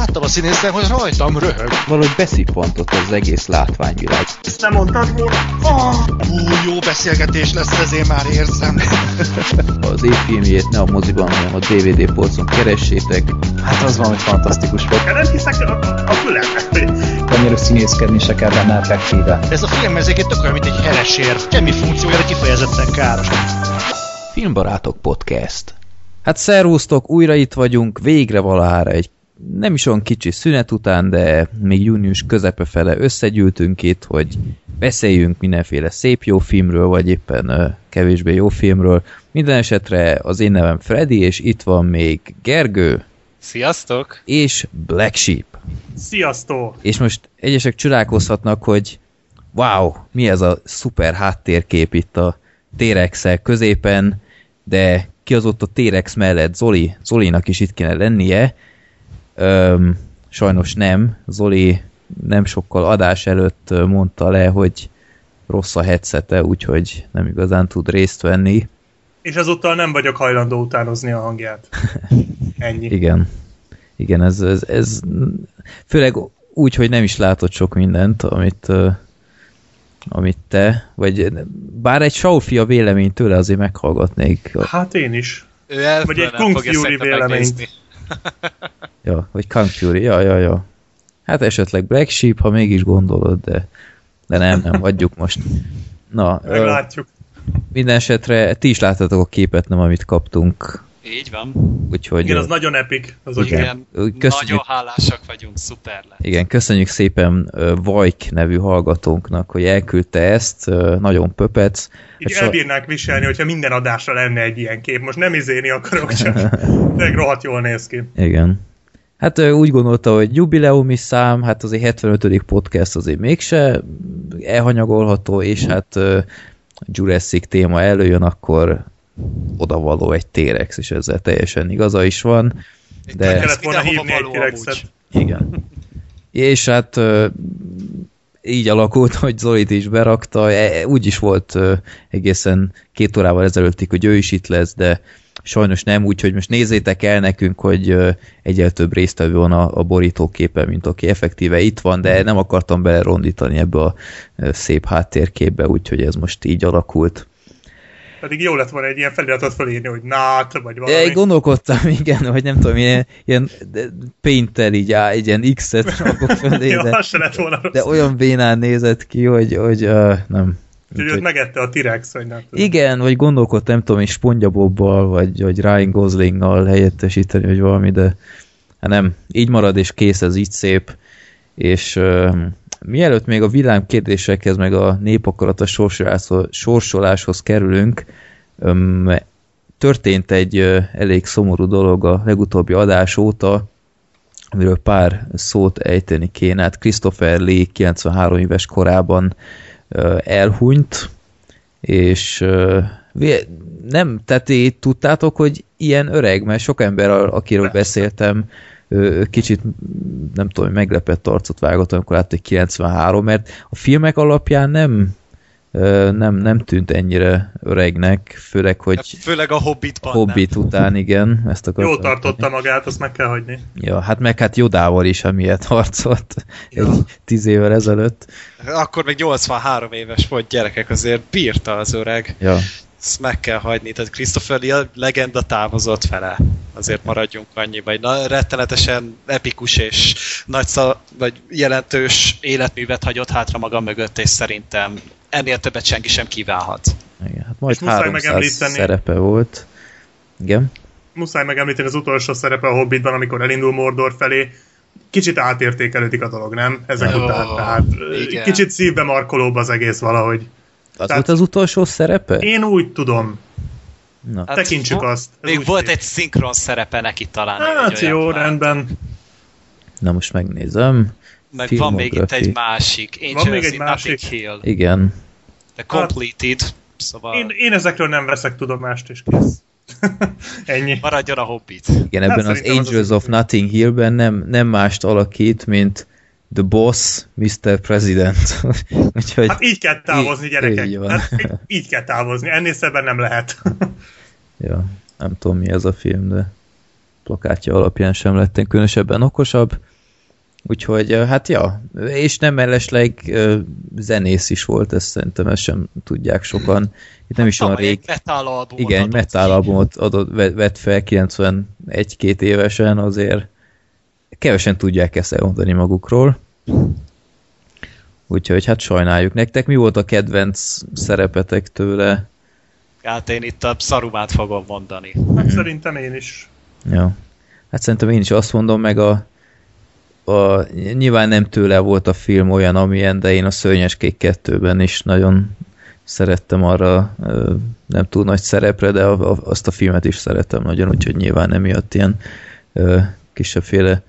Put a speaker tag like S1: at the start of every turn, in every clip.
S1: láttam a színészen, hogy rajtam röhög.
S2: Valahogy beszippantott az egész látványvilág.
S3: Ezt nem mondtad volna?
S1: Jó beszélgetés lesz, ezért már érzem.
S2: Az évfilmjét ne a moziban, hanem a DVD polcon keressétek.
S4: Hát az valami fantasztikus volt.
S3: Nem hiszek a fülemnek.
S4: Annyira színészkedni se kell benne effektíve.
S1: Ez a film ezeket tök olyan, mint egy heresér. Semmi funkciója, de kifejezetten káros.
S2: Filmbarátok Podcast. Hát szervusztok, újra itt vagyunk, végre valahára egy nem is olyan kicsi szünet után, de még június közepe fele összegyűltünk itt, hogy beszéljünk mindenféle szép jó filmről, vagy éppen kevésbé jó filmről. Minden esetre az én nevem Freddy, és itt van még Gergő.
S5: Sziasztok!
S2: És Black Sheep.
S3: Sziasztok!
S2: És most egyesek csodálkozhatnak, hogy wow, mi ez a szuper háttérkép itt a T-Rex-el középen, de ki az ott a T-Rex mellett? Zolinak is itt kéne lennie. Sajnos nem. Zoli nem sokkal adás előtt mondta le, hogy rossz a headsete, úgyhogy nem igazán tud részt venni.
S3: És ezúttal nem vagyok hajlandó utánozni a hangját. Ennyi.
S2: Igen, ez főleg úgy, hogy nem is látott sok mindent, amit te, vagy bár egy Saul-fia véleményt tőle azért meghallgatnék.
S3: Hát én is.
S5: Vagy
S3: egy Kung Fury véleményt.
S2: Ja, vagy Kung Fury, ja. Hát esetleg Black Sheep, ha mégis gondolod, de nem, hagyjuk most. Na,
S3: meglátjuk.
S2: Minden esetre ti is láttatok a képet, nem amit kaptunk.
S5: Így van.
S2: Úgyhogy,
S3: igen, az nagyon epic.
S5: Igen, nagyon hálásak vagyunk, szuper lett.
S2: Igen, köszönjük szépen Vajk nevű hallgatónknak, hogy elküldte ezt, nagyon pöpec.
S3: Így elbírnák viselni, hogyha minden adásra lenne egy ilyen kép. Most nem izélni akarok, csak rohadt jól néz ki.
S2: Igen. Hát úgy gondolta, hogy jubileumi szám, hát azért 75. podcast azért mégse elhanyagolható, és hát Jurassic téma előjön, akkor odavaló egy T-Rex, és ezzel teljesen igaza is van. De
S3: kellett volna hívni egy T-Rexet.
S2: Igen. És hát így alakult, hogy Zolit is berakta, úgy is volt egészen 2 órával ezelőttig, hogy ő is itt lesz, de sajnos nem, úgyhogy most nézzétek el nekünk, hogy egyel több résztvevő van a borítóképen, mint aki effektíve itt van, de nem akartam belerondítani ebbe a szép háttérképbe, úgyhogy ez most így alakult.
S3: Pedig jó lett volna egy ilyen feliratot felírni, hogy nát, vagy valami.
S2: Gondolkodtam, igen, hogy nem tudom, ilyen paint-tel így egy ilyen X-et rakok fölé, de olyan bénán nézett ki, hogy nem.
S3: Úgyhogy őt megette a T-Rex, vagy nem tudom.
S2: Igen, vagy gondolkodtam, nem tudom, és SpongeBobbal, vagy Ryan Goslinggal helyettesíteni, vagy valami, de hát nem, így marad, és kész, ez így szép. És mielőtt még a villámkérdésekhez, meg a népakarata sorsoláshoz kerülünk, történt egy elég szomorú dolog a legutóbbi adás óta, amiről pár szót ejteni kéne. Hát Christopher Lee 93 éves korában elhunyt, és nem, tehát tudtátok, hogy ilyen öreg, mert sok ember, akiről beszéltem, kicsit, nem tudom, meglepett arcot vágott, amikor látta, hogy 93, mert a filmek alapján nem tűnt ennyire öregnek, főleg, hogy
S5: főleg a Hobbitban
S2: Hobbit nem. Után, igen. Ezt
S3: jól tartotta magát, azt meg kell hagyni.
S2: Ja, hát meg hát Jodával is, amilyet harcolt egy 10 évvel ezelőtt.
S5: Akkor meg 83 éves volt, gyerekek, azért bírta az öreg.
S2: Ja.
S5: Ezt meg kell hagyni, tehát Christopher Lee a legenda távozott vele. Azért maradjunk annyiba. Egy rettenetesen epikus és vagy jelentős életművet hagyott hátra maga mögött, és szerintem ennél többet senki sem kívánhat.
S2: Igen, hát majd 300 szerepe volt. Igen?
S3: Muszáj megemlíteni az utolsó szerepe a Hobbitban, amikor elindul Mordor felé. Kicsit átértékelődik a dolog, nem? Ezek után. Tehát igen. Kicsit szívbe markolóbb az egész valahogy.
S2: Az volt az utolsó szerepe?
S3: Én úgy tudom.
S2: Na.
S3: Hát tekintsük azt.
S5: Még volt egy szinkron szerepe neki talán.
S3: Hát jó, rendben.
S2: Na most megnézem.
S5: Meg van még itt egy másik.
S3: Angels van még egy másik.
S5: Hill.
S2: Igen.
S5: The Completed. Szóval...
S3: Én ezekről nem veszek tudomást, és kész. Ennyi.
S5: Maradjon a Hobbit.
S2: Igen, ebben az Angels of Notting Hillben nem mást alakít, mint The Boss, Mr. President.
S3: Úgyhogy hát így kell távozni, gyerekek. Így kell távozni. Ennél szebben nem lehet.
S2: Ja, nem tudom mi ez a film, de plakátja alapján sem lettem különösebben okosabb. Úgyhogy hát ja, és nem mellesleg zenész is volt, ezt szerintem ezt sem tudják sokan. Itt nem is olyan rég. Igen, metálalbumot vett fel 91-2 évesen, azért kevesen tudják ezt elmondani magukról. Úgyhogy hát sajnáljuk. Nektek mi volt a kedvenc szerepetek tőle?
S5: Hát én itt a Szarumát fogom mondani.
S3: Hát szerintem én is.
S2: Ja. Hát szerintem én is azt mondom, meg nyilván nem tőle volt a film olyan, amilyen, de én a Szörnyeskék 2-ben is nagyon szerettem arra, nem túl nagy szerepre, de azt a filmet is szerettem nagyon, úgyhogy nyilván emiatt ilyen kisebbféle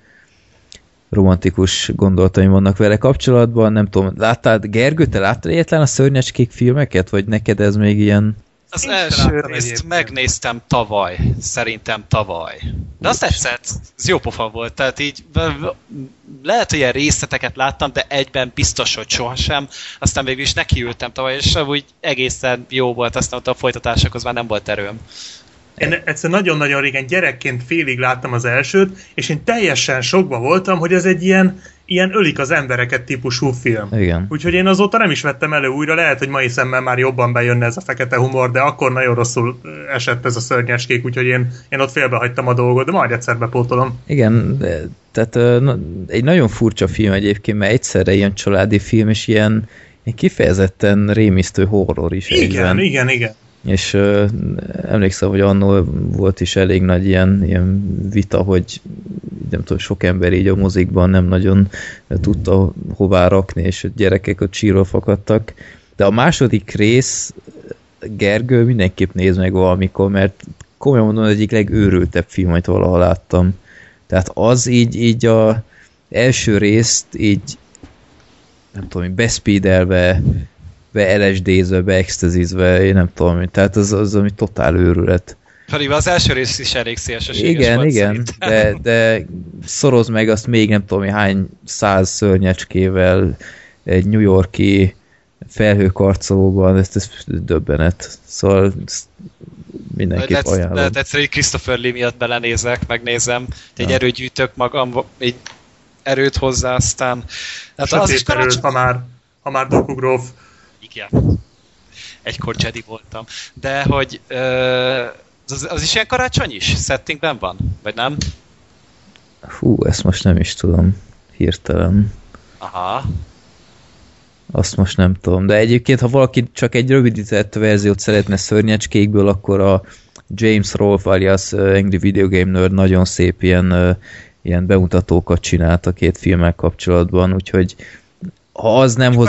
S2: romantikus gondolataim vannak vele kapcsolatban. Nem tudom, Gergő, te láttad egyetlen a Szörnyecskék filmeket, vagy neked ez még ilyen...
S5: Az első részt megnéztem tavaly, szerintem tavaly. De azt tetszett, ez jó pofa volt, tehát így lehet, hogy ilyen részleteket láttam, de egyben biztos, hogy sohasem. Aztán végül is nekiültem tavaly, és úgy egészen jó volt, aztán a folytatásokhoz már nem volt erőm.
S3: Én egyszer nagyon-nagyon régen gyerekként félig láttam az elsőt, és én teljesen sokba voltam, hogy ez egy ilyen ölik az embereket típusú film.
S2: Igen.
S3: Úgyhogy én azóta nem is vettem elő újra, lehet, hogy mai szemmel már jobban bejönne ez a fekete humor, de akkor nagyon rosszul esett ez a Szörnyeskék, úgyhogy én ott félbehagytam a dolgot, de majd egyszer bepótolom. Igen,
S2: tehát egy nagyon furcsa film egyébként, mert egyszerre ilyen családi film, és ilyen kifejezetten rémisztő horror is.
S3: Igen.
S2: És emlékszem, hogy annól volt is elég nagy ilyen vita, hogy nem tudom, sok ember így a mozikban nem nagyon tudta hová rakni, és a gyerekek ott sírva fakadtak. De a második rész, Gergő, mindenképp néz meg valamikor, mert komolyan mondom, az egyik legőrültebb film, amit valaha láttam. Tehát az így a első részt így nem tudom, beszpídelve, LSD-zve, beextazizve, én nem tudom, tehát az ami totál őrület.
S5: Pedig az első rész is elég szélsőséges
S2: igen, de szorozd meg azt még nem tudom, hány 100 szörnyecskével egy New York-i felhőkarcolóban, ez döbbenet. Szóval mindenképp ajánlom.
S5: Lehet egyszerűen Christopher Lee miatt belenézek, megnézem, egy erőt gyűjtök magam, egy erőt hozzá, aztán...
S3: Hát az is erőt, ha már Doku Gróf.
S5: Igen. Egykor Jedi voltam. De hogy az is ilyen karácsony is? Settingben van? Vagy nem?
S2: Hú, ezt most nem is tudom. Hirtelen.
S5: Aha.
S2: Azt most nem tudom. De egyébként, ha valaki csak egy rövidített verziót szeretne Szörnyecskékből, akkor a James Rolfe alias Angry Video Game Nerd nagyon szép ilyen bemutatókat csinált a két filmmel kapcsolatban, úgyhogy ha az nem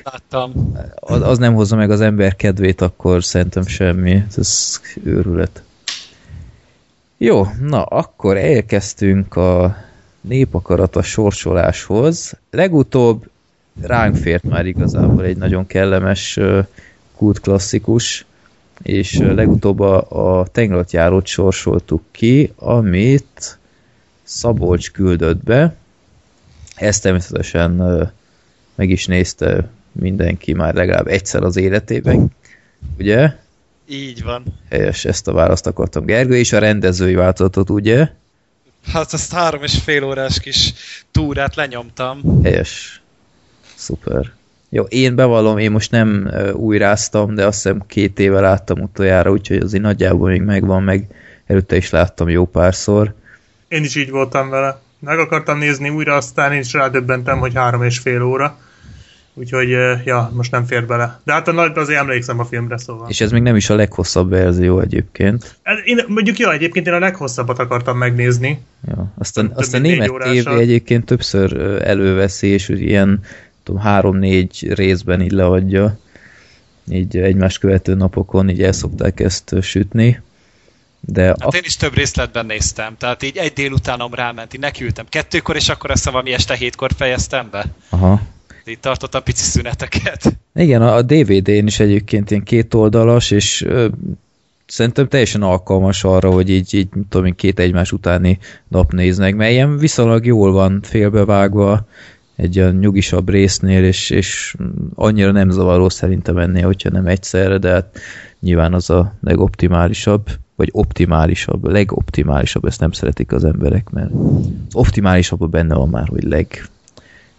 S2: hozza meg az ember kedvét, akkor szerintem semmi. Ez őrület. Jó, na akkor elkezdtünk a Népakarata sorsoláshoz. Legutóbb ránk fért már igazából egy nagyon kellemes kultklasszikus, és legutóbb a Tengeratjárót sorsoltuk ki, amit Szabolcs küldött be. Ezt természetesen meg is nézte mindenki már legalább egyszer az életében, ugye?
S5: Így van.
S2: Helyes, ezt a választ akartam. Gergő, és a rendezői változatot, ugye?
S5: Hát azt 3,5 órás kis túrát lenyomtam.
S2: Helyes. Szuper. Jó, én bevallom, én most nem újráztam, de azt hiszem 2 éve láttam utoljára, úgyhogy azért nagyjából még megvan, meg előtte is láttam jó párszor.
S3: Én is így voltam vele. Meg akartam nézni újra, aztán én is rádöbbentem, hogy 3,5 óra. Úgyhogy, ja, most nem fér bele. De hát azért emlékszem a filmre, szóval.
S2: És ez még nem is a leghosszabb verzió egyébként.
S3: Egyébként én a leghosszabbat akartam megnézni.
S2: Ja, azt a német TV egyébként többször előveszi, és ilyen 3-4 részben így leadja. Így egymás követő napokon így el szokták ezt sütni. De
S5: hát én is több részletben néztem, tehát így egy délutánom ráment, így nekiültem 2-kor, és akkor azt valami este 7-kor fejeztem be. Aha. Így tartottam pici szüneteket.
S2: Igen, a DVD-n is egyébként ilyen 2 oldalas, és szerintem teljesen alkalmas arra, hogy így tudom én, 2 egymás utáni nap néznek, mert ilyen viszonylag jól van félbevágva egy olyan nyugisabb résznél, és annyira nem zavaró szerintem ennél, hogyha nem egyszerre, de hát nyilván az a legoptimálisabb, vagy legoptimálisabb, ezt nem szeretik az emberek, mert az optimálisabb benne van már, hogy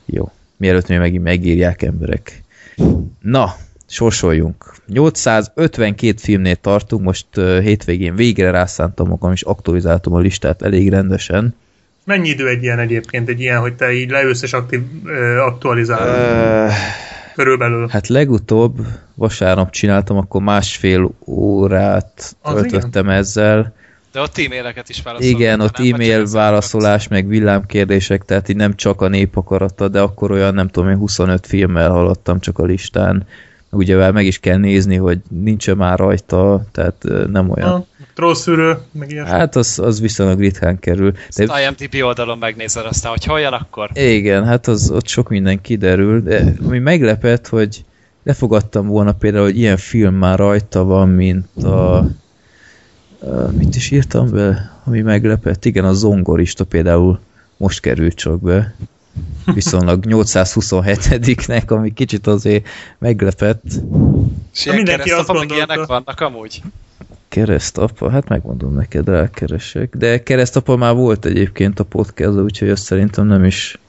S2: Jó. Mielőtt még megint megírják emberek. Na, sorsoljunk. 852 filmnél tartunk, most hétvégén végre rászántam magam, és aktualizáltam a listát elég rendesen.
S3: Mennyi idő egy ilyen egyébként, egy ilyen, hogy te így leülsz és aktualizálod? Körülbelül.
S2: Hát legutóbb vasárnap csináltam, akkor 1,5 órát töltöttem ezzel.
S5: De ott e-maileket is válaszoltam.
S2: Igen, ott e-mail válaszolás, meg villámkérdések, tehát így nem csak a népakarata, de akkor olyan, nem tudom én, 25 filmmel haladtam csak a listán. Ugye meg is kell nézni, hogy nincsen már rajta, tehát nem olyan.
S3: Trollszűrő, meg ilyesmi.
S2: Hát az viszonylag ritkán kerül.
S5: De... IMDb oldalon megnézed aztán, hogy hol jön akkor.
S2: Igen, hát ott sok minden kiderül. De ami meglepett, hogy lefogadtam volna például, hogy ilyen film már rajta van, mint a... mit is írtam be? Ami meglepett? Igen, a Zongorista például most került csak be. Viszonylag 827-nek, ami kicsit azért meglepett.
S5: És ilyen keresztapa, meg ilyenek vannak amúgy?
S2: Keresztapa? Hát megmondom neked, rákeresek. De keresztapa már volt egyébként a podcast, úgyhogy azt szerintem nem is...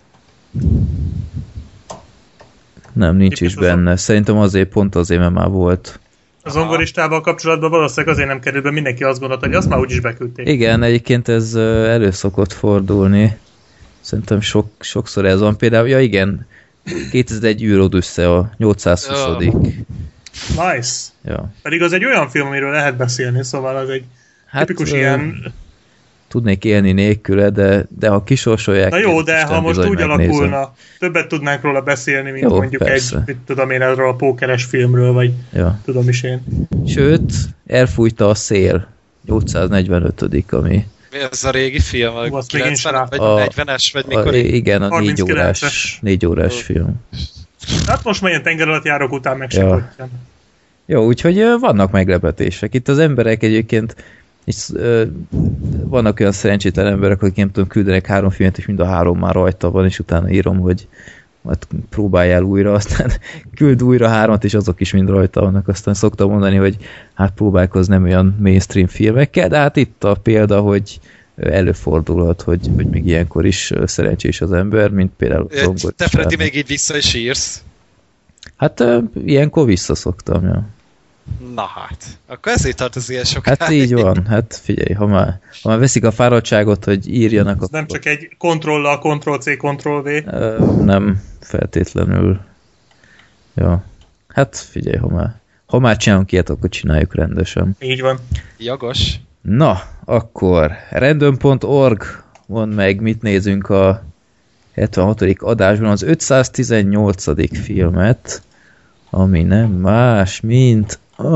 S2: Nem, nincs is benne. Szerintem azért pont azért, mert már volt.
S3: A Zongoristával kapcsolatban valószínűleg azért nem került be, mindenki azt gondolta, hogy azt már úgyis beküldték.
S2: Igen, egyébként ez elő szokott fordulni. Szerintem sokszor ez van. Például, ja igen, 2001 űrod össze a 820.
S3: Nice.
S2: Ja.
S3: Pedig az egy olyan film, amiről lehet beszélni, szóval az egy tipikus ilyen...
S2: Tudnék élni nélküle, de ha kisorsolják...
S3: Na jó, de ha most úgy alakulna, többet tudnánk róla beszélni, mint jó, mondjuk persze. Egy, tudom én, erről a pókeres filmről, vagy tudom is én.
S2: Sőt, elfújta a szél. 845. ami...
S5: Mi ez a régi film? A 90 vagy a 40-es, vagy mikor?
S2: Igen, a 4 órás film.
S3: Hát most már ilyen tengeralattjárók után megsegítsen.
S2: Jó, úgyhogy vannak meglepetések. Itt az emberek egyébként vannak olyan szerencsétlen emberek, akik nem tudom, küldenek 3 filmet, és mind a 3 már rajta van, és utána írom, hogy majd próbáljál újra, aztán küld újra 3-at, és azok is mind rajta vannak. Aztán szoktam mondani, hogy hát próbálkozz nem olyan mainstream filmekkel, de hát itt a példa, hogy előfordulhat, hogy még ilyenkor is szerencsés az ember, mint például Zongoristában.
S5: Te Freddy még így vissza is írsz?
S2: Hát ilyenkor visszaszoktam, ja.
S5: Na hát, akkor ezért tart az ilyen sokáig.
S2: Hát így van, hát figyelj, ha már veszik a fáradtságot, hogy írjanak... Ez
S3: akkor... nem csak egy Ctrl-a, Ctrl-C, Ctrl-V?
S2: Nem feltétlenül. Ja. Hát figyelj, ha már csinálunk ilyet, akkor csináljuk rendesen.
S3: Így van.
S5: Jogos.
S2: Na, akkor random.org mondd meg, mit nézünk a 76. adásban, az 518. filmet, ami nem más, mint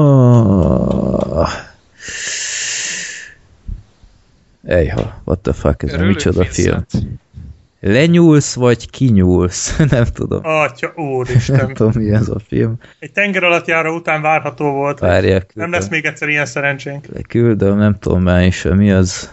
S2: Ejha, what the fuck, ez micsoda film? Lenyúlsz, vagy kinyúlsz? Nem tudom.
S3: Atya, úristen.
S2: Nem tudom, mi ez a film.
S3: Egy tengeralattjáró után várható volt.
S2: Várják.
S3: Nem lesz még egyszer ilyen szerencsénk.
S2: Leküldöm, nem tudom már is, mi az.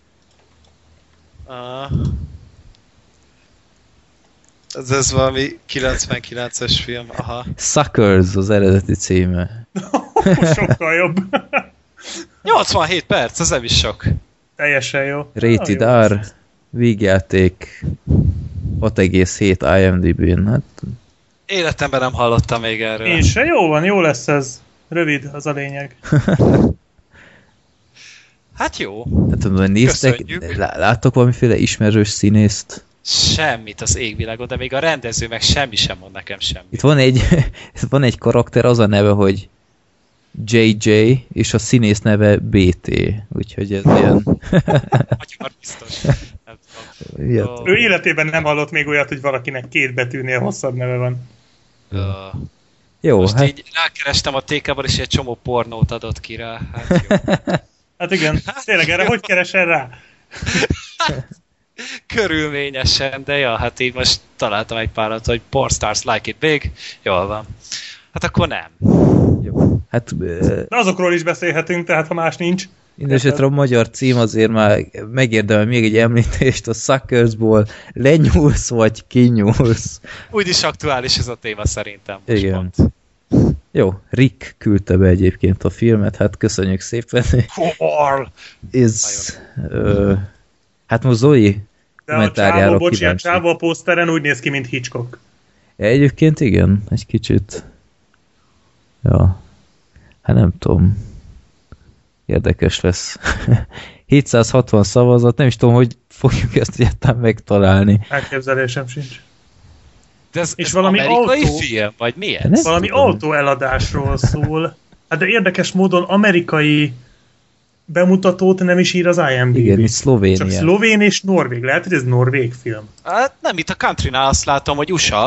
S5: Ez valami 99-es film, aha.
S2: Suckers az eredeti címe.
S3: Sokkal jobb.
S5: 87 perc, az nem is sok.
S3: Teljesen jó.
S2: Rated R, vígjáték, 6,7 IMDb-n. Hát...
S5: Életemben nem hallottam még erről.
S3: Én se, jó van, jó lesz ez. Rövid, az a lényeg.
S5: Hát jó.
S2: Hát tudom, néztek, láttok valamiféle ismerős színészt?
S5: Semmit az égvilágon, de még a rendező meg semmi sem mond nekem semmit.
S2: Itt van egy karakter, az a neve, hogy JJ, és a színész neve BT. Úgyhogy ez ilyen...
S5: Magyar biztos.
S3: Ő életében nem hallott még olyat, hogy valakinek 2 betűnél hosszabb neve van.
S2: Jó,
S5: most
S2: hát...
S5: így rákerestem a TK-ban, és egy csomó pornót adott ki rá. Hát jó.
S3: Hát igen, tényleg erre hogy keresel rá?
S5: Körülményesen, de ja, hát így most találtam egy párat, hogy Porn Stars Like It Big. Jól van. Hát akkor nem.
S2: Jó. Hát...
S3: De azokról is beszélhetünk, tehát ha más nincs.
S2: Mindenesetre a magyar cím azért már megérdemel még egy említést, a Suckersból lenyúlsz vagy kinyúlsz.
S5: Úgyis aktuális ez a téma szerintem.
S2: Igen. Jó, Rick küldte be egyébként a filmet, hát köszönjük szépen. Hát most Zoli, kommentárjára
S3: kíváncsi. A csávó poszteren úgy néz ki, mint Hitchcock.
S2: Egyébként igen, egy kicsit. Ja. Hát nem tudom. Érdekes lesz. 760 szavazat, nem is tudom, hogy fogjuk ezt egyáltalán megtalálni.
S3: Elképzelésem sincs.
S5: De ez
S3: valami
S5: amerikai film? Vagy mi ez?
S3: Valami autóeladásról szól. Hát de érdekes módon amerikai bemutatót nem is ír az IMDb.
S2: Igen, itt Szlovénia.
S3: Csak szlovén és norvég. Lehet, hogy ez norvég film.
S5: Hát nem, itt a Countrynál azt látom, hogy USA.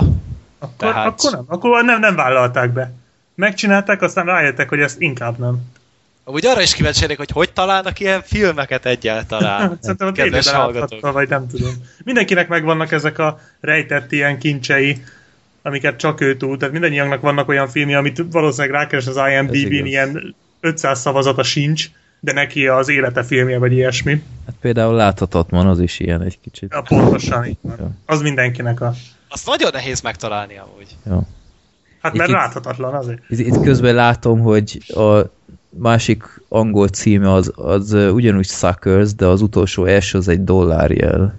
S3: Akkor nem vállalták be. Megcsinálták, aztán rájöttek, hogy ezt inkább nem.
S5: Úgy arra is kíváncsi lennék, hogy találnak ilyen filmeket egyáltalán.
S3: Szerintem a tévében láthatta, vagy nem tudom. Mindenkinek megvannak ezek a rejtett ilyen kincsei, amiket csak ő tud. Tehát mindannyiunknak vannak olyan filmi, amit valószínűleg rákeres az IMDb-n, ilyen 500 szavazata sincs, de neki az élete filmje, vagy ilyesmi.
S2: Hát például Láthatatlan, az is ilyen egy kicsit.
S3: Ja, pontosan így van. Ja. Az mindenkinek a...
S5: Azt nagyon nehéz megtalálni amúgy.
S2: Ja.
S3: Hát mert láthatatlan azért.
S2: Itt közben látom, hogy a másik angol címe az ugyanúgy Suckers, de az utolsó S az egy dollárjel.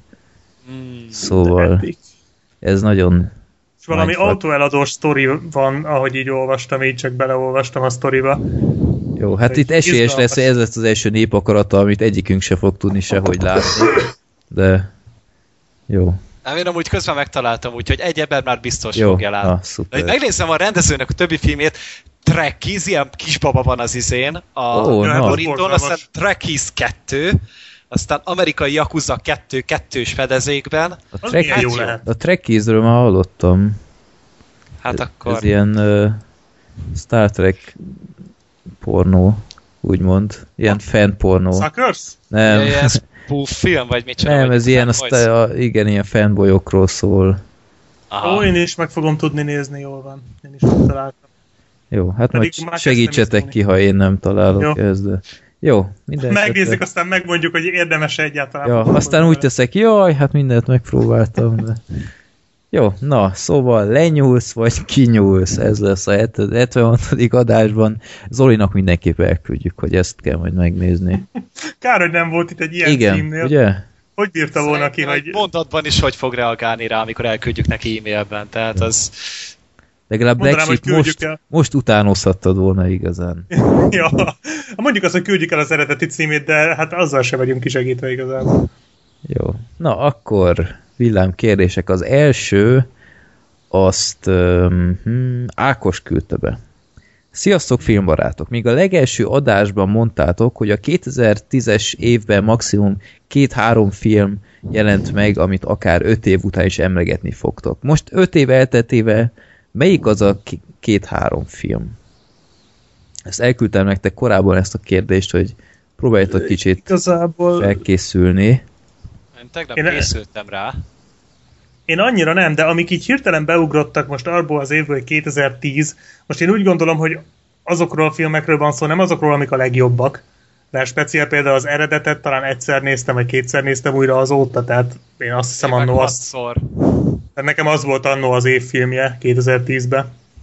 S2: Szóval ez nagyon...
S3: És valami autóeladós sztori van, ahogy így olvastam, így csak beleolvastam a sztoriba.
S2: Jó, hát itt esélyes lesz, hogy ez lesz az első népakarata, amit egyikünk se fog tudni sehogy látni. De jó.
S5: Én amúgy közben megtaláltam, úgyhogy egy ember már biztos fogja látni. De megnézem a rendezőnek a többi filmét, Trekkies, ilyen kisbaba van az izén, a borítón, aztán Trekkies 2, aztán amerikai Yakuza 2 kettős fedezékben.
S2: A Trekkiesről már hallottam.
S5: Hát akkor...
S2: Ez ilyen Star Trek pornó, úgymond. Ilyen fanpornó.
S3: Suckers?
S2: Nem.
S5: Ez film, vagy mit csinál?
S2: Nem, ez ilyen, igen, ilyen fanboyokról szól.
S3: Ó, én is meg fogom tudni nézni, jól van. Én is megtaláltam.
S2: Jó, hát majd segítsetek ki, ha én nem találok ezt, de... Jó, minden
S3: megnézzük, aztán megmondjuk, hogy érdemes egyáltalán.
S2: Ja, aztán úgy teszek, jaj, hát mindent megpróbáltam, de... Jó, na, szóval lenyúlsz, vagy kinyúlsz, ez lesz a 76. adásban. Zolinak mindenképp elküldjük, hogy ezt kell majd megnézni.
S3: Kár, hogy nem volt itt egy ilyen
S2: igen,
S3: címnél.
S2: Ugye?
S3: Hogy bírta volna ki, hogy...
S5: mondatban is hogy fog reagálni rá, amikor elküldjük neki e-mailben, tehát az...
S2: Legalább Black Sheep most utánozhattad volna igazán.
S3: Ja, mondjuk azt, hogy küldjük el az eredeti címét, de hát azzal sem vagyunk kisegítve igazából.
S2: Jó, na akkor villámkérdések. Az első, azt Ákos küldte be. Sziasztok filmbarátok! Míg a legelső adásban mondtátok, hogy a 2010-es évben maximum 2-3 film jelent meg, amit akár 5 év után is emlegetni fogtok. Most 5 év elteltével melyik az a 2-3 film? Ezt elküldtem nektek korábban ezt a kérdést, hogy próbáljátok kicsit igazából felkészülni.
S5: Én tegnap készültem rá.
S3: Én annyira nem, de amik így hirtelen beugrottak most abból az évből, hogy 2010, most én úgy gondolom, hogy azokról a filmekről van szó, nem azokról, amik a legjobbak. De speciál például az eredetet talán egyszer néztem, vagy kétszer néztem újra azóta, tehát én azt hiszem annó azt... Tehát nekem az volt annó az évfilmje 2010-ben.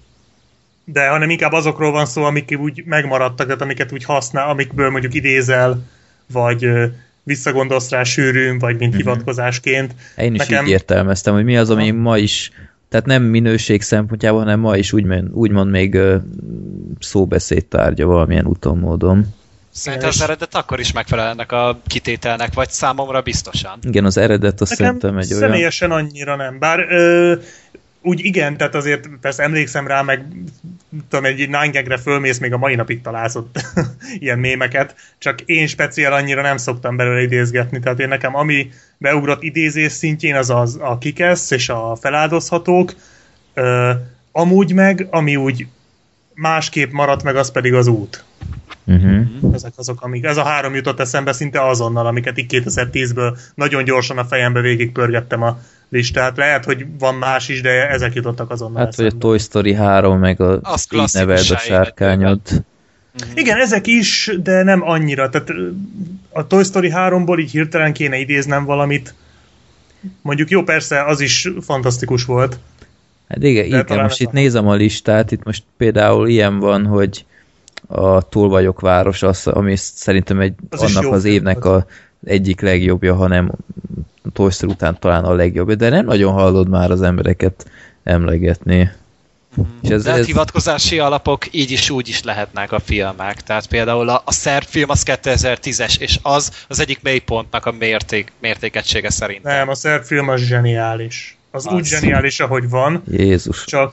S3: De hanem inkább azokról van szó, amik úgy megmaradtak, tehát amiket úgy használ, amikből mondjuk idézel, vagy visszagondolsz rá sűrűn, vagy mint hivatkozásként.
S2: Én is így értelmeztem, hogy mi az, ami ma is, tehát nem minőség szempontjából, hanem ma is úgymond még szóbeszéd tárgya valamilyen úton, módon.
S5: Szerintem az eredet akkor is megfelel ennek a kitételnek, vagy számomra biztosan.
S2: Igen, az eredet azt szerintem egy olyan...
S3: Személyesen annyira nem, bár úgy igen, tehát azért persze emlékszem rá, meg tudom, egy 9gagre fölmész, még a mai napig találsz ott ilyen mémeket, csak én speciál annyira nem szoktam belőle idézgetni, tehát én nekem ami beugrott idézés szintjén az a Kick-Ass és a Feláldozhatók, amúgy meg, ami úgy másképp maradt meg, az pedig az Út. Ezek azok, amik, ez a 3 jutott eszembe szinte azonnal, amiket így 2010-ből nagyon gyorsan a fejembe végigpörgettem a listát. Lehet, hogy van más is, de ezek jutottak azonnal
S2: hát,
S3: eszembe.
S2: vagy a Toy Story 3, meg a Így neveld a sárkányod.
S3: Igen, ezek is, de nem annyira. Tehát a Toy Story 3-ból így hirtelen kéne idéznem valamit. Mondjuk jó, persze, az is fantasztikus volt.
S2: Hát igen, most itt nézem a listát, itt most például ilyen van, hogy a Túl vagyok város, ami szerintem annak az évnek az egyik legjobbja, hanem Toy Story után talán a legjobb, de nem nagyon hallod már az embereket emlegetni.
S5: És ez hivatkozási alapok így is úgy is lehetnek a filmek. Tehát például a szerb film az 2010-es, és az egyik mélypontnak a mértékegysége szerintem.
S3: Nem, a szerb film az zseniális. Az úgy zseniális, ahogy van.
S2: Jézus.
S3: Csak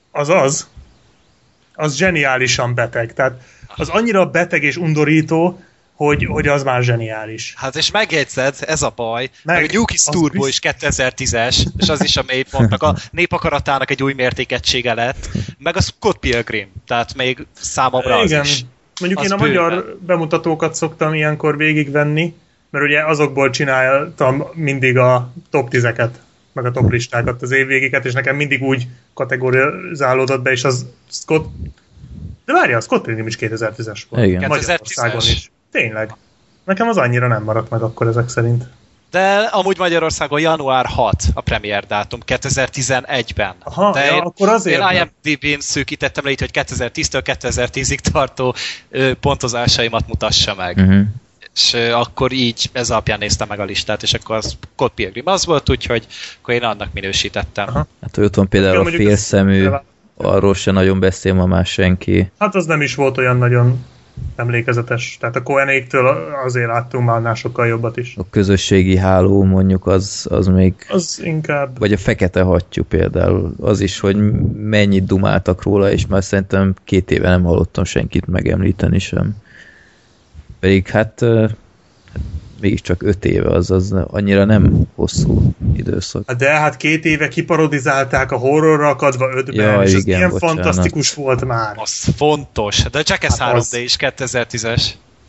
S3: az zseniálisan beteg. Tehát az annyira beteg és undorító, hogy az már zseniális.
S5: Hát és megjegyzed, ez a baj, meg a New Kids Turbo is 2010-es, és az is a mélypontnak, a népakaratának egy új mértékegysége lett, meg a Scott Pilgrim, tehát még számomra
S3: igen.
S5: az is.
S3: Mondjuk
S5: az
S3: én a
S5: bőven.
S3: magyar bemutatókat szoktam ilyenkor végigvenni, mert ugye azokból csináltam mindig a top 10-eket, meg a top listákat, az évvégiket, és nekem mindig úgy kategorizálódott be, és az Scott... De várjál, a Scott Pilgrim is 2010-es volt.
S2: Igen.
S3: Magyarországon is. Tényleg. Nekem az annyira nem maradt meg akkor ezek szerint.
S5: De amúgy Magyarországon január 6 a premier dátum, 2011-ben.
S3: Aha,
S5: de
S3: ja, akkor azért
S5: én IMDb-n szűkítettem le így, hogy 2010-től 2010-ig tartó pontozásaimat mutassa meg. És akkor így ez alapján néztem meg a listát, és akkor az Scott Pilgrim az volt, úgyhogy akkor én annak minősítettem.
S3: Aha.
S2: Hát ott van például a Félszemű, arról se nagyon beszél ma már senki.
S3: Hát az nem is volt olyan nagyon emlékezetes. Tehát a Coenéktől azért láttunk már sokkal jobbat is.
S2: A közösségi háló mondjuk az még...
S3: Az inkább...
S2: Vagy a Fekete Hattyú például. Az is, hogy mennyit dumáltak róla, és már szerintem 2 éve nem hallottam senkit megemlíteni sem. Pedig hát mégiscsak 5 éve, az annyira nem hosszú időszak.
S3: De hát 2 éve kiparodizálták a horrorra akadva 5-ben, és ez ilyen fantasztikus volt már.
S5: Az fontos, de csak ez hát 3D is 2010-es.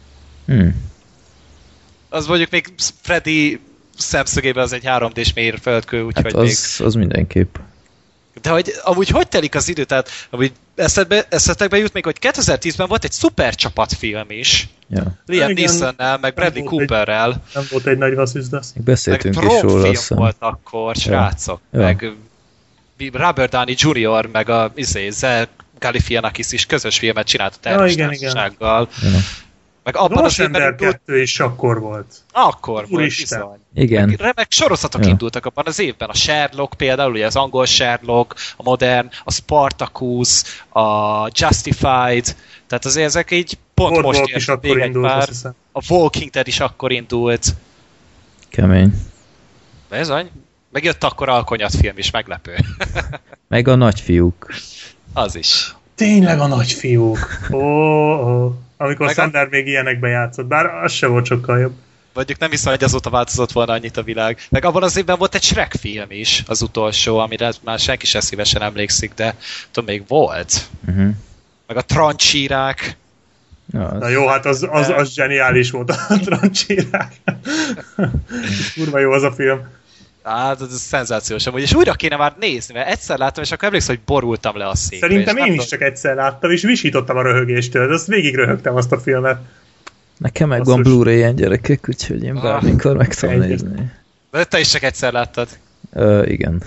S5: Az mondjuk még Freddy szemszögében az egy 3D-s mérföldkő, úgyhogy
S2: hát az mindenképp.
S5: De hogy telik az idő? Tehát amúgy eszetekbe jut még, hogy 2010-ben volt egy szuper csapatfilm is.
S2: Ja.
S5: Liam Neeson-nel, meg Bradley Cooperrel.
S3: Nem volt egy nagy vasszüzdasz.
S2: Beszéltünk is róla.
S5: Meg film volt akkor, srácok. Ja. Meg Robert Downey Jr., meg a Zach Galifianakis is közös filmet csinált a terroristársasággal.
S2: Ja.
S5: Meg abban
S3: az Ember 2 is akkor volt.
S5: Akkor volt, bizony.
S2: Igen.
S5: Meg remek sorozatok indultak abban az évben. A Sherlock például, ugye az angol Sherlock, a modern, a Spartacus, a Justified, tehát azért ezek így pont most
S3: értek végek pár.
S5: A Walking Dead is akkor indult.
S2: Kemény.
S5: Bizony. Meg jött akkor alkonyatfilm is, meglepő.
S2: Meg a nagyfiúk.
S5: Az is.
S3: Tényleg a nagyfiúk. Amikor Sander még ilyenekben játszott, bár az se volt sokkal jobb.
S5: Mondjuk nem hiszem, hogy azóta változott volna annyit a világ. Meg abban az évben volt egy Shrek film is, az utolsó, amire már senki sem szívesen emlékszik, de tudom, még volt. Meg a Trancsírák.
S3: Na jó, hát az zseniális volt a Trancsírák. Kurva jó az a film.
S5: Hát, ez szenzációs amúgy, és újra kéne már nézni, mert egyszer láttam, és akkor emlékszem, hogy borultam le a székre.
S3: Szerintem én is csak egyszer láttam, és visítottam a röhögéstől, de azt végig röhögtem azt a filmet.
S2: Nekem meg van Blu-ray-en gyerekek, úgyhogy én bármikor meg tudom nézni.
S5: De te is csak egyszer láttad.
S2: Igen.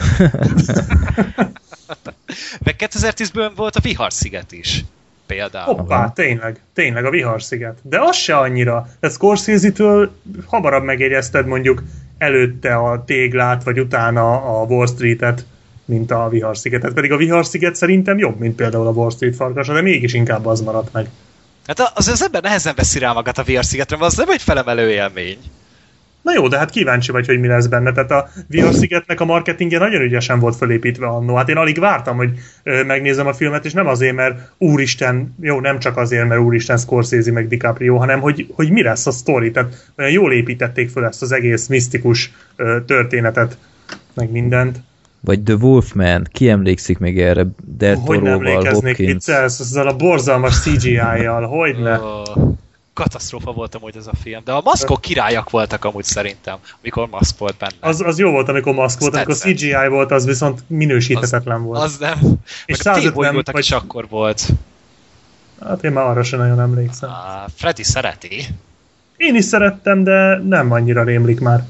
S5: Meg 2010-ből volt a Viharsziget is. Például.
S3: Hoppá, tényleg a Viharsziget. De az se annyira. Tehát Scorsese-től hamarabb megérjezted mondjuk előtte a Téglát, vagy utána a Wall Street-et, mint a Viharszigetet. Pedig a Viharsziget szerintem jobb, mint például a Wall Street farkasa, de mégis inkább az maradt meg.
S5: Hát az ember nehezen veszi rá magát a Viharszigetre, mert az nem egy felemelő élmény.
S3: Na jó, de hát kíváncsi vagy, hogy mi lesz benne. Tehát a Viharszigetnek a marketingje nagyon ügyesen volt felépítve annó. Hát én alig vártam, hogy megnézem a filmet, és nem azért, mert úristen, jó, nem csak azért, mert úristen Scorsese meg DiCaprio, hanem hogy mi lesz a sztori. Tehát olyan jól építették fel ezt az egész misztikus történetet, meg mindent.
S2: Vagy The Wolfman, ki emlékszik még erre? Del Toroval,
S3: hogy nem emlékeznék, viccelsz, azzal a borzalmas CGI-jal, hogyne?
S5: Katasztrófa volt amúgy ez a film, de a maszkok királyak voltak amúgy szerintem, amikor maszk volt benne.
S3: Az jó volt, amikor maszk volt, amikor CGI volt, az viszont minősíthetetlen volt.
S5: Az nem.
S3: És
S5: meg a T-bolygótak is akkor volt. Hát
S3: én már arra sem nagyon emlékszem.
S5: Freddy szereti.
S3: Én is szerettem, de nem annyira rémlik már.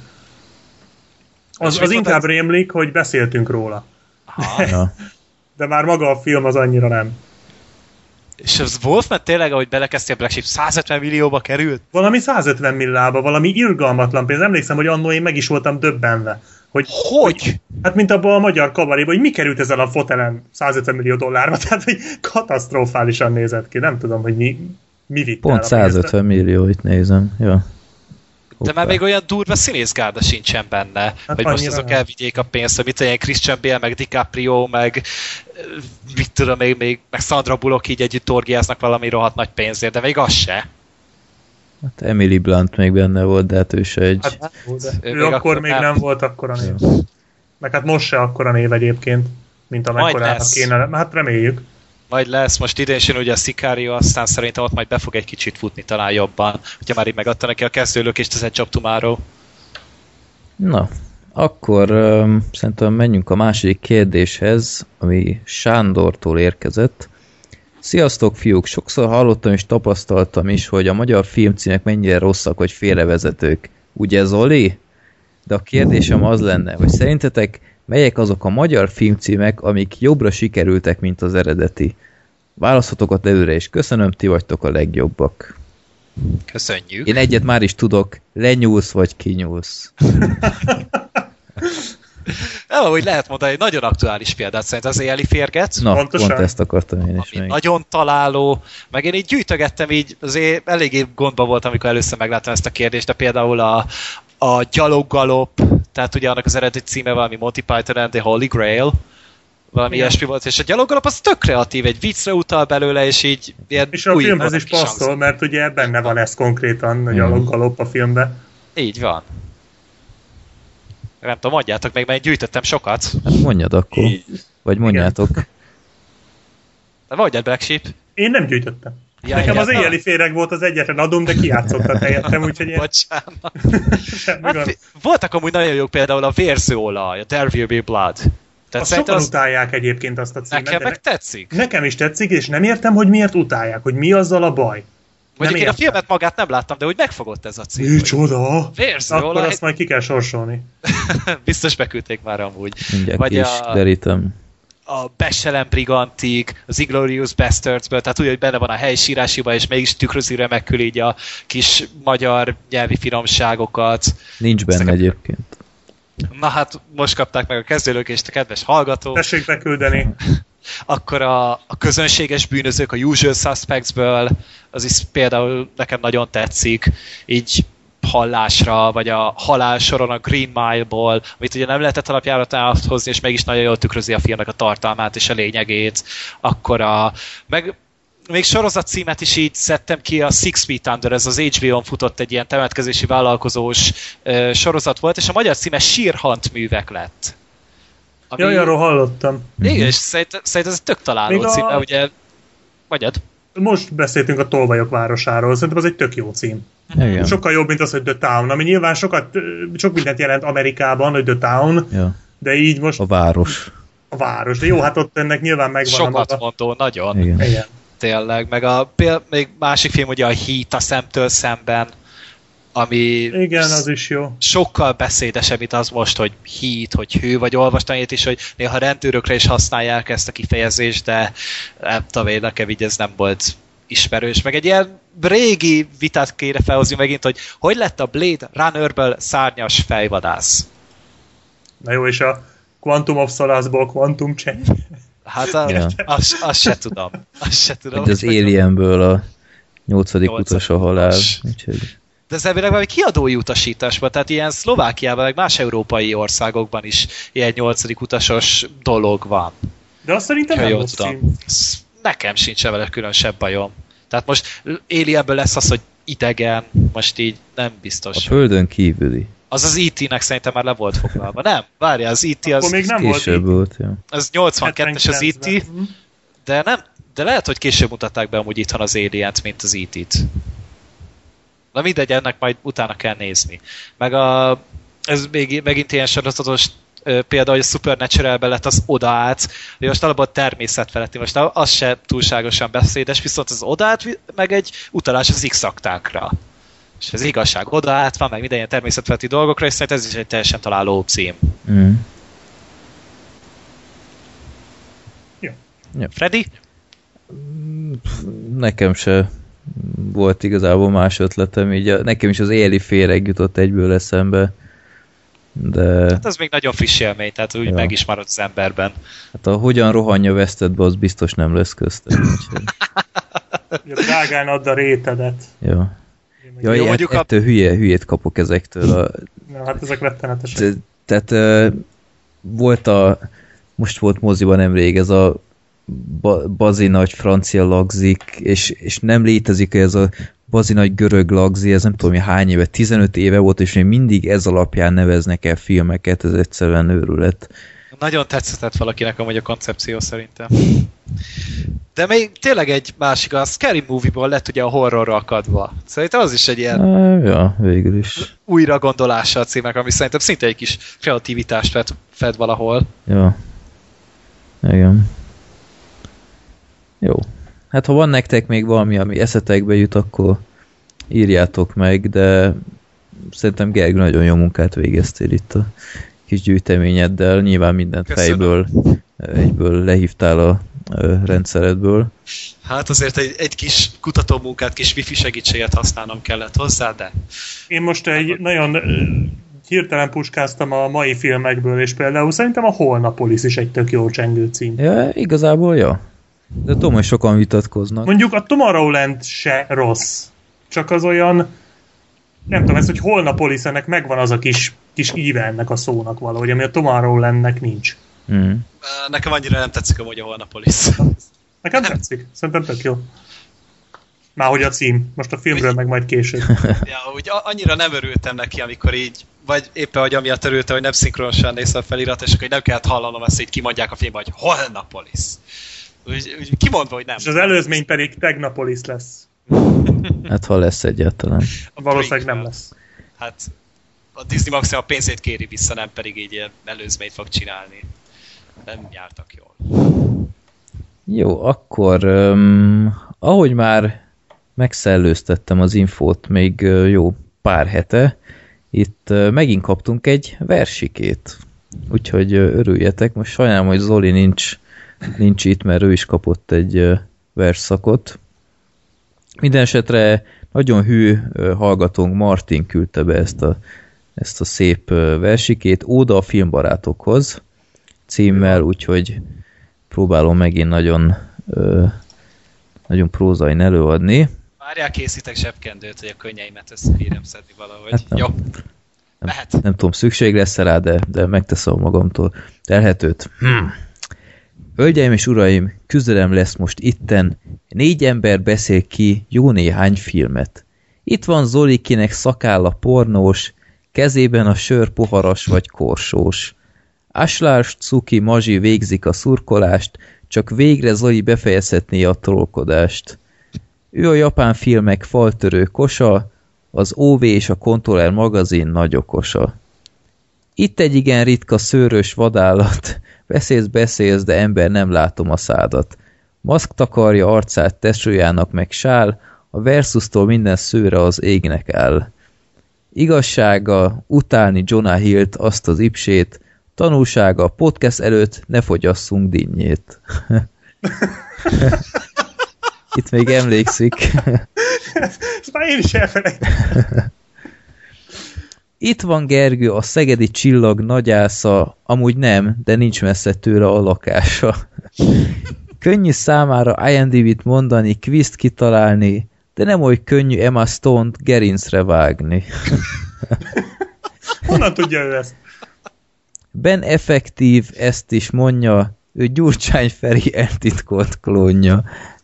S3: Az inkább rémlik, hogy beszéltünk róla.
S2: Ja.
S3: De már maga a film az annyira nem.
S5: És az Wolfman tényleg, ahogy belekezdtél Black Sheep, 150 millióba került?
S3: Valami 150 millába, valami irgalmatlan pénz. Emlékszem, hogy annó én meg is voltam döbbenve. Hogy? Hát mint abban a magyar kabaréban, hogy mi került ezen a fotelen 150 millió dollárba, tehát hogy katasztrofálisan nézett ki. Nem tudom, hogy mi vitt
S2: pont 150 millió, itt nézem. Ja.
S5: De már még olyan durva színészgárda sincsen benne, hát hogy most azok elvigyék a pénzt, hogy mit olyan Christian Bale, meg DiCaprio, meg mit tudom, még meg Sandra Bullock így együtt orgiáznak valami rohadt nagy pénzért, de még az se.
S2: Hát Emily Blunt még benne volt, de hát ő se egy...
S3: Hát, ő akkor még nem volt akkora név. Meg hát most se akkora név egyébként, mint amekkorának kéne. Hát reméljük.
S5: Majd lesz, most idén is ugye a Sicario, aztán szerintem ott majd be fog egy kicsit futni talán jobban, hogyha már így megadta neki a kezdőlökést az Edge of Tomorrow.
S2: Na, akkor szerintem menjünk a második kérdéshez, ami Sándortól érkezett. Sziasztok, fiúk! Sokszor hallottam és tapasztaltam is, hogy a magyar filmcímek mennyire rosszak, hogy félrevezetők. Ugye, Zoli? De a kérdésem az lenne, hogy szerintetek melyek azok a magyar filmcímek, amik jobbra sikerültek, mint az eredeti? Választatokat előre is köszönöm, ti vagytok a legjobbak.
S5: Köszönjük.
S2: Én egyet már is tudok, lenyúlsz vagy kinyúlsz.
S5: Nem, ahogy lehet mondani, egy nagyon aktuális példát szerint az Éjjeli férget.
S2: Na, pontosan. Pont ezt akartam én is.
S5: Nagyon találó, meg én így gyűjtögettem, így azért eléggé gondba voltam, amikor először megláttam ezt a kérdést, de például a Gyaloggalop, tehát ugye annak az eredeti címe valami Monty Python and the Holy Grail, valami ilyesmi volt, és a Gyaloggalop az tök kreatív, egy viccre utal belőle, és így ilyen
S3: és a filmhez is passzol, mert ugye benne van ez konkrétan, a Gyaloggalop a filmben.
S5: Így van. Nem tudom, mondjátok meg, mert gyűjtöttem sokat.
S2: Hát mondjad akkor. Vagy mondjátok.
S5: De mondjad, Black Sheep.
S3: Én nem gyűjtöttem. Ja, nekem az Éjjeli féreg volt az egyetlen adom, de kijátszottad helyettem, úgyhogy ilyen...
S5: Bocsánat. Hát, voltak amúgy nagyon jók, például a Vérzőolaj, a There Will Be Blood.
S3: Azt sokan utálják egyébként azt a címet.
S5: Nekem meg tetszik.
S3: Nekem is tetszik, és nem értem, hogy miért utálják, hogy mi azzal a baj.
S5: Mondjuk én a filmet magát nem láttam, de úgy megfogott ez a cím.
S3: Micsoda!
S5: Vérzőolaj.
S3: Akkor azt majd ki kell sorsolni.
S5: Biztos beküldték már amúgy.
S2: Mindjárt vagy is derítem.
S5: A Bechelem Brigantig, az Inglourious Bastardsből, tehát úgy, hogy benne van a helysírásiba, és mégis tükrözi remekül így a kis magyar nyelvi finomságokat.
S2: Nincs benne egyébként.
S5: Na hát, most kapták meg a kezdőlökést a kedves hallgatók.
S3: Tessék beküldeni.
S5: Akkor a közönséges bűnözők a Usual Suspectsből, az is például nekem nagyon tetszik, így hallásra, vagy a halál soron a Green Mile-ból, amit ugye nem lehetett alapjáratához hozni, és mégis nagyon jól tükrözi a filmnek a tartalmát és a lényegét. Akkor meg még sorozatcímet is így szedtem ki, a Six Feet Under, ez az HBO-n futott egy ilyen temetkezési vállalkozós sorozat volt, és a magyar címe Sírhant művek lett.
S3: Ami... Jaj, arról hallottam.
S5: Igen, és szerint ez tök találó címe, ugye... Vagyad?
S3: Most beszéltünk a Tolvajok városáról, szerintem az egy tök jó cím.
S2: Igen.
S3: Sokkal jobb, mint az, hogy The Town, ami nyilván sok mindent jelent Amerikában, hogy The Town,
S2: ja.
S3: De így most...
S2: A város.
S3: A város, de jó, hát ott ennek nyilván megvan
S5: sokat mondó, nagyon.
S2: Igen.
S5: Tényleg, meg még másik film, ugye a Heat, a Szemtől szemben, ami
S3: igen, az is jó.
S5: Sokkal beszédesebb, mint az most, hogy Heat, hogy hő, vagy olvastam ilyet is, hogy néha rendőrökre is használják ezt a kifejezést, de nem tudom, nekem így ez nem volt ismerős. Meg egy ilyen régi vitát kéne felhozni megint, hogy lett a Blade Runnerből szárnyas fejvadász.
S3: Na jó, és a Quantum of Solace-ból Quantum Change.
S5: Hát azt se tudom.
S2: Hogy az Alienből a 8. utas a halál. Úgyhogy...
S5: De ez elvileg valami kiadói utasításban, tehát ilyen Szlovákiában, meg más európai országokban is ilyen 8. utasos dolog van.
S3: De azt szerintem nem rossz cím.
S5: Nekem sincs vele különösebb bajom. Tehát most Alienből lesz az, hogy idegen, most így nem biztos.
S2: A földön kívüli.
S5: Az E.T.-nek szerintem már le volt foglalva. Nem, várjál, az E.T. az...
S3: még nem
S2: később volt, ja.
S5: Az 82-es az E.T., de lehet, hogy később mutatták be amúgy itthon az Alien-t, mint az E.T.-t. Na mindegy, ennek majd utána kell nézni. Meg ez megint ilyen sorozatos példa, hogy a Supernatural-ben lett az Odaát, hogy most alapban természetfeletti, most az se túlságosan beszédes, viszont az Odaát meg egy utalás az X-aktákra. És az igazság Odaát van, meg minden ilyen természetfeletti dolgokra, és szerintem ez is egy teljesen találó cím.
S3: Ja.
S5: Freddy?
S2: Nekem se volt igazából más ötletem, így nekem is az éli féreg jutott egyből eszembe, de...
S5: Hát az még nagyon friss élmény, tehát úgy meg is marad az emberben.
S2: Hát a hogyan rohanja vesztedbe, az biztos nem lesz köztem.
S3: Drágán add a rétedet.
S2: Ja.
S3: Jó,
S2: Ja, ettől hülyét kapok ezektől.
S3: Na, hát ezek rettenetesek.
S2: Tehát volt most volt moziban nemrég ez a bazi nagy francia lagzik, és nem létezik ez a bazi nagy görög lagzi, ez nem tudom, hány éve, 15 éve volt, és még mindig ez alapján neveznek el filmeket, ez egyszerűen őrület.
S5: Nagyon tetszett valakinek amúgy a koncepció szerintem. De még tényleg egy másik, a Scary Movie-ból lett ugye a horrorra akadva. Szerintem az is egy ilyen
S2: ja, végül is.
S5: újra gondolása a címek, ami szerintem szinte egy kis kreativitást fed valahol.
S2: Ja. Igen. Jó. Hát ha van nektek még valami, ami eszetekbe jut, akkor írjátok meg, de szerintem Gergő nagyon jó munkát végeztél itt a kis gyűjteményeddel. Nyilván mindent fejből, egyből lehívtál a rendszeredből.
S5: Hát azért egy kis kutatómunkát, kis wifi segítséget használnom kellett hozzá, de...
S3: Én most egy nagyon hirtelen puskáztam a mai filmekből, és például szerintem a Holnapolis is egy tök jó csengő cím.
S2: Ja, igazából ja. De tudom, hogy sokan vitatkoznak.
S3: Mondjuk a Tomorrowland se rossz. Csak az olyan, nem tudom, ez, hogy Holnapolis, ennek megvan az a kis íve ennek a szónak valahogy, ami a Tomorrowlandnek nincs.
S2: Mm.
S5: Nekem annyira nem tetszik amúgy a Holnapolis.
S3: Nekem tetszik. Szerintem tök jó. Már hogy a cím. Most a filmről meg majd később.
S5: Ja, úgy annyira nem örültem neki, amikor így, vagy éppen, hogy amiatt örültem, hogy nem szinkronosan nézve a felirat, és akkor nem kellett hallanom ezt, hogy kimondják a filmben, hogy Holnapolis. Úgy kimondva, hogy nem.
S3: És az előzmény pedig Tegnapolis lesz.
S2: Hát ha lesz egyáltalán.
S3: Valószínűleg nem lesz.
S5: Hát a Disney maximum a pénzét kéri vissza, nem pedig így ilyen előzményt fog csinálni. Nem jártak jól.
S2: Jó, akkor ahogy már megszellőztettem az infót még jó pár hete, itt megint kaptunk egy versikét. Úgyhogy örüljetek. Most sajnálom, hogy Zoli nincs itt, mert ő is kapott egy versszakot. Mindenesetre nagyon hű hallgatónk Martin küldte be ezt a szép versikét, Óda a filmbarátokhoz címmel, úgyhogy próbálom megint nagyon prózain előadni.
S5: Várjál, készítek zsebkendőt, hogy a könnyeimet összebírjam szedni valahogy. Hát jó.
S2: Nem tudom, szükség lesz rá, de megteszem magamtól telhetőt. Hölgyeim és uraim, küzdelem lesz most itten. 4 ember beszél ki jó néhány filmet. Itt van Zoli, kinek szakálla pornós, kezében a sör poharas vagy korsós. Aslás, Cuki, Mazsi végzik a szurkolást, csak végre Zoli befejezhetné a trollkodást. Ő a japán filmek faltörő kosa, az OV és a Kontroller magazin nagy okosa. Itt egy igen ritka szőrös vadállat, beszélsz, de ember nem látom a szádat. Maszk takarja arcát tesójának meg sál, a Versusztól minden szőre az égnek áll. Igazsága utálni Jonah Hillt, azt az ipsét, tanulsága podcast előtt ne fogyasszunk dinnyét. Itt még emlékszik.
S3: Ezt már én is elfelejtem.
S2: Itt van Gergő, a szegedi csillag nagyásza, amúgy nem, de nincs messze tőle a lakása. Könnyű számára IMDb-t mondani, quizt kitalálni, de nem oly könnyű Emma Stone-t gerincre vágni.
S3: Honnan tudja ő ezt?
S2: Ben effektív, ezt is mondja, ő Gyurcsány Feri eltitkolt klónja.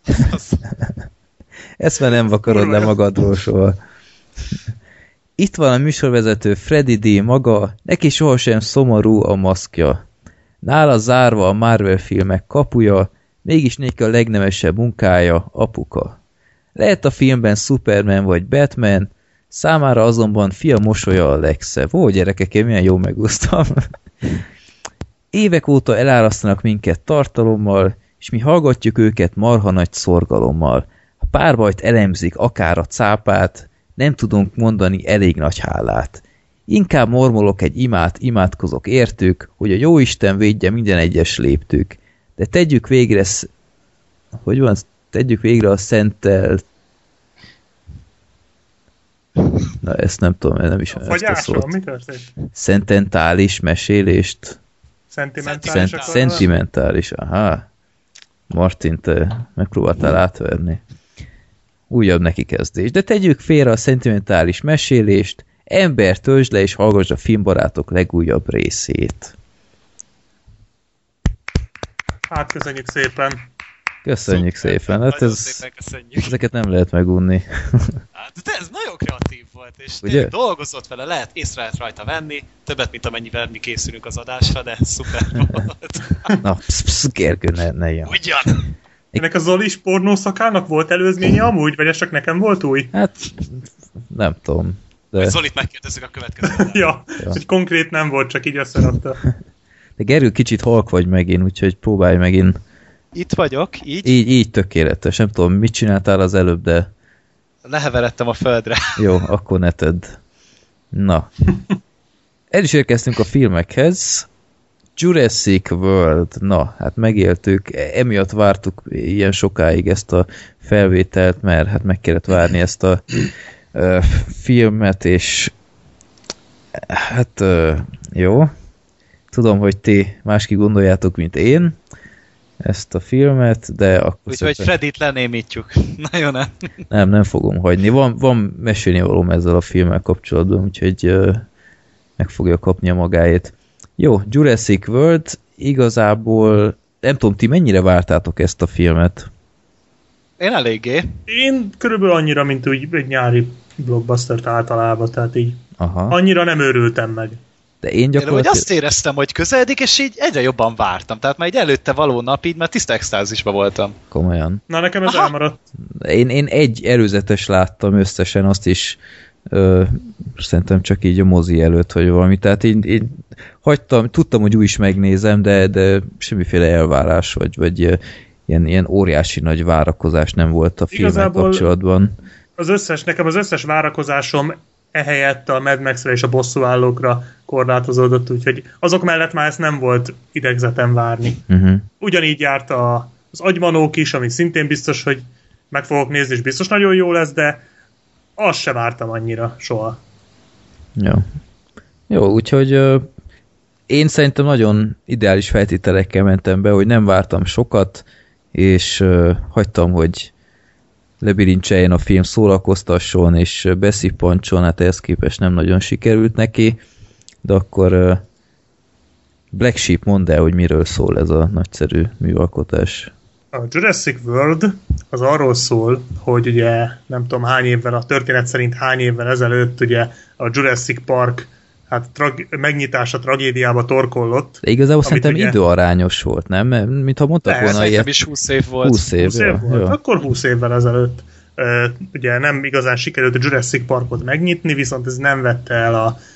S2: Ezt már nem vakarod le magadról soha. Itt van a műsorvezető Freddy D. maga, neki sohasem szomorú a maszkja. Nála zárva a Marvel filmek kapuja, mégis neki a legnemesebb munkája, apuka. Lehet a filmben Superman vagy Batman, számára azonban fia mosolya a legszebb. Ó, gyerekek, én milyen jól megúsztam. Évek óta elárasztanak minket tartalommal, és mi hallgatjuk őket marha nagy szorgalommal. A párbajt elemzik, akár a cápát, nem tudunk mondani elég nagy hálát. Inkább mormolok egy imádkozok értük, hogy a jóisten védje minden egyes léptük. De tegyük végre... Hogy van? tegyük végre a szentelt... Na, ezt nem tudom, nem is ezt a szót.
S3: Mi történt?
S2: Szententális mesélést.
S3: Szentimentális?
S2: Szentimentális, aha. Martin, te megpróbáltál átverni. Újabb neki kezdés. De tegyük félre a szentimentális mesélést, ember, töltsd le és hallgass a Filmbarátok legújabb részét.
S3: Hát, köszönjük szépen.
S2: Köszönjük szépen. Hát
S5: szépen köszönjük.
S2: ezeket nem lehet megunni.
S5: Hát, de ez nagyon kreatív volt, és
S2: ugye?
S5: Dolgozott vele, észre lehet rajta venni, többet, mint amennyivel mi készülünk az adásra, de szuper volt.
S2: Na, Gergő, ne ilyen.
S5: Ugyan!
S3: Ennek a Zolis pornószakának volt előzménye amúgy, vagy ez csak nekem volt új?
S2: Hát, nem tudom. De...
S5: Zolit megkérdezzük a következő adásra.
S3: ja, hogy konkrét nem volt, csak így összerakta.
S2: De Gergő, kicsit halk vagy megint, úgyhogy próbálj megint.
S5: Itt vagyok, így?
S2: Így tökéletes. Nem tudom, mit csináltál az előbb, de...
S5: Leheveredtem a földre.
S2: Jó, akkor ne tedd. Na. El is érkeztünk a filmekhez. Jurassic World. Na, hát megéltük. Emiatt vártuk ilyen sokáig ezt a felvételt, mert hát meg kellett várni ezt a filmet, és hát jó. Tudom, hogy ti másképp gondoljátok, mint én ezt a filmet, de akkor...
S5: Úgyhogy Freddyt lenémítjuk. Nagyon nem.
S2: Nem fogom hagyni. Van mesélni valóm ezzel a filmmel kapcsolatban, úgyhogy meg fogja kapni a magáét. Jó, Jurassic World, igazából nem tudom, ti mennyire vártátok ezt a filmet?
S5: Én eléggé.
S3: Én körülbelül annyira, mint úgy egy nyári blockbustert általában, tehát így
S2: Aha.
S3: annyira nem őrültem meg.
S2: De én gyakorlatilag...
S5: Én azt éreztem, hogy közeledik, és így egyre jobban vártam. Tehát már egy előtte való nap így már tiszta extázisban voltam.
S2: Komolyan.
S3: Na, nekem ez elmaradt.
S2: Én egy előzetes láttam összesen, azt is szerintem csak így a mozi előtt, vagy valami. Tehát én hagytam, tudtam, hogy úgy is megnézem, de semmiféle elvárás, vagy ilyen óriási nagy várakozás nem volt a filmmel kapcsolatban.
S3: Nekem az összes várakozásom ehelyett a Mad Max-re és a bosszúállókra korlátozódott, úgyhogy azok mellett már ezt nem volt idegzetem várni. Ugyanígy járt az Agymanók is, ami szintén biztos, hogy meg fogok nézni, és biztos nagyon jó lesz, de azt se vártam annyira soha.
S2: Jó, úgyhogy én szerintem nagyon ideális feltételekkel mentem be, hogy nem vártam sokat, és hagytam, hogy lebirincseljen a film, szórakoztasson, és beszippancson, hát ehhez képest nem nagyon sikerült neki, de akkor Black Sheep, mondd el, hogy miről szól ez a nagyszerű műalkotás.
S3: A Jurassic World az arról szól, hogy ugye nem tudom hány évvel, a történet szerint hány évvel ezelőtt ugye a Jurassic Park megnyitása tragédiába torkollott.
S2: De igazából szerintem ugye... időarányos volt, nem? Mintha mondtak volna ilyet.
S5: Is 20 év volt.
S2: 20 év
S3: volt. Jó. Akkor 20 évvel ezelőtt. Ugye nem igazán sikerült a Jurassic Parkot megnyitni, viszont ez nem vette el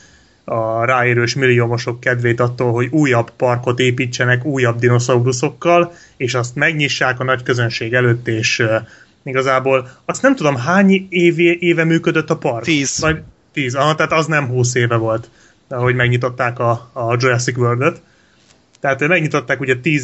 S3: a ráérős milliómosok kedvét attól, hogy újabb parkot építsenek újabb dinoszauruszokkal, és azt megnyissák a nagy közönség előtt, és igazából azt nem tudom, hány éve működött a park?
S5: 10.
S3: 10, tehát az nem 20 éve volt, ahogy megnyitották a Jurassic World-öt. Tehát megnyitották ugye 10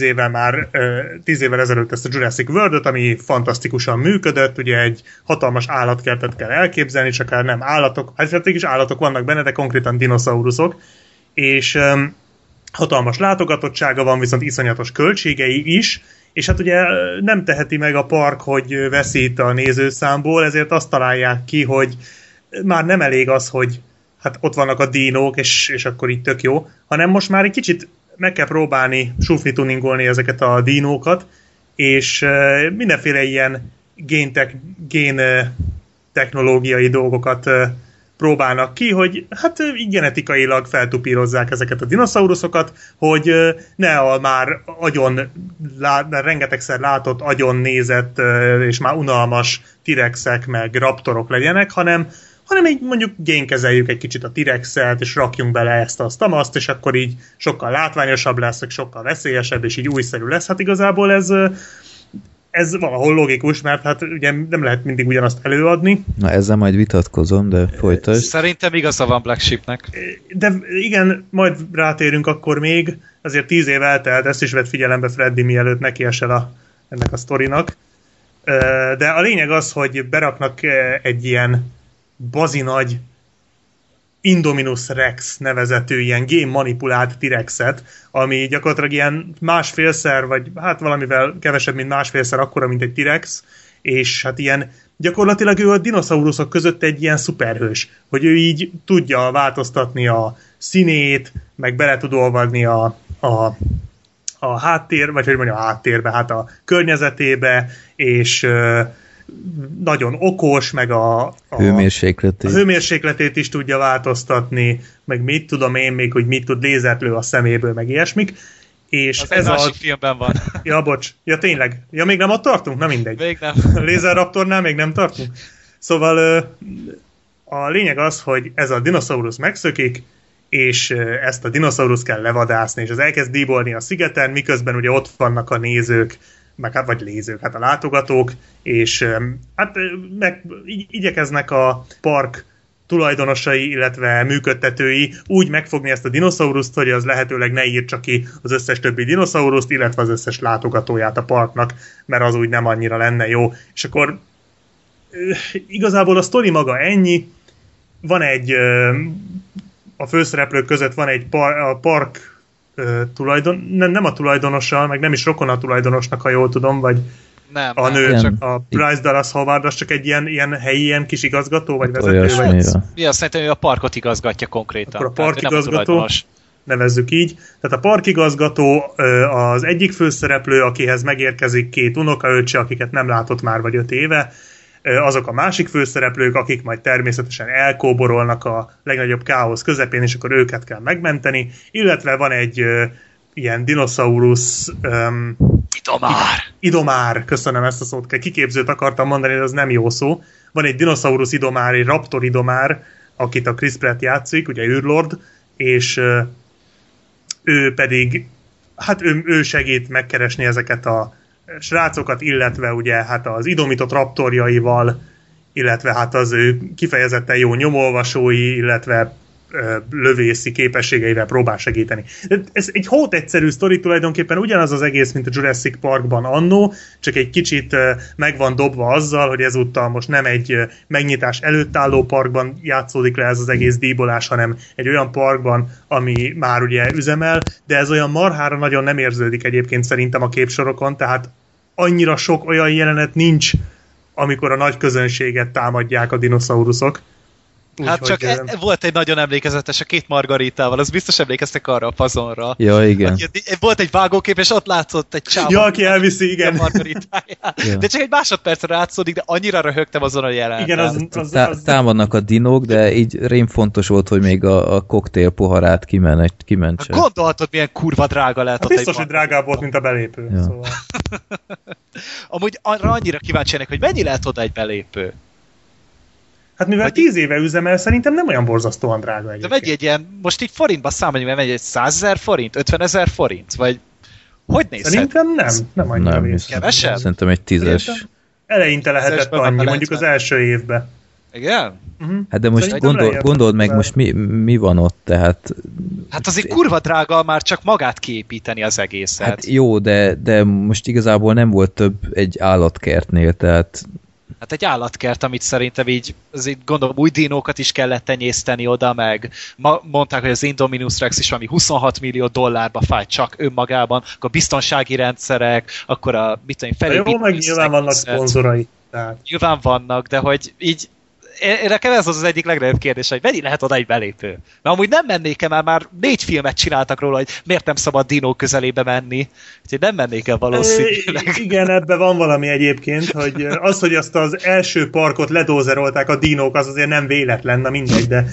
S3: évvel ezelőtt ezt a Jurassic World-öt, ami fantasztikusan működött, ugye egy hatalmas állatkertet kell elképzelni, csak nem állatok, hát is állatok vannak benne, de konkrétan dinoszauruszok, és hatalmas látogatottsága van, viszont iszonyatos költségei is, és hát ugye nem teheti meg a park, hogy veszít a nézőszámból, ezért azt találják ki, hogy már nem elég az, hogy hát ott vannak a dinók, és akkor így tök jó, hanem most már egy kicsit meg kell próbálni sufni tuningolni ezeket a dinókat, és mindenféle ilyen gén technológiai dolgokat próbálnak ki, hogy hát így genetikailag feltupírozzák ezeket a dinoszauruszokat, hogy ne a már rengetegszer látott, agyon nézett és már unalmas T-rexek meg raptorok legyenek, hanem így mondjuk génkezeljük egy kicsit a T-rexet, és rakjunk bele ezt, azt, és akkor így sokkal látványosabb lesz, sokkal veszélyesebb, és így újszerű lesz. Hát igazából ez valahol logikus, mert hát ugye nem lehet mindig ugyanazt előadni.
S2: Na ezzel majd vitatkozom, de folytasd.
S5: Szerintem igaza van Black Sheepnek.
S3: De igen, majd rátérünk akkor még, azért 10 év eltelt, ezt is vett figyelembe Freddy, mielőtt nekiesel ennek a sztorinak. De a lényeg az, hogy beraknak egy ilyen bazinagy Indominus Rex nevezetű ilyen game manipulált T-rexet, ami gyakorlatilag ilyen másfélszer, vagy hát valamivel kevesebb, mint másfélszer akkora, mint egy T-rex, és hát ilyen gyakorlatilag ő a dinoszauruszok között egy ilyen szuperhős, hogy ő így tudja változtatni a színét, meg bele tud olvadni a háttér, vagy hogy mondjam, a háttérbe, hát a környezetébe, és nagyon okos, meg a hőmérsékletét is tudja változtatni, meg mit tudom én még, hogy mit tud lézert lő a szeméből, meg ilyesmik. És
S5: az ez másik filmben van.
S3: Ja, bocs. Ja, tényleg. Ja, még nem ott tartunk? Na mindegy.
S5: Még nem.
S3: A Laser Raptornál még nem tartunk. Szóval a lényeg az, hogy ez a dinoszaurusz megszökik, és ezt a dinoszaurusz kell levadászni, és az elkezd díbolni a szigeten, miközben ugye ott vannak a nézők, vagy nézők, hát a látogatók, és hát igyekeznek a park tulajdonosai, illetve működtetői úgy megfogni ezt a dinoszauruszt, hogy az lehetőleg ne írtsa ki az összes többi dinoszauruszt, illetve az összes látogatóját a parknak, mert az úgy nem annyira lenne jó. És akkor igazából a sztori maga ennyi, van egy a főszereplők között van egy a park nem a tulajdonosa, meg nem is rokon a tulajdonosnak, ha jól tudom, vagy
S5: nem,
S3: a nő,
S2: nem.
S3: Csak a Bryce Dallas Howard, az csak egy ilyen helyi, ilyen kis igazgató, vagy vezető?
S5: Ja, szerintem ő a parkot igazgatja konkrétan.
S3: Akkor a parkigazgató, nevezzük így. Tehát a parkigazgató az egyik főszereplő, akihez megérkezik 2 unokaöccse, akiket nem látott már vagy 5 éve, azok a másik főszereplők, akik majd természetesen elkóborolnak a legnagyobb káosz közepén, és akkor őket kell megmenteni, illetve van egy ilyen dinoszaurusz idomár, köszönöm ezt a szót, kiképzőt akartam mondani, de az nem jó szó. Van egy dinoszaurusz idomár, egy raptor idomár, akit a Chris Pratt játszik, ugye űrlord, és ő pedig, hát ő segít megkeresni ezeket a srácokat, illetve ugye hát az idomított raptorjaival, illetve hát az ő kifejezetten jó nyomolvasói, illetve lövészi képességeivel próbál segíteni. Ez egy hót egyszerű sztori, tulajdonképpen ugyanaz az egész, mint a Jurassic Parkban annó, csak egy kicsit meg van dobva azzal, hogy ezúttal most nem egy megnyitás előtt álló parkban játszódik le ez az egész díbolás, hanem egy olyan parkban, ami már ugye üzemel, de ez olyan marhára nagyon nem érződik egyébként szerintem a képsorokon, tehát annyira sok olyan jelenet nincs, amikor a nagy közönséget támadják a dinoszauruszok.
S5: Hát csak volt egy nagyon emlékezetes a 2 margaritával, az biztos emlékeztek arra a fazonra.
S2: Ja, igen.
S5: Volt egy vágókép, és ott látszott egy csávó.
S3: Ja, aki elviszi, igen.
S5: Ja. De csak egy másodpercre látszódik, de annyira röhögtem azon a jelenetet.
S3: Igen,
S2: támadnak a dinók, de így rém fontos volt, hogy még a koktél poharát kimentse.
S5: Gondolhatod, milyen kurva drága lehet ott
S3: biztos, hogy drágább volt, mint a belépő.
S2: Ja.
S3: Szóval.
S5: Amúgy arra annyira kíváncsiak, hogy mennyi lehet oda egy belépő?
S3: Hát mivel 10 éve üzemel, szerintem nem olyan borzasztóan drága egyébként.
S5: De megy egy ilyen, most így forintba számolni, mert megy egy 100 000 forint, 50 000 forint, vagy hogy nézhet?
S3: Szerintem nem annyira vész.
S5: Kevesebb?
S2: Szerintem egy 10-es.
S3: Eleinte lehetett annyi, mondjuk az első évben.
S5: Igen?
S2: Hát de most gondold meg, most mi van ott, tehát...
S5: Hát azért kurva drága már csak magát kiépíteni az egészet.
S2: Hát jó, de most igazából nem volt több egy állatkertnél, tehát...
S5: Hát egy állatkert, amit szerintem így, azért gondolom új dinókat is kellett tenyészteni oda, meg mondták, hogy az Indominus Rex is valami 26 millió dollárba fáj csak önmagában, akkor biztonsági rendszerek, akkor a felépítő...
S3: Jó, meg nyilván vannak szponzorai. Tehát.
S5: Nyilván vannak, de hogy így nekem ez az egyik legnagyobb kérdés, hogy mennyi lehet oda egy belépő? Mert amúgy nem mennék el, már 4 filmet csináltak róla, hogy miért nem szabad dinók közelébe menni. Úgyhogy nem mennék el valószínűleg.
S3: Igen, ebben van valami egyébként, hogy hogy azt az első parkot ledózerolták a dinók, az azért nem véletlen, na mindegy, de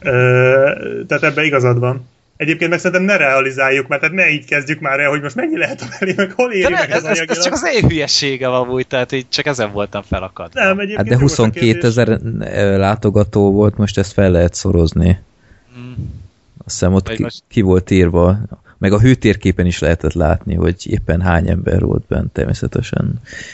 S3: tehát ebben igazad van. Egyébként meg szerintem ne realizáljuk, mert tehát ne így kezdjük már el, hogy most mennyi lehet a belé, meg hol éri meg ez anyagilag.
S5: Ez csak az én hülyeségem amúgy, tehát így csak ezen voltam felakadva.
S2: Hát de 22 000 látogató volt, most ezt fel lehet szorozni. Azt hiszem ott ki volt írva, meg a hőtérképen is lehetett látni, hogy éppen hány ember volt bent természetesen.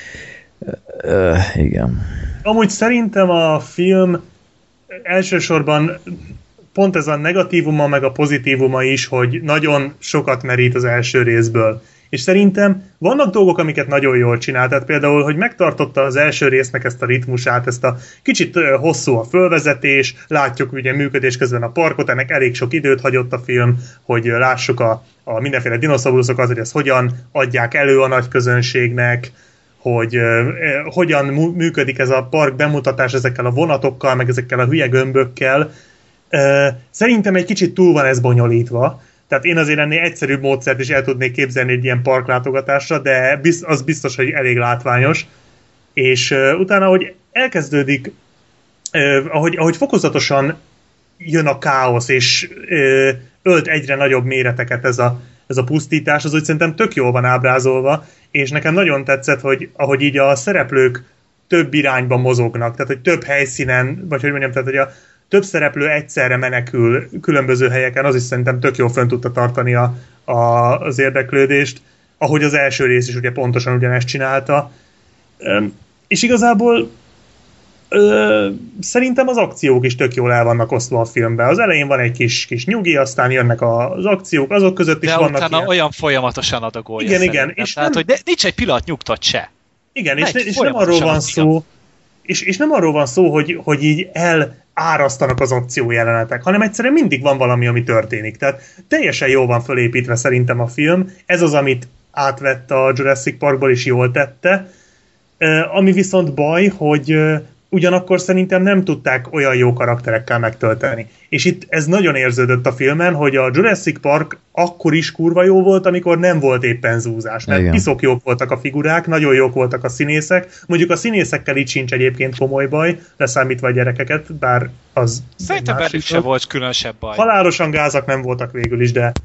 S2: Igen.
S3: Amúgy szerintem a film elsősorban pont ez a negatívuma, meg a pozitívuma is, hogy nagyon sokat merít az első részből. És szerintem vannak dolgok, amiket nagyon jól csinál, tehát például, hogy megtartotta az első résznek ezt a ritmusát, ezt a kicsit hosszú a fölvezetés, látjuk ugye működés közben a parkot, ennek elég sok időt hagyott a film, hogy lássuk a mindenféle dinoszauruszokat, hogy ezt hogyan adják elő a nagy közönségnek, hogy hogyan működik ez a park bemutatás ezekkel a vonatokkal, meg ezekkel a hülye gömbökkel. Szerintem egy kicsit túl van ez bonyolítva, tehát én azért ennél egyszerűbb módszert is el tudnék képzelni egy ilyen parklátogatásra, de az biztos, hogy elég látványos. És utána, ahogy elkezdődik, ahogy fokozatosan jön a káosz, és ölt egyre nagyobb méreteket ez a pusztítás, az úgy szerintem tök jól van ábrázolva, és nekem nagyon tetszett, hogy ahogy így a szereplők több irányba mozognak, tehát hogy több helyszínen, vagy hogy mondjam, tehát hogy a több szereplő egyszerre menekül különböző helyeken, az is szerintem tök jól fönn tudta tartani az érdeklődést, ahogy az első rész is ugye pontosan ugyanezt csinálta. És igazából szerintem az akciók is tök jól el vannak osztva a filmben. Az elején van egy kis nyugi, aztán jönnek az akciók, azok között is
S5: de
S3: vannak
S5: utána ilyen... olyan folyamatosan adagolja.
S3: Igen. És
S5: tehát, hogy nincs egy pillanat nyugtat se.
S3: Igen, és nem arról van szó, és nem arról van szó, hogy így elárasztanak az akciójelenetek, hanem egyszerűen mindig van valami, ami történik. Tehát teljesen jól van fölépítve szerintem a film. Ez az, amit átvett a Jurassic Parkból, is jól tette. Ami viszont baj, hogy ugyanakkor szerintem nem tudták olyan jó karakterekkel megtölteni. És itt ez nagyon érződött a filmen, hogy a Jurassic Park akkor is kurva jó volt, amikor nem volt éppen zúzás. Mert piszok jók voltak a figurák, nagyon jók voltak a színészek. Mondjuk a színészekkel itt sincs egyébként komoly baj, leszámítva a gyerekeket, bár az...
S5: Szerintem bennük se volt különösebb baj.
S3: Halálosan gázak nem voltak végül is, de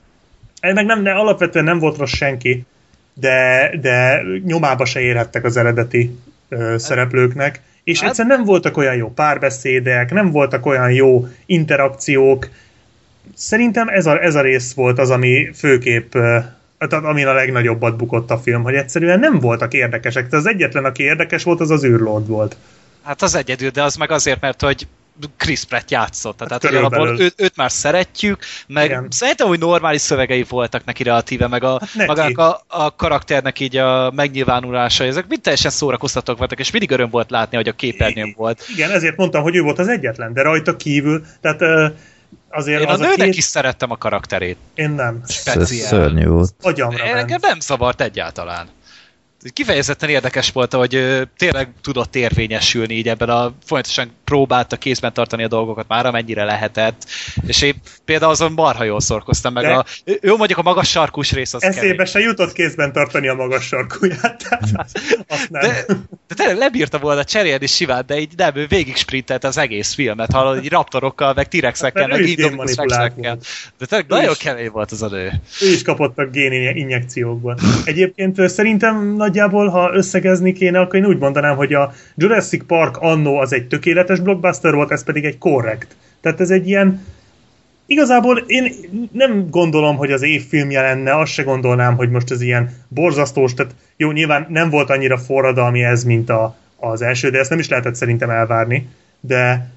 S3: alapvetően nem volt rossz senki, de nyomába se érhettek az eredeti szereplőknek. És egyszerűen nem voltak olyan jó párbeszédek, nem voltak olyan jó interakciók. Szerintem ez a rész volt az, ami főképp, amin a legnagyobbat bukott a film, hogy egyszerűen nem voltak érdekesek. Tehát az egyetlen, aki érdekes volt, az űrlord volt.
S5: Hát az egyedül, de az meg azért, mert hogy Chris Pratt játszott. Tehát alapból őt már szeretjük, meg igen. Szerintem, hogy normális szövegei voltak neki relatíve, meg magának a karakternek így a megnyilvánulása, ezek mind teljesen szórakoztatók voltak, és mindig öröm volt látni, hogy a képernyőn volt.
S3: Igen, ezért mondtam, hogy ő volt az egyetlen, de rajta kívül, tehát azért...
S5: Én a nőnek is szerettem a karakterét.
S3: Én nem.
S2: Speciál. Szörnyű volt.
S3: Agyamra
S5: nem zavart egyáltalán. Kifejezetten érdekes volt, hogy tényleg tudott érvényesülni így ebben folyamatosan próbálta kézben tartani a dolgokat már, amennyire lehetett, és én például azon marha jól szorkoztam meg. Jó, mondjuk a magas sarkús rész az
S3: eszébe se jutott kézben tartani a magas sarkúját.
S5: De tényleg lebírta volna cserélni simán, de így nem, ő végig sprintelt az egész filmet, hallod, így raptorokkal, meg T-rexekkel, meg Indominus Rexekkel. De tényleg nagyon kemény volt az a nő.
S3: Ő is kapott a gén injekciókból. Egyébként szerintem nagyjából, ha összegezni kéne, akkor én úgy mondanám, hogy a Jurassic Park annó az egy tökéletes blockbuster volt, ez pedig egy korrekt. Tehát ez egy ilyen... Igazából én nem gondolom, hogy az évfilmje lenne, azt se gondolnám, hogy most ez ilyen borzasztós, tehát jó, nyilván nem volt annyira forradalmi ez, mint az első, de ezt nem is lehetett szerintem elvárni, de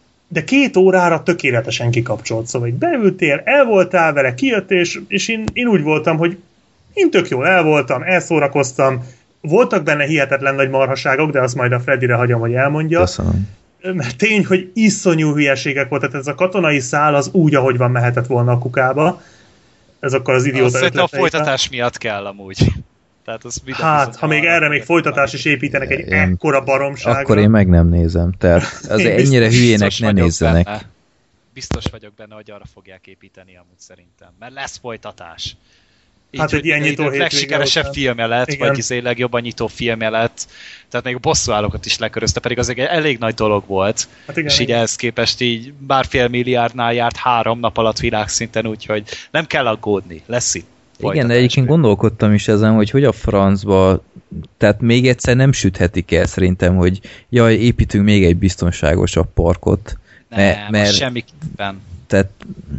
S3: 2 órára tökéletesen kikapcsolt, szóval így beültél, el voltál vele, kijött, és én úgy voltam, hogy én tök jól el voltam, elszórakoztam, voltak benne hihetetlen nagy marhaságok, de azt majd a Freddyre hagyom, hogy elmondja.
S2: Köszönöm.
S3: Mert tény, hogy iszonyú hülyeségek voltak, tehát ez a katonai szál az úgy, ahogy van, mehetett volna a kukába. Ezokkal az idióta
S5: ötleteivel. A folytatás miatt kell amúgy. Tehát az
S3: ha még erre még folytatás is építenek egy ekkora baromságra.
S2: Akkor én meg nem nézem. Tehát az ennyire hülyének ne nézzenek.
S5: Benne. Biztos vagyok benne, hogy arra fogják építeni amúgy szerintem. Mert lesz folytatás. Így,
S3: hát egy ilyen nyitó hétvége
S5: legsikeresebb filmje lett, igen. Vagy legjobban nyitó filmje lett. Tehát még a bosszúállókat is lekörözte, pedig az egy elég nagy dolog volt. Hát igen, és így ehhez képest így bár fél milliárdnál járt 3 nap alatt világszinten, úgyhogy nem kell aggódni, lesz itt.
S2: Igen, de egyébként gondolkodtam is ezen, hogy a francba, tehát még egyszer nem süthetik el szerintem, hogy jaj, építünk még egy biztonságosabb parkot.
S5: Nem, mert semmiképpen.
S2: Tehát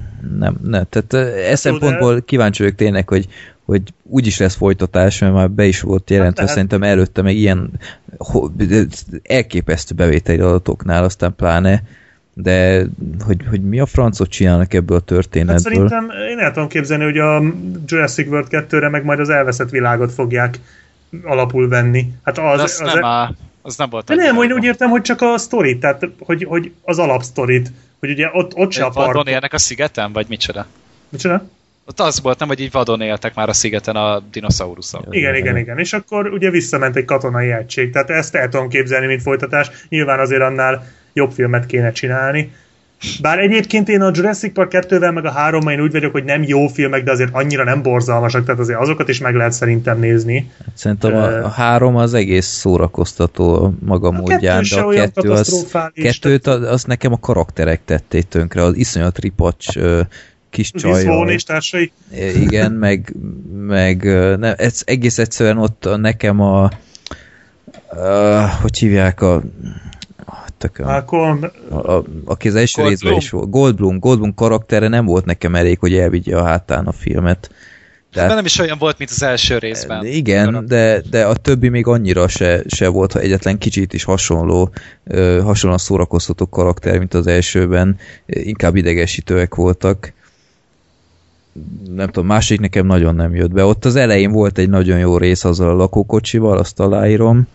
S2: tehát e szempontból kíváncsi vagyok tényleg, hogy úgyis lesz folytatás, mert már be is volt jelentve, hát szerintem előtte meg ilyen elképesztő bevételi adatoknál, aztán pláne, de hogy mi a francot csinálnak ebből a történetből?
S3: Hát szerintem én el tudom képzelni, hogy a Jurassic World 2-re meg majd az elveszett világot fogják alapul venni. Hát
S5: az nem volt.
S3: De nem, úgy értem, hogy csak a sztorit, tehát hogy az alapsztorit, hogy ugye ott se a park.
S5: Vadon élnek a szigeten, vagy micsoda?
S3: Micsoda?
S5: Ott az volt, nem, hogy így vadon éltek már a szigeten a dinoszauruszok.
S3: Igen. És akkor ugye visszament egy katonai egység. Tehát ezt el tudom képzelni, mint folytatás. Nyilván azért annál jobb filmet kéne csinálni. Bár egyébként én a Jurassic Park 2-vel meg a 3-mal én úgy vagyok, hogy nem jó filmek, de azért annyira nem borzalmasak, tehát azért azokat is meg lehet szerintem nézni.
S2: Szerintem a 3 az egész szórakoztató maga módján, de a 2 az nekem a karakterek tették tönkre, az iszonyat ripacs kis csajjal.
S3: és társai.
S2: Igen, meg ne, ez egész egyszerűen ott nekem hogy hívják aki az első részben is volt. Goldblum karaktere nem volt nekem elég, hogy elvigye a hátán a filmet.
S5: Tehát, nem is olyan volt, mint az első részben.
S2: Igen, de a többi még annyira se volt, ha egyetlen kicsit is hasonlóan szórakoztató karakter, mint az elsőben. Inkább idegesítőek voltak. Nem tudom, másik nekem nagyon nem jött be. Ott az elején volt egy nagyon jó rész azzal a lakókocsival, azt aláírom.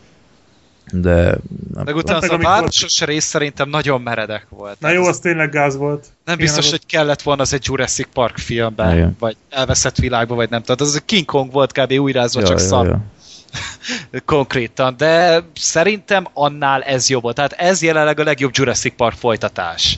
S2: De
S5: meg utána az a városos rész szerintem nagyon meredek volt.
S3: Na jó, az tényleg gáz volt.
S5: Nem biztos, hogy kellett volna az egy Jurassic Park filmben, igen. Vagy elveszett világban, vagy nem. Tehát az a King Kong volt kb. Újrázva, csak szar. Konkrétan, de szerintem annál ez jobb volt. Tehát ez jelenleg a legjobb Jurassic Park folytatás.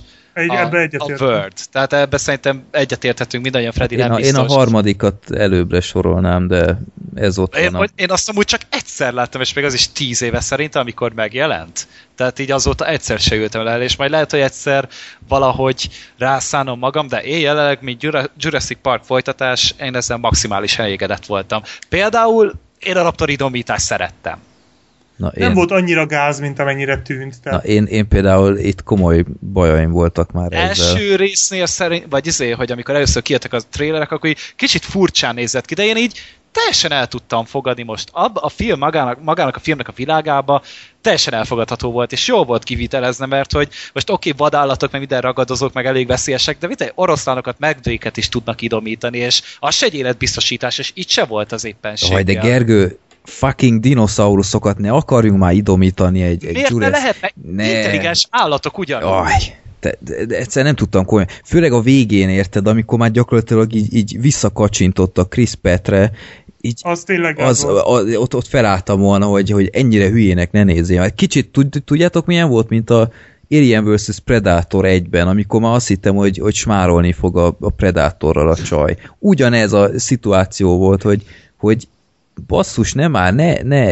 S5: A World. Tehát ebbe szerintem egyetérthetünk mindannyian, Freddy nem biztos.
S2: Én a harmadikat előbbre sorolnám, de ez ott van.
S5: Én azt amúgy csak egyszer láttam, és még az is 10 éve szerintem, amikor megjelent. Tehát így azóta egyszer se ültem el, és majd lehet, hogy egyszer valahogy rászánom magam, de én jelenleg, mint Jurassic Park folytatás, én ezzel maximális elégedett voltam. Például én a raptoridomítást szerettem.
S3: Nem volt annyira gáz, mint amennyire tűnt. Tehát...
S2: Én például itt komoly bajaim voltak már ezzel.
S5: Első résznél szerint, vagy hogy amikor először kijöttek a trélerek, akkor így kicsit furcsán nézett ki, de én így teljesen el tudtam fogadni most. A film magának a filmnek a világába teljesen elfogadható volt, és jól volt kivitelezne, mert hogy most vadállatok, meg minden ragadozók, meg elég veszélyesek, de oroszlánokat, medvéket is tudnak idomítani, és az se egy életbiztosítás, és itt se volt az éppenséggel.
S2: De Gergő, fucking dinoszauruszokat ne akarjunk már idomítani egy
S5: miért ne lehetnek intelligens állatok ugyanúgy?
S2: De egyszerűen nem tudtam komolyan. Főleg a végén, érted, amikor már gyakorlatilag így visszakacsintottak Chris Pratt-re, így
S3: az tényleg
S2: ott felálltam volna, hogy ennyire hülyének ne nézzél. Kicsit tudjátok milyen volt, mint a Alien vs. Predator 1-ben, amikor már azt hittem, hogy smárolni fog a Predatorral a csaj. Ugyanez a szituáció volt, hogy basszus, ne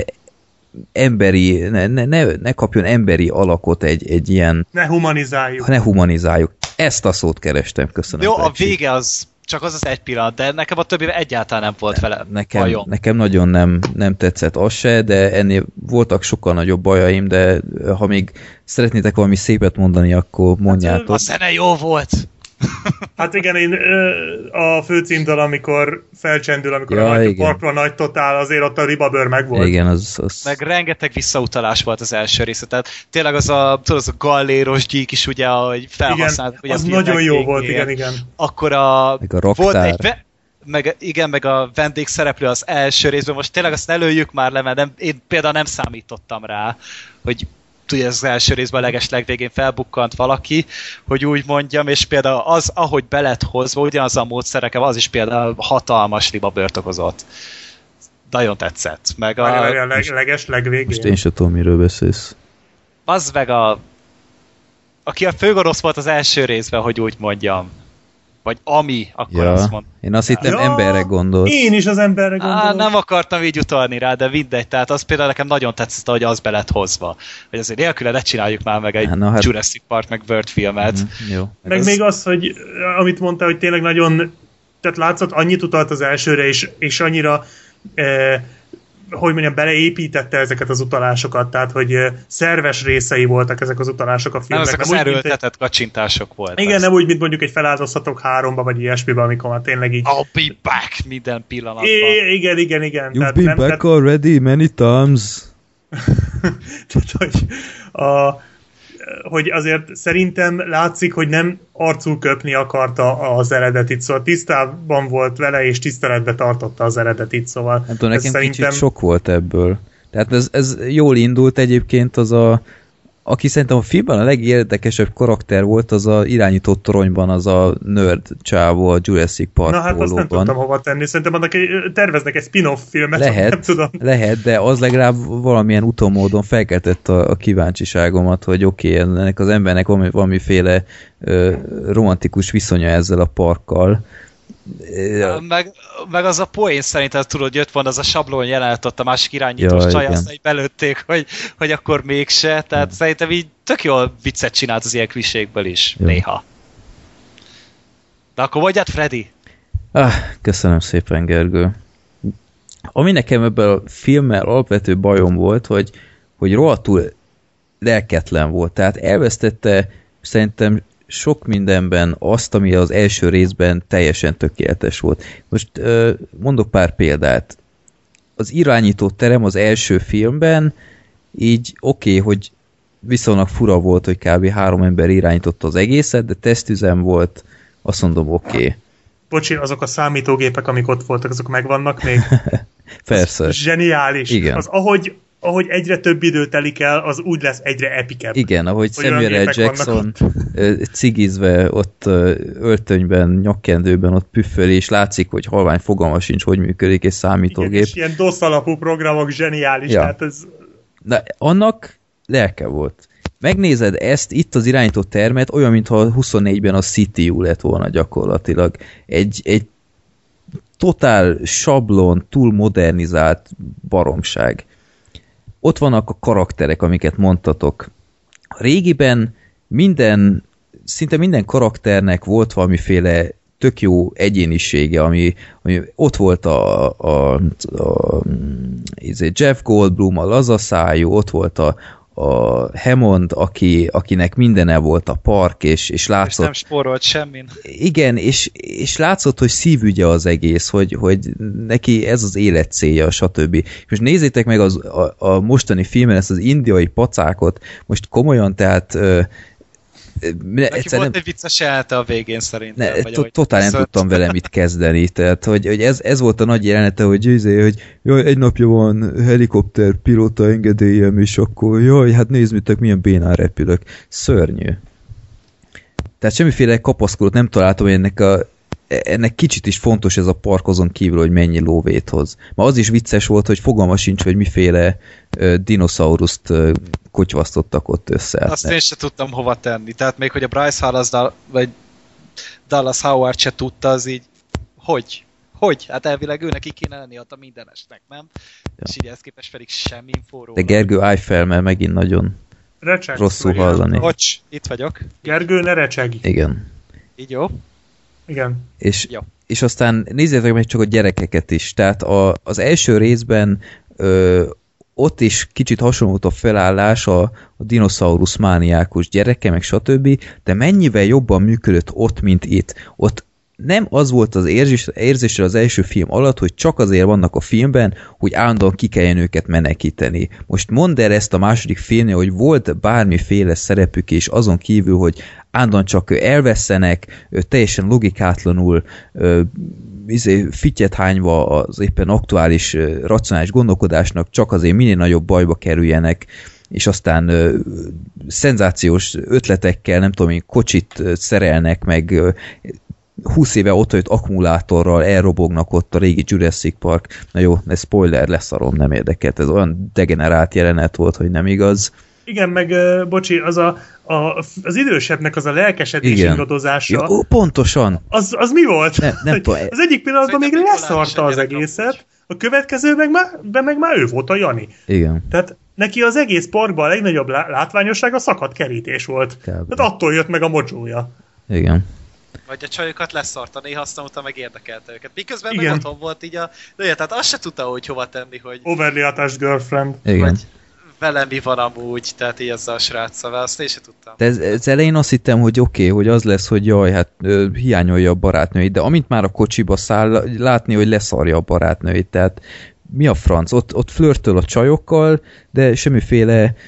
S2: emberi, ne kapjon emberi alakot egy ilyen...
S3: Ne
S2: humanizáljuk. Ezt a szót kerestem, köszönöm.
S5: Jó, a vége az csak az egy pillanat, de nekem a többi egyáltalán nem volt vele bajom.
S2: Nekem nagyon nem tetszett az se, de ennél voltak sokkal nagyobb bajaim, de ha még szeretnétek valami szépet mondani, akkor mondjátok.
S5: A zene jó volt!
S3: Hát igen, én a főcímdal, amikor felcsendül, amikor a nagy parkra nagy totál, azért ott a ribabőr megvolt.
S2: Igen, az...
S5: Meg rengeteg visszautalás volt az első része, tehát tényleg az a galléros gyík is, ugye, ahogy felhasznált.
S3: Igen, az nagyon jó volt, igen.
S5: Akkor
S2: meg a raktár.
S5: Volt meg a vendégszereplő az első részben, most tényleg azt előjük már le, mert én például nem számítottam rá, hogy ugye az első részben a legeslegvégén felbukkant valaki, hogy úgy mondjam, és például az, ahogy be lett hozva, ugyanaz a módszerekkel, az is például hatalmas libabőrt okozott. Nagyon tetszett. Meg a
S3: legeslegvégén.
S2: Most én sem tudom, miről beszélsz.
S5: Az meg aki a főgonosz volt az első részben, hogy úgy mondjam. Vagy ami, akkor azt mondta.
S2: Én azt hittem emberre gondolt.
S3: Én is az emberre gondolom.
S5: Nem akartam így utalni rá, de mindegy. Tehát az például nekem nagyon tetszett, hogy az be lett hozva. Hogy azért nélküle ne csináljuk már meg egy Jurassic Park, meg Bird filmet.
S2: Jó.
S3: Meg még az, hogy amit mondtál, hogy tényleg nagyon, tehát látszott, annyit utalt az elsőre, és annyira hogy mondjam, beleépítette ezeket az utalásokat, tehát hogy szerves részei voltak ezek az utalások a filmnek.
S5: Nem, ezek az erőltetett kacsintások voltak.
S3: Igen, nem úgy, mint mondjuk egy Feláldozhatók 3-ba, vagy ilyesmiben, amikor már tényleg így...
S5: I'll be back minden pillanatban.
S3: Igen.
S2: You've been back already many times.
S3: Tehát, hogy hogy azért szerintem látszik, hogy nem arcul köpni akarta az eredetit, szóval tisztában volt vele, és tiszteletbe tartotta az eredetit, szóval...
S2: Nem tudom, nekem kicsit sok volt ebből. Tehát ez jól indult egyébként, aki szerintem a filmben a legérdekesebb karakter volt, az a irányító toronyban, az a nerd csávó a Jurassic Park.
S3: Na hát azt nem tudtam hova tenni, szerintem annak terveznek egy spin-off filmet, nem tudom.
S2: Lehet, de az legalább valamilyen utómódon felkeltett a kíváncsiságomat, hogy oké, ennek az embernek valamiféle romantikus viszonya ezzel a parkkal.
S5: Meg az a poén szerintem, tudod, jött volna az a sablon jelenet ott a másik irányítós csaj, aztán így belőtték, hogy akkor mégse, tehát szerintem így tök jól viccet csinált az ilyen klisékből is, néha. De akkor mondjad, Freddy!
S2: Köszönöm szépen, Gergő. Ami nekem ebben a filmmel alapvető bajom volt, hogy rohadtul lelketlen volt, tehát elvesztette szerintem sok mindenben azt, ami az első részben teljesen tökéletes volt. Most mondok pár példát. Az irányító terem az első filmben így oké, hogy viszonylag fura volt, hogy kb. 3 ember irányította az egészet, de tesztüzem volt, azt mondom oké.
S3: Bocsi, azok a számítógépek, amik ott voltak, azok megvannak még?
S2: Persze.
S3: Zseniális.
S2: Igen.
S3: Az, ahogy egyre több idő telik el, az úgy lesz egyre epikebb.
S2: Igen, ahogy Samuel L. Jackson cigizve ott öltönyben, nyakkendőben ott püfföl, és látszik, hogy halvány fogalma sincs, hogy működik egy számítógép. Igen,
S3: és ilyen DOS alapú programok zseniális.
S2: Ja.
S3: Tehát ez...
S2: De annak lelke volt. Megnézed ezt, itt az irányító termet, olyan, mintha 24-ben a CTU lett volna gyakorlatilag. Egy totál sablon, túl modernizált baromság. Ott vannak a karakterek, amiket mondtatok. A régiben szinte minden karakternek volt valamiféle tök jó egyénisége, ami ott volt a Jeff Goldblum, a lazaszájú, ott volt a Hammond, akinek mindene volt a park, és látszott... És
S5: nem spórolt semmin.
S2: Igen, és látszott, hogy szívügye az egész, hogy neki ez az élet célja, stb. És nézzétek meg a mostani filmen ezt az indiai pacákot, most komolyan, tehát...
S5: Neki volt egy vicces jelenete a végén szerintem.
S2: Totál nem tudtam vele mit kezdeni. Tehát, hogy ez volt a nagy jelenete, hogy jaj, egy napja van helikopter pilóta engedélyem, és akkor jaj, hát nézzétek, milyen bénán repülök. Szörnyű. Tehát semmiféle kapaszkodót nem találtam, hogy ennek kicsit is fontos ez a park azon kívül, hogy mennyi lóvét hoz. Ma az is vicces volt, hogy fogalma sincs, hogy miféle dinoszauriszt kotyvasztottak ott össze.
S5: Azt én sem tudtam hova tenni. Tehát még, hogy a Bryce Dallas vagy Dallas Howard se tudta, az így hogy? Hát elvileg őnek így kéne lenni ott a mindenesnek, nem? Ja. És így ezt képest pedig semmi infóról.
S2: De Gergő, állj fel, mert megint nagyon rosszul hallani.
S5: Bocs, itt vagyok.
S3: Gergő, ne recsegj.
S2: Igen.
S5: Így jó?
S3: Igen.
S2: És aztán nézzétek meg csak a gyerekeket is. Tehát az első részben ott is kicsit hasonló a felállás a dinoszaurusz mániákus gyereke, meg stb., de mennyivel jobban működött ott, mint itt. Ott nem az volt az érzésre az első film alatt, hogy csak azért vannak a filmben, hogy állandóan ki kelljen őket menekíteni. Most mondd el ezt a második filmnél, hogy volt bármiféle szerepük, és azon kívül, hogy állandóan csak elvesztenek, teljesen logikátlanul fittyet hányva az éppen aktuális racionális gondolkodásnak, csak azért minél nagyobb bajba kerüljenek, és aztán szenzációs ötletekkel, nem tudom én, kocsit szerelnek, meg 20 éve ott jött akkumulátorral elrobognak ott a régi Jurassic Park. Na jó, ez spoiler, leszarom, nem érdekelt. Ez olyan degenerált jelenet volt, hogy nem igaz.
S3: Igen, meg bocsi, az idősebbnek az a lelkesedés ingadozása.
S2: Ja, pontosan.
S3: Az mi volt?
S2: Nem tudom.
S3: Az egyik pillanatban még leszarta az egészet, a következőben meg már ő volt a Jani.
S2: Igen.
S3: Tehát neki az egész parkban a legnagyobb látványosság a szakadt kerítés volt. Tehát attól jött meg a mocsója.
S2: Igen.
S5: Vagy a csajokat leszarta, néha aztán utána meg érdekelte őket. Miközben meg otthon volt így tehát azt se tudta, hogy hova tenni, hogy...
S3: Overly attached girlfriend.
S2: Igen.
S5: Vagy vele mi van amúgy, tehát így azzal a sráccal, azt én se tudtam.
S2: De ez elején azt hittem, hogy oké, hogy az lesz, hogy jaj, hát hiányolja a barátnőit, de amint már a kocsiba száll, látni, hogy leszarja a barátnőit, tehát mi a franc? Ott flörtöl a csajokkal, de semmiféle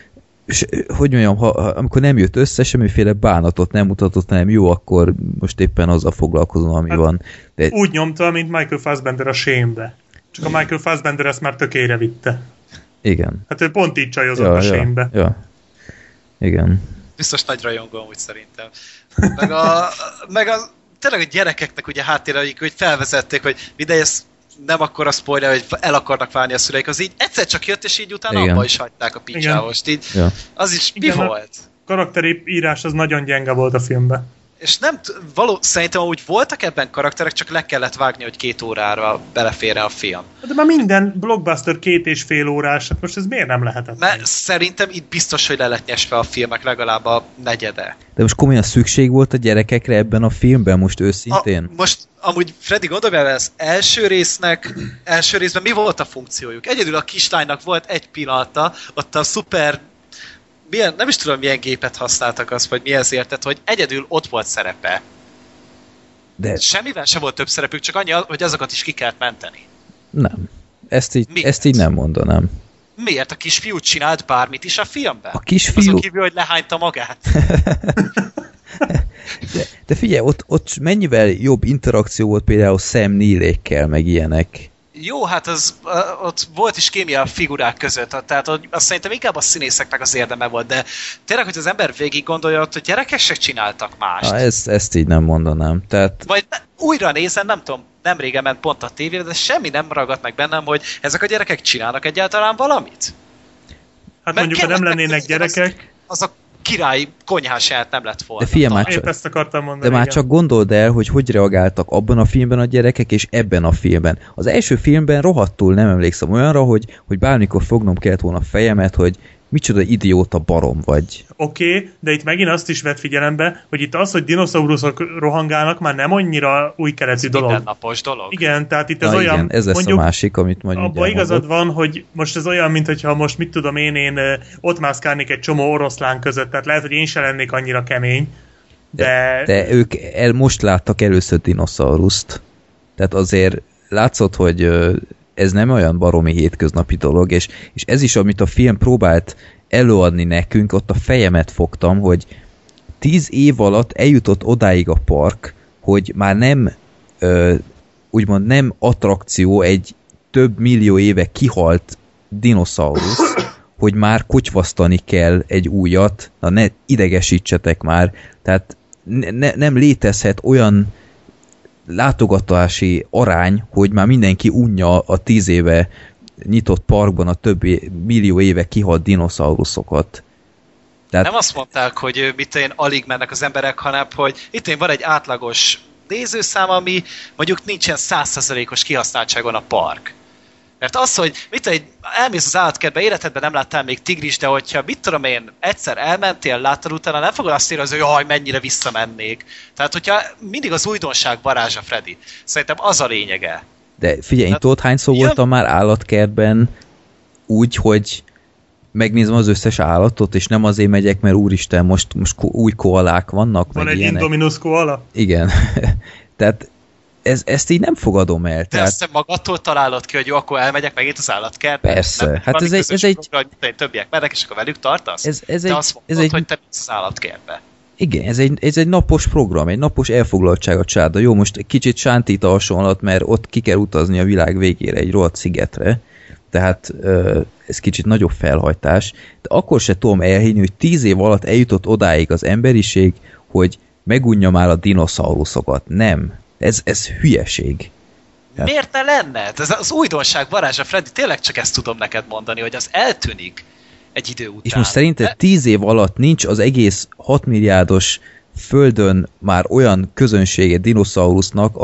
S2: és, hogy mondjam, amikor nem jött össze, semmiféle bánatot nem mutatott, nem jó, akkor most éppen azzal foglalkozom, ami van.
S3: De... Úgy nyomta, mint Michael Fassbender a Shame-be. Csak a Michael Fassbender ezt már tökére vitte.
S2: Igen.
S3: Hát ő pont így csajozott a Shame-be.
S2: Ja. Igen.
S5: Biztos nagy rajongó, úgy szerintem. Meg a tényleg a gyerekeknek ugye háttéreik, hogy felvezették, hogy mindegy, ez nem akkora spoiler, hogy el akarnak válni a szüleik, az így egyszer csak jött, és így utána abba is hagyták a picsávost. Így, ja. Az is igen, mi volt?
S3: A karakteri írás az nagyon gyenge volt a filmben.
S5: És nem, szerintem úgy voltak ebben karakterek, csak le kellett vágni, hogy 2 órára beleférne a film.
S3: De már minden blockbuster 2,5 órás, most ez miért nem lehetett?
S5: Mert szerintem itt biztos, hogy le lett nyesve a filmek, legalább a negyede.
S2: De most komolyan szükség volt a gyerekekre ebben a filmben, most őszintén?
S5: Most amúgy Freddy, gondolj el, az első részben mi volt a funkciójuk? Egyedül a kislánynak volt egy pillanata, ott a szuper nem is tudom, milyen gépet használtak azt, vagy mihez érted, hogy egyedül ott volt szerepe. De... Semmivel sem volt több szerepük, csak annyi, hogy azokat is ki kellett menteni.
S2: Nem. Ezt így nem mondanám.
S5: Miért? A kisfiú csinált bármit is a filmben?
S2: A kisfiú...
S5: Azon kívül, hogy lehányta magát.
S2: de figyelj, ott mennyivel jobb interakció volt például Sam Neill-ékkel, meg ilyenek.
S5: Jó, hát ott volt is kémia a figurák között, tehát azt szerintem inkább a színészeknek az érdeme volt, de tényleg, hogy az ember végig gondolja, hogy gyerekesek csináltak mást.
S2: Ezt így nem mondanám. Tehát...
S5: Vagy újra nézem, nem tudom, nem régen ment pont a tévére, de semmi nem ragadt meg bennem, hogy ezek a gyerekek csinálnak egyáltalán valamit.
S3: Hát mondjuk, ha nem lennének gyerekek...
S5: Az a király konyhását nem lett volna.
S2: De figyelj,
S3: ezt akartam mondani.
S2: De már csak gondold el, hogy reagáltak abban a filmben a gyerekek, és ebben a filmben. Az első filmben rohadtul nem emlékszem olyanra, hogy bármikor fognom kellett volna a fejemet, hogy micsoda idióta barom vagy.
S3: Oké, de itt megint azt is vett figyelembe, hogy itt az, hogy dinoszauruszok rohangálnak, már nem annyira új keletű dolog.
S5: Mindennapos dolog.
S3: Igen, tehát itt ez olyan...
S2: Igen, ez lesz mondjuk, a másik, amit majd
S3: abban igazad van, hogy most ez olyan, mint hogyha most mit tudom én ott mászkálnék egy csomó oroszlán között, tehát lehet, hogy én se lennék annyira kemény.
S2: De ők most láttak először dinoszaruszt. Tehát azért látszott, hogy ez nem olyan baromi hétköznapi dolog, és ez is, amit a film próbált előadni nekünk, ott a fejemet fogtam, hogy 10 év alatt eljutott odáig a park, hogy már nem úgymond nem attrakció egy több millió éve kihalt dinoszaurusz, hogy már kotyvasztani kell egy újat, na ne idegesítsetek már, tehát nem létezhet olyan látogatási arány, hogy már mindenki unja a 10 éve nyitott parkban a több millió éve kihalt dinoszauruszokat.
S5: Tehát... Nem azt mondták, hogy mit én alig mennek az emberek, hanem hogy itt van egy átlagos nézőszám, ami mondjuk nincsen 100%-os kihasználtságon a park. Mert az, hogy elmész az állatkertbe, életedben nem láttál még tigris, de hogyha mit tudom én, egyszer elmentél, láttad utána, nem fogod azt érezni, hogy jaj, mennyire visszamennék. Tehát, hogyha mindig az újdonság varázsa, Freddy. Szerintem az a lényege.
S2: De figyelj, én tudod, hányszor voltam már állatkertben úgy, hogy megnézem az összes állatot, és nem azért megyek, mert úristen, most új koalák vannak,
S3: van
S2: meg
S3: egy
S2: ilyenek.
S3: Indominus koala?
S2: Igen. Tehát ezt így nem fogadom el.
S5: De ezt magadtól találod ki, hogy jó, akkor elmegyek megint az állatkertbe?
S2: Persze.
S5: Nem,
S2: hát ez egy...
S5: Többiek mennek, és akkor velük tartasz?
S2: Te
S5: azt mondod, hogy te mész az állatkertbe.
S2: Igen, ez egy napos program, egy napos elfoglaltság a csáda. Jó, most egy kicsit sántít a hasonlat, mert ott ki kell utazni a világ végére egy rohadt szigetre, tehát ez kicsit nagyobb felhajtás, de akkor se tudom elhinni, hogy 10 év alatt eljutott odáig az emberiség, hogy megunja már a dinoszauruszokat. Nem. Ez hülyeség.
S5: Tehát... Miért ne lenne? Ez az újdonság varázsa, Freddy, tényleg csak ezt tudom neked mondani, hogy az eltűnik egy idő után.
S2: És most szerinted 10 év alatt nincs az egész 6 milliárdos földön már olyan közönsége dinoszaurusznak,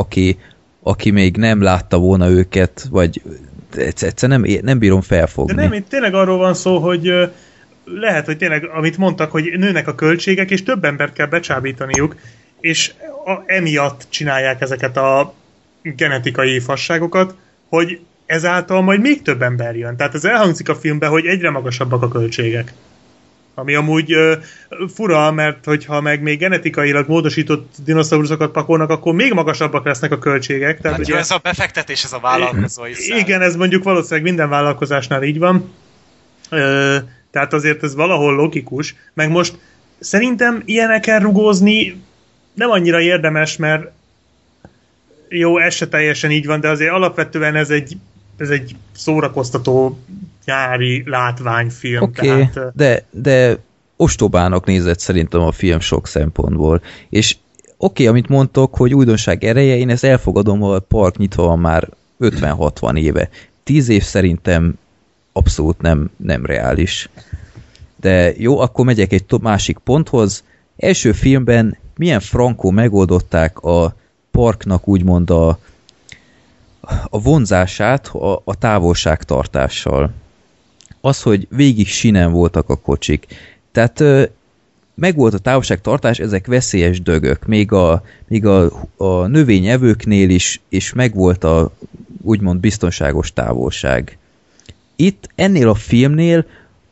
S2: aki még nem látta volna őket, vagy egyszerűen nem bírom felfogni.
S3: De nem, itt tényleg arról van szó, hogy lehet, hogy tényleg, amit mondtak, hogy nőnek a költségek, és több embert kell becsábítaniuk, és emiatt csinálják ezeket a genetikai fasságokat, hogy ezáltal majd még több ember jön. Tehát ez elhangzik a filmben, hogy egyre magasabbak a költségek. Ami amúgy fura, mert hogyha meg még genetikailag módosított dinoszauruszokat pakolnak, akkor még magasabbak lesznek a költségek. Tehát
S5: hát ugye, ez a befektetés, ez a vállalkozói szám.
S3: Igen, ez mondjuk valószínűleg minden vállalkozásnál így van. Tehát azért ez valahol logikus, meg most szerintem ilyeneken rugózni nem annyira érdemes, mert jó, ez se teljesen így van, de azért alapvetően ez egy szórakoztató nyári látványfilm.
S2: Oké,
S3: tehát...
S2: de ostobának nézett szerintem a film sok szempontból. És oké, amit mondtok, hogy újdonság ereje, én ezt elfogadom, hogy a park nyitva van már 50-60 éve. 10 év szerintem abszolút nem reális. De jó, akkor megyek egy másik ponthoz. Első filmben milyen frankó megoldották a parknak úgymond a vonzását a távolságtartással. Az, hogy végig sinen voltak a kocsik. Tehát megvolt a távolságtartás, ezek veszélyes dögök. Még a növényevőknél is megvolt a úgymond biztonságos távolság. Itt ennél a filmnél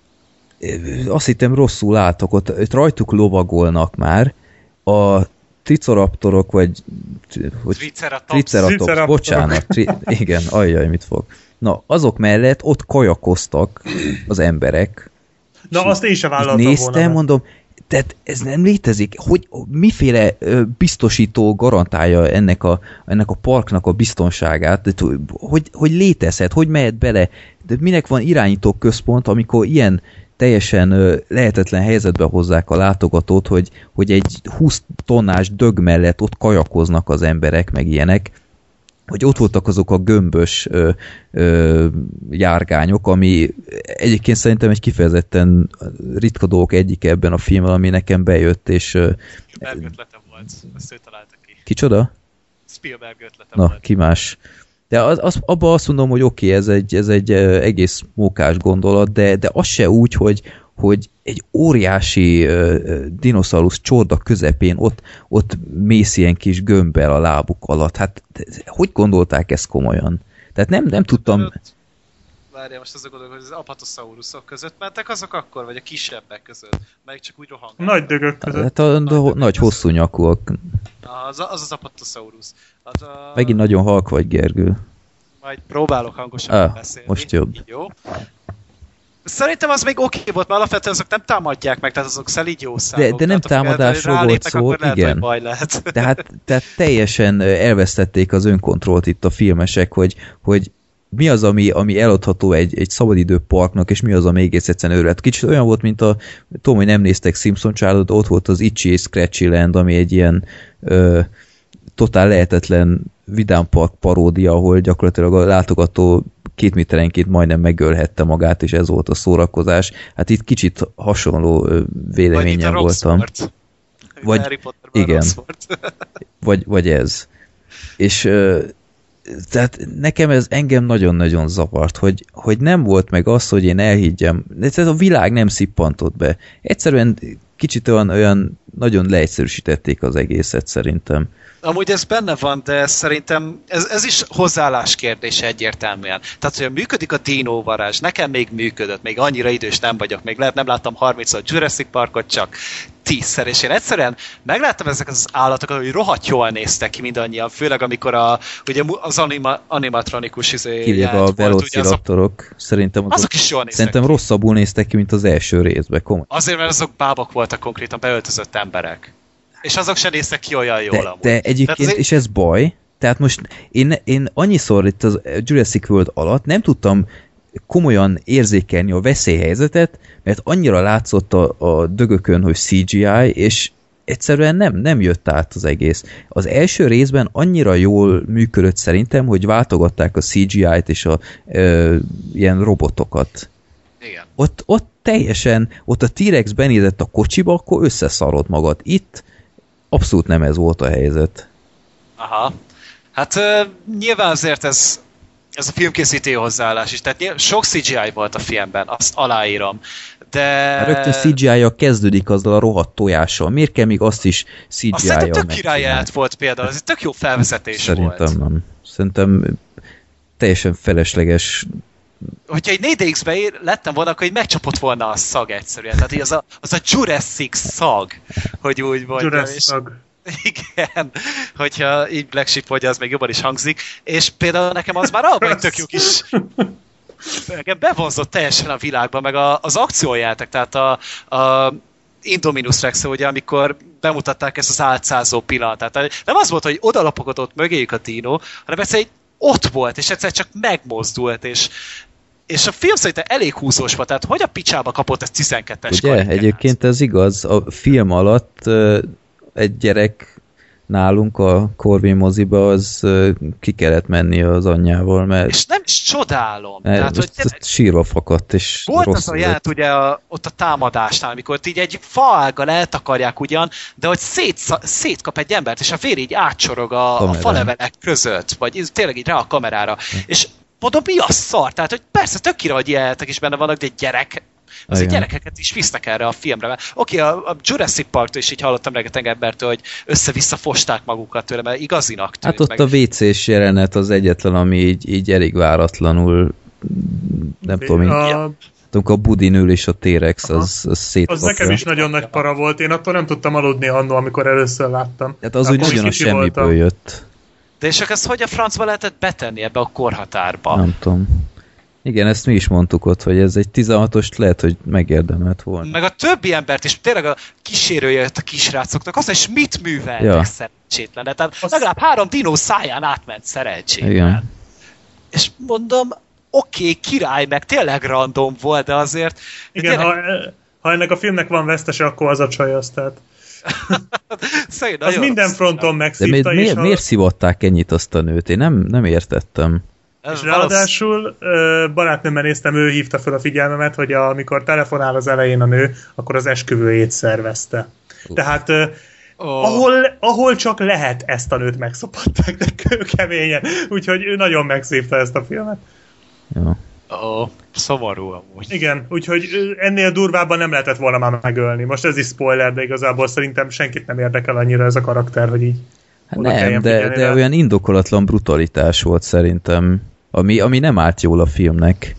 S2: azt hittem rosszul látok, ott rajtuk lovagolnak már a triceraptorok, vagy triceratops, bocsánat, igen, ajjaj, mit fog. Na, azok mellett ott kajakoztak az emberek.
S3: Na, azt én sem vállaltam volna.
S2: Néztem, mondom, tehát ez nem létezik. Miféle biztosító garantálja ennek a parknak a biztonságát? Hogy létezhet? Hogy mehet bele? De minek van irányító központ, amikor ilyen teljesen lehetetlen helyzetbe hozzák a látogatót, hogy egy 20 tonnás dög mellett ott kajakoznak az emberek, meg ilyenek, hogy ott voltak azok a gömbös járgányok, ami egyébként szerintem egy kifejezetten ritka dolgok egyik ebben a filmben, ami nekem bejött, és...
S5: Spielberg ötlete volt, ezt ő találta ki.
S2: Kicsoda?
S5: Spielberg ötlete
S2: volt.
S5: Na,
S2: ki más. De abban azt mondom, hogy oké, ez egy egész mókás gondolat, de az se úgy, hogy egy óriási dinoszaurusz csorda közepén ott mész ilyen kis gömbbel a lábuk alatt. Hát hogy gondolták ezt komolyan? Tehát nem tudtam...
S5: Várjál, most azok gondolok, hogy az apatosaurusok között mentek azok akkor, vagy a kisebbek között? Melyik csak úgy rohangáltak?
S3: Nagy dögök között.
S2: Hát nagy hosszú nyakúak.
S5: Az apatosaurus.
S2: Megint nagyon halk vagy, Gergő.
S5: Majd próbálok hangosan beszélni.
S2: Most jobb.
S5: Jó. Szerintem az még oké volt, mert alapvetően azok nem támadják meg, tehát azok szelíd jószágok.
S2: De nem támadásról volt szó, igen.
S5: Lehet.
S2: Tehát teljesen elvesztették az önkontrollt itt a filmesek, hogy mi az, ami eladható egy szabadidő parknak, és mi az, ami egész egyszerűen őrület. Kicsit olyan volt, mint tudom, hogy nem néztek Simpson családot, ott volt az Itchy és Scratchy Land, ami egy ilyen totál lehetetlen vidámpark paródia, ahol gyakorlatilag a látogató 2 méterenként majdnem megölhette magát, és ez volt a szórakozás. Hát itt kicsit hasonló véleményen voltam. Vagy
S5: Harry Potterben
S2: igen. Vagy ez. És tehát nekem ez engem nagyon-nagyon zavart, hogy nem volt meg az, hogy én elhiggyem. Ez a világ nem szippantott be. Egyszerűen kicsit olyan nagyon leegyszerűsítették az egészet szerintem.
S5: Amúgy ez benne van, de szerintem ez is hozzáállás kérdése egyértelműen. Tehát, hogy működik a dinóvarázs, nekem még működött, még annyira idős nem vagyok, még lehet nem láttam 30-szor Jurassic Parkot, csak 10-szer, és én egyszerűen megláttam ezeket az állatokat, hogy rohadt jól néztek ki mindannyian, főleg amikor ugye az animatronikus
S2: kivéve a velociraptorok, szerintem
S5: azok is jól néztek
S2: szerintem rosszabbul néztek ki, mint az első részben. Komoly.
S5: Azért, mert azok bábok voltak konkrétan, beöltözött emberek. És azok sem néztek ki olyan jól amúgy.
S2: De egyébként, és ez baj, tehát most én annyiszor itt az Jurassic World alatt nem tudtam komolyan érzékelni a veszélyhelyzetet, mert annyira látszott a dögökön, hogy CGI, és egyszerűen nem jött át az egész. Az első részben annyira jól működött szerintem, hogy váltogatták a CGI-t és ilyen robotokat.
S5: Igen.
S2: Ott teljesen, ott a T-Rex benézett a kocsiba, akkor összeszarod magad. Itt abszolút nem ez volt a helyzet.
S5: Aha. Hát nyilván azért ez a filmkészítő hozzáállás is. Tehát sok CGI volt a filmben, azt aláírom. De...
S2: Rögtön CGI-jal kezdődik azzal a rohadt tojással. Miért kell még azt is CGI-jal
S5: azt szerintem tök királyát volt például, ez egy tök jó felvezetés
S2: szerintem
S5: volt.
S2: Nem. Szerintem teljesen felesleges.
S5: Hogyha egy 4DX-be lettem volna, akkor így megcsapott volna a szag egyszerűen. Tehát így az a Jurassic szag, hogy úgy mondjam.
S3: Jurassic szag.
S5: Igen, hogyha így Black Sheep mondja, az még jobban is hangzik. És például nekem az már abban egy tök jó kis... bevonzott teljesen a világba, meg az akciójátek, tehát a Indominus Rex, ugye, amikor bemutatták ezt az álcázó pillanatát. Nem az volt, hogy odalapogott mögéjük a dino, hanem egyszerűen ott volt, és egyszer csak megmozdult, és a film szerintem elég húzós volt, tehát hogy a picsába kapott ez 12-es
S2: ugye, egyébként ez igaz, a film alatt egy gyerek nálunk a Corvin moziba az ki kellett menni az anyjával, mert...
S5: És nem is csodálom.
S2: Tehát, hogy sírva fakadt, és
S5: volt
S2: rossz
S5: az a jelent ugye ott a támadásnál, amikor így egy faággal eltakarják ugyan, de hogy szétkap egy embert, és a vér így átcsorog a falevelek között, vagy tényleg így rá a kamerára. És mondom, mi a szar? Tehát, hogy persze tök kira, hogy ilyenek is benne vannak, de egy gyerek, azért gyerekeket is visznek erre a filmre. Oké, a Jurassic Parktól is így hallottam rengeteg embertől, hogy össze-vissza fosták magukat tőle, mert igazinak tűnt.
S2: Hát ott a WC-s jelenet az egyetlen, ami így elég váratlanul, nem tudom, amikor a Budin ül és a T-Rex az szétkapja.
S3: Az nekem is nagyon nagy para volt, én attól nem tudtam aludni annól, amikor először láttam.
S2: Hát az úgy nagyon a semmiből jött.
S5: De és ezt hogy a francba lehetett betenni ebbe a korhatárba?
S2: Nem tudom. Igen, ezt mi is mondtuk ott, hogy ez egy 16-ost lehet, hogy megérdemelt volna.
S5: Meg a többi embert is, tényleg a kísérője a kisrácoknak, azt mondja, és mit műveltek szerencsétlen. Tehát legalább 3 dinó száján átment szerencsétlen. Igen. És mondom, oké, király, meg tényleg random volt, de azért...
S3: Igen, tényleg... ha ennek a filmnek van vesztese, akkor az a csaj az, tehát... az minden fronton megszívta.
S2: De miért szivatták ennyit azt a nőt? Én nem értettem.
S3: És ráadásul barátnőmmel néztem, ő hívta fel a figyelmemet, hogy amikor telefonál az elején a nő, akkor az esküvőjét szervezte. Tehát ahol csak lehet, ezt a nőt megszopatták, de kőkeményen. Úgyhogy ő nagyon megszívta ezt a filmet.
S2: Ja.
S5: Szomorú amúgy.
S3: Igen, úgyhogy ennél durvábban nem lehetett volna már megölni. Most ez is spoiler, de igazából szerintem senkit nem érdekel annyira ez a karakter, hogy így
S2: nem, de olyan indokolatlan brutalitás volt szerintem, ami nem állt jól a filmnek.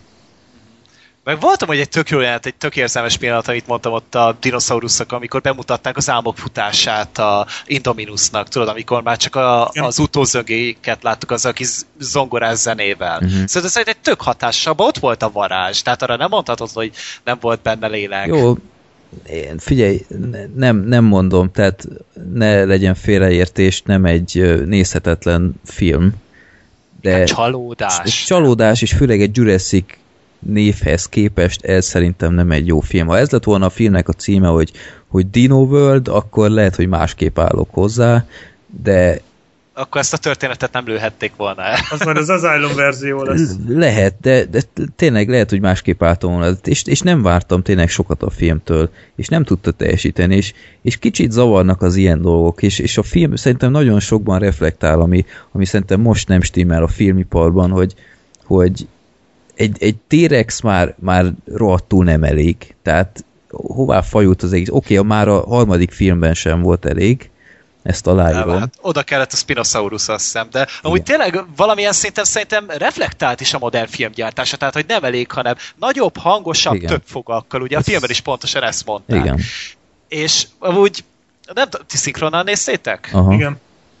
S5: Meg voltam, hogy egy tök jó jelent, egy tök érzelmes pillanat, amit mondtam ott a dinoszauruszok, amikor bemutatták az álmok futását a Indominusnak, tudod, amikor már csak az utózöngéket láttuk az a kis zongorás zenével. Szóval ez egy tök hatásában ott volt a varázs, tehát arra nem mondhatod, hogy nem volt benne lélek.
S2: Jó, figyelj, nem mondom, tehát ne legyen félreértés, nem egy nézhetetlen film. De csalódás, és főleg egy Jurassic névhez képest ez szerintem nem egy jó film. Ha ez lett volna a filmnek a címe, hogy Dino World, akkor lehet, hogy másképp állok hozzá, de...
S5: Akkor ezt a történetet nem lőhették volna el.
S3: Az már az Asylum verzió lesz.
S2: Lehet, de tényleg lehet, hogy másképp álltam volna. És nem vártam tényleg sokat a filmtől, és nem tudta teljesíteni, és kicsit zavarnak az ilyen dolgok, és a film szerintem nagyon sokban reflektál, ami szerintem most nem stimmel a filmiparban, hogy egy T-Rex már rohadtul nem elég. Tehát hová fajult az egész? Oké, már a harmadik filmben sem volt elég, ezt aláírom. Hát
S5: oda kellett a Spinosaurus, azt hiszem, de amúgy tényleg valamilyen szinten szerintem reflektált is a modern filmgyártása, tehát hogy nem elég, hanem nagyobb, hangosabb, több fogakkal, ugye a filmben is pontosan ezt mondták.
S2: Igen.
S5: És amúgy, nem ti szinkronnal néztétek?
S2: Aha.
S3: Igen.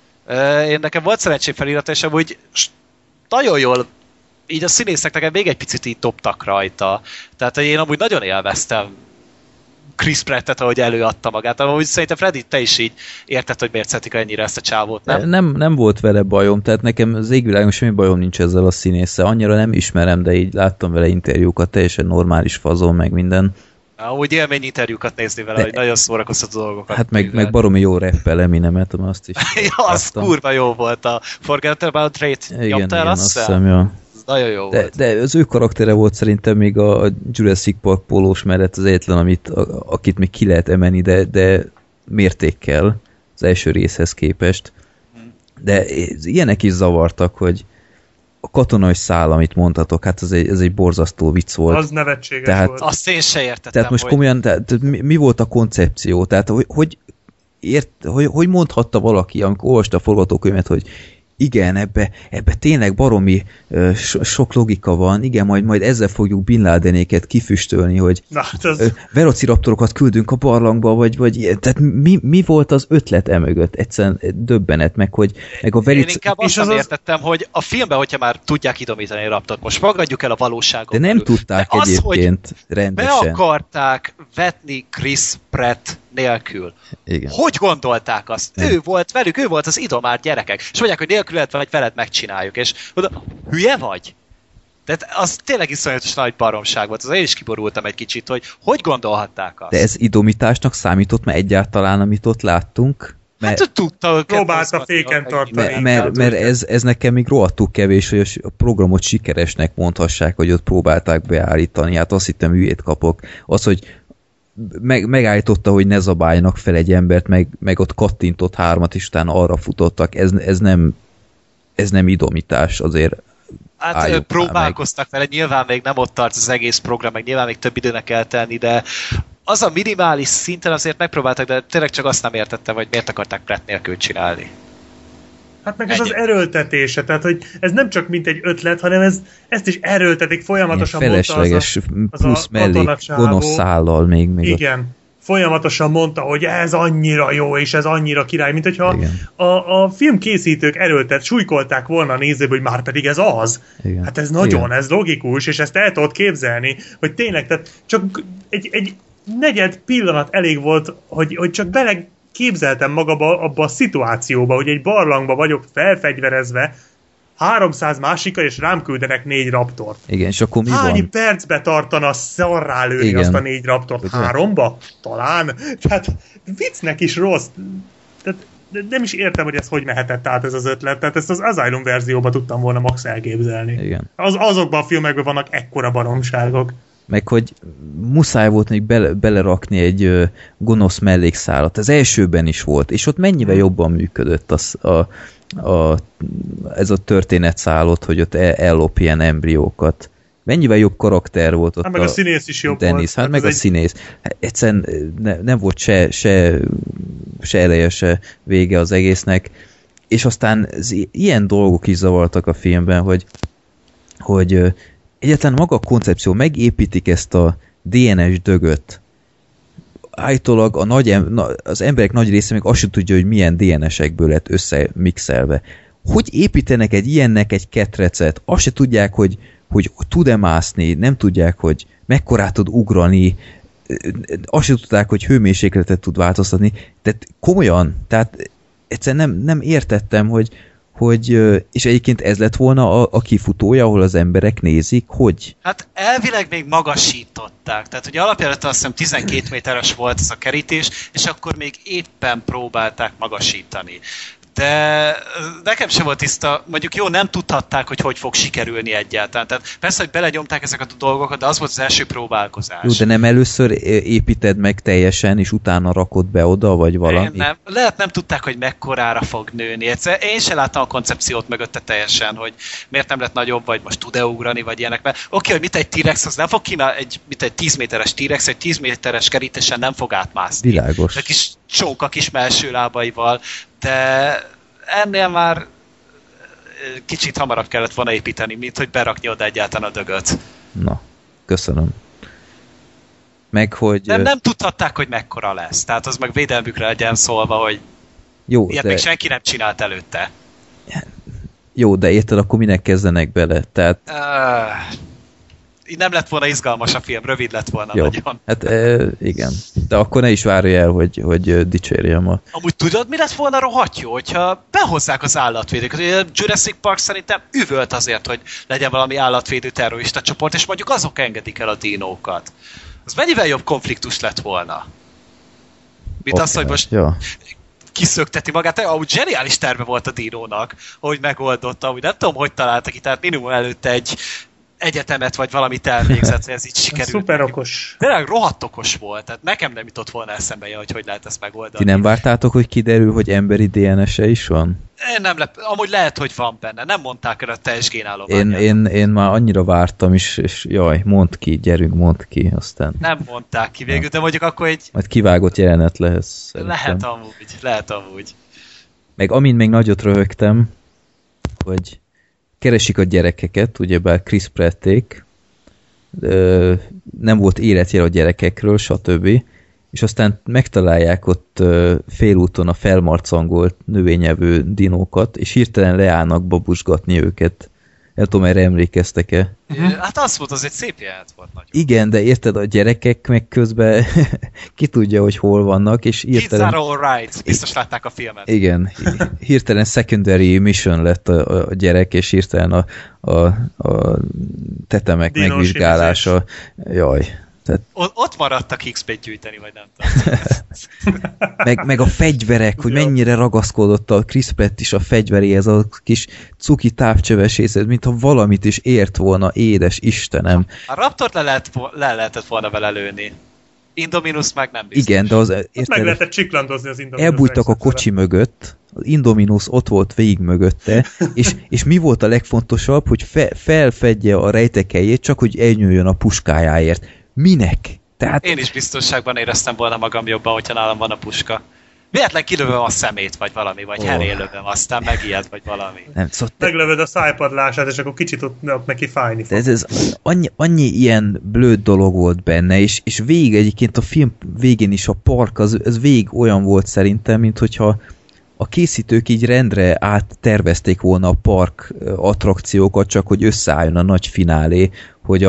S5: Én nekem volt szerencsém felirat, és amúgy nagyon jól így a színészek nekem még egy picit így dobtak rajta. Tehát én amúgy nagyon élveztem Chris Pratt-et, ahogy előadta magát. Amúgy szerintem Freddy, te is így érted, hogy miért szeretik ennyire ezt a csávót, nem?
S2: Nem volt vele bajom, tehát nekem az égvilágon semmi bajom nincs ezzel a színésszel. Annyira nem ismerem, de így láttam vele interjúkat, teljesen normális fazon, meg minden.
S5: Úgy élményinterjúkat nézni vele, hogy nagyon szórakoztató dolgokat.
S2: Hát meg baromi jó rappel Eminemet, azt is.
S5: Ja, az kurva jó volt a Forget About Rate.
S2: Igen, azt hiszem, ja.
S5: Nagyon jó volt.
S2: De az ő karaktere volt szerintem még a Jurassic Park pólós mellett az egyetlen, akit még ki lehet emelni, de mértékkel az első részhez képest. De ilyenek is zavartak, hogy a katonai szál, amit mondhatok, hát ez egy borzasztó vicc volt.
S3: Az nevetséges volt.
S5: Azt én se értettem.
S2: Tehát most komolyan, mi volt a koncepció? Tehát hogy mondhatta valaki, amikor olvasta a forgatókönyvet, hogy igen, ebbe tényleg baromi sok logika van, igen, majd ezzel fogjuk Bin Ladenéket kifüstölni, hogy velociraptorokat küldünk a barlangba, vagy tehát mi volt az ötlet emögött? Egyszerűen döbbenet, meg a
S5: Én inkább azt nem értettem, hogy a filmben, hogyha már tudják idomítani a raptort, most magadjuk el a valóságot.
S2: De nem tudták egyébként rendesen.
S5: Be akarták vetni Chris Pratt nélkül.
S2: Igen.
S5: Hogy gondolták azt?
S2: Nem.
S5: Ő volt velük, ő volt az idomált gyerekek. És mondják, hogy nélküled vagy veled megcsináljuk. És oda, hülye vagy? Tehát az tényleg iszonyatos nagy baromság volt. Az én is kiborultam egy kicsit, hogy gondolhatták azt.
S2: De ez idomításnak számított, mert egyáltalán, amit ott láttunk?
S5: Hát tudta őket.
S3: Próbálta féken tartani.
S2: Mert ez nekem még rohadtul kevés, hogy a programot sikeresnek mondhassák, hogy ott próbálták beállítani. Hát azt hittem, hülyét kapok. Az, hogy megállította, hogy ne zabáljanak fel egy embert, meg ott kattintott 3-at, és utána arra futottak. Ez nem idomítás, azért
S5: hát próbálkoztak vele, nyilván még nem ott tart az egész program, meg nyilván még több időnek kell tenni, de az a minimális szinten azért megpróbáltak, de tényleg csak azt nem értettem, hogy miért akarták Pratt nélkül csinálni.
S3: Hát meg ez az erőltetése, tehát hogy ez nem csak mint egy ötlet, hanem ezt is erőltetik, folyamatosan mondta
S2: felesleges plusz mellék gonosz szállal még.
S3: Igen, folyamatosan mondta, hogy ez annyira jó, és ez annyira király, mint hogyha a filmkészítők súlykolták volna a nézőbe, hogy már pedig ez az. Igen. Hát ez nagyon, ez logikus, és ezt el tudod képzelni, hogy tényleg, tehát csak egy negyed pillanat elég volt, hogy csak bele képzeltem magaba abba a szituációba, hogy egy barlangba vagyok felfegyverezve, 300 másikkal, és rám küldenek 4 raptort.
S2: Igen, és akkor mi
S3: Hány
S2: van?
S3: percbe tartana szarrá lőni azt a 4 raptort? 3-ba? Talán? Tehát viccnek is rossz. Tehát nem is értem, hogy ez hogy mehetett át ez az ötlet. Tehát ezt az Asylum verzióban tudtam volna max elképzelni.
S2: Igen.
S3: Azokban a filmekben vannak ekkora baromságok. meg
S2: hogy muszáj volt még belerakni egy gonosz mellékszálat. Az elsőben is volt, és ott mennyivel jobban működött ez a történetszálot, hogy ott ellop ilyen embriókat. Mennyivel jobb karakter volt ott.
S3: Hát meg a színész is jobb
S2: Dennis,
S3: volt.
S2: Hát meg a színész. Egyszerűen nem volt se eleje, se vége az egésznek. És aztán ilyen dolgok is zavartak a filmben, hogy egyáltalán maga a koncepció, megépítik ezt a DNS dögöt. Állítólag az emberek nagy része még azt sem tudja, hogy milyen DNS-ekből lett összemixelve. Hogy építenek egy ilyennek egy ketrecet? Azt se tudják, hogy tud-e mászni, nem tudják, hogy mekkorát tud ugrani, azt se tudták, hogy hőmérsékletet tud változtatni. Tehát komolyan, tehát egyszerűen nem értettem, hogy és egyébként ez lett volna a kifutója, ahol az emberek nézik, hogy?
S5: Hát elvileg még magasították. Tehát ugye alapjáraton azt hiszem 12 méteres volt ez a kerítés, és akkor még éppen próbálták magasítani. De nekem sem volt tiszta, mondjuk jó, nem tudhatták, hogy fog sikerülni egyáltalán. Tehát persze, hogy belenyomták ezeket a dolgokat, de az volt az első próbálkozás.
S2: Jó, de nem először építed meg teljesen, és utána rakod be oda, vagy valami?
S5: Nem. Lehet nem tudták, hogy mekkorára fog nőni. Én sem láttam a koncepciót mögötte teljesen, hogy miért nem lett nagyobb, vagy most tud-e ugrani, vagy ilyenek. Mert oké, hogy mit egy T-rex, az nem fog kínálni, egy 10 méteres T-rex, egy 10 méteres kerítésen nem fog átmászni.
S2: Világos.
S5: Egy kis csóka kis mellső lábaival, de ennél már kicsit hamarabb kellett volna építeni, mint hogy berakni oda egyáltalán a dögöt.
S2: Na, köszönöm. Meg, hogy...
S5: Nem tudhatták, hogy mekkora lesz. Tehát az meg védelmükre legyen szólva, hogy
S2: jó,
S5: ilyet még senki nem csinált előtte.
S2: Jó, de érted, akkor minek kezdenek bele? Tehát...
S5: Így nem lett volna izgalmas a film, rövid lett volna
S2: jó.
S5: Nagyon.
S2: Hát igen. De akkor ne is várj el, hogy dicsérjem a...
S5: Amúgy tudod, mi lett volna rohadt jó, hogyha behozzák az állatvédőket. A Jurassic Park szerintem üvölt azért, hogy legyen valami állatvédő terrorista csoport, és mondjuk azok engedik el a dinókat. Az mennyivel jobb konfliktus lett volna? Mint az, hogy most kiszökteti magát. Ahogy zseniális terve volt a dinónak, ahogy megoldotta, ahogy nem tudom, hogy találta ki, tehát minimum előtte egy egyetemet, vagy valamit elvégzett, hogy ez így sikerült.
S3: Szuper okos.
S5: Tényleg rohadt okos volt, tehát nekem nem jutott volna eszembe, hogy lehet ezt megoldani.
S2: Ti nem vártátok, hogy kiderül, hogy emberi DNS-e is van?
S5: Amúgy lehet, hogy van benne. Nem mondták el a teljes génállományát.
S2: Én már annyira vártam is, és jaj, mondd ki, gyerünk, mondd ki, aztán...
S5: Nem mondták ki végül, de mondjuk akkor egy...
S2: Majd kivágott jelenet lesz.
S5: Lehet amúgy.
S2: Meg amint még nagyot röhögtem, hogy keresik a gyerekeket, ugyebár Chris Pratték, nem volt életjel a gyerekekről, stb. És aztán megtalálják ott félúton a felmarcangolt növényevő dinókat, és hirtelen leállnak babusgatni őket. El tudom, erre emlékeztek-e?
S5: Hát azt volt, az egy szép jelent volt. Nagyon.
S2: Igen, de érted, a gyerekek meg közben ki tudja, hogy hol vannak, és hirtelen...
S5: Kids are all right. Biztos látták a filmet.
S2: Igen, hirtelen secondary mission lett a gyerek, és hirtelen a tetemek
S3: Dinos
S2: megvizsgálása. Jaj. Tehát...
S5: Ott maradtak XP-t gyűjteni, vagy nem tudom.
S2: meg a fegyverek, hogy mennyire ragaszkodott a Chris Pratt is a fegyveréhez, a kis cuki távcsövesészet, mintha valamit is ért volna, édes Istenem.
S5: A Raptort le lehetett volna vele lőni. Indominus meg nem biztos.
S2: Igen, de az...
S3: Meg lehetett csiklandozni az Indominus.
S2: Elbújtak a kocsi mögött, az Indominus ott volt végig mögötte, és mi volt a legfontosabb, hogy felfedje a rejtekhelyét, csak hogy elnyúljon a puskájáért. Minek? Tehát...
S5: Én is biztonságban éreztem volna magam jobban, hogyha nálam van a puska. Véletlen kilövöm a szemét, vagy valami, vagy herélövöm, aztán megijed, vagy valami.
S2: Nem, szóval
S3: meglövöd a szájpadlását, és akkor kicsit ott neki fájni fog.
S2: Ez annyi ilyen blöd dolog volt benne, és végig egyébként a film végén is a park, az végig olyan volt szerintem, mint hogyha a készítők így rendre áttervezték volna a park attrakciókat, csak hogy összeálljon a nagy finálé, hogy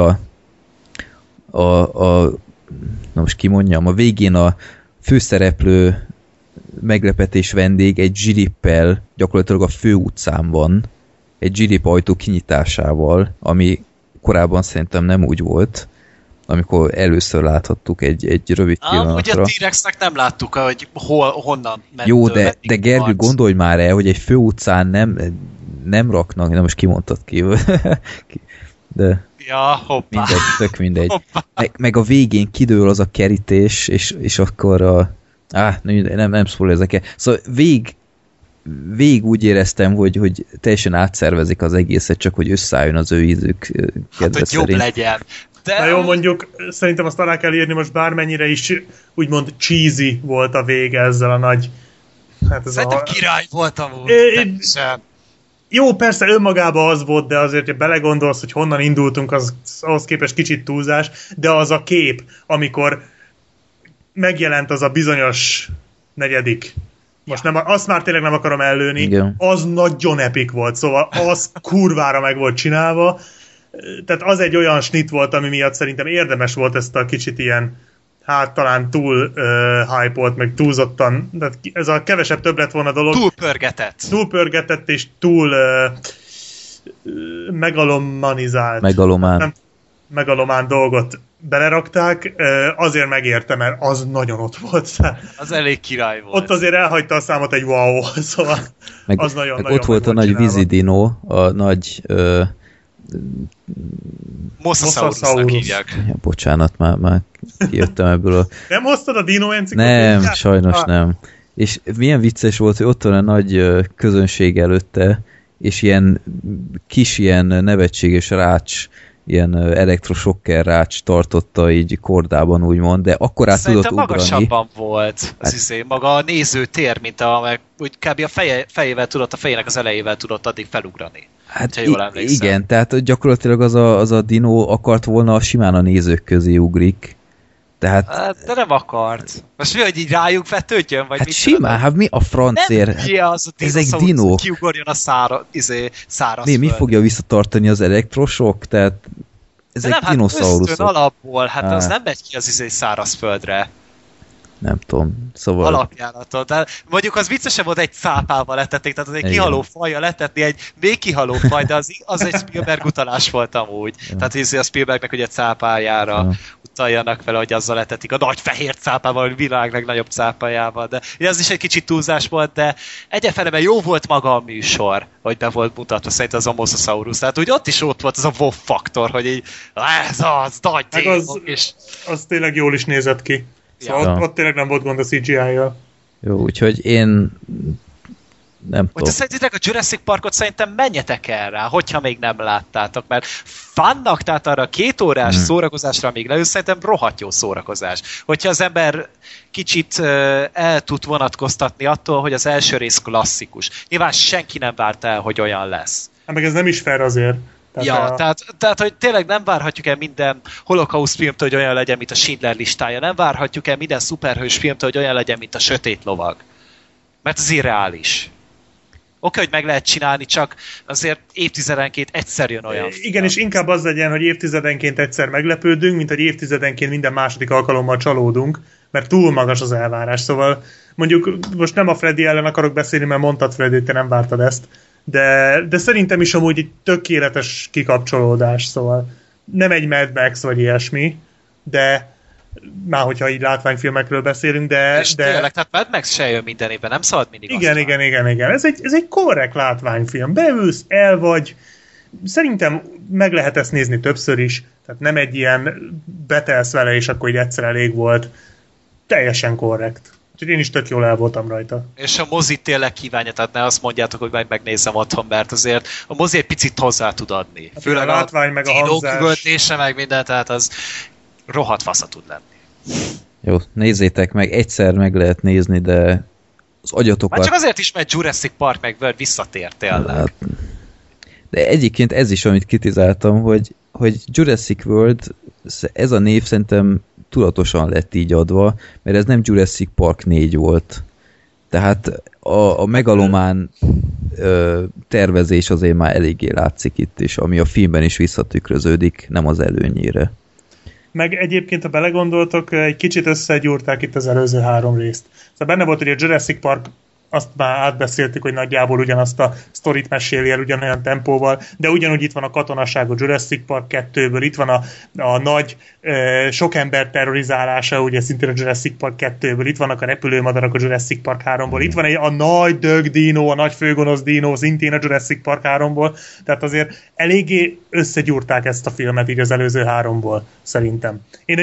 S2: na most kimondjam, a végén a főszereplő meglepetés vendég egy zsilippel gyakorlatilag a főutcán van, egy zsilip ajtó kinyitásával, ami korábban szerintem nem úgy volt, amikor először láthattuk egy rövid pillanatra.
S5: Ugye a T-Rexnek nem láttuk, hogy honnan ment.
S2: Jó, de Gergő, gondolj már el, hogy egy főutcán nem raknak, nem most kimondtad ki, de...
S5: Ja, hoppá.
S2: Mindegy, tök mindegy. Meg a végén kidől az a kerítés, és akkor nem spoilerzek el. Szóval végig úgy éreztem, hogy teljesen átszervezik az egészet, csak hogy összeálljon az ő ízük kedve
S5: hát, hogy
S2: szerint.
S5: jobb legyen. De...
S3: Na jó, mondjuk szerintem azt alá kell írni, most bármennyire is úgymond cheesy volt a vége ezzel a nagy... Hát ez
S5: szerintem király volt amúgy.
S3: Jó, persze önmagában az volt, de azért, hogy belegondolsz, hogy honnan indultunk, az ahhoz képest kicsit túlzás, de az a kép, amikor megjelent az a bizonyos negyedik, most nem, azt már tényleg nem akarom ellőni, igen. Az nagyon epik volt, szóval az kurvára meg volt csinálva, tehát az egy olyan snit volt, ami miatt szerintem érdemes volt ezt a kicsit ilyen, hát talán túl hype-olt, meg túlzottan, de ez a kevesebb több lett volna dolog. Túlpörgetett és túl megalomanizált. Megalomán dolgot belerakták, azért megérte, mert az nagyon ott volt.
S5: Az elég király volt.
S3: Ott azért elhagyta a számot egy wow, szóval az nagyon
S2: ott volt a nagy vízidino, a nagy...
S5: Mosasaurusnak hívják.
S2: Ja, bocsánat, már kijöttem ebből a...
S3: Nem hoztad a dino enciklopédiát?
S2: Nem, sajnos nem. És milyen vicces volt, hogy ott van a nagy közönség előtte, és ilyen kis ilyen nevetséges rács, ilyen elektrosokker rács tartotta így kordában, úgymond, de akkor át tudott ugrani.
S5: Magasabban volt maga a nézőtér, mint úgy kb. A fejével tudott, a fejének az elejével tudott addig felugrani.
S2: Hát igen, tehát gyakorlatilag az a dino akart volna simán a nézők közé ugrik. Tehát...
S5: Hát, de nem akart. Most mi, hogy így rájuk vetődjön? Vagy
S2: hát
S5: mit
S2: simán, hát mi a francér? Ezek dinók.
S5: Kiugorjon a száraz
S2: mi fogja visszatartani az elektrosok? Tehát ezek dinoszauruszok.
S5: Hát alapból, hát az nem megy ki az szárazföldre.
S2: Nem tudom, szóval...
S5: Alapjáraton. De mondjuk az viccesebb volt, egy cápával letették, tehát az egy kihaló fajjal letetni, egy még kihaló faj, de az egy Spielberg utalás volt amúgy. Tehát a Spielbergnek ugye cápájára utaljanak vele, hogy azzal letetik a nagy fehér cápával, a világ legnagyobb cápájával, de ez is egy kicsit túlzás volt, de egyenfeleben jó volt maga a műsor, hogy be volt mutatva szerint az a Mosasaurus. Tehát úgy ott is ott volt az a wow faktor, hogy így ez az nagy témok, és...
S3: Az tényleg jól is nézett ki. Szóval ott tényleg nem volt gond a CGI-jal.
S2: Jó, úgyhogy én nem tudom.
S5: Hogyha szerintetek a Jurassic Parkot szerintem menjetek el rá, hogyha még nem láttátok, mert fannak, tehát arra 2 órás szórakozásra még leül, szerintem rohadt jó szórakozás. Hogyha az ember kicsit el tud vonatkoztatni attól, hogy az első rész klasszikus. Nyilván senki nem várta el, hogy olyan lesz.
S3: Hát meg ez nem is fair azért.
S5: Tehát, hogy tényleg nem várhatjuk el minden holokauszt filmtől, hogy olyan legyen, mint a Schindler listája. Nem várhatjuk el minden szuperhős filmtől, hogy olyan legyen, mint a Sötét lovag. Mert az irreális. Oké, hogy meg lehet csinálni, csak azért évtizedenként egyszer jön olyan film.
S3: Igen, és inkább az legyen, hogy évtizedenként egyszer meglepődünk, mint hogy évtizedenként minden második alkalommal csalódunk, mert túl magas az elvárás. Szóval mondjuk most nem a Freddy ellen akarok beszélni, mert mondtad Freddy, te nem vártad ezt, de szerintem is amúgy egy tökéletes kikapcsolódás, szóval nem egy Mad Max vagy ilyesmi, de már hogyha így látványfilmekről beszélünk, de...
S5: És tényleg, tehát Mad Max se jön minden évben, nem szabad mindig
S3: Igen. Ez egy korrekt látványfilm. Beülsz, el vagy. Szerintem meg lehet ezt nézni többször is, tehát nem egy ilyen betelsz vele, és akkor így egyszer elég volt. Teljesen korrekt. Úgyhogy én is tök jól el voltam rajta.
S5: És a mozi tényleg kívánja, tehát ne azt mondjátok, hogy majd megnézzem otthon, mert azért a mozi egy picit hozzá tud adni.
S3: Hát
S5: főleg
S3: a látvány, meg a hangzás.
S5: meg minden, tehát az rohadt fasza tud lenni.
S2: Jó, nézzétek meg, egyszer meg lehet nézni, de az agyatokat...
S5: Már csak azért is, mert Jurassic Park meg World visszatért tényleg. Hát,
S2: de egyébként ez is, amit kritizáltam, hogy Jurassic World, ez a név szerintem tudatosan lett így adva, mert ez nem Jurassic Park 4 volt. Tehát a megalomán tervezés azért már eléggé látszik itt is, ami a filmben is visszatükröződik, nem az előnyére.
S3: Meg egyébként, ha belegondoltok, egy kicsit összegyúrták itt az előző 3 részt. Szóval benne volt, hogy a Jurassic Park, azt már átbeszéltük, hogy nagyjából ugyanazt a sztorit meséli el ugyanolyan tempóval, de ugyanúgy itt van a katonaság a Jurassic Park 2-ből, itt van a nagy sok ember terrorizálása, ugye szintén a Jurassic Park 2-ből, itt vannak a repülőmadarak a Jurassic Park 3-ból, itt van a nagy dög dino, a nagy főgonosz dino, szintén a Jurassic Park 3-ból, tehát azért eléggé összegyúrták ezt a filmet így az előző 3-ból, szerintem.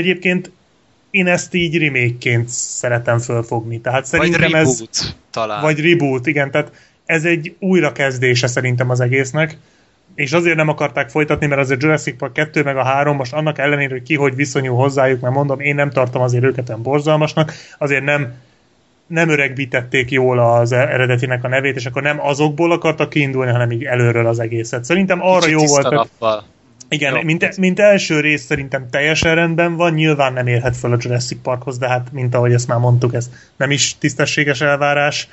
S3: Én ezt így remake-ként szeretem fölfogni. Tehát szerintem
S5: vagy reboot, talán.
S3: Vagy reboot, igen. Tehát ez egy újrakezdése szerintem az egésznek. És azért nem akarták folytatni, mert azért Jurassic Park 2 meg a 3 most annak ellenére, hogy ki hogy viszonyul hozzájuk, mert mondom, én nem tartom azért őket olyan borzalmasnak, azért nem öregbítették jól az eredetinek a nevét, és akkor nem azokból akartak kiindulni, hanem így előről az egészet. Szerintem arra
S5: kicsit
S3: jó volt. Igen,
S5: jó,
S3: mint első rész szerintem teljesen rendben van, nyilván nem érhet fel a Jurassic Parkhoz, de hát, mint ahogy ezt már mondtuk, ez nem is tisztességes elvárás.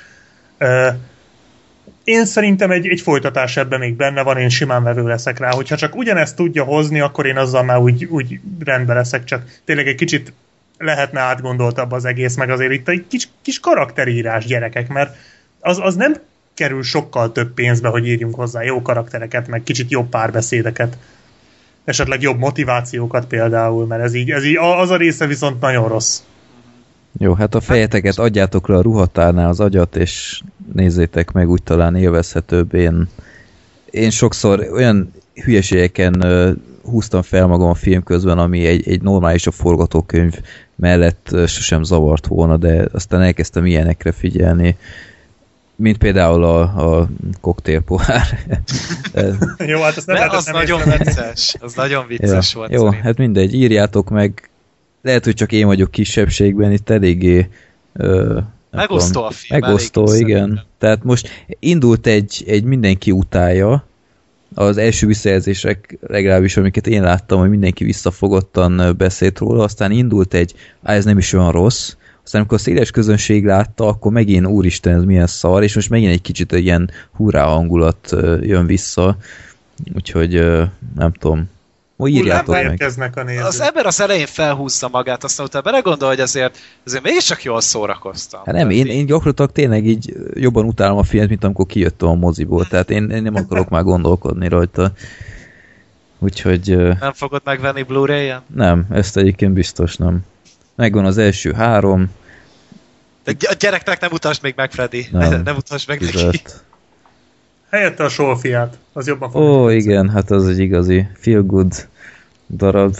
S3: Én szerintem egy folytatás ebben még benne van, én simán vevő leszek rá. Hogyha csak ugyanezt tudja hozni, akkor én azzal már úgy rendben leszek, csak tényleg egy kicsit lehetne átgondoltabb az egész, meg azért itt egy kis karakterírás, gyerekek, mert az nem kerül sokkal több pénzbe, hogy írjunk hozzá jó karaktereket, meg kicsit jobb párbeszédeket. Esetleg jobb motivációkat például, mert ez így az a része viszont nagyon rossz.
S2: Jó, hát a fejeteket adjátok le a ruhatárnál az agyat, és nézzétek meg, úgy talán élvezhetőbb. Én sokszor olyan hülyeségeken húztam fel magam a film közben, ami egy normális a forgatókönyv mellett sosem zavart volna, de aztán elkezdtem ilyenekre figyelni, mint például a koktélpohár.
S3: Jó, hát azt nem
S5: az nagyon vicces. Az nagyon vicces volt.
S2: Jó, szerint. Hát mindegy, írjátok meg. Lehet, hogy csak én vagyok kisebbségben, itt eléggé
S5: megosztó a film.
S2: Megosztó, igen. Szerintem. Tehát most indult egy mindenki utálja, az első visszajelzések legalábbis, amiket én láttam, hogy mindenki visszafogottan beszélt róla, aztán indult ez nem is olyan rossz, aztán amikor a széles közönség látta, akkor megint úristen, ez milyen szar, és most megint egy kicsit ilyen hurrá hangulat jön vissza, úgyhogy nem tudom. Írjátok meg.
S5: Az ember az elején felhúzza magát, aztán utána belegondol, hogy azért mégiscsak jól szórakoztam.
S2: Hát nem, én gyakorlatilag tényleg így jobban utálom a filmet, mint amikor kijöttem a moziból, tehát én nem akarok már gondolkodni rajta. Úgyhogy...
S5: Nem fogod megvenni Blu-ray-en?
S2: Nem, ezt egyébként biztos nem. Megvan az első 3.
S5: De a gyereknek nem utasd még meg, Freddy. Nem utasd meg neki.
S3: Helyette a Solfiát, az jobban fog.
S2: Ó, igen, hát az egy igazi feel good darab.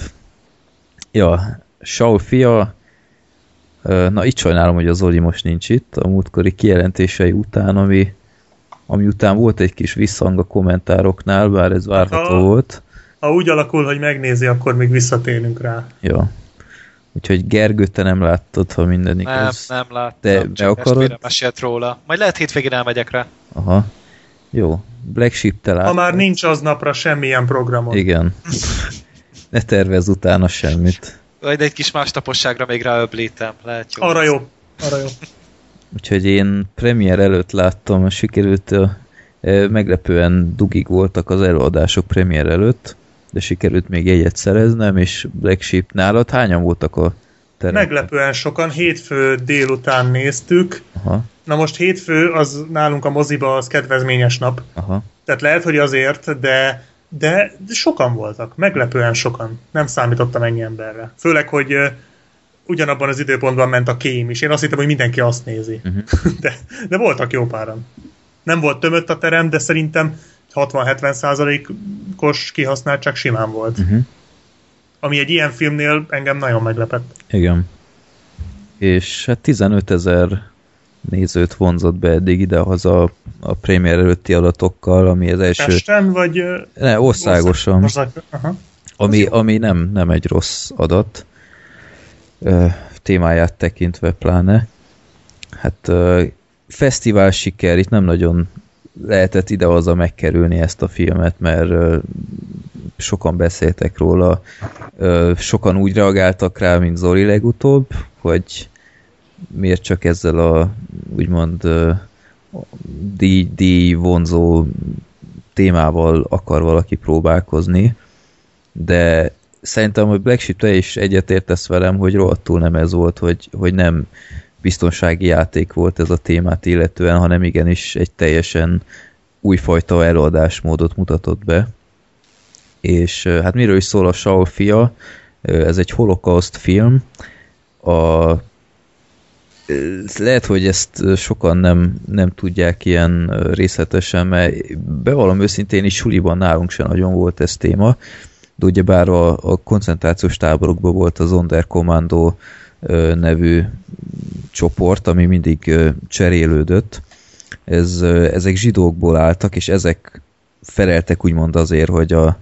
S2: Ja, Solfia. Na, itt sajnálom, hogy az Zoli most nincs itt, a múltkori kijelentései után, ami után volt egy kis visszhang a kommentároknál, bár ez várható volt.
S3: Ha úgy alakul, hogy megnézi, akkor még visszatérünk rá.
S2: Ja. Úgyhogy Gergő, te nem láttad, ha minden igaz.
S5: Nem láttam,
S2: de
S5: csak estvére mesélt róla. Majd lehet hétvégén elmegyek rá.
S2: Aha. Jó, Black Sheep-te láttam.
S3: Ha már nincs aznapra semmilyen programon.
S2: Igen. Ne tervezz utána semmit.
S5: Vagy egy kis másnaposságra még ráöblítem. Lehet jó.
S3: Arra jó. Arra jó.
S2: Úgyhogy én premier előtt láttam, sikerült, meglepően dugig voltak az előadások premier előtt, de sikerült még jegyet szereznem, és Black Sheep nálad hányan voltak a teremben?
S3: Meglepően sokan, hétfő délután néztük.
S2: Aha.
S3: Na most hétfő, az nálunk a moziba az kedvezményes nap.
S2: Aha.
S3: Tehát lehet, hogy azért, de sokan voltak. Meglepően sokan. Nem számítottam ennyi emberre. Főleg, hogy ugyanabban az időpontban ment a kém is. Én azt hittem, hogy mindenki azt nézi. De voltak jó páran. Nem volt tömött a terem, de szerintem 60-70%-os kihasználtság simán volt. Ami egy ilyen filmnél engem nagyon meglepett.
S2: Igen. És hát 15 000 nézőt vonzott be eddig idehaza a premier előtti adatokkal, ami az első...
S3: Pesten, vagy...
S2: Ne, országosan.
S3: Aha.
S2: Ami nem egy rossz adat. Témáját tekintve pláne. Hát fesztivál siker, itt nem nagyon lehetett idehaza megkerülni ezt a filmet, mert sokan beszéltek róla, sokan úgy reagáltak rá, mint Zoli legutóbb, hogy miért csak ezzel a úgymond díj vonzó témával akar valaki próbálkozni, de szerintem, hogy Black Sheep, te is egyetértesz velem, hogy rohadtul nem ez volt, hogy nem biztonsági játék volt ez a témát illetően, hanem igenis egy teljesen újfajta előadásmódot mutatott be. És hát miről is szól a Saul fia? Ez egy holokauszt film. Lehet, hogy ezt sokan nem tudják ilyen részletesen, mert bevallom őszintén is suliban nálunk sem nagyon volt ez téma, de ugyebár a koncentrációs táborokban volt az Sonderkommando nevű csoport, ami mindig cserélődött. Ezek zsidókból álltak, és ezek feleltek úgymond azért, hogy a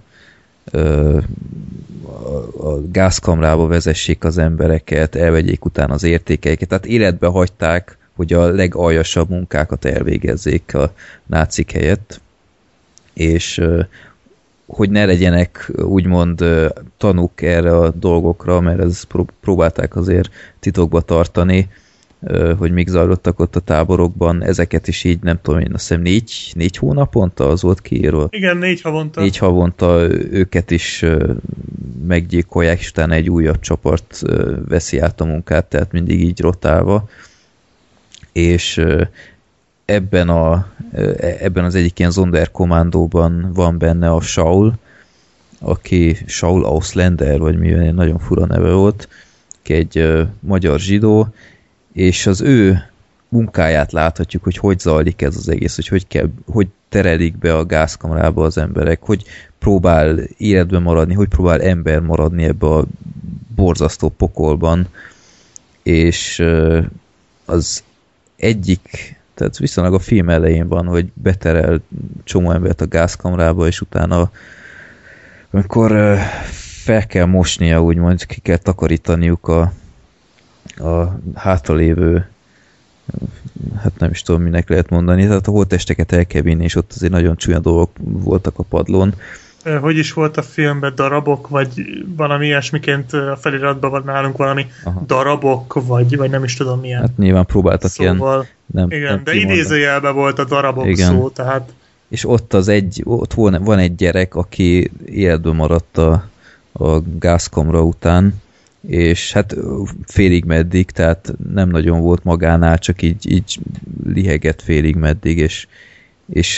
S2: gázkamrába vezessék az embereket, elvegyék utána az értékeiket, tehát életbe hagyták, hogy a legaljasabb munkákat elvégezzék a nácik helyett, és hogy ne legyenek úgymond tanúk erre a dolgokra, mert ezt próbálták azért titokba tartani, hogy még zajlottak ott a táborokban, ezeket is így, nem tudom én, azt hiszem 4 hónaponta az volt kiírva.
S3: Igen, 4 havonta.
S2: 4 havonta őket is meggyilkolják, és utána egy újabb csoport veszi át a munkát, tehát mindig így rotálva. És ebben az egyik ilyen Sonderkommandóban van benne a Saul, aki Saul Auslander, vagy milyen nagyon fura neve volt, aki egy magyar zsidó, és az ő munkáját láthatjuk, hogy zajlik ez az egész, hogy terelik be a gázkamrába az emberek, hogy próbál életben maradni, hogy próbál ember maradni ebbe a borzasztó pokolban, és az egyik, tehát viszonylag a film elején van, hogy beterel csomó embert a gázkamrába, és utána amikor fel kell mosnia, úgymond ki kell takarítaniuk a hátralévő, hát nem is tudom, minek lehet mondani, tehát a holttesteket el kell vinni, és ott azért nagyon csúnya dolgok voltak a padlón.
S3: Hogy is volt a filmben, darabok, vagy valami ilyesmiként a feliratban van nálunk valami darabok, vagy nem is tudom milyen.
S2: Hát nyilván próbáltak
S3: szóval,
S2: ilyen
S3: igen, de idézőjelben volt a darabok szó, tehát...
S2: És ott van egy gyerek, aki életben maradt a gázkamra után, és hát félig meddig, tehát nem nagyon volt magánál, csak így lihegett félig meddig, és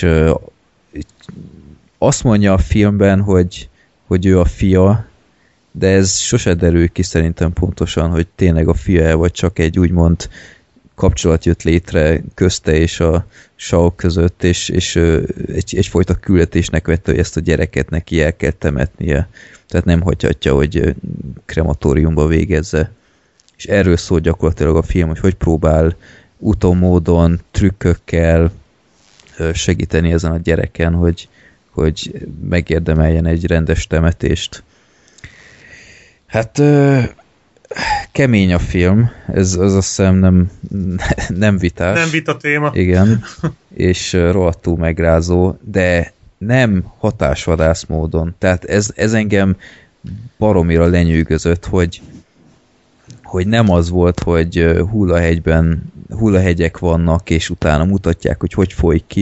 S2: azt mondja a filmben, hogy ő a fia, de ez sose derül ki szerintem pontosan, hogy tényleg a fia, vagy csak egy úgymond kapcsolat jött létre közte és a Saul között, és egyfajta küldetésnek vette, hogy ezt a gyereket neki el kell temetnie. Tehát nem hagyhatja, hogy krematóriumba végezze. És erről szól gyakorlatilag a film, hogy próbál utómódon, trükkökkel segíteni ezen a gyereken, hogy megérdemeljen egy rendes temetést. Hát kemény a film, ez azt hiszem nem vitás.
S3: Nem vita téma.
S2: Igen, és rohadtul megrázó, de nem hatásvadász módon. Tehát ez engem baromira lenyűgözött, hogy nem az volt, hogy hullahegyek vannak, és utána mutatják, hogy folyik ki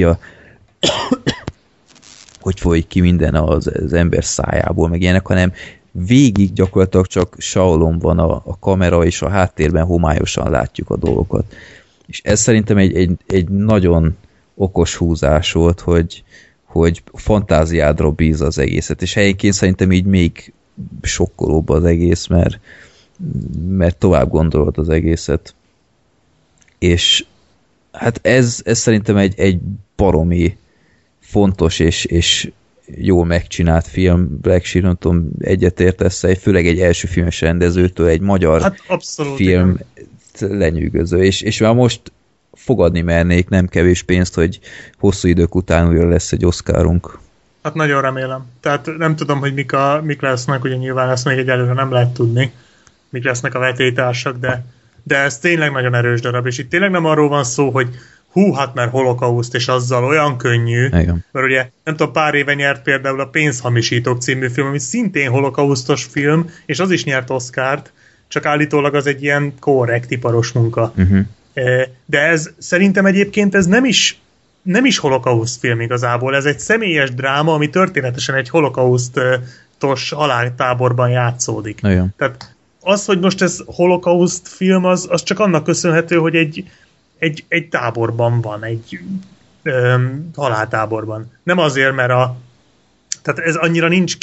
S2: hogy folyik ki minden az ember szájából, meg ilyenek, hanem végig gyakorlatilag csak Shaolon van a kamera, és a háttérben homályosan látjuk a dolgokat. És ez szerintem egy nagyon okos húzás volt, hogy fantáziádra bíz az egészet, és helyenként szerintem így még sokkolóbb az egész, mert tovább gondolod az egészet. És hát ez szerintem egy baromi fontos és jól megcsinált film. Black Sheep, nem tudom, egyetértesz, főleg egy első filmes rendezőtől, egy magyar film lenyűgöző. És már most fogadni mernék nem kevés pénzt, hogy hosszú idők után újra lesz egy Oscarunk.
S3: Hát nagyon remélem. Tehát nem tudom, hogy mik lesznek, ugye nyilván ezt még egyelőre nem lehet tudni, mik lesznek a vetélytársak, de ez tényleg nagyon erős darab, és itt tényleg nem arról van szó, hogy hát mert holokauszt, és azzal olyan könnyű,
S2: igen.
S3: Mert ugye nem tudom, pár éve nyert például a Pénzhamisítók című film, ami szintén holokausztos film, és az is nyert Oscart, csak állítólag az egy ilyen korrekt, iparos munka. De ez szerintem egyébként ez nem is holokauszt film igazából, ez egy személyes dráma, ami történetesen egy holokausztos haláltáborban játszódik.
S2: Igen.
S3: Tehát az, hogy most ez holokauszt film, az csak annak köszönhető, hogy egy táborban van, egy haláltáborban. Nem azért, mert tehát ez annyira nincs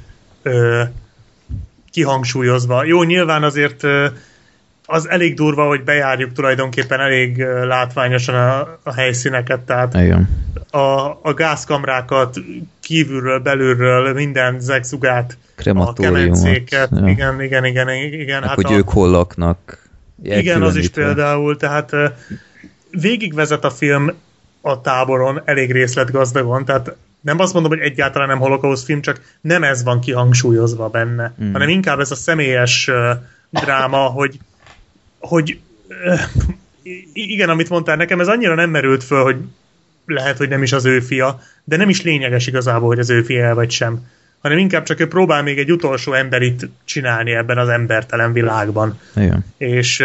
S3: kihangsúlyozva. Jó, nyilván azért az elég durva, hogy bejárjuk tulajdonképpen elég látványosan a helyszíneket, tehát a gázkamrákat kívülről, belülről, minden zegzugát, a kemencéket, ja. Igen.
S2: Hát hogy ők hol laknak.
S3: Igen, az is például, tehát végigvezet a film a táboron elég részletgazdagon, tehát nem azt mondom, hogy egyáltalán nem holokauszt film, csak nem ez van kihangsúlyozva benne, hanem inkább ez a személyes dráma, hogy igen, amit mondtál nekem, ez annyira nem merült föl, hogy lehet, hogy nem is az ő fia, de nem is lényeges igazából, hogy az ő fia vagy sem, hanem inkább csak ő próbál még egy utolsó emberit csinálni ebben az embertelen világban.
S2: Igen.
S3: És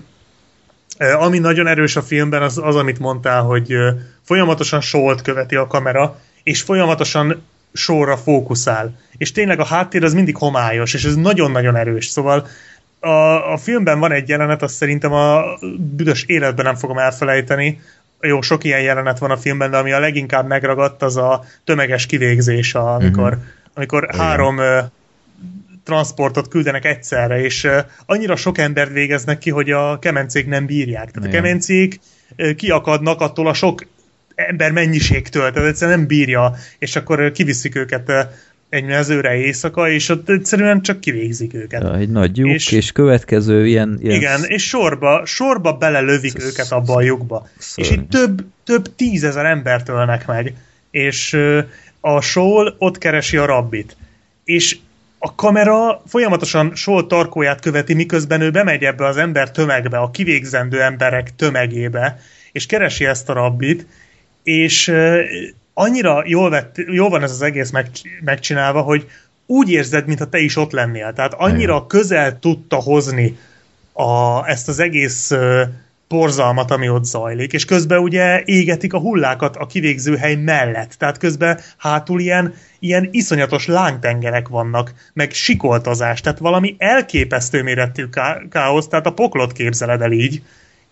S3: ami nagyon erős a filmben, az amit mondtál, hogy folyamatosan Shaw-t követi a kamera, és folyamatosan Shaw-ra fókuszál. És tényleg a háttér az mindig homályos, és ez nagyon-nagyon erős. Szóval a filmben van egy jelenet, azt szerintem a büdös életben nem fogom elfelejteni. Jó, sok ilyen jelenet van a filmben, de ami a leginkább megragadt, az a tömeges kivégzés, amikor 3 transportot küldenek egyszerre, és annyira sok embert végeznek ki, hogy a kemencék nem bírják. Tehát a kemencék kiakadnak attól a sok ember mennyiségtől, tehát egyszerűen nem bírja, és akkor kiviszik őket egy mezőre éjszaka, és ott egyszerűen csak kivégzik őket.
S2: Ja, egy nagy lyuk, és következő ilyen...
S3: Igen, és sorba belelövik őket abba a lyukba. És itt több 10 000 embert ölnek meg. És a Shaw ott keresi a rabbit. És a kamera folyamatosan Shaw tarkóját követi, miközben ő bemegy ebbe az ember tömegbe, a kivégzendő emberek tömegébe, és keresi ezt a rabbit, és annyira jól van ez az egész megcsinálva, hogy úgy érzed, mintha te is ott lennél. Tehát annyira közel tudta hozni ezt az egész borzalmat, ami ott zajlik, és közben ugye égetik a hullákat a kivégzőhely mellett. Tehát közben hátul ilyen iszonyatos lángtengerek vannak, meg sikoltozás, tehát valami elképesztő méretű káosz, tehát a poklot képzeled el így,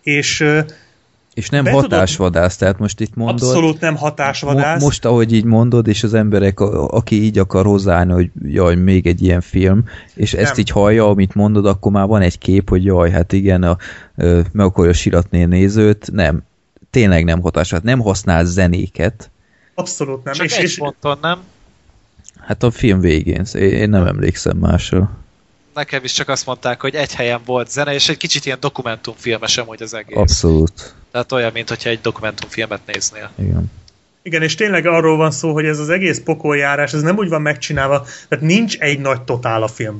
S3: és
S2: nem hatásvadász, tehát most itt mondod...
S3: Abszolút nem hatásvadász.
S2: Most, ahogy így mondod, és az emberek, aki így akar hozzáállni, hogy jaj, még egy ilyen film, és ezt nem. Így hallja, amit mondod, akkor már van egy kép, hogy jaj, hát igen, meg akarja siratni a nézőt. Nem. Tényleg nem hatásvadász. Nem használ zenéket.
S3: Abszolút nem.
S5: Csak egy ponton, nem?
S2: Hát a film végén. Én nem emlékszem másra.
S5: Nekem is csak azt mondták, hogy egy helyen volt zene, és egy kicsit ilyen dokumentumfilmes amúgy az egész.
S2: Abszolút.
S5: Tehát olyan, mintha egy dokumentumfilmet néznél.
S3: Igen, és tényleg arról van szó, hogy ez az egész pokoljárás, ez nem úgy van megcsinálva, tehát nincs egy nagy totál a filmben.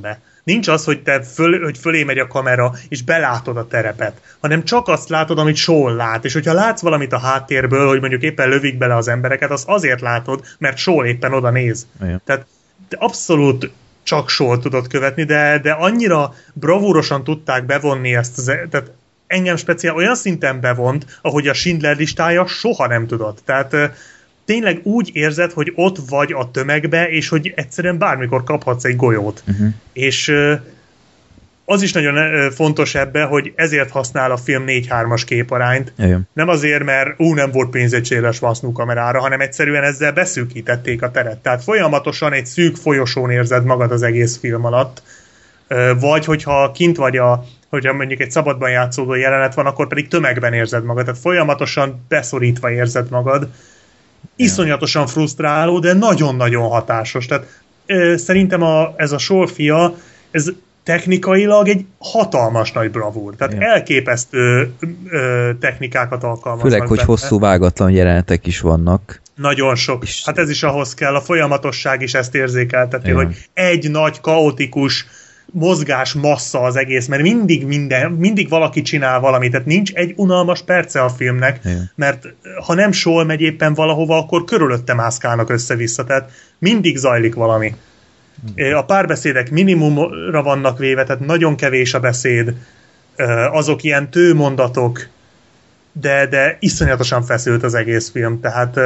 S3: nincs az, hogy hogy fölé megy a kamera, és belátod a terepet, hanem csak azt látod, amit Saul lát, és hogyha látsz valamit a háttérből, hogy mondjuk éppen lövik bele az embereket, azt azért látod, mert Saul éppen oda néz.
S2: Igen.
S3: Tehát abszolút csak Saul tudod követni, de annyira bravúrosan tudták bevonni ezt, tehát engem speciál olyan szinten bevont, ahogy a Schindler listája soha nem tudott. Tehát tényleg úgy érzed, hogy ott vagy a tömegbe, és hogy egyszerűen bármikor kaphatsz egy golyót. És az is nagyon fontos ebbe, hogy ezért használ a film 4:3-as képarányt.
S2: Igen.
S3: Nem azért, mert nem volt pénz egy céles vasznú kamerára, hanem egyszerűen ezzel beszűkítették a teret. Tehát folyamatosan egy szűk folyosón érzed magad az egész film alatt. Vagy hogyha kint vagy hogyha mondjuk egy szabadban játszódó jelenet van, akkor pedig tömegben érzed magad. Tehát folyamatosan beszorítva érzed magad. Iszonyatosan frusztráló, de nagyon-nagyon hatásos. Tehát szerintem ez a Saul fia, ez technikailag egy hatalmas nagy bravúr. Tehát elképesztő technikákat alkalmaznak.
S2: Főleg, hogy hosszú vágatlan jelenetek is vannak.
S3: Nagyon sok. Hát ez is ahhoz kell, a folyamatosság is ezt érzékelteti, hogy egy nagy, kaotikus mozgás massza az egész, mert mindig valaki csinál valamit, tehát nincs egy unalmas perce a filmnek, mert ha nem Saul megy éppen valahova, akkor körülötte mászkálnak össze-vissza, tehát mindig zajlik valami. A párbeszédek minimumra vannak véve, tehát nagyon kevés a beszéd, azok ilyen tőmondatok, de iszonyatosan feszült az egész film, tehát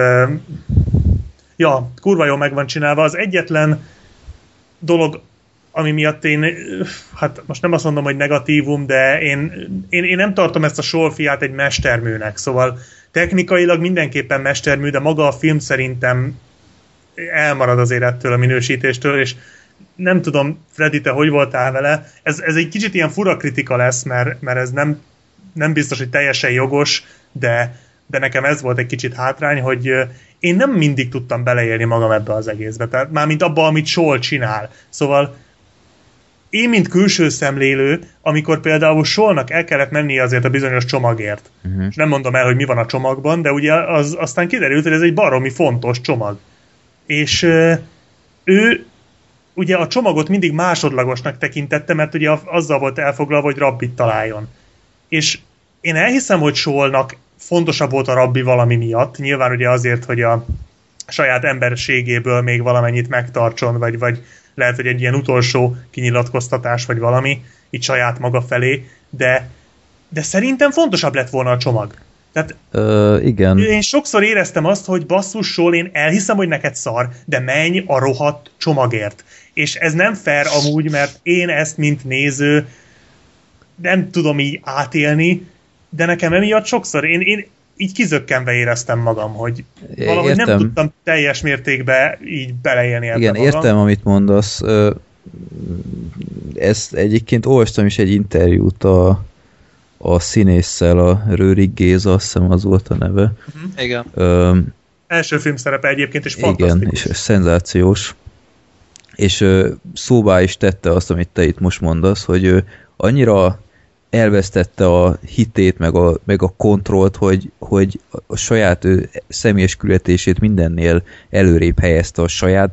S3: kurva jól meg van csinálva. Az egyetlen dolog, ami miatt hát most nem azt mondom, hogy negatívum, de én nem tartom ezt a Saul fiát egy mesterműnek, szóval technikailag mindenképpen mestermű, de maga a film szerintem elmarad azért ettől a minősítéstől, és nem tudom, Freddy, te hogy voltál vele? Ez egy kicsit ilyen fura kritika lesz, mert ez nem biztos, hogy teljesen jogos, de nekem ez volt egy kicsit hátrány, hogy én nem mindig tudtam beleélni magam ebbe az egészbe, tehát mármint abba, amit Saul csinál. Szóval én, mint külső szemlélő, amikor például Saulnak el kellett mennie azért a bizonyos csomagért, és nem mondom el, hogy mi van a csomagban, de ugye aztán kiderült, hogy ez egy baromi fontos csomag. És ő ugye a csomagot mindig másodlagosnak tekintette, mert ugye azzal volt elfoglalva, hogy rabbit találjon. És én elhiszem, hogy Saulnak fontosabb volt a rabbi valami miatt, nyilván ugye azért, hogy a saját emberségéből még valamennyit megtartson, vagy lehet, hogy egy ilyen utolsó kinyilatkoztatás, vagy valami, így saját maga felé, de szerintem fontosabb lett volna a csomag. Tehát
S2: igen.
S3: Én sokszor éreztem azt, hogy basszus, Saul, én elhiszem, hogy neked szar, de menj a rohadt csomagért. És ez nem fair amúgy, mert én ezt, mint néző, nem tudom így átélni, de nekem emiatt sokszor én így kizökkenve éreztem magam, hogy valahogy nem tudtam teljes mértékben így beleélni ebbe magam.
S2: Igen, értem, amit mondasz. Ezt egyébként olvastam is egy interjút a színésszel, a Rőrig Géza, azt hiszem az volt a neve.
S5: Igen.
S3: Első filmszerepe egyébként, és fantasztikus.
S2: Igen, és szenzációs. És szóvá is tette azt, amit te itt most mondasz, hogy annyira elvesztette a hitét, meg a kontrollt, hogy a saját személyes küldetését mindennél előrébb helyezte, a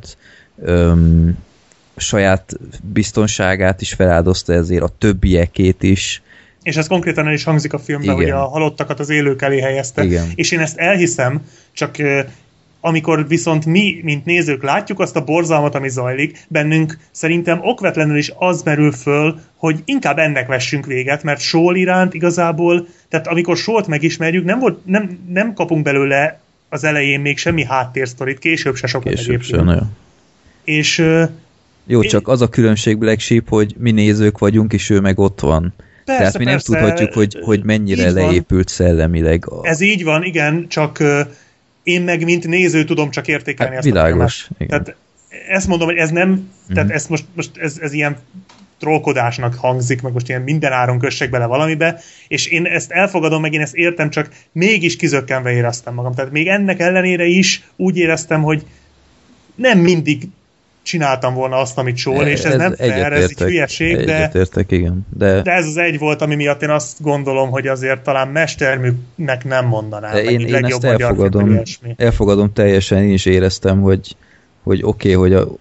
S2: saját biztonságát is feláldozta ezért, a többiekét is.
S3: És ez konkrétan el is hangzik a filmben, hogy a halottakat az élők elé helyezte.
S2: Igen.
S3: És én ezt elhiszem, csak amikor viszont mi, mint nézők látjuk azt a borzalmat, ami zajlik, bennünk szerintem okvetlenül is az merül föl, hogy inkább ennek vessünk véget, mert Saul iránt igazából, tehát amikor Sault megismerjük, nem kapunk belőle az elején még semmi háttérsztorit, később se sokat egyébként. És
S2: jó, csak az a különbség Black Sheep, hogy mi nézők vagyunk, és ő meg ott van.
S3: Persze,
S2: tehát mi nem tudhatjuk, hogy mennyire leépült szellemileg.
S3: Ez így van, igen, csak én meg mint néző tudom csak értékelni ezt
S2: világos,
S3: a filmet. Tehát ezt mondom, hogy ez nem, tehát ez most ez ilyen trollkodásnak hangzik, meg most ilyen minden áron kössek bele valamibe, és én ezt elfogadom, meg én ezt értem, csak mégis kizökkenve éreztem magam. Tehát még ennek ellenére is úgy éreztem, hogy nem mindig csináltam volna azt, amit Saul, és ez nem fair, ez egy hülyeség, de
S2: igen. De
S3: ez az egy volt, ami miatt én azt gondolom, hogy azért talán mesterműnek nem mondanám.
S2: Én ezt elfogadom teljesen, én is éreztem, hogy oké, hogy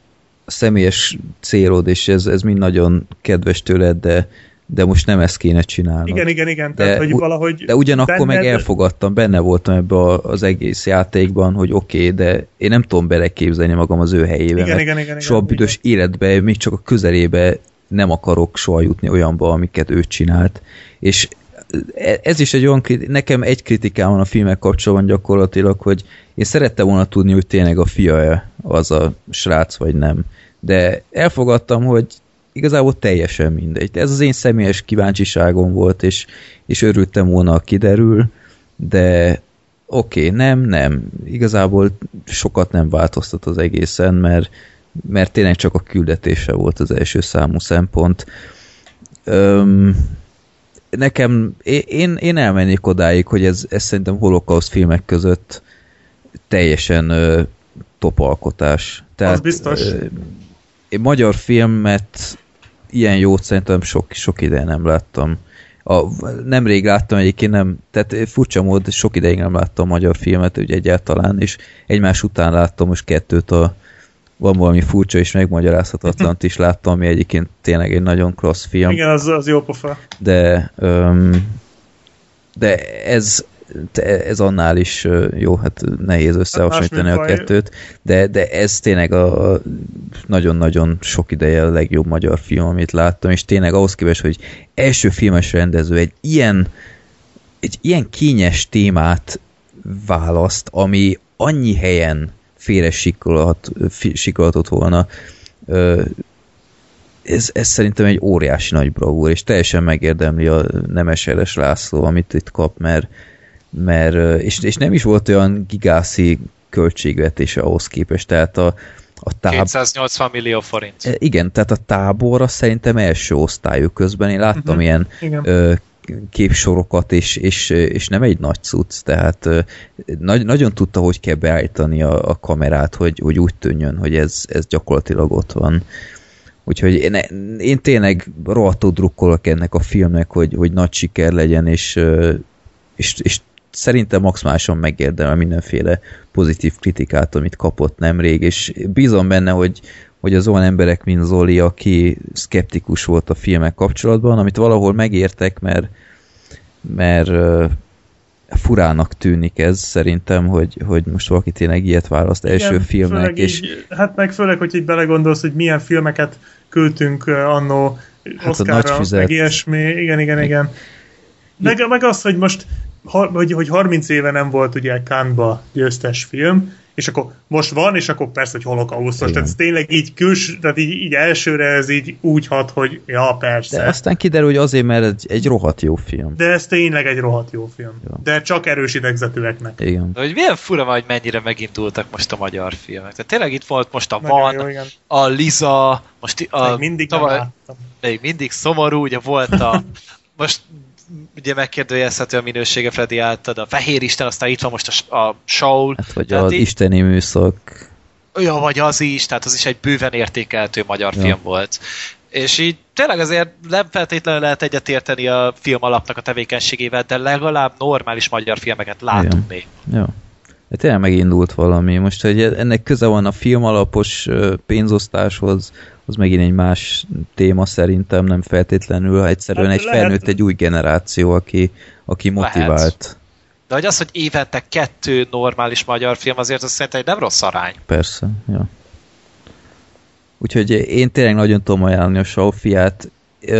S2: személyes célod, és ez mind nagyon kedves tőled, de most nem ezt kéne csinálnod.
S3: Igen. Tehát, hogy valahogy
S2: de ugyanakkor meg elfogadtam, benne voltam ebbe az egész játékban, hogy oké, de én nem tudom beleképzelni magam az ő helyébe.
S3: Igen.
S2: Soha büdös életbe, még csak a közelébe nem akarok soha jutni olyanba, amiket ő csinált. És ez is egy olyan, nekem egy kritikám van a filmek kapcsolatban gyakorlatilag, hogy én szerettem volna tudni, hogy tényleg a fia az a srác, vagy nem. De elfogadtam, hogy igazából teljesen mindegy. Ez az én személyes kíváncsiságom volt, és örültem volna, ha kiderül, de oké, nem. Igazából sokat nem változtat az egészen, mert tényleg csak a küldetése volt az első számú szempont. Nekem, én elmennék odáig, hogy ez szerintem holokauszt filmek között teljesen top alkotás. Tehát,
S3: az biztos.
S2: Én magyar filmet ilyen jót szerintem sok ideje nem láttam. Nemrég láttam egyébként, tehát furcsa mód, sok ideig nem láttam magyar filmet, ugye egyáltalán, és egymás után láttam most kettőt, van valami furcsa és megmagyarázhatatlant is láttam, ami egyébként tényleg egy nagyon klassz film.
S3: Igen, az jó pofa.
S2: De ez annál is jó, hát nehéz összehasonlítani a kettőt, de ez tényleg a nagyon-nagyon sok ideje a legjobb magyar film, amit láttam, és tényleg ahhoz képest, hogy első filmes rendező egy ilyen kényes témát választ, ami annyi helyen félre sikolhatott volna. Ez szerintem egy óriási nagy bravúr, és teljesen megérdemli a Nemes László, amit itt kap, és nem is volt olyan gigászi költségvetése ahhoz képest, tehát a
S5: 280 millió forint.
S2: Igen, tehát a tábor az szerintem első osztályú közben. Én láttam ilyen képsorokat, és nem egy nagy cucc, tehát nagyon tudta, hogy kell beállítani a kamerát, hogy úgy tűnjön, hogy ez gyakorlatilag ott van. Úgyhogy én tényleg rohadtul drukkolok ennek a filmnek, hogy nagy siker legyen, és szerintem maximálisan megérdemel mindenféle pozitív kritikát, amit kapott nemrég, és bízom benne, hogy az olyan emberek, mint Zoli, aki szkeptikus volt a filmek kapcsolatban, amit valahol megértek, mert furának tűnik ez szerintem, hogy most valaki tényleg ilyet választ első filmnek. És
S3: hát meg főleg, hogy így belegondolsz, hogy milyen filmeket küldtünk annó Oscarra, meg ilyesmi. Igen. Meg az, hogy most hogy 30 éve nem volt ugye Cannes-ba győztes film, és akkor most van, és akkor persze, hogy holokausztos. Tehát ez tényleg így tehát így elsőre ez így úgy hat, hogy ja, persze.
S2: De aztán kiderül, hogy azért, mert egy rohadt jó film.
S3: De ez tényleg egy rohadt jó film. Ja. De csak erős idegzetűeknek.
S2: Igen.
S5: De hogy milyen fura van, hogy mennyire megindultak most a magyar filmek. Tehát tényleg itt volt most a Van, a Liza, most még mindig szomorú, ugye volt a most ugye megkérdőjelezhető a minősége Freddy által, a Fehér Isten, aztán itt van most a Saul.
S2: Hát, vagy az isteni műszak.
S5: Ja, vagy az is, tehát az is egy bőven értékelhető magyar film volt. És így tényleg azért nem feltétlenül lehet egyetérteni a film alapnak a tevékenységével, de legalább normális magyar filmeket látunk még.
S2: Ja. Tényleg megindult valami. Most, hogy ennek köze van a film alapos pénzosztáshoz, az megint egy más téma szerintem, nem feltétlenül, egyszerűen egy felnőtt egy új generáció, aki motivált. Lehet.
S5: De hogy az, hogy évente 2 normális magyar film, azért az szerintem egy nem rossz arány.
S2: Persze, ja. Úgyhogy én tényleg nagyon tudom ajánlani a Saufiát.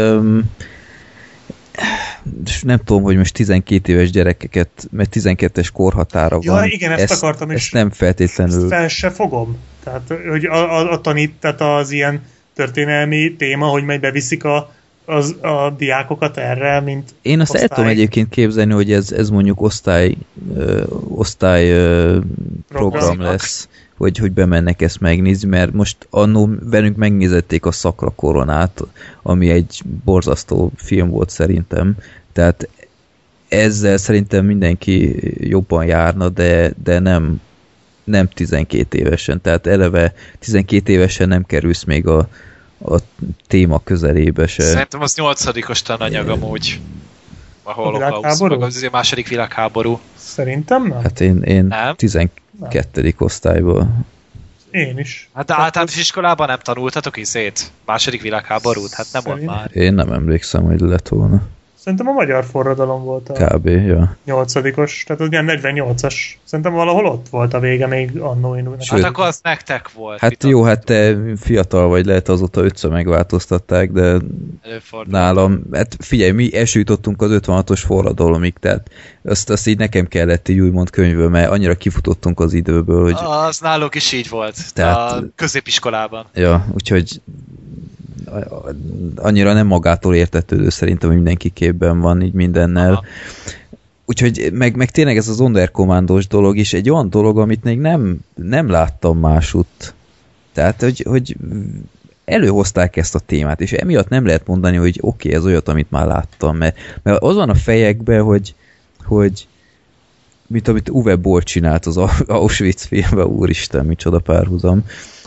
S2: Nem tudom, hogy most 12 éves gyerekeket, mert 12-es korhatára van.
S3: Ja, igen, ezt akartam is.
S2: Ezt nem feltétlenül.
S3: Ezt fel se fogom. Tehát, hogy a tehát az ilyen történelmi téma, hogy majd beviszik a diákokat erre, mint
S2: én azt el tudom egyébként képzelni, hogy ez mondjuk osztály program lesz, hogy bemennek ezt megnézni, mert most annó velünk megnézették a Szakra Koronát, ami egy borzasztó film volt szerintem, tehát ezzel szerintem mindenki jobban járna, de nem 12 évesen, tehát eleve 12 évesen nem kerülsz még a téma közelébe se.
S5: Szerintem az 8-os tananyag amúgy. A holokausz, meg az második világháború.
S3: Szerintem nem.
S2: Hát én 12. osztályból.
S3: Én is.
S5: Hát de általános iskolában nem tanultatok izét? Második világháborút? Hát nem volt már.
S2: Én nem emlékszem, hogy lett volna.
S3: Szerintem a magyar forradalom volt a
S2: Kb. Ja.
S3: 8-os, tehát az ilyen 48-as. Szerintem valahol ott volt a vége még annó.
S5: Hát akkor az nektek volt.
S2: Hát jó, hát te fiatal vagy, lehet azóta 5-ször megváltoztatták, de nálam, hát figyelj, mi elsőjutottunk az 56-os forradalomig, tehát azt így nekem kellett így úgymond könyvből, mert annyira kifutottunk az időből, hogy...
S5: Az náluk is így volt,
S2: tehát,
S5: a középiskolában.
S2: Ja, úgyhogy annyira nem magától értetődő szerintem, hogy mindenki képben van így mindennel. Aha. Úgyhogy meg tényleg ez az Sonderkommandós dolog is egy olyan dolog, amit még nem láttam másutt. Tehát, hogy előhozták ezt a témát, és emiatt nem lehet mondani, hogy oké, ez olyat, amit már láttam, mert az van a fejekben, hogy mint amit Uwe Boll csinált az Auschwitz filmben, úristen, micsoda párhuzam,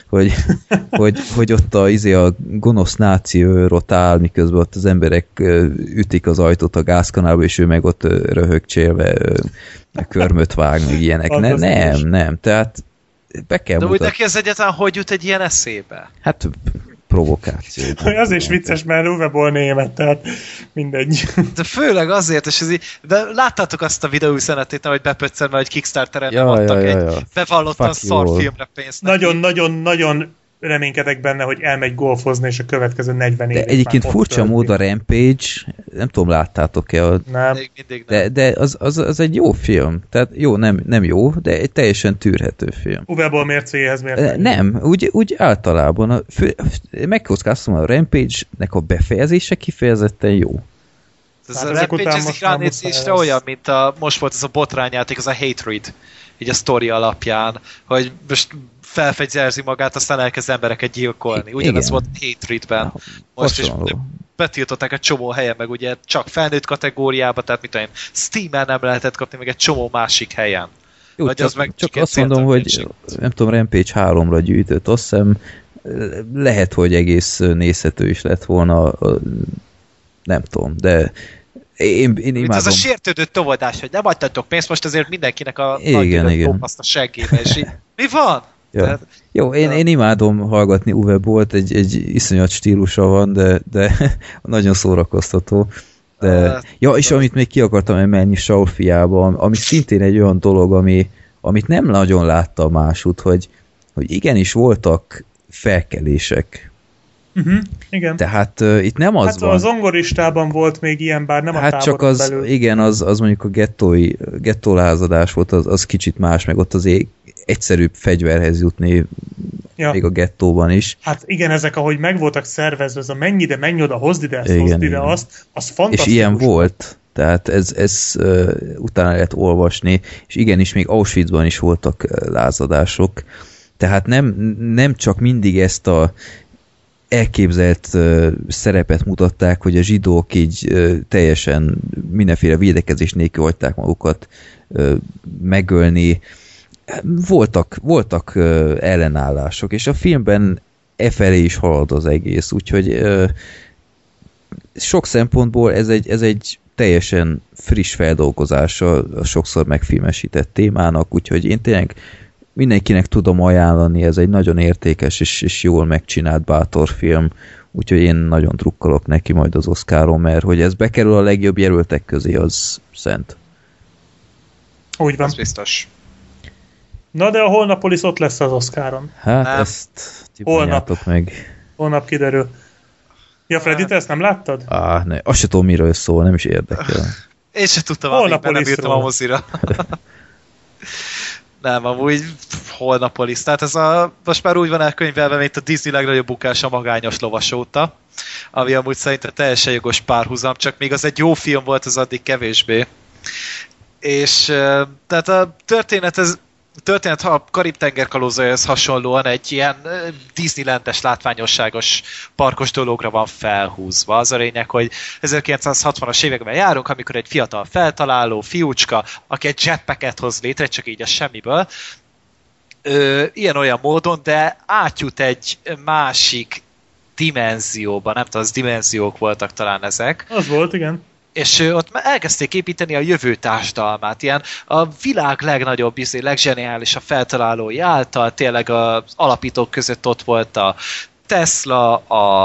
S2: hogy ott a gonosz náci őr ott áll, miközben ott az emberek ütik az ajtót a gázkanálba, és ő meg ott röhögcsélve körmöt vág, meg ilyenek. Nem, tehát be kell
S5: de
S2: mutatni.
S5: úgy neki ez egyáltalán hogy jut egy ilyen eszébe?
S2: Hát provokáció.
S3: Az is vicces, mert Uwe Boll német, tehát mindegy.
S5: De főleg azért, és ez így, de láttátok azt a videóüzenetét, hogy bepöccen, hogy Kickstarteren nem adtak egy bevallottan szarfilmre pénzt.
S3: Nagyon reménykedek benne, hogy elmegy golfozni, és a következő 40 évig.
S2: De egyébként furcsa mód a Rampage, nem tudom, láttátok-e?
S3: Nem.
S5: Mindig nem.
S2: De az egy jó film. Tehát jó, nem jó, de egy teljesen tűrhető film.
S3: Uwe Boll mércéhez miért?
S2: Nem, úgy általában. Megkockáztam, a Rampage-nek a befejezése kifejezetten jó.
S5: Ez a Rampage ez ránézésre olyan, mint most volt ez a botrányjáték, az a Hatred, így a sztori alapján, hogy most felfegyverzi magát, aztán elkezd embereket gyilkolni. Ugyanez volt Hatredben. Most is betiltották egy csomó helyen, meg ugye csak felnőtt kategóriába, tehát mit tudom én, Steam-en nem lehetett kapni, meg egy csomó másik helyen.
S2: Jó, csak azt mondom, hogy nem tudom, Rampage 3-ra gyűjtött, azt hiszem lehet, hogy egész nézhető is lett volna, nem tudom, de én imádom.
S5: Ez a sértődő tovodás, hogy nem adtatok pénzt, most azért mindenkinek a
S2: igen.
S5: azt a seggébe, és így, mi van?
S2: Ja. Tehát, jó, én imádom hallgatni Uwe Bollt, egy iszonyat stílusa van, de nagyon szórakoztató. De, és amit még ki akartam emelni Saul fiába, ami szintén egy olyan dolog, amit nem nagyon láttam másút, hogy igenis voltak felkelések.
S3: Igen.
S2: Tehát itt nem az van.
S3: Hát az zongoristában volt még ilyen, bár nem a táboron
S2: csak az,
S3: belül.
S2: Igen, az mondjuk a gettólázadás volt, az kicsit más, meg ott azért egyszerűbb fegyverhez jutni, még a gettóban is.
S3: Hát igen, ezek ahogy meg voltak szervezve, ez a menj oda, hozd ide ezt, hozd ide azt, az fantasztikus.
S2: És ilyen volt, tehát ez utána lehet olvasni, és igenis még Auschwitzban is voltak lázadások, tehát nem csak mindig ezt a elképzelt szerepet mutatták, hogy a zsidók így teljesen mindenféle védekezés nélkül hagyták magukat megölni. Voltak ellenállások, és a filmben felé is halad az egész, úgyhogy sok szempontból ez egy teljesen friss feldolgozása a sokszor megfilmesített témának, úgyhogy én tényleg mindenkinek tudom ajánlani, ez egy nagyon értékes és jól megcsinált bátor film, úgyhogy én nagyon drukkolok neki majd az Oscaron, mert hogy ez bekerül a legjobb jelöltek közé, az szent.
S3: Úgy van.
S5: Ez biztos.
S3: Na de a Holnapolis ott lesz az Oscaron.
S2: Hát nem. Ezt
S3: holnap
S2: meg.
S3: Holnap kiderül. Ja, Freddy, te ezt nem láttad?
S2: Ne, azt se tudom, miről szól, nem is érdekel.
S5: Én se tudtam, amíg nem írtam a mozira. Nem, amúgy Holnapolis. Tehát ez most már úgy van elkönyvelve, mint a Disney legnagyobb bukása Magányos lovas óta, ami amúgy szerintem teljesen jogos párhuzam, csak még az egy jó film volt, az addig kevésbé. És tehát a történet a Karib-tenger kalózaihoz hasonlóan egy ilyen Disneylandes látványosságos parkos dologra van felhúzva. Az a lényeg, hogy 1960-as években járunk, amikor egy fiatal feltaláló fiúcska, aki egy jetpacket hoz létre, csak így a semmiből, ilyen-olyan módon, de átjut egy másik dimenzióba, nem tudom, az dimenziók voltak talán ezek.
S3: Az volt, igen.
S5: és ott elkezdték építeni a jövő társadalmát, ilyen a világ legnagyobb, leggeniálisabb feltalálói által, tényleg az alapítók között ott volt a Tesla,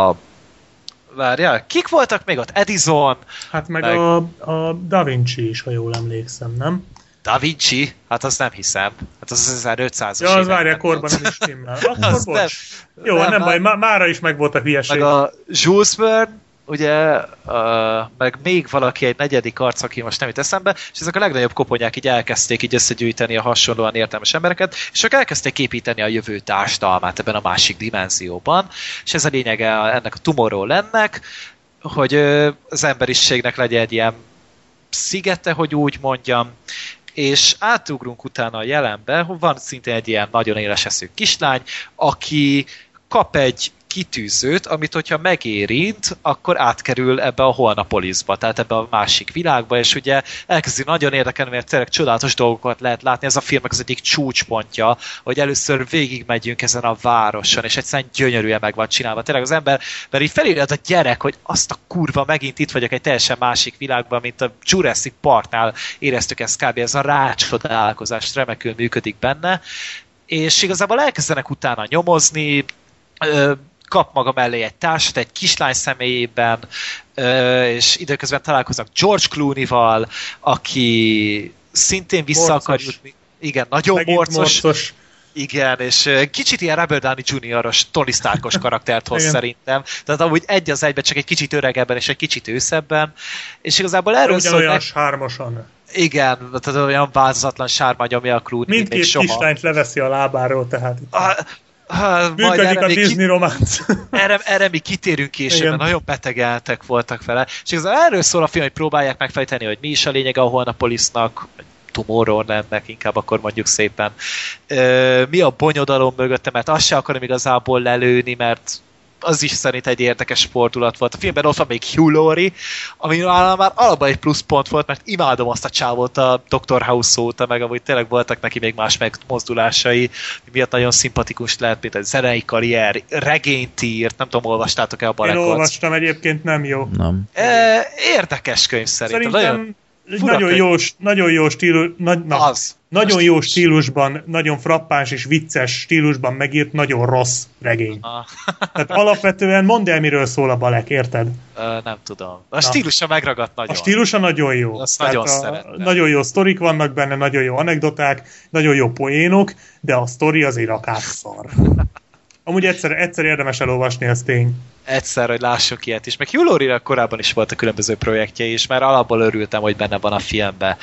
S5: várjál, kik voltak még ott? Edison?
S3: Hát meg a Da Vinci is, ha jól emlékszem, nem?
S5: Da Vinci? Hát azt nem hiszem. Hát az 1500-as
S3: ja, az várjál, korban nem is stimmel. Akkor bocs. Jó, nem baj, mára is meg volt a hülyeség.
S5: Meg a Jules Verne, ugye, meg még valaki, egy negyedik arc, aki most nem jut eszembe, és ezek a legnagyobb koponyák így elkezdték így összegyűjteni a hasonlóan értelmes embereket, és ők elkezdték építeni a jövő társadalmát ebben a másik dimenzióban, és ez a lényege ennek a Tomorrowlandnek, hogy az emberiségnek legyen egy ilyen szigete, hogy úgy mondjam, és átugrunk utána a jelenbe, hogy van szintén egy ilyen nagyon éles eszű kislány, aki kap egy kitűzőt, amit hogyha megérint, akkor átkerül ebbe a Holnapolisba, tehát ebbe a másik világba, és ugye elkezdi nagyon érdekelni, mert tényleg csodálatos dolgokat lehet látni. Ez a filmnek az egyik csúcspontja, hogy először végigmegyünk ezen a városon, és egyszerűen gyönyörűen meg van csinálva. Tényleg az ember, mert így felírja a gyerek, hogy azt a kurva, megint itt vagyok egy teljesen másik világban, mint a Jurassic Parknál éreztük ezt kb. Ez a rácsodálkozás remekül működik benne, és igazából elkezdenek utána nyomozni, kap maga mellé egy társat, egy kislány személyében, és időközben találkoznak George Clooney-val, aki szintén vissza akar jutni. Igen, nagyon morcos. Igen, és kicsit ilyen Robert Downey Jr.-os, Tony Starkos karaktert hoz szerintem. Tehát amúgy egy az egyben, csak egy kicsit öregebben és egy kicsit őszebben. És igazából erről szól...
S3: Ugyanolyan sármosan.
S5: Igen, tehát olyan változatlan sárma nyomja a Clooney.
S3: Mindkét kislányt leveszi a lábáról, tehát...
S5: Működik
S3: a Disney románc.
S5: Erre mi kitérünk később, mert nagyon betegeltek voltak vele. És igazából erről szól a film, hogy próbálják megfejteni, hogy mi is a lényege a Holnapolisnak, Tomorrowlandnek inkább akkor mondjuk szépen. Mi a bonyodalom mögötte, mert azt se akarom igazából lelőni, mert az is szerint egy érdekes sportulat volt. A filmben ott van még Hugh Laurie, ami már alapban egy pluszpont volt, mert imádom azt a csávót a Dr. House óta, meg amúgy tényleg voltak neki még más megmozdulásai, miatt nagyon szimpatikus lehet, mint egy zenei karrier, regényt írt, nem tudom, olvastátok-e a Barekot?
S3: Én olvastam, egyébként nem jó.
S2: Nem.
S5: Érdekes könyv szerintem.
S3: Nagyon jó stílusban, nagyon frappáns és vicces stílusban megírt, nagyon rossz regény. Tehát alapvetően mondd el, miről szól a Balek, érted?
S5: Nem tudom. A stílusa megragadt nagyon.
S3: A stílusa nagyon jó.
S5: Azt nagyon szeretem.
S3: Nagyon jó sztorik vannak benne, nagyon jó anekdoták, nagyon jó poénok, de a sztori azért akár szar. Amúgy egyszer érdemes elolvasni, ez tény.
S5: Egyszer, hogy lássuk ilyet is. Meg Hugh Laurie-ra korábban is volt a különböző projektjei is, mert alapból örültem, hogy benne van a filmben.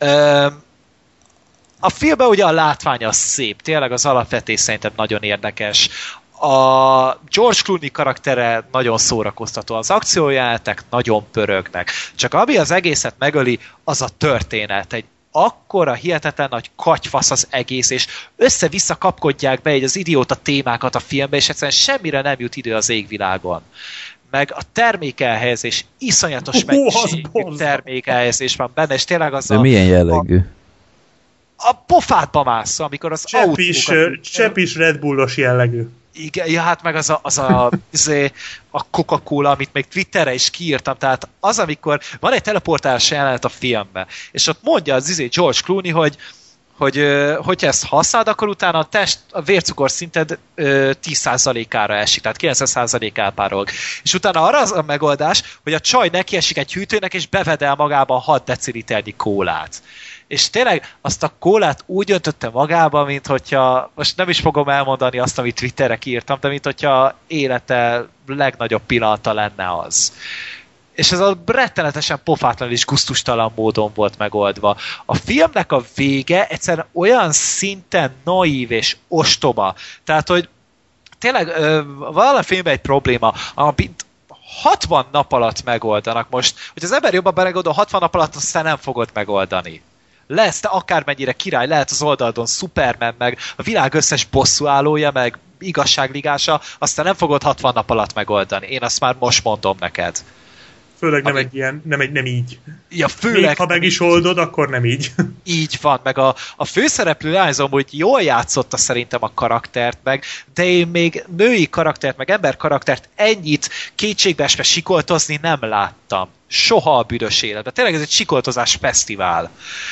S5: A filmben ugye a látványa az szép, tényleg az alapvetés szerintem nagyon érdekes. A George Clooney karaktere nagyon szórakoztató, az akciójátek nagyon pörögnek. Csak ami az egészet megöli, az a történet. Egy akkora hihetetlen nagy katyfasz az egész, és össze-vissza kapkodják be az idióta témákat a filmbe, és egyszerűen semmire nem jut idő az égvilágon. Meg a termékelhelyezés, iszonyatos mennyiségű termékelhelyezés van benne, és tényleg az
S2: de milyen jellegű?
S5: A pofádba mász, amikor az autókat...
S3: Csepp is Red Bullos jellegű.
S5: Igen, ja, hát meg a Coca-Cola, amit még Twitterre is kiírtam, tehát az, amikor van egy teleportálás jelenet a filmben, és ott mondja az George Clooney, hogyha ezt használod, akkor utána a vércukor szinted 10%-ára esik, tehát 90% elpárolog. És utána arra az a megoldás, hogy a csaj nekiesik egy hűtőnek, és bevedel magában 6 deciliternyi kólát. És tényleg azt a kólát úgy öntötte magába, mint hogyha, most nem is fogom elmondani azt, amit Twitterre kiírtam, de mint hogyha élete legnagyobb pillanata lenne az. És ez a rettenetesen pofátlan és gusztustalan módon volt megoldva. A filmnek a vége egyszerűen olyan szinten naív és ostoba. Tehát, hogy tényleg van a filmben egy probléma, amit 60 nap alatt megoldanak most. Hogy az ember jobban belegondol, 60 nap alatt aztán nem fogod megoldani. Lesz, te akármennyire király, lehet az oldaldon Superman, meg a világ összes bosszúállója, meg igazságligása, aztán nem fogod 60 nap alatt megoldani. Én azt már most mondom neked.
S3: Főleg nem így.
S5: Ja, főleg...
S3: Még ha meg is oldod, akkor nem így.
S5: Így van, meg a főszereplő lányzom, hogy jól játszotta szerintem a karaktert meg, de én még női karaktert, meg ember karaktert ennyit kétségbeesve sikoltozni nem láttam. soha a büdös életben. Tényleg ez egy sikoltozás fesztivál.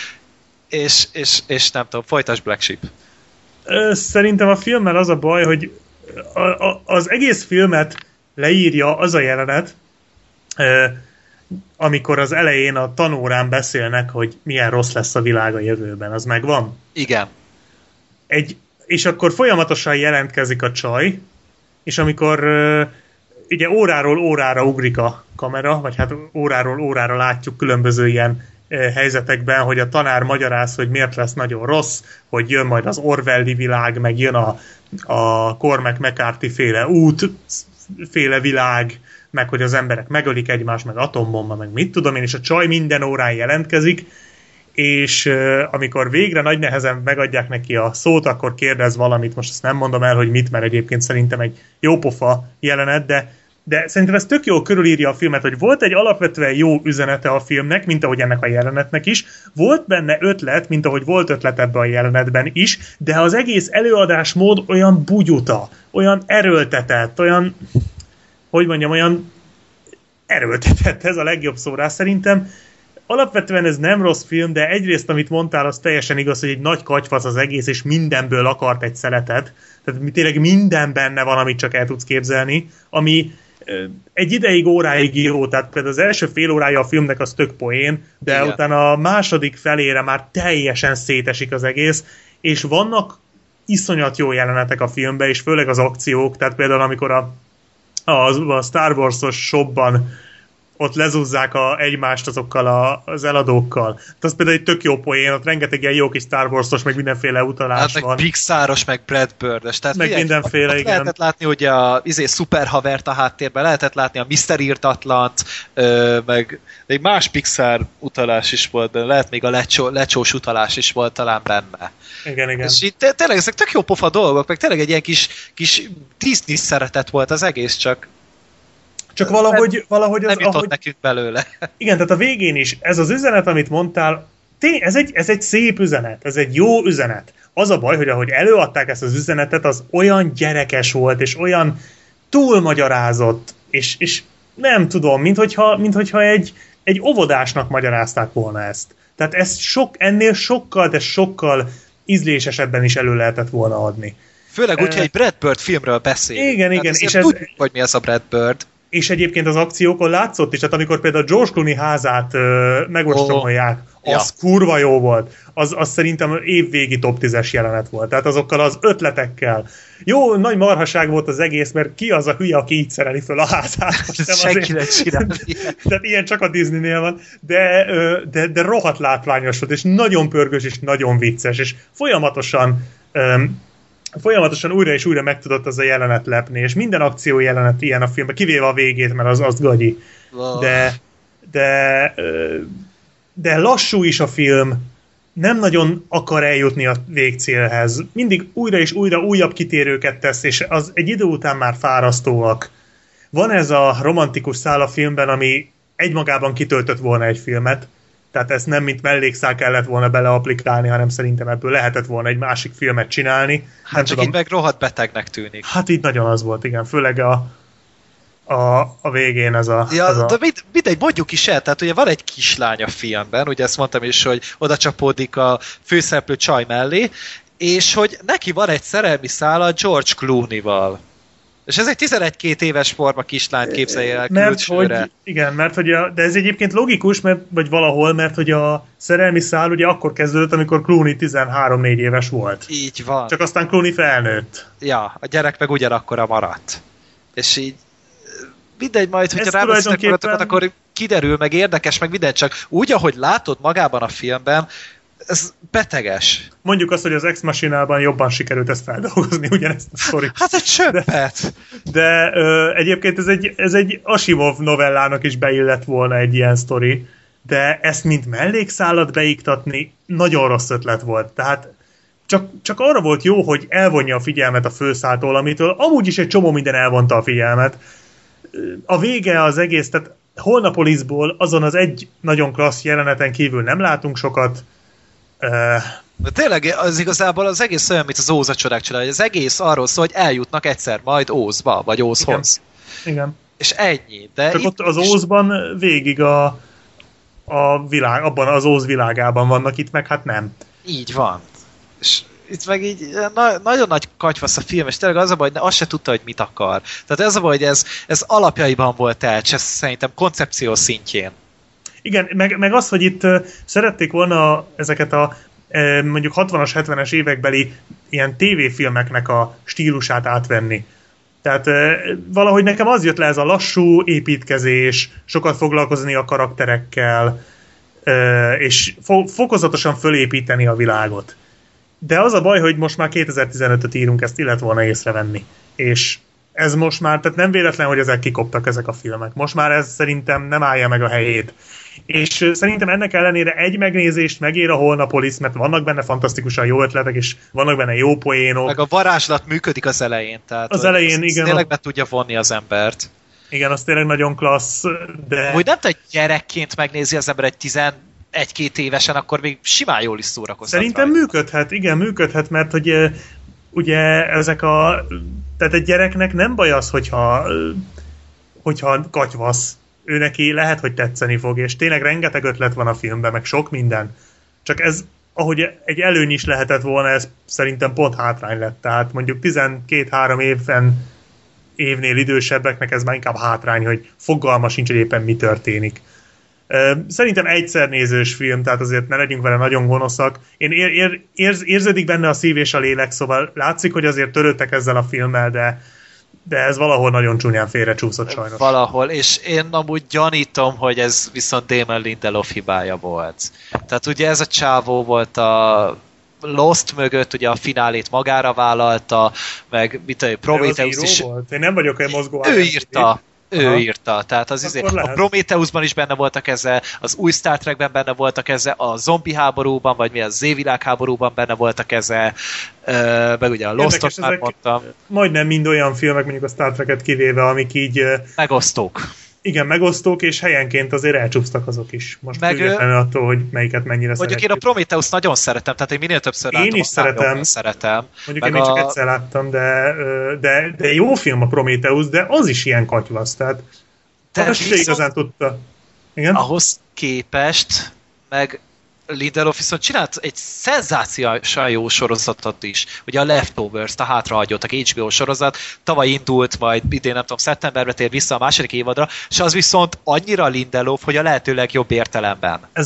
S5: És nem tudom, folytasd Black Sheep.
S3: Szerintem a filmmel az a baj, hogy az egész filmet leírja az a jelenet, amikor az elején a tanórán beszélnek, hogy milyen rossz lesz a világ a jövőben. Az megvan?
S5: Igen.
S3: És akkor folyamatosan jelentkezik a csaj, és amikor ugye óráról órára ugrik a kamera, vagy hát óráról órára látjuk különböző ilyen helyzetekben, hogy a tanár magyaráz, hogy miért lesz nagyon rossz, hogy jön majd az Orwelli világ, meg jön a Cormac McCarthy féle út, féle világ, meg hogy az emberek megölik egymást, meg atombomba, meg mit tudom én, és a csaj minden órán jelentkezik, és amikor végre nagy nehezen megadják neki a szót, akkor kérdez valamit, most ezt nem mondom el, hogy mit, mert egyébként szerintem egy jópofa jelenet, de szerintem ez tök jól körülírja a filmet, hogy volt egy alapvetően jó üzenete a filmnek, mint ahogy ennek a jelenetnek is, volt benne ötlet, mint ahogy volt ötlet ebben a jelenetben is, de az egész előadásmód olyan bugyuta, olyan erőltetett, olyan, hogy mondjam, olyan erőltetett, ez a legjobb szó rá szerintem. Alapvetően ez nem rossz film, de egyrészt, amit mondtál, az teljesen igaz, hogy egy nagy katyfasz az egész, és mindenből akart egy szeletet. Tehát tényleg minden benne van, amit csak el tudsz képzelni, ami egy ideig, óráig jó, tehát például az első fél órája a filmnek az tök poén, de igen, utána a második felére már teljesen szétesik az egész, és vannak iszonyat jó jelenetek a filmben, és főleg az akciók, tehát például amikor a Star Wars-os shopban ott lezúzzák egymást azokkal az eladókkal. Tehát az például egy tök jó poén, ott rengeteg ilyen jó kis Star Wars-os, meg mindenféle utalás
S5: hát,
S3: van.
S5: Meg Pixar-os, meg Brad Bird-es. Tehát
S3: meg mindenféle, igen.
S5: Lehetett látni, hogy a szuperhavert a háttérben, lehetett látni a Mr. Írtatlant, meg egy más Pixar utalás is volt benne, lehet még a lecsós utalás is volt talán benne.
S3: Igen.
S5: És így tényleg ezek tök jó pofa dolgok, meg tényleg egy ilyen kis Disney szeretet volt az egész, csak
S3: valahogy
S5: nem jutott nekünk belőle.
S3: Igen, tehát a végén is ez az üzenet, amit mondtál, ez egy szép üzenet, ez egy jó üzenet. Az a baj, hogy ahogy előadták ezt az üzenetet, az olyan gyerekes volt, és olyan túlmagyarázott, és nem tudom, minthogyha egy óvodásnak magyarázták volna ezt. Tehát ezt ennél sokkal ízlésesebben is elő lehetett volna adni.
S5: Főleg úgy, hogy egy Brad Bird filmről beszélünk.
S3: Igen, és
S5: tudjuk, hogy mi az a Brad Bird.
S3: És egyébként az akciókon látszott is, tehát amikor például George Clooney házát megostromolják, az kurva jó volt. Az szerintem évvégi top 10-es jelenet volt. Tehát azokkal az ötletekkel. Jó, nagy marhaság volt az egész, mert ki az a hülye, aki így szereli föl a házát?
S5: Senki nem csinálni.
S3: Tehát ilyen csak a Disneynél van. De rohadt látványos volt, és nagyon pörgős, és nagyon vicces, és folyamatosan újra és újra meg tudott az a jelenet lepni, és minden akció jelenet ilyen a filmben, kivéve a végét, mert az gagyi. De lassú is a film, nem nagyon akar eljutni a végcélhez. Mindig újra és újra újabb kitérőket tesz, és az egy idő után már fárasztóak. Van ez a romantikus szál a filmben, ami egymagában kitöltött volna egy filmet, tehát ezt nem mint mellékszál kellett volna beleaplikálni, hanem szerintem ebből lehetett volna egy másik filmet csinálni.
S5: Hát csak így meg rohadt betegnek tűnik.
S3: Hát így nagyon az volt, igen. Főleg a végén ez a...
S5: Ja, de mindegy, mondjuk is el, tehát ugye van egy kislány a filmben, ugye ezt mondtam is, hogy oda csapódik a főszereplő csaj mellé, és hogy neki van egy szerelmi szála George Clooney-val. És ez egy 11-2 éves forma kislányt képzelje el külsőre.
S3: De ez egyébként logikus, vagy valahol, mert hogy a szerelmi szál ugye akkor kezdődött, amikor Clooney 13-4 éves volt.
S5: Így van.
S3: Csak aztán Clooney felnőtt.
S5: Ja, a gyerek meg ugyanakkora maradt. És így mindegy majd, hogyha rábeszélnek akkor kiderül, meg érdekes, meg minden, csak úgy, ahogy látod magában a filmben, ez beteges.
S3: Mondjuk azt, hogy az Ex Machinában jobban sikerült ezt feldolgozni, ugyanezt a sztorit.
S5: Hát egy csöppet!
S3: De egyébként ez egy Asimov novellának is beillett volna egy ilyen sztori, de ezt mint mellékszállat beiktatni nagyon rossz ötlet volt. Tehát csak arra volt jó, hogy elvonja a figyelmet a főszáltól, amitől amúgy is egy csomó minden elvonta a figyelmet. A vége az egész, tehát Holnapolisból azon az egy nagyon klassz jeleneten kívül nem látunk sokat.
S5: De tényleg az igazából az egész olyan, mint az Óz a csodák csodája, hogy az egész arról szól, hogy eljutnak egyszer majd Ózba, vagy Ózhoz.
S3: Igen.
S5: És ennyi. De
S3: csak ott az Ózban végig a világ, abban az Óz világában vannak, itt meg hát nem.
S5: Így van. És itt meg így nagyon nagy katyvasz a film, és tényleg az a baj, hogy azt se tudta, hogy mit akar. Tehát ez a baj, hogy ez alapjaiban volt szerintem koncepció szintjén.
S3: Igen, meg az, hogy itt szerették volna ezeket a mondjuk 60-as, 70-es évekbeli ilyen tévéfilmeknek a stílusát átvenni. Tehát valahogy nekem az jött le, ez a lassú építkezés, sokat foglalkozni a karakterekkel, és fokozatosan fölépíteni a világot. De az a baj, hogy most már 2015-öt írunk, ezt illet volna észrevenni. És ez most már, tehát nem véletlen, hogy ezek kikoptak ezek a filmek. Most már ez szerintem nem állja meg a helyét. És szerintem ennek ellenére egy megnézést megér a Holnapolis, mert vannak benne fantasztikusan jó ötletek, és vannak benne jó poénok.
S5: Meg a varázslat működik az elején, tehát
S3: az elején, igen,
S5: tényleg be tudja vonni az embert.
S3: Igen, az tényleg nagyon klassz, de...
S5: Hogy nem egy gyerekként megnézi az ember egy 11-2 évesen, akkor még simán jól is szórakozhat.
S3: Szerintem működhet, igen, működhet, mert hogy ugye ezek tehát egy gyereknek nem baj az, hogyha katyvasz. Ő neki lehet, hogy tetszeni fog, és tényleg rengeteg ötlet van a filmben, meg sok minden. Csak ez, ahogy egy előny is lehetett volna, ez szerintem pont hátrány lett. Tehát mondjuk 12-3 évnél idősebbeknek ez már inkább hátrány, hogy fogalma sincs, hogy éppen mi történik. Szerintem egyszer nézős film, tehát azért ne legyünk vele nagyon gonoszak. Érződik benne a szív és a lélek, szóval látszik, hogy azért törődtek ezzel a filmmel, de ez valahol nagyon csúnyán félrecsúszott sajnos.
S5: Valahol, és én amúgy gyanítom, hogy ez viszont Damon Lindelof hibája volt. Tehát ugye ez a csávó volt a Lost mögött, ugye a finálét magára vállalta, meg mit a Prometheus is.
S3: Volt? Én nem vagyok egy mozgó.
S5: Ő írta, tehát a Prometheusban is benne voltak ezzel, az új Star Trekben benne voltak ezzel, a zombi háborúban, vagy mi a Z-világ háborúban benne voltak ezzel, meg ugye a Lost-ot már mondtam.
S3: Majdnem mind olyan filmek, mondjuk a Star Trek-et kivéve, amik így...
S5: Megosztók.
S3: Igen, megosztók, és helyenként azért elcsúsztak azok is. Most függetlenül attól, hogy melyiket mennyire szeretjük.
S5: Mondjuk én a Prometheus nagyon szeretem, tehát én minél többször látom.
S3: Én is szeretem. Mondjuk én csak egyszer láttam, de jó film a Prometheus, de az is ilyen katyvasz, tehát azt se igazán tudta. Igen?
S5: Ahhoz képest, meg Lindelof viszont csinált egy szenzációsan jó sorozatot is. Ugye a Leftovers, a hátrahagyottak HBO sorozat, tavaly indult, majd idén nem tudom, szeptemberben tér vissza a második évadra, és az viszont annyira Lindelof, hogy a lehető legjobb értelemben.
S3: Ez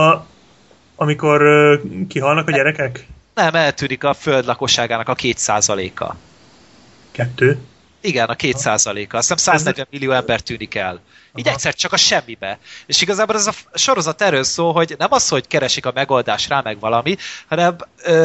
S3: amikor kihalnak a gyerekek?
S5: Nem, eltűnik a föld lakosságának a 2%-a.
S3: 2?
S5: Igen, a 2%-a. Azt hiszem 140 millió ember tűnik el. Így egyszer csak a semmibe. És igazából ez a sorozat erről szól, hogy nem az, hogy keresik a megoldást rá meg valami, hanem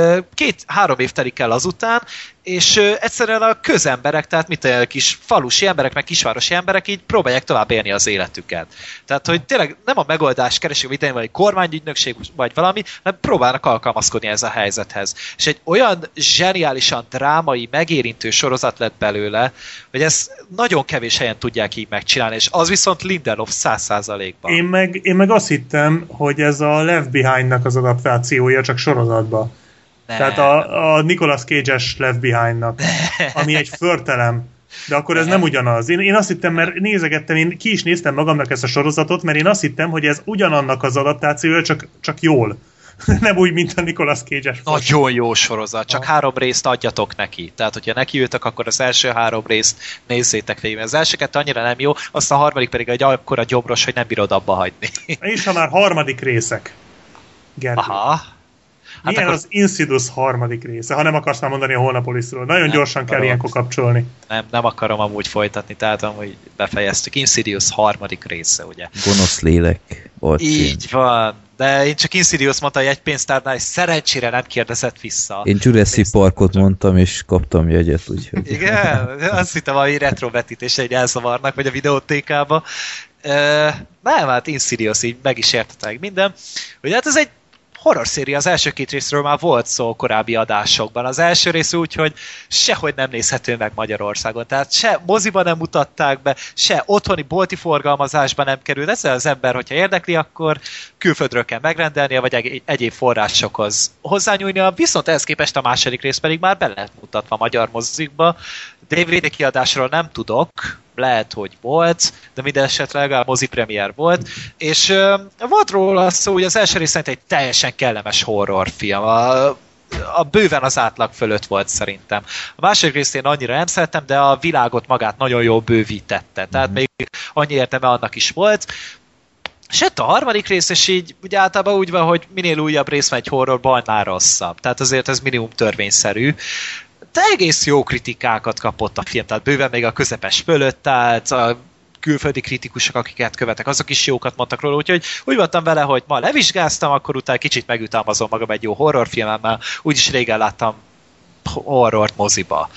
S5: 2-3 év telik el azután, és egyszerűen a közemberek, tehát mit a kis falusi emberek, meg kisvárosi emberek így próbálják tovább élni az életüket. Tehát, hogy tényleg nem a megoldást keresik, vagy idején vagy kormányügynökség, vagy valami, hanem próbálnak alkalmazkodni ez a helyzethez. És egy olyan zseniálisan drámai, megérintő sorozat lett belőle, hogy ezt nagyon kevés helyen tudják így megcsinálni, és az viszont Lindelof 100%-ban.
S3: Én meg azt hittem, hogy ez a Left Behind-nak az adaptációja, csak sorozatban. Tehát a Nicolas Cage-es Left Behind-nak, ami egy förtelem. De akkor ez nem ugyanaz. Én azt hittem, mert nézegettem, én ki is néztem magamnak ezt a sorozatot, mert én azt hittem, hogy ez ugyanannak az adaptációja, csak jól. Nem úgy, mint a Nicolas Cage-es.
S5: Nagyon jó sorozat, csak 3 részt adjatok neki. Tehát, hogyha nekiültök, akkor az első 3 részt nézzétek végig. Az első 2 annyira nem jó, azt a harmadik pedig egy akkora gyomros, hogy nem bírod abba hagyni.
S3: És ha már harmadik részek. Gergő.
S5: Aha.
S3: Hát milyen akkor... az Insidious harmadik része, ha nem akarsz már mondani a Holnapolisról. Nagyon nem gyorsan kell ilyenkor kapcsolni.
S5: Nem akarom amúgy folytatni, tehát amúgy befejeztük. Insidious harmadik része, ugye?
S2: Gonosz lélek.
S5: Így van. De én csak Insidious mondta, hogy egy pénztárnál, és szerencsére nem kérdezett vissza.
S2: Én Jurassic Parkot mondtam, és kaptam jegyet, úgyhogy...
S5: Igen? Azt hittem, hogy retrovetítés egy elszavarnak, vagy a videótékába. Nem, hát Insidious így meg is értetek minden. Ugye hát ez egy horror széria, az első 2 részről már volt szó korábbi adásokban. Az első rész úgy, hogy sehogy nem nézhető meg Magyarországon. Tehát se moziban nem mutatták be, se otthoni bolti forgalmazásban nem került. Ezzel az ember, hogyha érdekli, akkor külföldről kell megrendelnie, vagy egyéb forrásokhoz hozzányúlnia. Viszont ehhez képest a második rész pedig már be lehet mutatva magyar mozikba. DVD kiadásról nem tudok, lehet, hogy volt, de minden esetre legalább mozipremiér volt, és volt róla szó, hogy az első rész szerint egy teljesen kellemes horrorfilm. A bőven az átlag fölött volt szerintem. A második részt én annyira nem szerettem, de a világot magát nagyon jól bővítette. Tehát még annyi értelme annak is volt. És jött a harmadik rész, és így ugye általában úgy van, hogy minél újabb rész van egy horrorban, annál rosszabb. Tehát azért ez minimum törvényszerű. De egész jó kritikákat kapott a film, tehát bőven még a közepes fölött állt, a külföldi kritikusok, akiket követek, azok is jókat mondtak róla, úgyhogy úgy voltam vele, hogy ma levizsgáztam, akkor utána kicsit megütalmazom magam egy jó horrorfilmmel, úgyis régen láttam horrort moziba.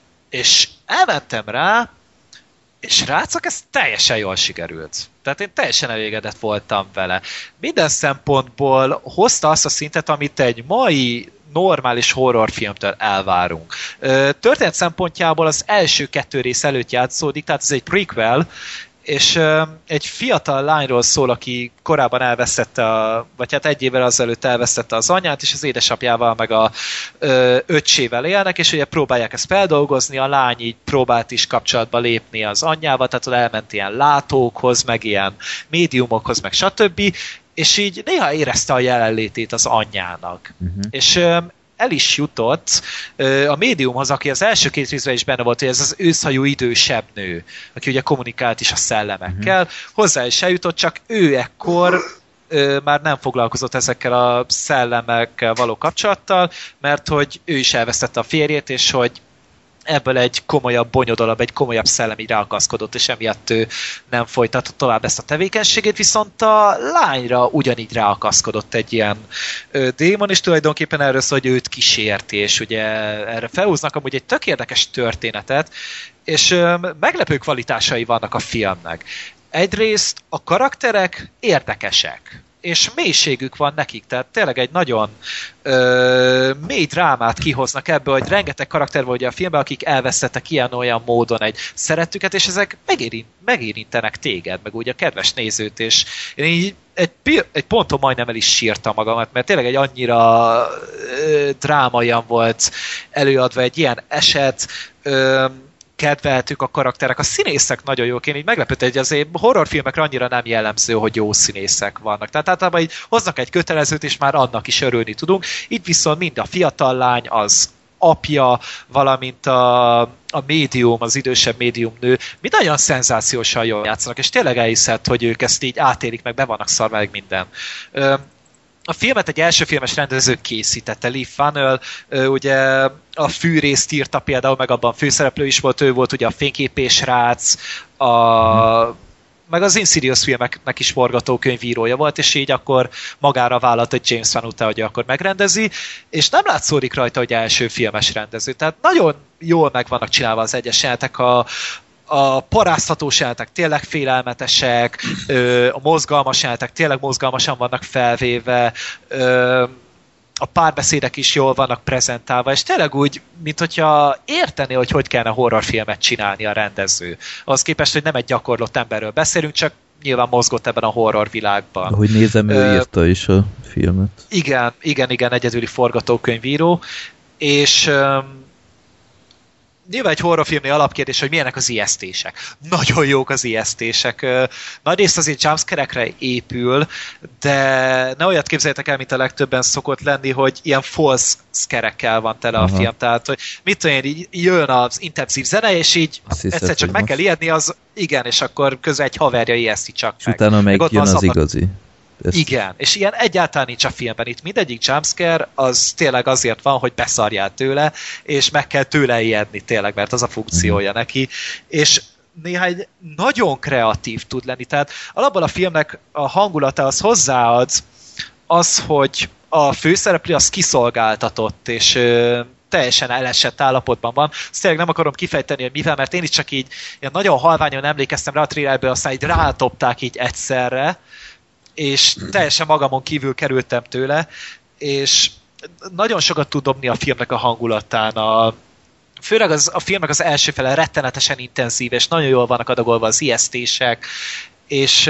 S5: És elmentem rá, és rácok, ez teljesen jól sikerült. Tehát én teljesen elégedett voltam vele. Minden szempontból hozta azt a szintet, amit egy mai normális horrorfilmtől elvárunk. Történet szempontjából az első 2 rész előtt játszódik, tehát ez egy prequel, és egy fiatal lányról szól, aki korábban elvesztette, vagy hát 1 évvel azelőtt elvesztette az anyját, és az édesapjával meg a öccsével élnek, és ugye próbálják ezt feldolgozni, a lány így próbált is kapcsolatba lépni az anyjával, tehát elment ilyen látókhoz, meg ilyen médiumokhoz, meg stb., és így néha érezte a jelenlétét az anyjának. És el is jutott a médiumhoz, aki az első 2 részben is benne volt, hogy ez az őszhajú idősebb nő, aki ugye kommunikált is a szellemekkel, hozzá is eljutott, csak ő ekkor már nem foglalkozott ezekkel a szellemekkel való kapcsolattal, mert hogy ő is elvesztette a férjét, és hogy ebből egy komolyabb bonyodalom, egy komolyabb szellem így ráakaszkodott, és emiatt ő nem folytatta tovább ezt a tevékenységét, viszont a lányra ugyanígy ráakaszkodott egy ilyen démon, és tulajdonképpen erről szól, hogy őt kísérti, és ugye erre felhúznak amúgy egy tök érdekes történetet, és meglepő kvalitásai vannak a filmnek. Egyrészt a karakterek érdekesek, és mélységük van nekik, tehát tényleg egy nagyon mély drámát kihoznak ebből, hogy rengeteg karakter volt a filmben, akik elvesztettek ilyen-olyan módon egy szeretüket, és ezek megérintenek téged, meg úgy a kedves nézőt, és én így egy ponton majdnem el is sírtam magamat, mert tényleg egy annyira drámaian volt előadva egy ilyen eset, kedveltük a karakterek, a színészek nagyon jók, én így meglepődtem, hogy azért horrorfilmekre annyira nem jellemző, hogy jó színészek vannak. Tehát általában így hoznak egy kötelezőt, és már annak is örülni tudunk. Itt viszont mind a fiatal lány, az apja, valamint a médium, az idősebb médium nő, mind nagyon szenzációsan jól játszanak, és tényleg elhiszed, hogy ők ezt így átélik, meg be vannak szarva, meg minden. A filmet egy első filmes rendező készítette, Lee Funnell, ugye a Fűrészt írta például, meg abban főszereplő is volt, ő volt ugye a Fényképésrác, meg az Insidious filmeknek is forgatókönyvírója volt, és így akkor magára vállalt, hogy James Wan után, hogy akkor megrendezi, és nem látszódik rajta, hogy első filmes rendező. Tehát nagyon jól meg vannak csinálva az egyes jelenetek, a paráztatós jelenetek tényleg félelmetesek, a mozgalmas jelenetek tényleg mozgalmasan vannak felvéve, a párbeszédek is jól vannak prezentálva, és tényleg úgy, mint hogyha értené, hogy kellene horrorfilmet csinálni a rendező. Ahhoz képest, hogy nem egy gyakorlott emberről beszélünk, csak nyilván mozgott ebben a horror világban.
S2: Ahogy nézem, ő írta is a filmet.
S5: Igen, egyedüli forgatókönyvíró, és nyilván egy horrorfilmnél alapkérdés, hogy milyenek az ijesztések. Nagyon jók az ijesztések. Nagyrészt azért jumpscare-ekre épül, de ne olyat képzeljétek el, mint a legtöbben szokott lenni, hogy ilyen false scare-ekkel van tele a film. Tehát, hogy mit tudom én, így jön az intenzív zene, és így egyszer csak meg kell ijedni, az igen, és akkor közben egy haverja ijeszti csak meg.
S2: És utána meg jön az igazi.
S5: Igen, és ilyen egyáltalán nincs a filmben. Itt mindegyik jumpscare az tényleg azért van, hogy beszarjál tőle, és meg kell tőle ijedni tényleg, mert az a funkciója neki. És néha egy nagyon kreatív tud lenni. Tehát alapból a filmnek a hangulata az hozzáad az, hogy a főszereplő az kiszolgáltatott, és teljesen elesett állapotban van. Ezt tényleg nem akarom kifejteni, hogy mivel, mert én is csak így ilyen nagyon halványan emlékeztem rá a trailerből, aztán így rátopták így egyszerre, és teljesen magamon kívül kerültem tőle, és nagyon sokat tud dobni a filmnek a hangulatán. Főleg a filmnek az első fele rettenetesen intenzív, és nagyon jól vannak adagolva az ijesztések, és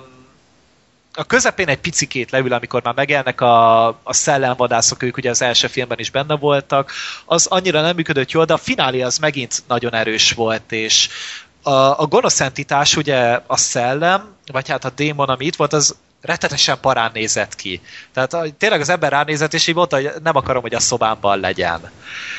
S5: a közepén egy picikét leül, amikor már megjelnek a szellemvadászok, ők ugye az első filmben is benne voltak, az annyira nem működött jól, de a finálé az megint nagyon erős volt, és a gonosz entitás, ugye a szellem, vagy hát a démon, ami itt volt, az rettenetesen parán nézett ki. Tehát tényleg az ember ránézett, és így mondta, hogy nem akarom, hogy a szobámban legyen.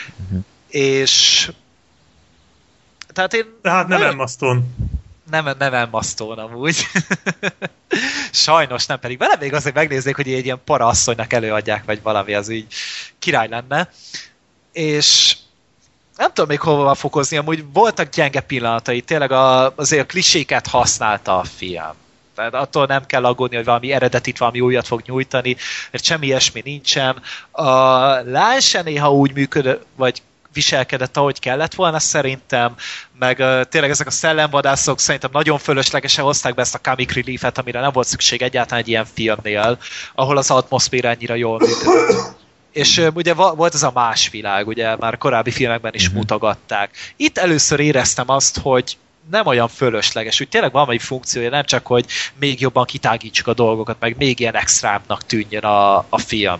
S5: És tehát én...
S3: Tehát nem Emma Stone.
S5: Nem Emma Stone amúgy. Sajnos nem, pedig vele még azért megnéznék, hogy egy ilyen paraasszonynak előadják, vagy valami, az így király lenne. És nem tudom még hova fokozni, amúgy voltak gyenge pillanatai, tényleg azért a kliséket használta a film. Tehát attól nem kell aggódni, hogy valami eredetit, valami újat fog nyújtani, mert semmi ilyesmi nincsen. A lány se néha úgy működött, vagy viselkedett, ahogy kellett volna szerintem, meg tényleg ezek a szellemvadászok szerintem nagyon fölöslegesen hozták be ezt a comic relief-et, amire nem volt szükség egyáltalán egy ilyen filmnél, ahol az atmoszféra ennyire jól működött. És ugye volt ez a más világ, ugye már korábbi filmekben is mutogatták. Itt először éreztem azt, hogy nem olyan fölösleges, úgy tényleg valami funkciója, nem csak, hogy még jobban kitágítsuk a dolgokat, meg még ilyen extrábbnak tűnjön a film.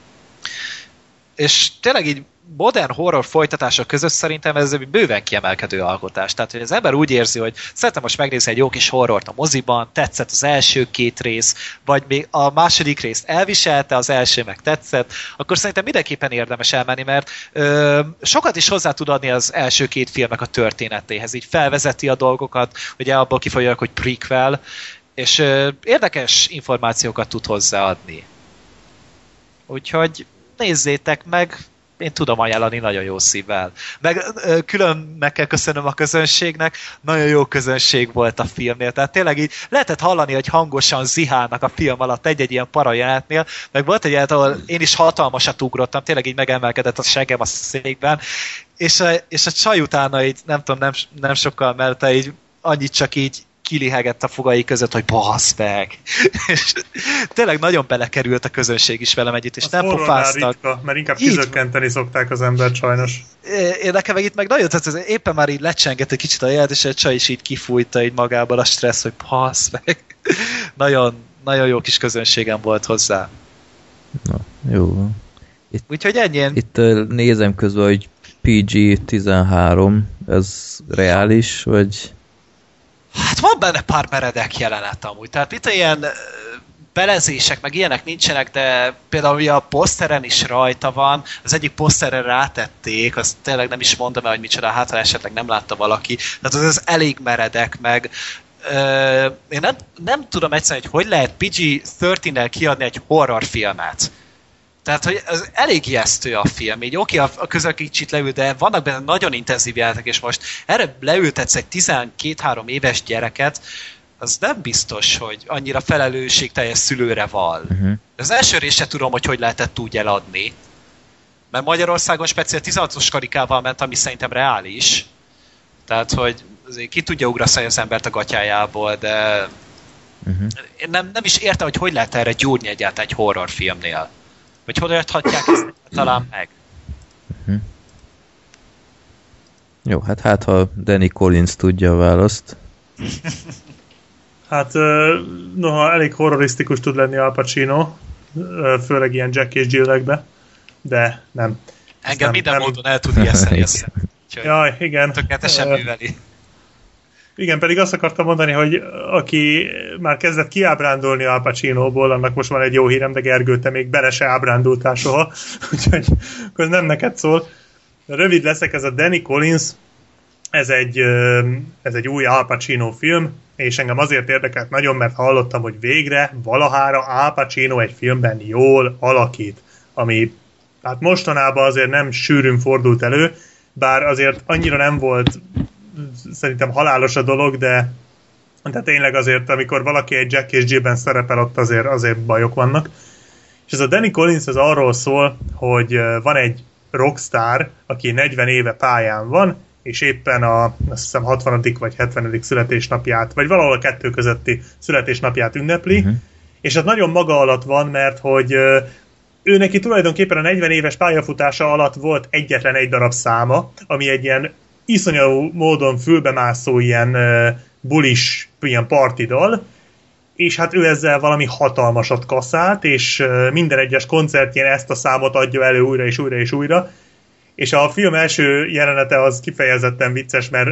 S5: És tényleg így modern horror folytatások között szerintem ez egy bőven kiemelkedő alkotás. Tehát, hogy az ember úgy érzi, hogy szeretem most megnézni egy jó kis horrort a moziban, tetszett az első 2 rész, vagy még a második részt elviselte, az első meg tetszett, akkor szerintem mindenképpen érdemes elmenni, mert sokat is hozzá tud adni az első 2 filmnek a történetéhez. Így felvezeti a dolgokat, ugye abból kifolyólag, hogy prequel, és érdekes információkat tud hozzáadni. Úgyhogy nézzétek meg, én tudom ajánlani nagyon jó szívvel. Meg külön meg kell köszönöm a közönségnek, nagyon jó közönség volt a filmnél, tehát tényleg így lehetett hallani, hogy hangosan zihálnak a film alatt egy ilyen parajelenetnél, meg volt egy jelenet, ahol én is hatalmasat ugrottam, tényleg így megemelkedett a seggem a székben, és a csaj utána így, nem tudom, nem sokkal mellette így annyit csak így kilihegett a fogai között, hogy basz meg. És tényleg nagyon belekerült a közönség is velem együtt, és nem pofáztak.
S3: Ritka, mert inkább kizökkenteni szokták az embert sajnos.
S5: Én nekem meg itt meg nagyon tetszett, éppen már így lecsengett egy kicsit a jelet, és egy csaj is így kifújta így magából a stressz, hogy basz meg. Nagyon, nagyon jó kis közönségem volt hozzá.
S2: Na, jó.
S5: Úgyhogy ennyien.
S2: Itt nézem közben, hogy PG-13, ez reális, vagy...
S5: Hát van benne pár meredek jelenet amúgy. Tehát itt ilyen belezések, meg ilyenek nincsenek, de például a poszteren is rajta van, az egyik poszterre rátették, azt tényleg nem is mondom el, hogy micsoda, hát ha esetleg nem látta valaki. Tehát az elég meredek, meg én nem tudom egyszerűen, hogy lehet PG-13-nel kiadni egy horrorfilmet. Tehát, hogy ez elég ijesztő a film. Így oké, a közök kicsit leül, de vannak benne nagyon intenzív jelenetek, és most erre leültetsz egy 12-3 éves gyereket, az nem biztos, hogy annyira felelősségteljes szülőre val. Az első részt sem tudom, hogy lehetett úgy eladni. Mert Magyarországon speciál 16-os karikával ment, ami szerintem reális. Tehát, hogy azért ki tudja ugrasztani az embert a gatyájából, de én nem is értem, hogy lehet erre gyúrni egyáltalán egy horrorfilmnél. Vagy hogy adhatják ezt talán meg?
S2: Jó, hát ha Danny Collins tudja a választ.
S3: Hát noha elég horrorisztikus tud lenni Al Pacino, főleg ilyen Jack és Jill-ekbe, de nem.
S5: Engem minden módon el tud ijeszteni.
S3: Jaj, igen.
S5: Tökéletesen műveli.
S3: Igen, pedig azt akartam mondani, hogy aki már kezdett kiábrándulni Al Pacinóból, annak most van egy jó hírem, de Gergő, te még bele se ábrándultál soha, úgyhogy akkor nem neked szól. Rövid leszek, ez a Danny Collins, ez egy új Al Pacino film, és engem azért érdekelt nagyon, mert hallottam, hogy végre valahára Al Pacino egy filmben jól alakít, ami hát mostanában azért nem sűrűn fordult elő, bár azért annyira nem volt szerintem halálos a dolog, de tényleg azért, amikor valaki egy Jack és Jill-ben szerepel, ott azért bajok vannak. És ez a Danny Collins ez arról szól, hogy van egy rockstar, aki 40 éve pályán van, és éppen azt hiszem 60. vagy 70. születésnapját, vagy valahol a 2 közötti születésnapját ünnepli, és ez nagyon maga alatt van, mert hogy ő neki tulajdonképpen a 40 éves pályafutása alatt volt egyetlen egy darab száma, ami egy ilyen iszonyú módon fülbemászó ilyen bulis, ilyen partidal, és hát ő ezzel valami hatalmasat kaszált, és minden egyes koncertjén ezt a számot adja elő újra és újra és újra, és a film első jelenete az kifejezetten vicces, mert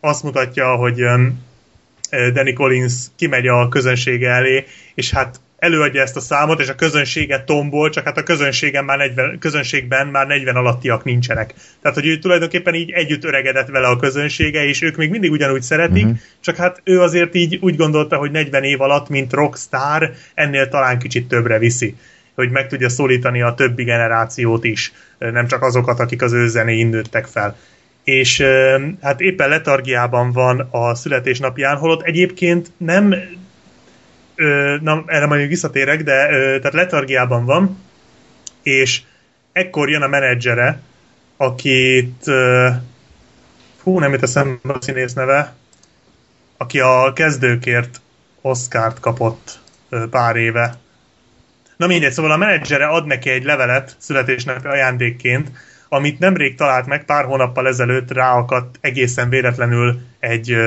S3: azt mutatja, hogy Danny Collins kimegy a közönsége elé, és hát előadja ezt a számot, és a közönséget tombol, csak hát a közönségben már 40 alattiak nincsenek. Tehát, hogy ő tulajdonképpen így együtt öregedett vele a közönsége, és ők még mindig ugyanúgy szeretik, csak hát ő azért így úgy gondolta, hogy 40 év alatt, mint rockstar, ennél talán kicsit többre viszi, hogy meg tudja szólítani a többi generációt is, nem csak azokat, akik az ő zenéin nőttek fel. És hát éppen letargiában van a születésnapján, holott egyébként nem na, erre majd visszatérek, de tehát letargiában van, és ekkor jön a menedzsere, akit nem jut eszembe a színész neve, aki a Kezdőkért Oscart kapott pár éve. Na mindegy, szóval a menedzsere ad neki egy levelet születésnapi ajándékként, amit nemrég talált meg, pár hónappal ezelőtt ráakadt egészen véletlenül egy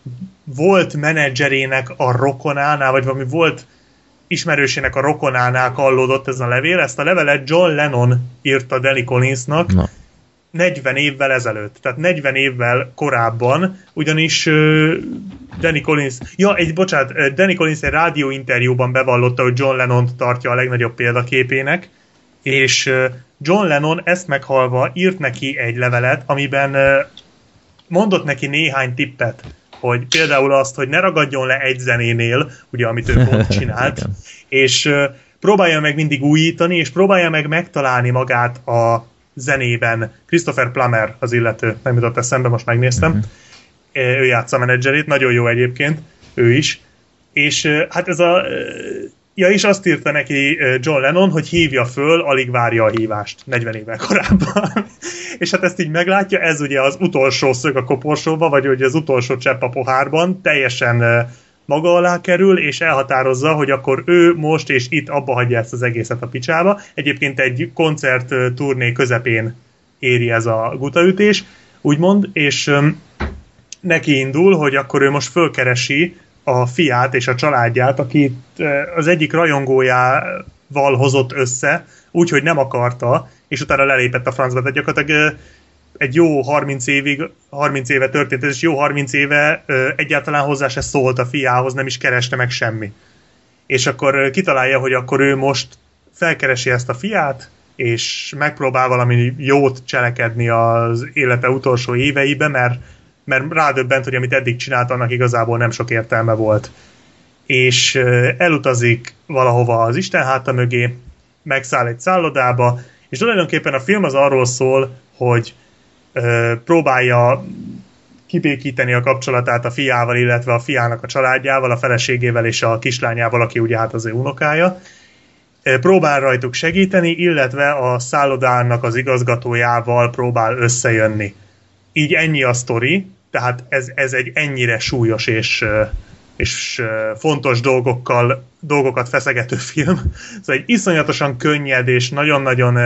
S3: volt menedzserének a rokonánál, vagy valami volt ismerősének a rokonánál kallódott ez a levél. Ezt a levelet John Lennon írta Danny Collinsnak 40 évvel ezelőtt. Tehát 40 évvel korábban, ugyanis Danny Collins... Danny Collins egy rádióinterjúban bevallotta, hogy John Lennont tartja a legnagyobb példaképének, és John Lennon ezt meghalva írt neki egy levelet, amiben mondott neki néhány tippet, hogy például azt, hogy ne ragadjon le egy zenénél, ugye, amit ő pont csinált, és próbálja meg mindig újítani, és próbálja meg megtalálni magát a zenében. Christopher Plummer az illető, nem jutott eszembe, most megnéztem. Ő játsza a menedzserét, nagyon jó egyébként, ő is. És hát ez a... Ja, és azt írta neki John Lennon, hogy hívja föl, alig várja a hívást 40 évvel korábban. És hát ezt így meglátja, ez ugye az utolsó szög a koporsóba, vagy ugye az utolsó csepp a pohárban, teljesen maga alá kerül, és elhatározza, hogy akkor ő most és itt abba hagyja ezt az egészet a picsába. Egyébként egy koncert turné közepén éri ez a gutaütés, úgymond, és neki indul, hogy akkor ő most fölkeresi a fiát és a családját, akit az egyik rajongójával hozott össze, úgyhogy nem akarta, és utána lelépett a francba. Tehát gyakorlatilag egy jó 30 éve történt ez, és jó 30 éve egyáltalán hozzá se szólt a fiához, nem is kereste meg semmi. És akkor kitalálja, hogy akkor ő most felkeresi ezt a fiát, és megpróbál valami jót cselekedni az élete utolsó éveiben, mert rádöbbent, hogy amit eddig csinált, annak igazából nem sok értelme volt. És elutazik valahova az Isten háta mögé, megszáll egy szállodába, és tulajdonképpen a film az arról szól, hogy próbálja kibékíteni a kapcsolatát a fiával, illetve a fiának a családjával, a feleségével és a kislányával, aki ugye hát az ő unokája. Próbál rajtuk segíteni, illetve a szállodának az igazgatójával próbál összejönni. Így ennyi a sztori, tehát ez egy ennyire súlyos és fontos dolgokat feszegető film. Szóval egy iszonyatosan könnyed és nagyon-nagyon...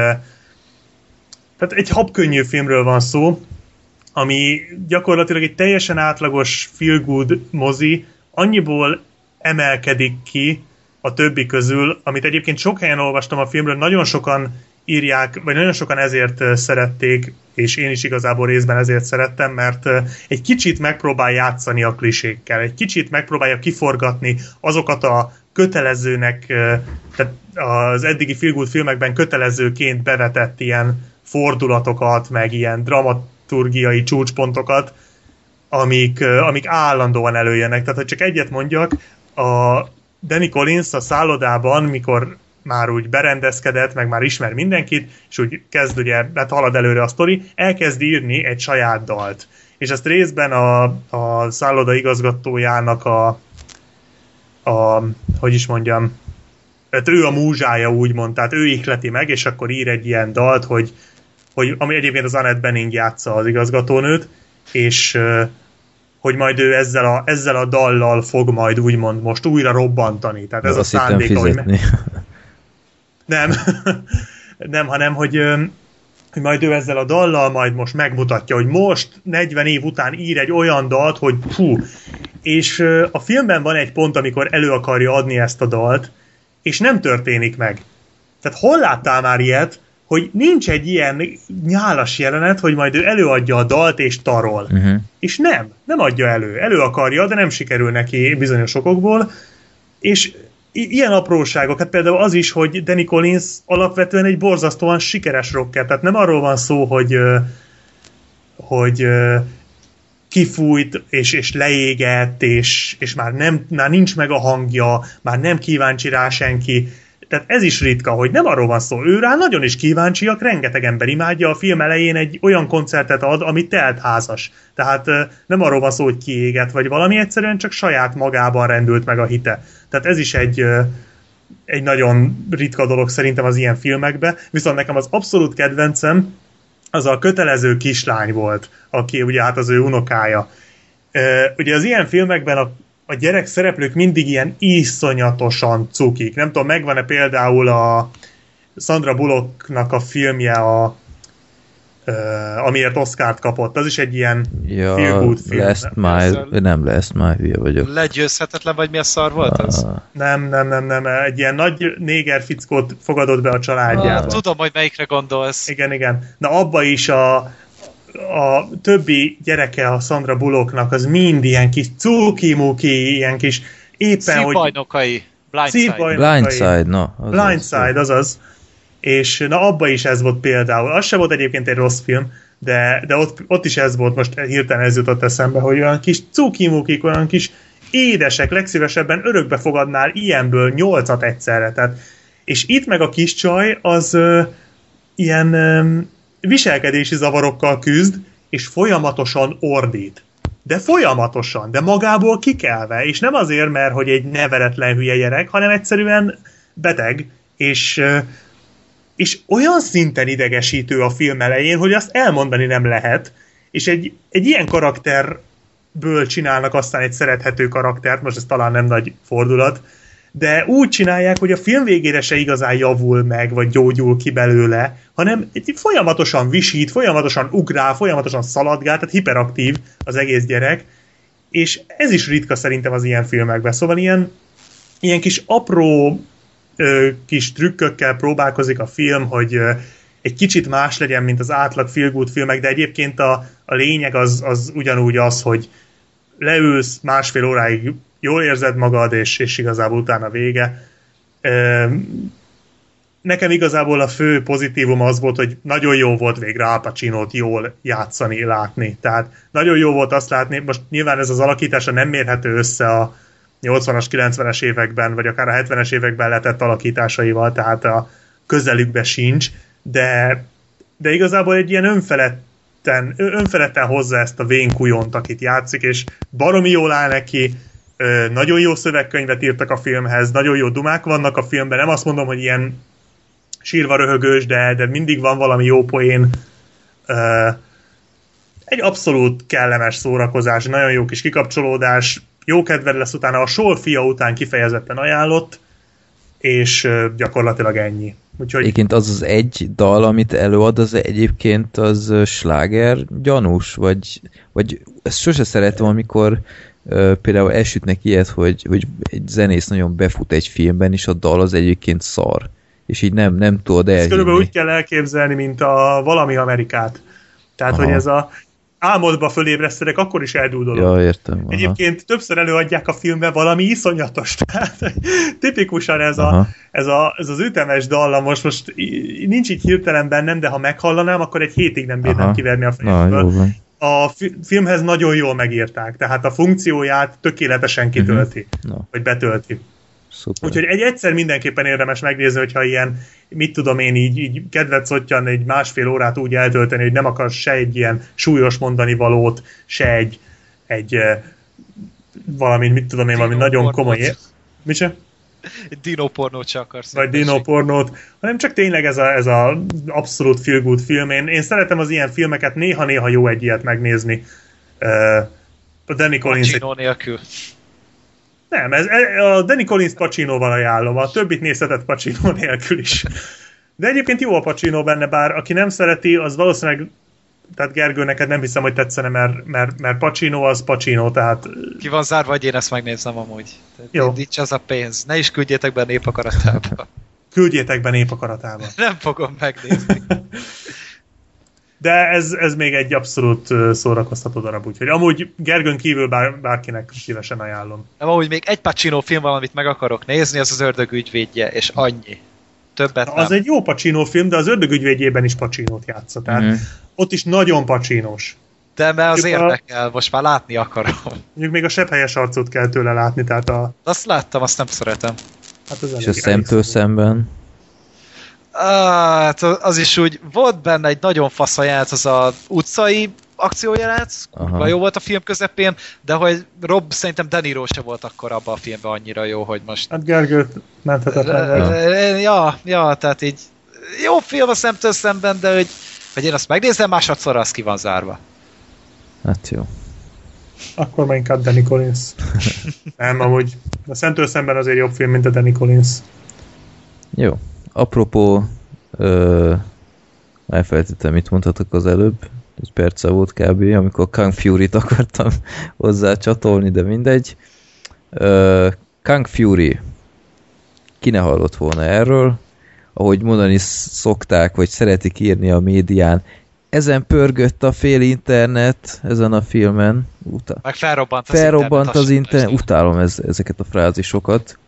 S3: Tehát egy habkönnyű filmről van szó, ami gyakorlatilag egy teljesen átlagos feel-good mozi, annyiból emelkedik ki a többi közül, amit egyébként sok helyen olvastam a filmről, nagyon sokan írják, vagy nagyon sokan ezért szerették, és én is igazából részben ezért szerettem, mert egy kicsit megpróbál játszani a klisékkel, egy kicsit megpróbálja kiforgatni azokat a kötelezőnek, tehát az eddigi feel good filmekben kötelezőként bevetett ilyen fordulatokat, meg ilyen dramaturgiai csúcspontokat, amik állandóan előjönnek. Tehát, hogy csak egyet mondjak, a Danny Collins a szállodában, mikor már úgy berendezkedett, meg már ismer mindenkit, és úgy kezd ugye, hát halad előre a sztori, elkezd írni egy saját dalt. És ezt részben a szálloda igazgatójának hogy is mondjam, tehát ő a múzsája úgymond, tehát ő ihleti meg, és akkor ír egy ilyen dalt, hogy ami egyébként az Annette Bening játsza az igazgatónőt, és hogy majd ő ezzel a dallal fog majd úgymond most újra robbantani. Tehát ez a szándéka, hogy nem, hanem hogy majd ő ezzel a dallal majd most megmutatja, hogy most 40 év után ír egy olyan dalt, hogy fú. És a filmben van egy pont, amikor elő akarja adni ezt a dalt, és nem történik meg. Tehát hol láttál már ilyet, hogy nincs egy ilyen nyálas jelenet, hogy majd ő előadja a dalt és tarol. És nem adja elő akarja, de nem sikerül neki bizonyos okokból, és ilyen apróságok, hát például az is, hogy Danny Collins alapvetően egy borzasztóan sikeres rocker, tehát nem arról van szó, hogy kifújt, és leégett, és már nincs meg a hangja, már nem kíváncsi rá senki. Tehát ez is ritka, hogy nem arról van szó. Ő rá nagyon is kíváncsiak, rengeteg ember imádja, a film elején egy olyan koncertet ad, ami teltházas. Tehát nem arról van szó, hogy kiégett, vagy valami, egyszerűen csak saját magában rendült meg a hite. Tehát ez is egy nagyon ritka dolog szerintem az ilyen filmekben, viszont nekem az abszolút kedvencem az a kötelező kislány volt, aki ugye hát az ő unokája. Ugye az ilyen filmekben a gyerek szereplők mindig ilyen iszonyatosan cukik. Nem tudom, megvan-e például a Sandra Bullocknak a filmje, amiért Oscart kapott. Az is egy ilyen feel good film.
S2: Last Mile, hülye vagyok.
S5: Legyőzhetetlen, vagy mi a szar volt az?
S3: Nem. Egy ilyen nagy néger fickót fogadott be a családjába.
S5: Tudom, hogy melyikre gondolsz.
S3: Igen. Na abba is a többi gyereke a Sandra Bullocknak az mind ilyen kis cuki-muki, ilyen kis éppen,
S5: Szívbajnokai.
S2: Blindside,
S3: Blindside, azaz. És na abba is ez volt például. Az sem volt egyébként egy rossz film, de ott is ez volt, most hirtelen ez jutott eszembe, hogy olyan kis cuki-mukik, olyan kis édesek, legszívesebben örökbe fogadnál ilyenből 8-at egyszerre. Tehát, és itt meg a kis csaj az ilyen viselkedési zavarokkal küzd, és folyamatosan ordít. De folyamatosan, de magából kikelve, és nem azért, mert hogy egy neveretlen hülye gyerek, hanem egyszerűen beteg, és olyan szinten idegesítő a film elején, hogy azt elmondani nem lehet, és egy ilyen karakterből csinálnak aztán egy szerethető karaktert, most ez talán nem nagy fordulat, de úgy csinálják, hogy a film végére se igazán javul meg, vagy gyógyul ki belőle, hanem folyamatosan visít, folyamatosan ugrál, folyamatosan szaladgál, tehát hiperaktív az egész gyerek, és ez is ritka szerintem az ilyen filmekben. Szóval ilyen kis apró kis trükkökkel próbálkozik a film, hogy egy kicsit más legyen, mint az átlag feel good filmek, de egyébként a lényeg az ugyanúgy az, hogy leülsz, 1,5 óráig jól érzed magad, és igazából utána vége. Nekem igazából a fő pozitívum az volt, hogy nagyon jó volt végre Al Pacinót jól játszani, látni. Tehát nagyon jó volt azt látni, most nyilván ez az alakítása nem mérhető össze a 80-as, 90-es években, vagy akár a 70-es években letett alakításaival, tehát a közelükbe sincs, de igazából egy ilyen önfeledten hozza ezt a vénkujont, akit játszik, és baromi jól áll neki, nagyon jó szövegkönyvet írtak a filmhez, nagyon jó dumák vannak a filmben, nem azt mondom, hogy ilyen sírva röhögős, de mindig van valami jó poén. Egy abszolút kellemes szórakozás, nagyon jó kis kikapcsolódás, jó kedved lesz utána, a Sor fia után kifejezetten ajánlott, és gyakorlatilag ennyi. Úgyhogy...
S2: Egyébként az egy dal, amit előad, az egyébként az sláger gyanús, vagy ezt sose szeretem, amikor például elsütnek ilyet, hogy egy zenész nagyon befut egy filmben, és a dal az egyébként szar. És így nem tudod elhinni.
S3: Ezt körülbelül úgy kell elképzelni, mint a Valami Amerikát. Tehát, hogy ez a álmodba fölébresztedek, akkor is eldúdolok.
S2: Ja, értem. Aha.
S3: Egyébként többször előadják a filmben valami iszonyatos. Tehát tipikusan ez az ütemes dallamos, most nincs így hirtelen bennem, de ha meghallanám, akkor egy hétig nem bírnám kiverni a fejemből. A filmhez nagyon jól megírták, tehát a funkcióját tökéletesen kitölti, vagy betölti.
S2: Szuper.
S3: Úgyhogy egyszer mindenképpen érdemes megnézni, hogyha ilyen, mit tudom én, így kedvet szottyan egy 1,5 órát úgy eltölteni, hogy nem akar se egy ilyen súlyos mondani valót, se egy valami, mit tudom én, valami nagyon komoly... Mit sem?
S5: Egy dinopornót se akarsz.
S3: Vagy dinopornót, hanem csak tényleg ez a abszolút feel good film. Én szeretem az ilyen filmeket, néha-néha jó egy ilyet megnézni. A Danny Collins...
S5: Pacino nélkül.
S3: Nem, a Danny Collins Pacinóval ajánlom, a többit nézhetett Pacino nélkül is. De egyébként jó a Pacino benne, bár aki nem szereti, az valószínűleg, tehát Gergő, neked nem hiszem, hogy tetszene, mert Pacino az Pacino, tehát...
S5: Ki van zárva, hogy én ezt megnézem amúgy.
S3: Jó.
S5: Nincs az a pénz. Ne is küldjétek be a népakaratába.
S3: Küldjétek be népakaratában.
S5: Nem fogom megnézni.
S3: De ez még egy abszolút szórakoztató darab, úgyhogy amúgy Gergőn kívül bárkinek szívesen ajánlom.
S5: Amúgy még egy Pacino film van, amit meg akarok nézni, az Ördög ügyvédje, és annyi. Többet nem.
S3: Az egy jó Pacino film, de az Ördög ügyvédjében is Pacinót játszott. Tehát ott is nagyon pacinós.
S5: De mert az érdekel, most már látni akarom.
S3: Mondjuk még a sebhelyes arcot kell tőle látni, tehát
S5: Azt láttam, azt nem szeretem.
S3: Hát az
S2: és a szemtől szemben?
S5: Hát az is úgy, volt benne egy nagyon fasz ajánlat, az a utcai akciójelenet, jó volt a film közepén, de hogy Rob szerintem De Niro se volt akkor abban a filmben annyira jó, hogy most...
S3: Hát Gergőt menthetetlen.
S5: Ja, tehát így jó film a szemtől szemben, de hogy én azt megnézem, másodszorra az ki van zárva.
S2: Hát jó.
S3: Akkor már inkább Danny Collins. Nem, amúgy a szemtől szemben azért jobb film, mint a Danny Collins.
S2: Jó. Apropó, elfelejtettem, mit mondhatok az előbb. Egy perce volt kb. Amikor Kung Fury-t akartam hozzá csatolni, de mindegy. Kung Fury. Ki ne hallott volna erről? Ahogy mondani szokták, vagy szeretik írni a médián, ezen pörgött a fél internet, ezen a filmen.
S5: Meg felrobbant
S2: az internet. Utálom ezeket a frázisokat.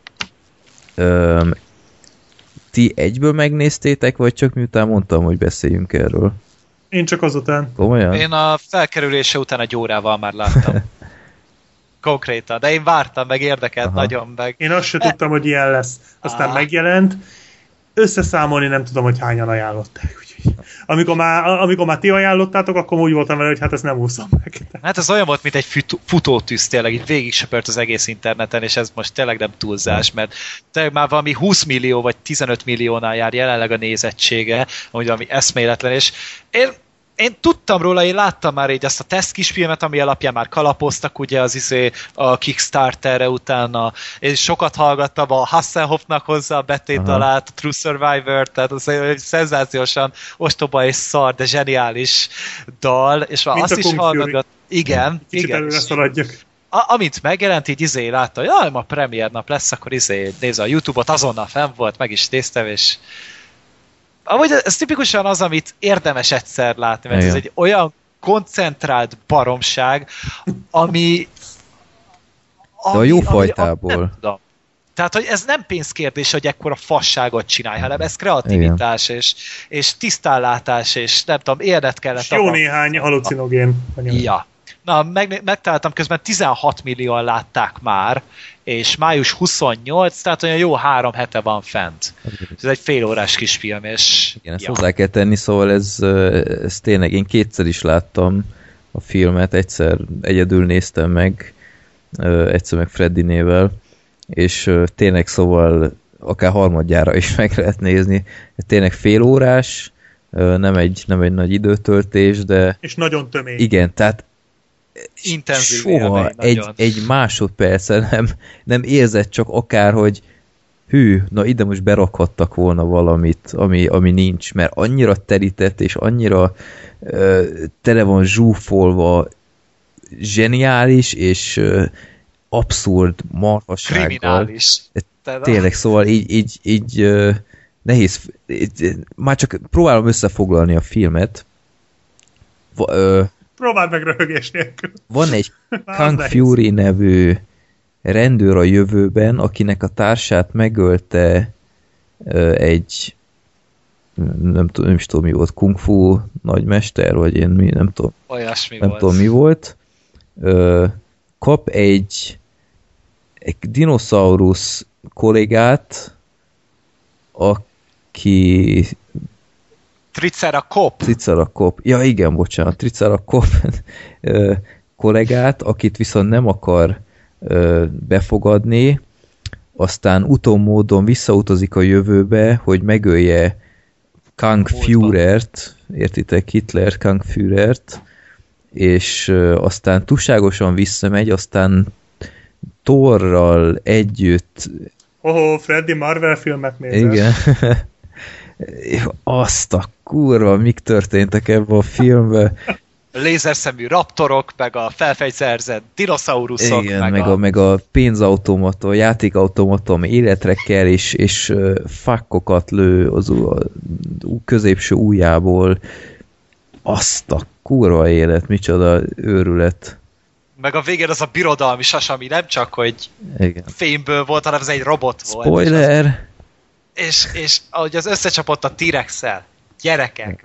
S2: Ti egyből megnéztétek, vagy csak miután mondtam, hogy beszéljünk erről?
S3: Én csak azután.
S2: Komolyan?
S5: Én a felkerülése után egy órával már láttam. Konkrétan. De én vártam, meg érdekelt nagyon meg.
S3: Én azt sem tudtam, hogy ilyen lesz. Aztán megjelent. Összeszámolni nem tudom, hogy hányan ajánlották. Úgyhogy, amikor már ti ajánlottátok, akkor úgy voltam vele, hogy hát ezt nem úszom meg.
S5: Hát ez olyan volt, mint egy futótűz tényleg, így végig söpört az egész interneten, és ez most tényleg nem túlzás, mert tényleg már valami 20 millió vagy 15 milliónál jár jelenleg a nézettsége, ami eszméletlen, és én tudtam róla, én láttam már így ezt a teszt kisfilmet, ami alapján már kalapoztak ugye a Kickstarterre utána, és sokat hallgattam a Hasselhoffnak hozzá a betétalát, a True Survivor, tehát az egy szenzációsan ostoba és szar, de zseniális dal, és már azt is hallgattam. Igen.
S3: Kicsit előre szaladjak.
S5: Amint megjelent, így látta, hogy ma premier nap lesz, akkor nézze a YouTube-ot, azonnal fenn volt, meg is néztem, és amúgy ez tipikusan az, amit érdemes egyszer látni, mert ez egy olyan koncentrált baromság, ami
S2: de a jó fajtából.
S5: Tehát, hogy ez nem pénzkérdés, hogy ekkora fasságot csinálj, hanem ez kreativitás, és tisztánlátás, és nem tudom, érdet kellett.
S3: És jó néhány halucinogén.
S5: Ja. Na, megtaláltam közben 16 millióan látták már, és május 28, tehát olyan jó 3 hete van fent. Ez egy fél órás kis film, és...
S2: Igen, ezt hozzá kell tenni, szóval ez tényleg, én kétszer is láttam a filmet, egyszer egyedül néztem meg, egyszer meg Freddinével, és tényleg szóval akár harmadjára is meg lehet nézni. Tényleg fél órás, nem egy nagy időtöltés, de...
S3: És nagyon tömény.
S2: Igen, tehát
S5: intenzív
S2: soha egy másodpercen nem érzed csak akár, hogy na ide most berakhattak volna valamit, ami nincs, mert annyira terített, és annyira tele van zsúfolva, zseniális, és abszurd marhasággal.
S5: Kriminális.
S2: Tényleg, szóval így nehéz, már csak próbálom összefoglalni a filmet.
S3: Próbáld meg röhögés nélkül.
S2: Van egy Kung Fury nevű rendőr a jövőben, akinek a társát megölte egy nem is tudom mi volt, kung fu nagymester, vagy én nem tudom.
S5: Olyasmi
S2: nem
S5: volt.
S2: tudom mi volt. Kap egy dinoszaurusz kollégát, aki Triceracop. Ja igen, bocsánat, Triceracop kollégát, akit viszont nem akar befogadni, aztán utómódon visszautazik a jövőbe, hogy megölje Kung Führert, értitek, Hitlert, Kung Führert, és aztán túlságosan visszamegy, aztán Thorral együtt...
S3: Freddy Marvel filmet nézel.
S2: Igen. Azt a kurva, mik történtek ebben a filmben.
S5: lézerszemű raptorok, meg a felfegyverzett dinoszauruszok.
S2: Igen, meg a pénzautomata, a játékautomata, ami életre kell, és fakkokat lő az középső ujjából. Azt a kurva élet, micsoda őrület.
S5: Meg a végén az a birodalmi sas, ami nem csak, hogy
S2: igen.
S5: fémből volt, hanem ez egy robot volt.
S2: Spoiler!
S5: És ahogy az összecsapott a T-Rex-el, gyerekek,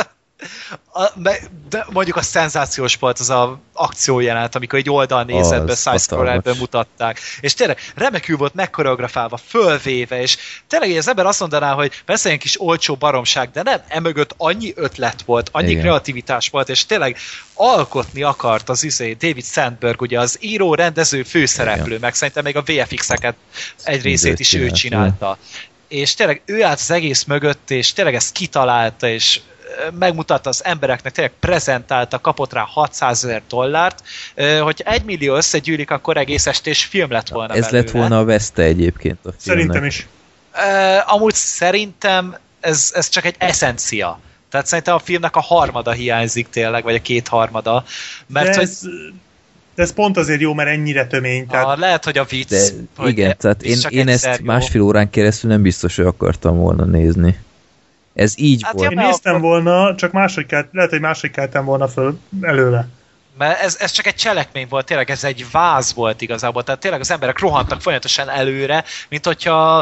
S5: de mondjuk a szenzációs volt az a akciójelenet, amikor egy oldalnézetben, side-scrollerben mutatták. És tényleg remekül volt megkoreografálva, fölvéve, és tényleg az ember azt mondaná, hogy persze ilyen kis olcsó baromság, de nem, emögött annyi ötlet volt, annyi kreativitás volt, és tényleg alkotni akart az David Sandberg, ugye az író, rendező, főszereplő, meg szerintem még a VFX-eket egy részét is ő csinálta. És tényleg ő állt az egész mögött, és tényleg ezt kitalálta, és megmutatta az embereknek, tényleg prezentálta, kapott rá $600,000, hogy 1 millió összegyűlik, akkor egész estés film lett volna
S2: ez belőle. Lett volna a veszte egyébként a filmnek.
S3: Szerintem is.
S5: Amúgy szerintem ez csak egy eszencia. Tehát szerintem a filmnek a harmada hiányzik tényleg, vagy a 2/3. Mert
S3: de ez pont azért jó, mert ennyire tömény. Tehát...
S5: Lehet, hogy a vicc.
S2: De
S5: hogy
S2: igen, tehát én ezt másfél órán keresztül nem biztos, hogy akartam volna nézni. Ez így volt.
S3: Én néztem volna, csak lehet, hogy máshogy keltem volna föl előle.
S5: Mert ez csak egy cselekmény volt, tényleg ez egy váz volt igazából, tehát tényleg az emberek rohantak folyamatosan előre, mint hogyha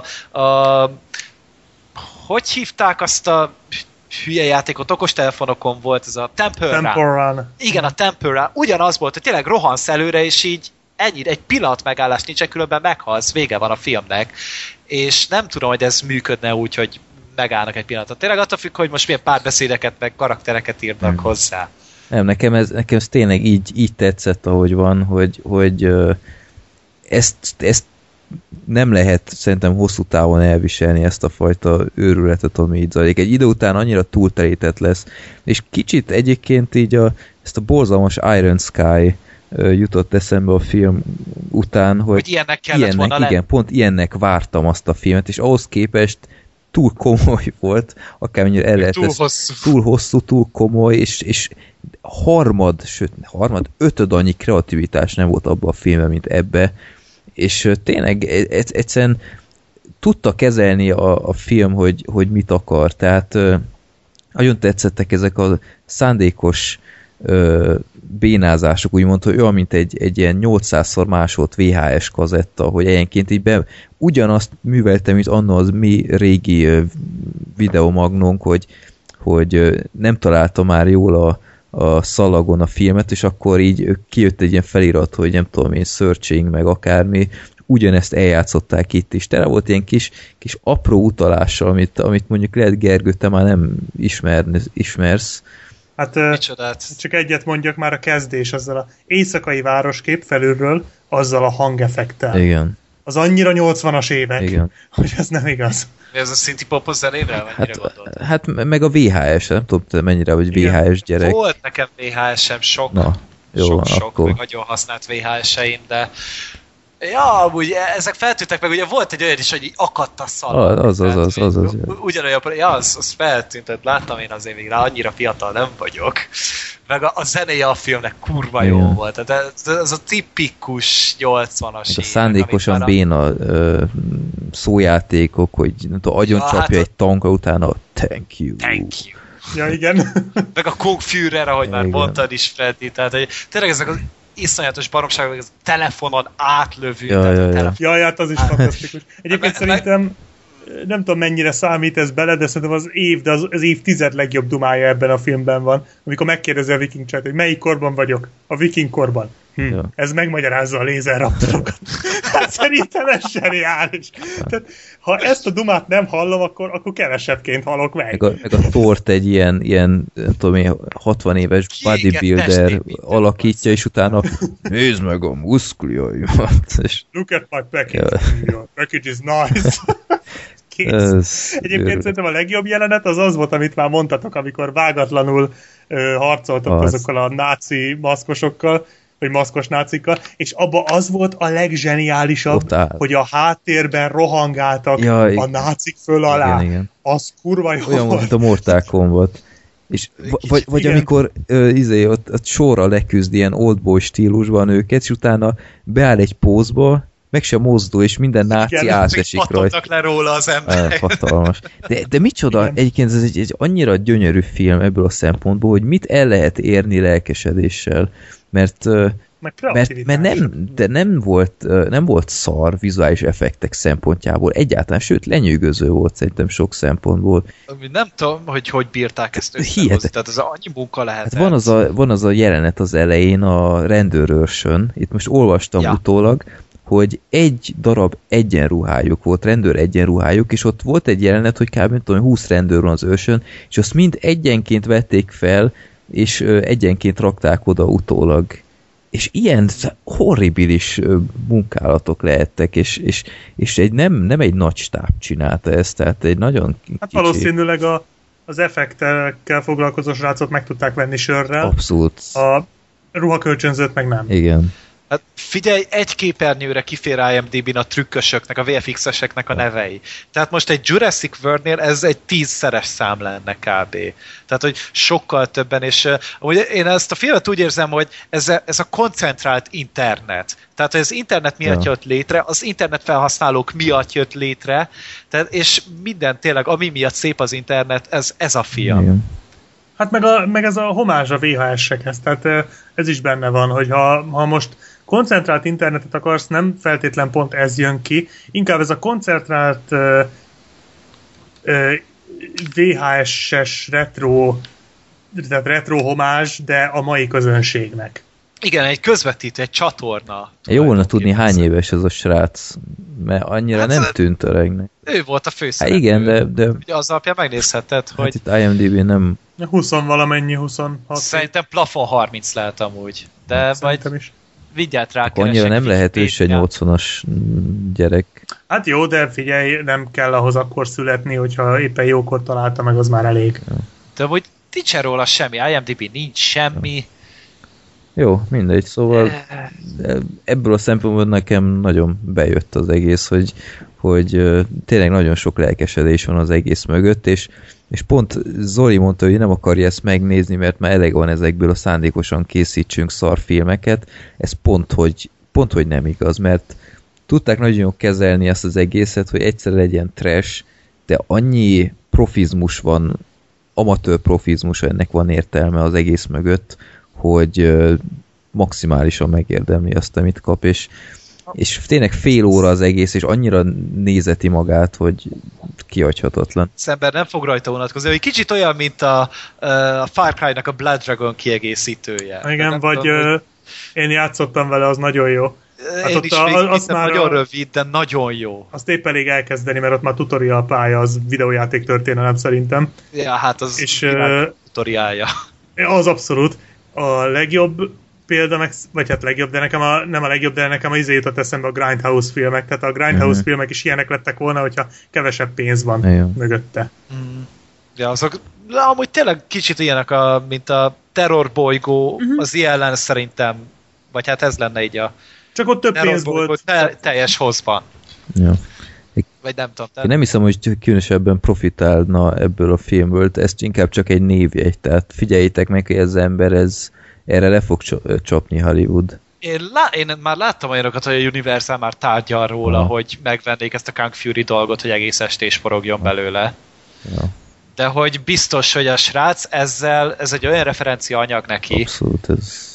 S5: hogy hívták azt a hülye játékot, okostelefonokon volt, ez a Temple Run. Igen, a Temple Run. Ugyanaz volt, hogy tényleg rohansz előre, és így egy pillanat megállás nincsen, különben meghalsz, vége van a filmnek. És nem tudom, hogy ez működne úgy, hogy megállnak egy pillanatot. Tényleg attól függ, hogy most milyen párbeszédeket, meg karaktereket írnak hozzá.
S2: Nem, nekem ez tényleg így tetszett, ahogy van, hogy ezt nem lehet szerintem hosszú távon elviselni ezt a fajta őrületet, ami így zajlik. Egy idő után annyira túlterített lesz, és kicsit egyébként így ezt a borzalmas Iron Sky jutott eszembe a film után, hogy
S5: ilyennek kellett volna lenni.
S2: Igen, pont ilyennek vártam azt a filmet, és ahhoz képest túl komoly volt, akármennyire el lehet túl hosszú, túl komoly, és ötöd annyi kreativitás nem volt abban a filmben, mint ebbe, és tényleg egyszerűen tudta kezelni a film, hogy mit akar, tehát nagyon tetszettek ezek a szándékos bénázások, úgymond, hogy olyan, mint egy ilyen 800-szor másolt VHS kazetta, hogy egyenként így ugyanazt műveltem, mint anna az mi régi videomagnónk, hogy nem találta már jól a szalagon a filmet, és akkor így kijött egy ilyen felirat, hogy nem tudom én, searching, meg akármi, ugyanezt eljátszották itt is. Tele volt ilyen kis apró utalással, amit mondjuk lehet, Gergő, te már nem ismersz.
S3: Hát csak egyet mondjak, már a kezdés azzal a éjszakai városkép felülről, azzal a hangeffektel.
S2: Igen.
S3: Az annyira 80-as évek,
S2: igen,
S3: hogy ez nem igaz.
S5: Ez a Synthie-popos zenével? Mennyire gondoltad?
S2: Hát meg a VHS, nem tudom te mennyire, hogy VHS gyerek.
S5: Volt nekem VHS-em sok,
S2: akkor...
S5: meg nagyon használt VHS-eim, de ja, úgy ezek feltűntek meg, ugye volt egy olyan is, hogy így akadt a szalag.
S2: Az.
S5: Ugyanolyan, ja, az feltűnt, láttam én azért még rá, annyira fiatal nem vagyok. Meg a zenéje a filmnek kurva jó volt. De ez a tipikus 80-as évek.
S2: A szándékosan béna szójátékok, hogy nem tudom, agyoncsapja egy tankra, utána thank you.
S3: Ja, igen.
S5: Meg a Kung Führer, ahogy már mondtad is, Freddy. Tehát hogy tényleg ezek az iszonyatos baromságok, ez a telefonon átlövő.
S3: Jaj, hát az is fantasztikus. Egyébként szerintem nem tudom mennyire számít ez bele, de szerintem az évtized legjobb dumája ebben a filmben van, amikor megkérdezi a Viking Chat, hogy melyik korban vagyok? A Viking korban. Ez megmagyarázza a lézerraptorokat. Hát szerintem ez zseniális. Tehát, ha ezt a dumát nem hallom, akkor kevesebbként halok meg.
S2: Meg a Thort egy ilyen nem tudom én, 60 éves bodybuilder alakítja, és utána nézd meg a muszkljaimat.
S3: Look at my package. Your package is nice. Egyébként szerintem a legjobb jelenet az volt, amit már mondtatok, amikor vágatlanul harcoltok azokkal a náci maszkosokkal, vagy maszkos nácikkal, és abban az volt a legzseniálisabb, hogy a háttérben rohangáltak a nácik föl alá.
S2: Igen.
S3: Az kurva jó
S2: olyan volt, mint a Mortal Kombat. És vagy amikor ott sorra leküzd ilyen oldboy stílusban őket, és utána beáll egy pózba, meg sem mozdul, és minden náci átesik rajta.
S5: Le róla az emberek.
S2: Hatalmas. De micsoda, igen. Egyébként ez egy annyira gyönyörű film ebből a szempontból, hogy mit el lehet érni lelkesedéssel, mert nem volt szar vizuális effektek szempontjából. Egyáltalán, sőt, lenyűgöző volt szerintem sok szempontból.
S5: Nem tudom, hogy bírták ezt
S2: összehozni,
S5: tehát ez annyi munka lehet.
S2: Hát van az a jelenet az elején a rendőrőrsön, itt most olvastam utólag, hogy egy darab egyenruhájuk volt, rendőr egyenruhájuk, és ott volt egy jelenet, hogy kb. 20 rendőr van az őrsön, és azt mind egyenként vették fel, és egyenként rakták oda utólag. És ilyen horribilis munkálatok lehettek, és nem egy nagy stáb csinálta ezt, tehát egy nagyon kicsi...
S3: Hát valószínűleg az effektekkel foglalkozó srácot meg tudták venni sörrel.
S2: Abszolút.
S3: A ruhakölcsönzőt meg nem.
S2: Igen.
S5: Hát figyelj, egy képernyőre kifér IMDb-n a trükkösöknek, a VFX-eseknek a nevei. Tehát most egy Jurassic World-nél ez egy 10-szeres szám lenne kb. Tehát, hogy sokkal többen, és én ezt a filmet úgy érzem, hogy ez a koncentrált internet. Tehát, hogy az internet miatt jött létre, az internet felhasználók miatt jött létre, tehát, és minden tényleg, ami miatt szép az internet, ez a film.
S2: Igen.
S3: Hát meg ez a homázs a VHS-ekhez, tehát ez is benne van, hogy ha most koncentrált internetet akarsz, nem feltétlen pont ez jön ki, inkább ez a koncentrált VHS-es retro homázs, de a mai közönségnek.
S5: Igen, egy közvetítő, egy csatorna.
S2: Jó volna tudni, hány éves ez a srác, mert annyira nem tűnt öregnek.
S5: Ő volt a főszereplő.
S2: Igen, de...
S5: Ugye az alapján megnézheted, hogy...
S2: Hát itt IMDb nem...
S3: 20 valamennyi, 26.
S5: Szerintem plafon 30 lehet amúgy. De hát majd is. Vigyát rákeresek.
S2: Annyira nem lehet ő se 80-as gyerek.
S3: Hát jó, de figyelj, nem kell ahhoz akkor születni, hogyha éppen jókor találta meg, az már elég.
S5: De amúgy nincs róla semmi, IMDb nincs semmi.
S2: Jó, mindegy, szóval ebből a szempontból nekem nagyon bejött az egész, hogy tényleg nagyon sok lelkesedés van az egész mögött, és pont Zoli mondta, hogy nem akarja ezt megnézni, mert már elég van ezekből a szándékosan készítsünk szarfilmeket. Ez pont, hogy nem igaz, mert tudták nagyon jól kezelni ezt az egészet, hogy egyszer legyen trash, de annyi profizmus van, amatőr profizmus, ennek van értelme az egész mögött, hogy maximálisan megérdemli azt, amit kap, és tényleg fél óra az egész, és annyira nézeti magát, hogy kihagyhatatlan.
S5: Az ember nem fog rajta vonatkozni, hogy kicsit olyan, mint a Far Cry-nak a Blood Dragon kiegészítője.
S3: Igen, vagy én játszottam vele, az nagyon jó.
S5: Hát én is végigvittem, nagyon rövid, de nagyon jó.
S3: Azt épp elég elkezdeni, mert ott már tutorial pálya, az videójáték történelem szerintem.
S5: Ja, hát az tutoriálja.
S3: Az abszolút. A legjobb példa, vagy hát legjobb, de nem a legjobb, de nekem az izé jutott eszembe a Grindhouse filmek. Tehát a Grindhouse filmek is ilyenek lettek volna, hogyha kevesebb pénz van mögötte.
S5: Ja, azok amúgy tényleg kicsit ilyenek, mint a terrorbolygó, az ilyen lenne szerintem, vagy hát ez lenne így a
S3: csak ott több pénz volt.
S5: Teljes hozban.
S2: Ja.
S5: Vagy nem tudom.
S2: Én nem hiszem, hogy különösebben profitálna ebből a filmből, ez inkább csak egy névjegy, tehát figyeljétek meg, hogy ez az ember erre le fog csapni Hollywood.
S5: Én már láttam olyanokat, hogy a Universal már tárgyal róla, hogy megvennék ezt a Kung Fury dolgot, hogy egész estés forogjon belőle. Ja. De hogy biztos, hogy a srác ez egy olyan referencia anyag neki.
S2: Abszolút, ez...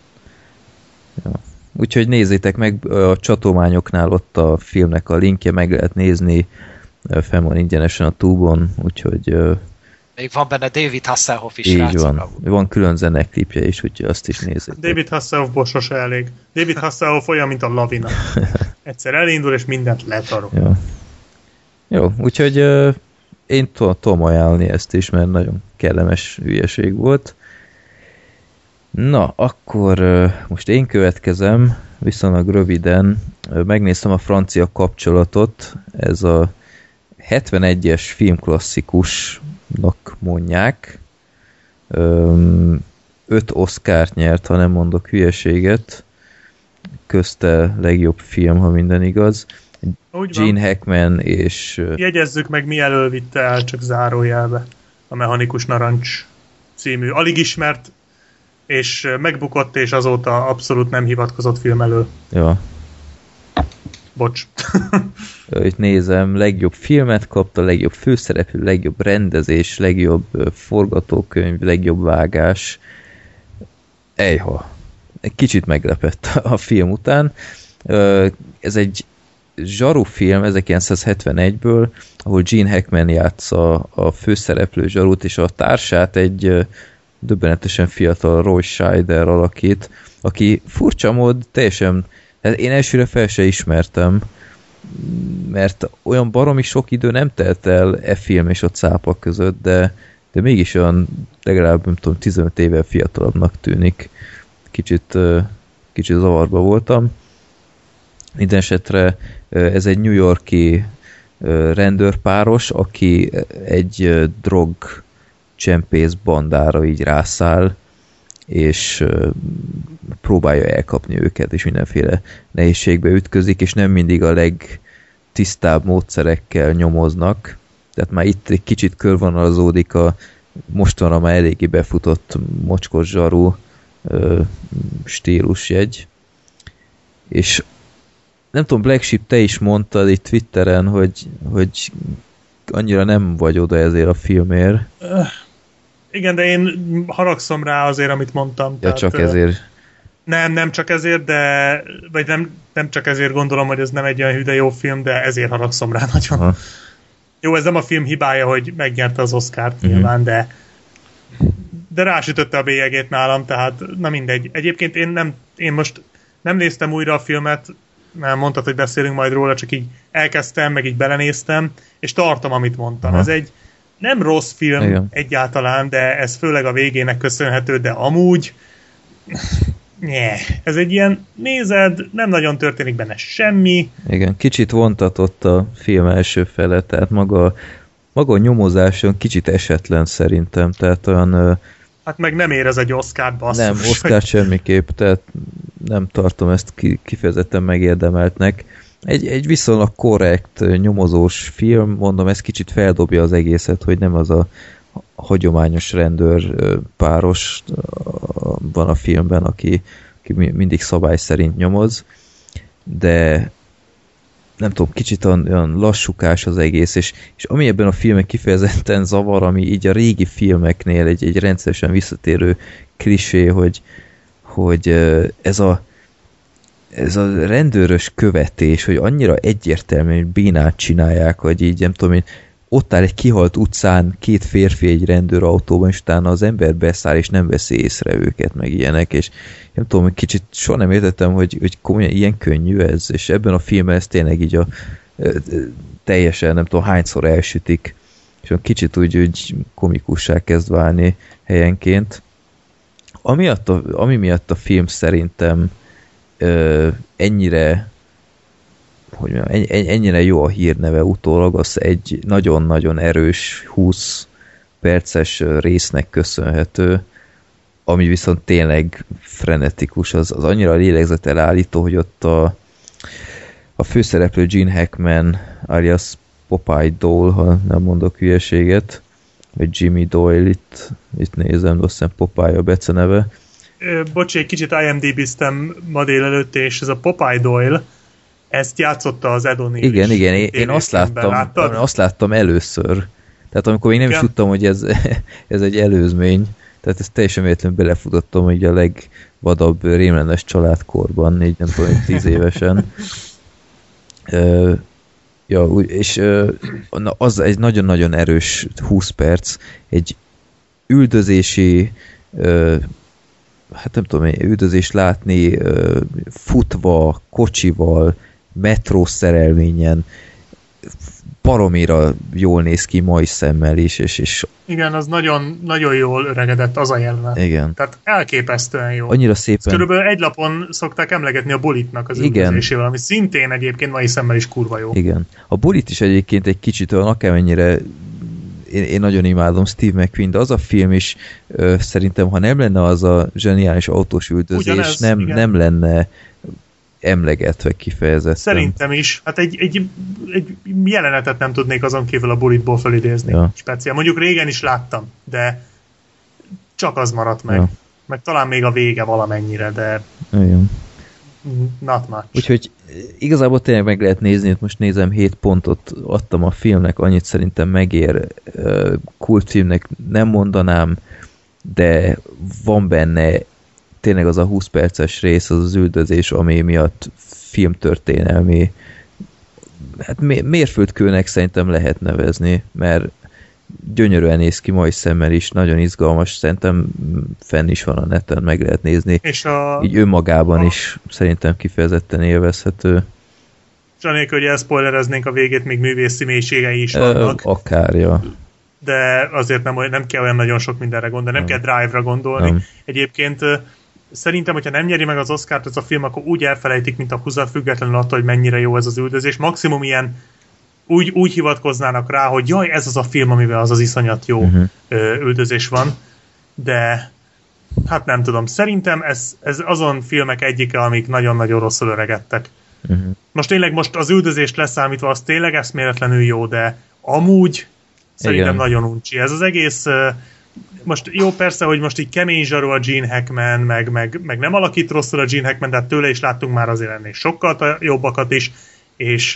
S2: Ja. Úgyhogy nézzétek meg a csatományoknál, ott a filmnek a linkje, meg lehet nézni, fenn van ingyenesen a Tube-on, úgyhogy...
S5: Még van benne David Hasselhoff is.
S2: Így van. Van külön zeneklipje is, úgyhogy azt is nézzétek.
S3: David Hasselhoffból sose elég. David Hasselhoff olyan, mint a lavina. Egyszer elindul, és mindent letarol.
S2: Ja. Jó, úgyhogy én tudom ajánlani ezt is, mert nagyon kellemes hülyeség volt. Na, akkor most én következem, viszonylag röviden. Megnéztem a francia kapcsolatot, ez a 71-es filmklasszikusnak mondják. 5 Oscart nyert, ha nem mondok hülyeséget. Közte legjobb film, ha minden igaz. Gene Hackman és...
S3: Jegyezzük meg, mi elől vitte el, csak zárójelbe. A Mechanikus Narancs című alig ismert, és megbukott, és azóta abszolút nem hivatkozott film elől.
S2: Ja.
S3: Bocs.
S2: Itt nézem, legjobb filmet kapta, legjobb főszereplő, legjobb rendezés, legjobb forgatókönyv, legjobb vágás. Ejha. Egy kicsit meglepett a film után. Ez egy zsaru film 1971-ből, ahol Gene Hackman játsza a főszereplő zsarút, és a társát egy döbbenetesen fiatal Roy Scheider alakít, aki furcsa mód teljesen, én elsőre fel se ismertem, mert olyan baromi sok idő nem telt el e film és a cápa között, de mégis olyan legalább, nem tudom, 15 évvel fiatalabbnak tűnik. Kicsit zavarba voltam. Minden esetre ez egy New York-i rendőrpáros, aki egy drogcsempész bandára így rászáll, és próbálja elkapni őket, és mindenféle nehézségbe ütközik, és nem mindig a legtisztább módszerekkel nyomoznak. Tehát már itt egy kicsit körvonalazódik a mostanra már eléggé befutott mocskos zsaru stílusjegy. És nem tudom, Black Sheep, te is mondtad itt Twitteren, hogy annyira nem vagy oda ezért a filmért.
S3: Igen, de én haragszom rá azért, amit mondtam.
S2: Ja,
S3: tehát,
S2: csak ezért.
S3: Nem csak ezért, vagy nem csak ezért gondolom, hogy ez nem egy olyan hű, de jó film, de ezért haragszom rá nagyon.
S2: Aha.
S3: Jó, ez nem a film hibája, hogy megnyerte az Oscart nyilván, de rásütötte a bélyegét nálam, tehát na mindegy. Egyébként én most nem néztem újra a filmet, mert mondtad, hogy beszélünk majd róla, csak így elkezdtem, meg így belenéztem, és tartom, amit mondtam. Aha. Ez egy nem rossz film igen. Egyáltalán, de ez főleg a végének köszönhető, de amúgy ez egy ilyen, nézed, nem nagyon történik benne semmi.
S2: Igen, kicsit vontatott a film első fele, tehát maga a nyomozáson kicsit esetlen szerintem, tehát olyan...
S3: Hát meg nem ér ez egy Oscar-t, basszus.
S2: Nem, Oscar semmiképp, tehát nem tartom ezt kifejezetten megérdemeltnek. Egy viszonylag korrekt nyomozós film, mondom, ez kicsit feldobja az egészet, hogy nem az a hagyományos rendőr páros van a filmben, aki mindig szabály szerint nyomoz, de nem tudom, kicsit olyan lassukás az egész, és ami ebben a filmen kifejezetten zavar, ami így a régi filmeknél egy rendszeresen visszatérő klisé, hogy ez a rendőrös követés, hogy annyira egyértelműen, hogy bénát csinálják, hogy így nem tudom én, ott áll egy kihalt utcán két férfi egy rendőrautóban, és utána az ember beszáll, és nem veszi észre őket, meg ilyenek, és nem tudom, hogy kicsit soha nem értettem, hogy komolyan ilyen könnyű ez, és ebben a filmben ez tényleg így teljesen, nem tudom, hányszor elsütik, és kicsit úgy komikussá kezd válni helyenként. Ami miatt a film szerintem ennyire jó a hírneve utólag, az egy nagyon-nagyon erős 20 perces résznek köszönhető, ami viszont tényleg frenetikus, az annyira lélegzetelállító, hogy ott a főszereplő Gene Hackman, alias Popeye Doyle, ha nem mondok hülyeséget, vagy Jimmy Doyle, itt nézem, de azt hiszem Popeye a beceneve.
S3: Bocs, egy kicsit IMDb-ztem ma délelőtt, és ez a Popeye Doyle, ezt játszotta az Ed O'Neill.
S2: Igen, én azt láttam először. Tehát amikor én nem is tudtam, hogy ez egy előzmény, tehát ezt teljesen véletlenül belefutottam így a legvadabb rémlenes családkorban, így nem tudom, 10 évesen. És az egy nagyon-nagyon erős 20 perc, egy üldözési hát nem tudom, üldözést látni futva, kocsival, metró szerelvényen, baromira jól néz ki mai szemmel is, és
S3: igen, az nagyon, nagyon jól öregedett az a jelenet.
S2: Igen.
S3: Tehát elképesztően jó.
S2: Annyira szépen.
S3: Körülbelül egy lapon szokták emlegetni a Bullittnak az üldözésével, ami szintén egyébként mai szemmel is kurva jó.
S2: Igen. A Bullitt is egyébként egy kicsit olyan, akármennyire én nagyon imádom Steve McQueen, de az a film is szerintem, ha nem lenne az a zseniális autós üldözés, nem lenne emlegetve kifejezetten.
S3: Szerintem is. Hát egy jelenetet nem tudnék azon kívül a Bullittból felidézni. Ja. Speciál. Mondjuk régen is láttam, de csak az maradt meg.
S2: Ja.
S3: Meg talán még a vége valamennyire, de
S2: Igen.
S3: not much.
S2: Úgyhogy igazából tényleg meg lehet nézni, most nézem 7 pontot adtam a filmnek, annyit szerintem megér, kultfilmnek nem mondanám, de van benne tényleg az a 20 perces rész, az az üldözés, ami miatt filmtörténelmi hát mérföldkőnek szerintem lehet nevezni, mert gyönyörűen néz ki mai szemmel is, nagyon izgalmas, szerintem fenn is van a neten, meg lehet nézni.
S3: És
S2: így önmagában is szerintem kifejezetten élvezhető.
S3: És anélkül, hogy elszpoilereznénk a végét, még művészi mélységei is vannak.
S2: Akár, ja.
S3: De azért nem kell olyan nagyon sok mindenre gondolni, nem kell Drive-ra gondolni.
S2: Nem.
S3: Egyébként szerintem, hogyha nem nyeri meg az Oscart ez a film, akkor úgy elfelejtik, mint a húzat, függetlenül attól, hogy mennyire jó ez az üldözés. Maximum ilyen úgy hivatkoznának rá, hogy jaj, ez az a film, amivel az iszonyat jó üldözés van. De hát nem tudom. Szerintem ez azon filmek egyike, amik nagyon-nagyon rosszul öregedtek. Most az üldözést leszámítva, az tényleg eszméletlenül jó, de amúgy szerintem
S2: igen,
S3: nagyon uncsi. Ez az egész most jó persze, hogy most így kemény zsaró a Gene Hackman, meg nem alakít rosszul a Gene Hackman, de hát tőle is láttunk már azért ennél sokkal jobbakat is, és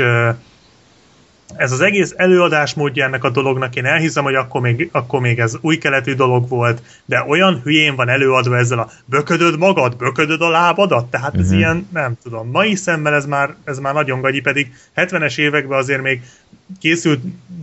S3: ez az egész előadásmódja ennek a dolognak, én elhiszem, hogy akkor még ez új keletű dolog volt, de olyan hülyén van előadva ezzel a böködöd magad, böködöd a lábadat, tehát ez ilyen, nem tudom, mai szemmel ez már nagyon gagyi, pedig 70-es években azért még készült,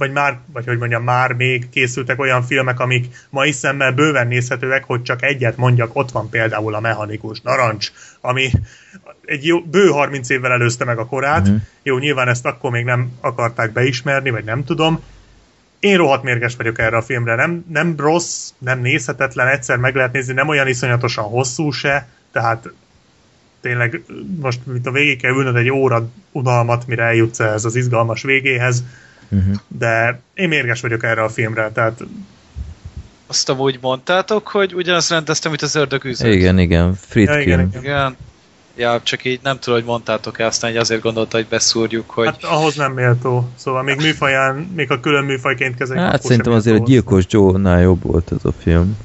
S3: már még készültek olyan filmek, amik mai szemmel bőven nézhetőek, hogy csak egyet mondjak, ott van például a Mechanikus Narancs, ami egy jó, bő 30 évvel előzte meg a korát. Jó, nyilván ezt akkor még nem akarták beismerni, vagy nem tudom. Én rohadt mérges vagyok erre a filmre. Nem rossz, nem nézhetetlen, egyszer meg lehet nézni, nem olyan iszonyatosan hosszú se, tehát tényleg most mint a végig kell ülnöd egy óra unalmat, mire eljutsz ez az izgalmas végéhez, de én mérges vagyok erre a filmre, tehát
S5: azt amúgy mondtátok, hogy ugyanazt rendeztem, mint az Ördög Üzlet.
S2: Igen, Friedkin.
S5: Igen. Ja, csak így nem tudom, hogy mondtátok-e, aztán így azért gondolta, hogy beszúrjuk, hogy...
S3: Hát ahhoz nem méltó. Szóval még műfaján, még a külön műfajként kezeljük.
S2: Hát szerintem azért a Gyilkos Joe-nál jobb volt ez a film.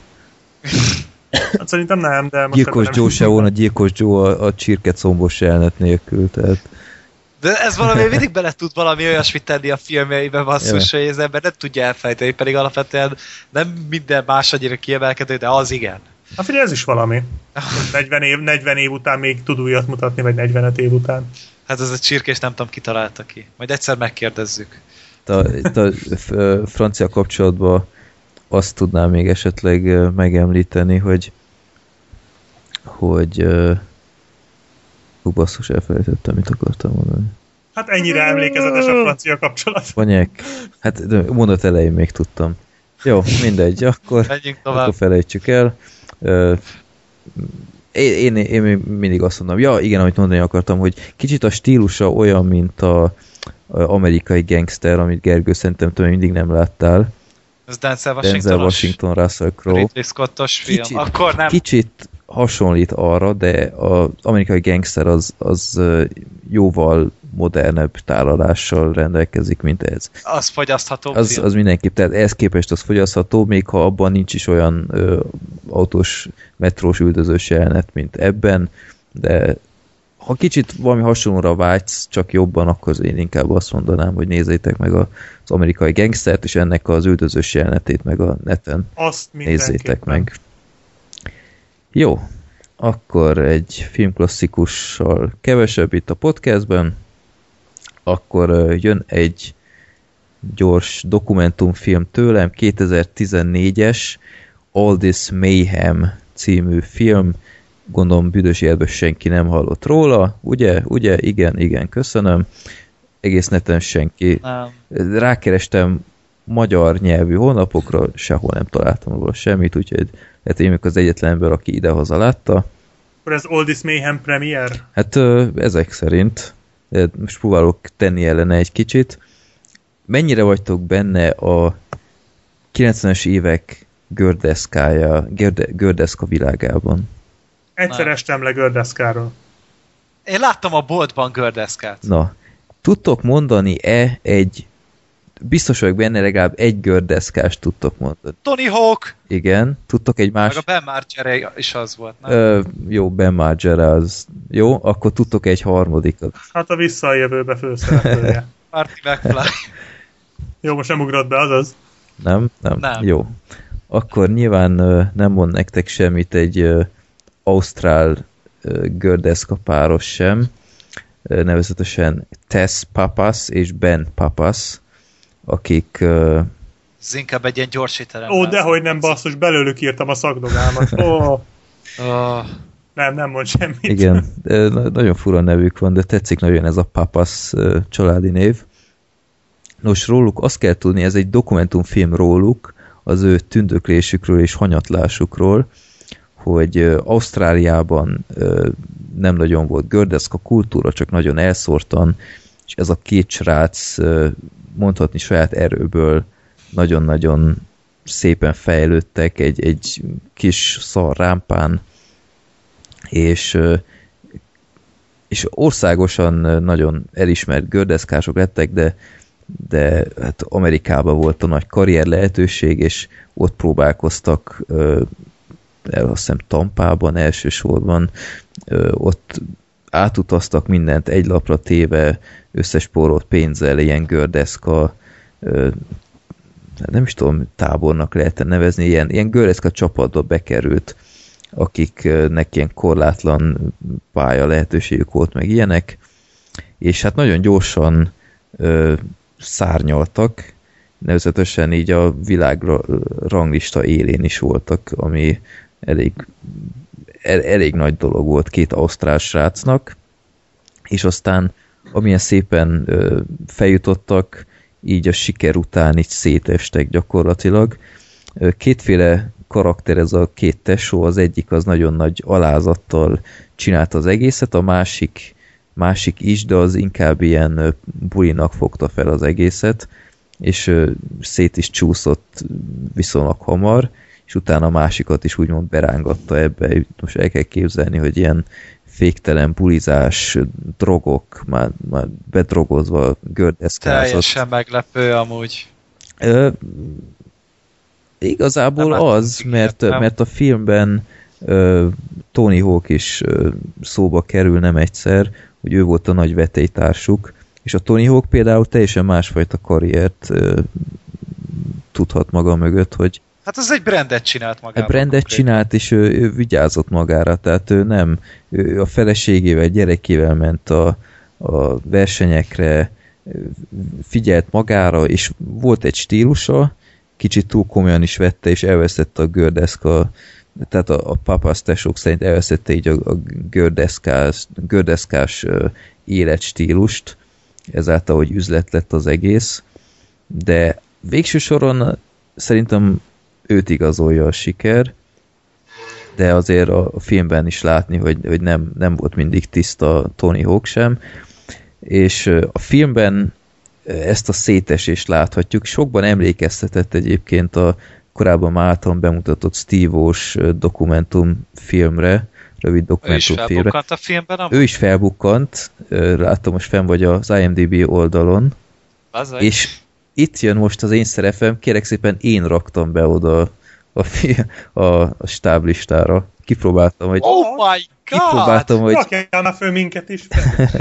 S3: Hát szerintem nem, de...
S2: Gyilkos Joe se volna Gyilkos Joe a csirkecombos jelenet nélkül, tehát...
S5: De ez valami mindig bele tud valami olyasmit tenni a filmjeiben, basszus, hogy az ember nem tudja elfejteni, pedig alapvetően nem minden más annyira kiemelkedő, de az igen.
S3: Hát figyelj, ez is valami. 40 év után még tud újat mutatni, vagy 45 év után.
S5: Hát ez a csirkés nem tudom, ki találta ki. Majd egyszer megkérdezzük.
S2: Itt a francia kapcsolatban azt tudnám még esetleg megemlíteni, hogy basszus, elfelejtettem, mit akartam mondani.
S3: Hát ennyire emlékezetes a francia kapcsolat.
S2: Vanyek. Hát mondat elején még tudtam. Jó, mindegy, akkor felejtsük el. Én mindig azt mondom, ja igen, amit mondani akartam, hogy kicsit a stílusa olyan, mint a amerikai gangster, amit Gergő szerintem mindig nem láttál.
S5: Ez Denzel
S2: Washington, Russell Crowe.
S5: Ridley Scottos film. Akkor nem.
S2: Kicsit hasonlít arra, de az amerikai gangster az jóval modernebb tálalással rendelkezik, mint ez.
S5: Az fogyasztható.
S2: Az mindenképp, tehát ehhez képest az fogyasztható, még ha abban nincs is olyan autós, metrós üldözős jelenet, mint ebben, de ha kicsit valami hasonlóra vágysz, csak jobban, akkor én inkább azt mondanám, hogy nézzétek meg az amerikai gangstert, és ennek az üldözős jelenetét meg a neten nézzétek meg. Jó, akkor egy filmklasszikussal kevesebb itt a podcastben, akkor jön egy gyors dokumentumfilm tőlem, 2014-es All This Mayhem című film, gondolom büdös életben senki nem hallott róla, ugye? Igen, köszönöm. Egész neten senki. Nem. Rákerestem magyar nyelvű honlapokra, sehol nem találtam róla semmit, úgyhogy hát én az egyetlen ember, aki idehaza látta.
S3: Akkor ez All This Mayhem premier?
S2: Hát ezek szerint. Most próbálok tenni ellene egy kicsit. Mennyire vagytok benne a 90-es évek gördeszka világában?
S3: Egyszer estem le gördeszkáról.
S5: Én láttam a boltban gördeszkát.
S2: Na, tudtok mondani-e egy biztos vagyok benne, legalább egy gördeszkást tudtok mondani.
S5: Tony Hawk!
S2: Igen, tudtok egy más...
S5: Meg a Ben Margera is az volt, nem?
S2: Jó, Ben Margera az... Jó, akkor tudtok egy harmadikat.
S3: Hát a Vissza a jövőbe főszereplője.
S5: Marty McFly.
S3: Jó, most nem ugrott be, azaz?
S2: Nem? Jó. Akkor nyilván nem mond nektek semmit egy ausztrál gördeszka páros sem, nevezetesen Tess Pappas és Ben Pappas, akik...
S5: Ez inkább egy ilyen gyorsítelem.
S3: Ó, dehogy nem, basszus, belőlük írtam a szakdogámat. Nem mond semmit.
S2: Igen, nagyon fura nevük van, de tetszik nagyon ez a Pappas családi név. Nos, róluk azt kell tudni, ez egy dokumentumfilm róluk, az ő tündöklésükről és hanyatlásukról, hogy Ausztráliában nem nagyon volt gördeszka kultúra, csak nagyon elszórtan, és ez a két srác mondhatni saját erőből nagyon-nagyon szépen fejlődtek egy kis szar rámpán, és országosan nagyon elismert gördeszkások lettek, de hát Amerikában volt a nagy karrier lehetőség, és ott próbálkoztak, azt hiszem Tampában elsősorban, ott átutaztak mindent egy lapra téve, összespórolt pénzzel, ilyen gördeszka, nem is tudom, tábornak lehetne nevezni, ilyen gördeszka csapatba bekerült, akiknek ilyen korlátlan pálya lehetőségük volt, meg ilyenek, és hát nagyon gyorsan szárnyaltak, nevezetesen így a világ ranglista élén is voltak, ami elég nagy dolog volt két ausztrál srácnak, és aztán amilyen szépen feljutottak, így a siker után így szétestek gyakorlatilag. Kétféle karakter ez a két tesó, az egyik az nagyon nagy alázattal csinálta az egészet, a másik is, de az inkább ilyen bulinak fogta fel az egészet, és szét is csúszott viszonylag hamar, és utána a másikat is úgymond berángatta ebbe. Most el kell képzelni, hogy ilyen féktelen bulizás, drogok, már bedrogozva gördeszkázott.
S5: Teljesen meglepő amúgy.
S2: Igazából nem az, mert a filmben Tony Hawk is szóba kerül nem egyszer, hogy ő volt a nagy vetélytársuk, és a Tony Hawk például teljesen másfajta karriert tudhat maga mögött, hogy
S5: hát az egy brandet csinált magára.
S2: Brandet csinált, és ő vigyázott magára, tehát ő a feleségével, gyerekével ment a versenyekre, figyelt magára, és volt egy stílusa, kicsit túl komolyan is vette, és elvesztette a gördeszka, tehát a Pappas tesók szerint elvesztette így a gördeszkás életstílust, ezáltal, hogy üzlet lett az egész, de végső soron szerintem őt igazolja a siker, de azért a filmben is látni, hogy nem volt mindig tiszta Tony Hawk sem, és a filmben ezt a szétesést láthatjuk. Sokban emlékeztetett egyébként a korábban már általán bemutatott Steve-os dokumentumfilmre, rövid dokumentumfilmre.
S5: Ő is felbukkant a filmben?
S2: Ő is felbukkant, látom, most fenn vagy az IMDb oldalon, és itt jön most az én szerepem, kérek szépen én raktam be oda a stáblistára. Kipróbáltam, hogy...
S5: Oh my God!
S2: Kipróbáltam, hogy...
S3: Rakjál föl minket is.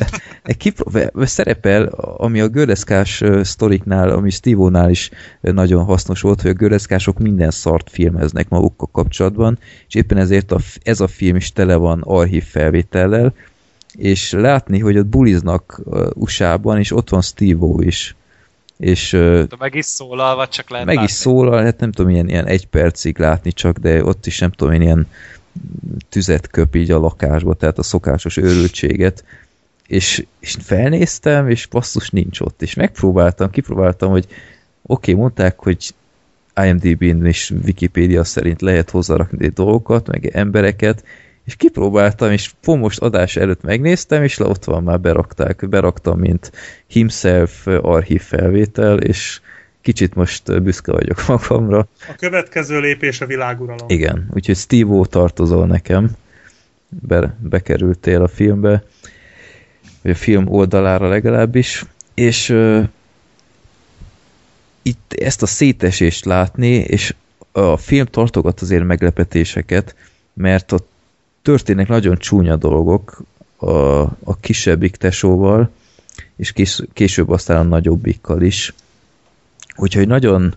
S2: Szerepel, ami a gördeszkás sztoriknál, ami Steve-nál is nagyon hasznos volt, hogy a gördeszkások minden szart filmeznek magukkal kapcsolatban, és éppen ezért ez a film is tele van archív felvétellel, és látni, hogy ott buliznak USA-ban, és ott van Steve-o is. És,
S5: de meg is szólal, vagy csak lehet
S2: meg
S5: látni?
S2: Is szólal, hát nem tudom, ilyen egy percig látni csak, de ott is nem tudom, ilyen tüzet köp így a lakásba, tehát a szokásos őrültséget, és felnéztem, és basszus nincs ott, és kipróbáltam, hogy oké, mondták, hogy IMDb-n és Wikipédia szerint lehet hozzárakni dolgokat, meg embereket, és kipróbáltam, és most adás előtt megnéztem, és ott van, már beraktam, mint himself archív felvétel, és kicsit most büszke vagyok magamra.
S3: A következő lépés a világuralom.
S2: Igen, úgyhogy Steve-o tartozol nekem, bekerültél a filmbe, vagy a film oldalára legalábbis, és itt ezt a szétesést látni, és a film tartogat azért meglepetéseket, mert ott történnek nagyon csúnya dolgok a kisebbik tesóval, és később aztán a nagyobbikkal is. Úgyhogy nagyon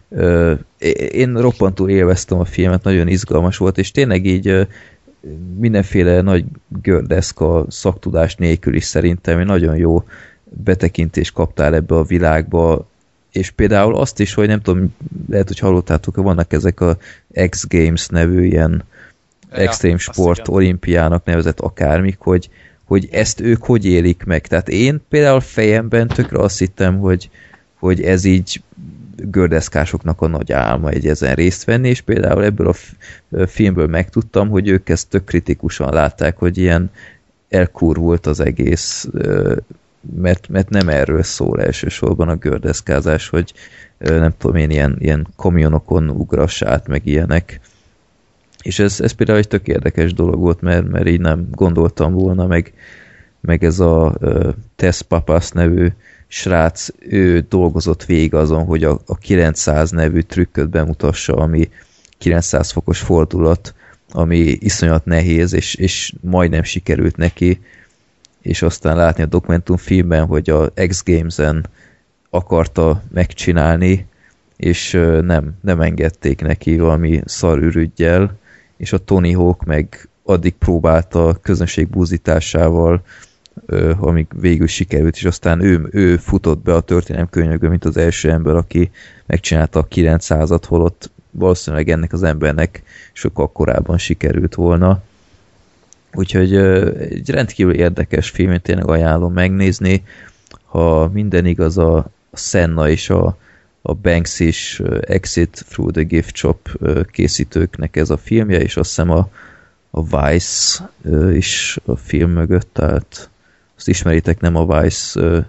S2: én roppantul élveztem a filmet, nagyon izgalmas volt, és tényleg így mindenféle nagy gördeszka szaktudás nélkül is szerintem nagyon jó betekintést kaptál ebbe a világba, és például azt is, hogy nem tudom, lehet, hogy hallottátok, hogy vannak ezek a X Games nevű ilyen extrém sport olimpiának nevezett akármik, hogy ezt ők hogy élik meg. Tehát én például fejemben tökre azt hittem, hogy ez így gördeszkásoknak a nagy álma egy ezen részt venni, és például ebből a filmből megtudtam, hogy ők ezt tök kritikusan látták, hogy ilyen elkurvult az egész, mert nem erről szól elsősorban a gördeszkázás, hogy nem tudom én, ilyen kamionokon ugrass át, meg ilyenek. És ez például egy tök érdekes dolog volt, mert így nem gondoltam volna, meg ez a Tess Papas nevű srác, ő dolgozott végig azon, hogy a 900 nevű trükköt bemutassa, ami 900 fokos fordulat, ami iszonyat nehéz, és majdnem sikerült neki, és aztán látni a dokumentumfilmben, hogy a X Games-en akarta megcsinálni, és nem engedték neki valami szar ürüggyel, és a Tony Hawk meg addig próbálta közönség búzításával, amíg végül sikerült, és aztán ő futott be a történelemkönyvekbe, mint az első ember, aki megcsinálta a 900-at, holott valószínűleg ennek az embernek sokkal korábban sikerült volna. Úgyhogy egy rendkívül érdekes film, én tényleg ajánlom megnézni. Ha minden igaz, a Senna és a Banks is Exit Through the Gift Shop készítőknek ez a filmje, és azt hiszem a Vice is a film mögött, tehát azt ismeritek, nem a Vice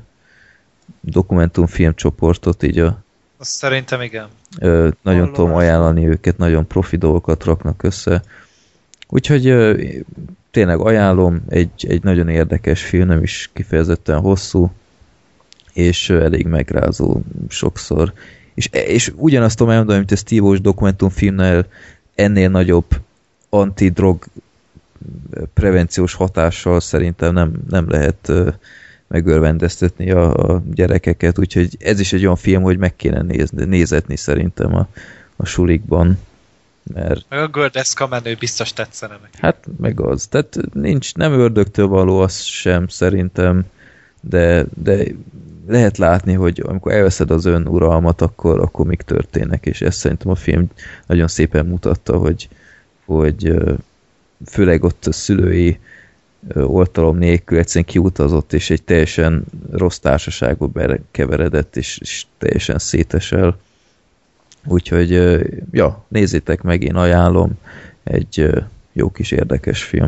S2: dokumentumfilmcsoportot, így
S5: azt szerintem igen.
S2: Nagyon tudom ajánlani őket, nagyon profi dolgokat raknak össze. Úgyhogy tényleg ajánlom, egy nagyon érdekes film, nem is kifejezetten hosszú, és elég megrázó sokszor. És ugyanazt tudom elmondani, mint a Steve-os dokumentumfilmnél ennél nagyobb antidrog prevenciós hatással szerintem nem lehet megörvendeztetni a gyerekeket, úgyhogy ez is egy olyan film, hogy meg kéne nézetni szerintem a sulikban. Mert...
S5: Meg a gördeszka menő biztos tetszene neki.
S2: Hát meg az. Tehát nem ördögtől való az sem szerintem, de lehet látni, hogy amikor elveszed az önuralmat, akkor mik történnek, és ezt szerintem a film nagyon szépen mutatta, hogy főleg ott a szülői oltalom nélkül egyszerűen kiutazott, és egy teljesen rossz társaságba bekeveredett, és teljesen szétesel. Úgyhogy, ja, nézzétek meg, én ajánlom, egy jó kis érdekes film.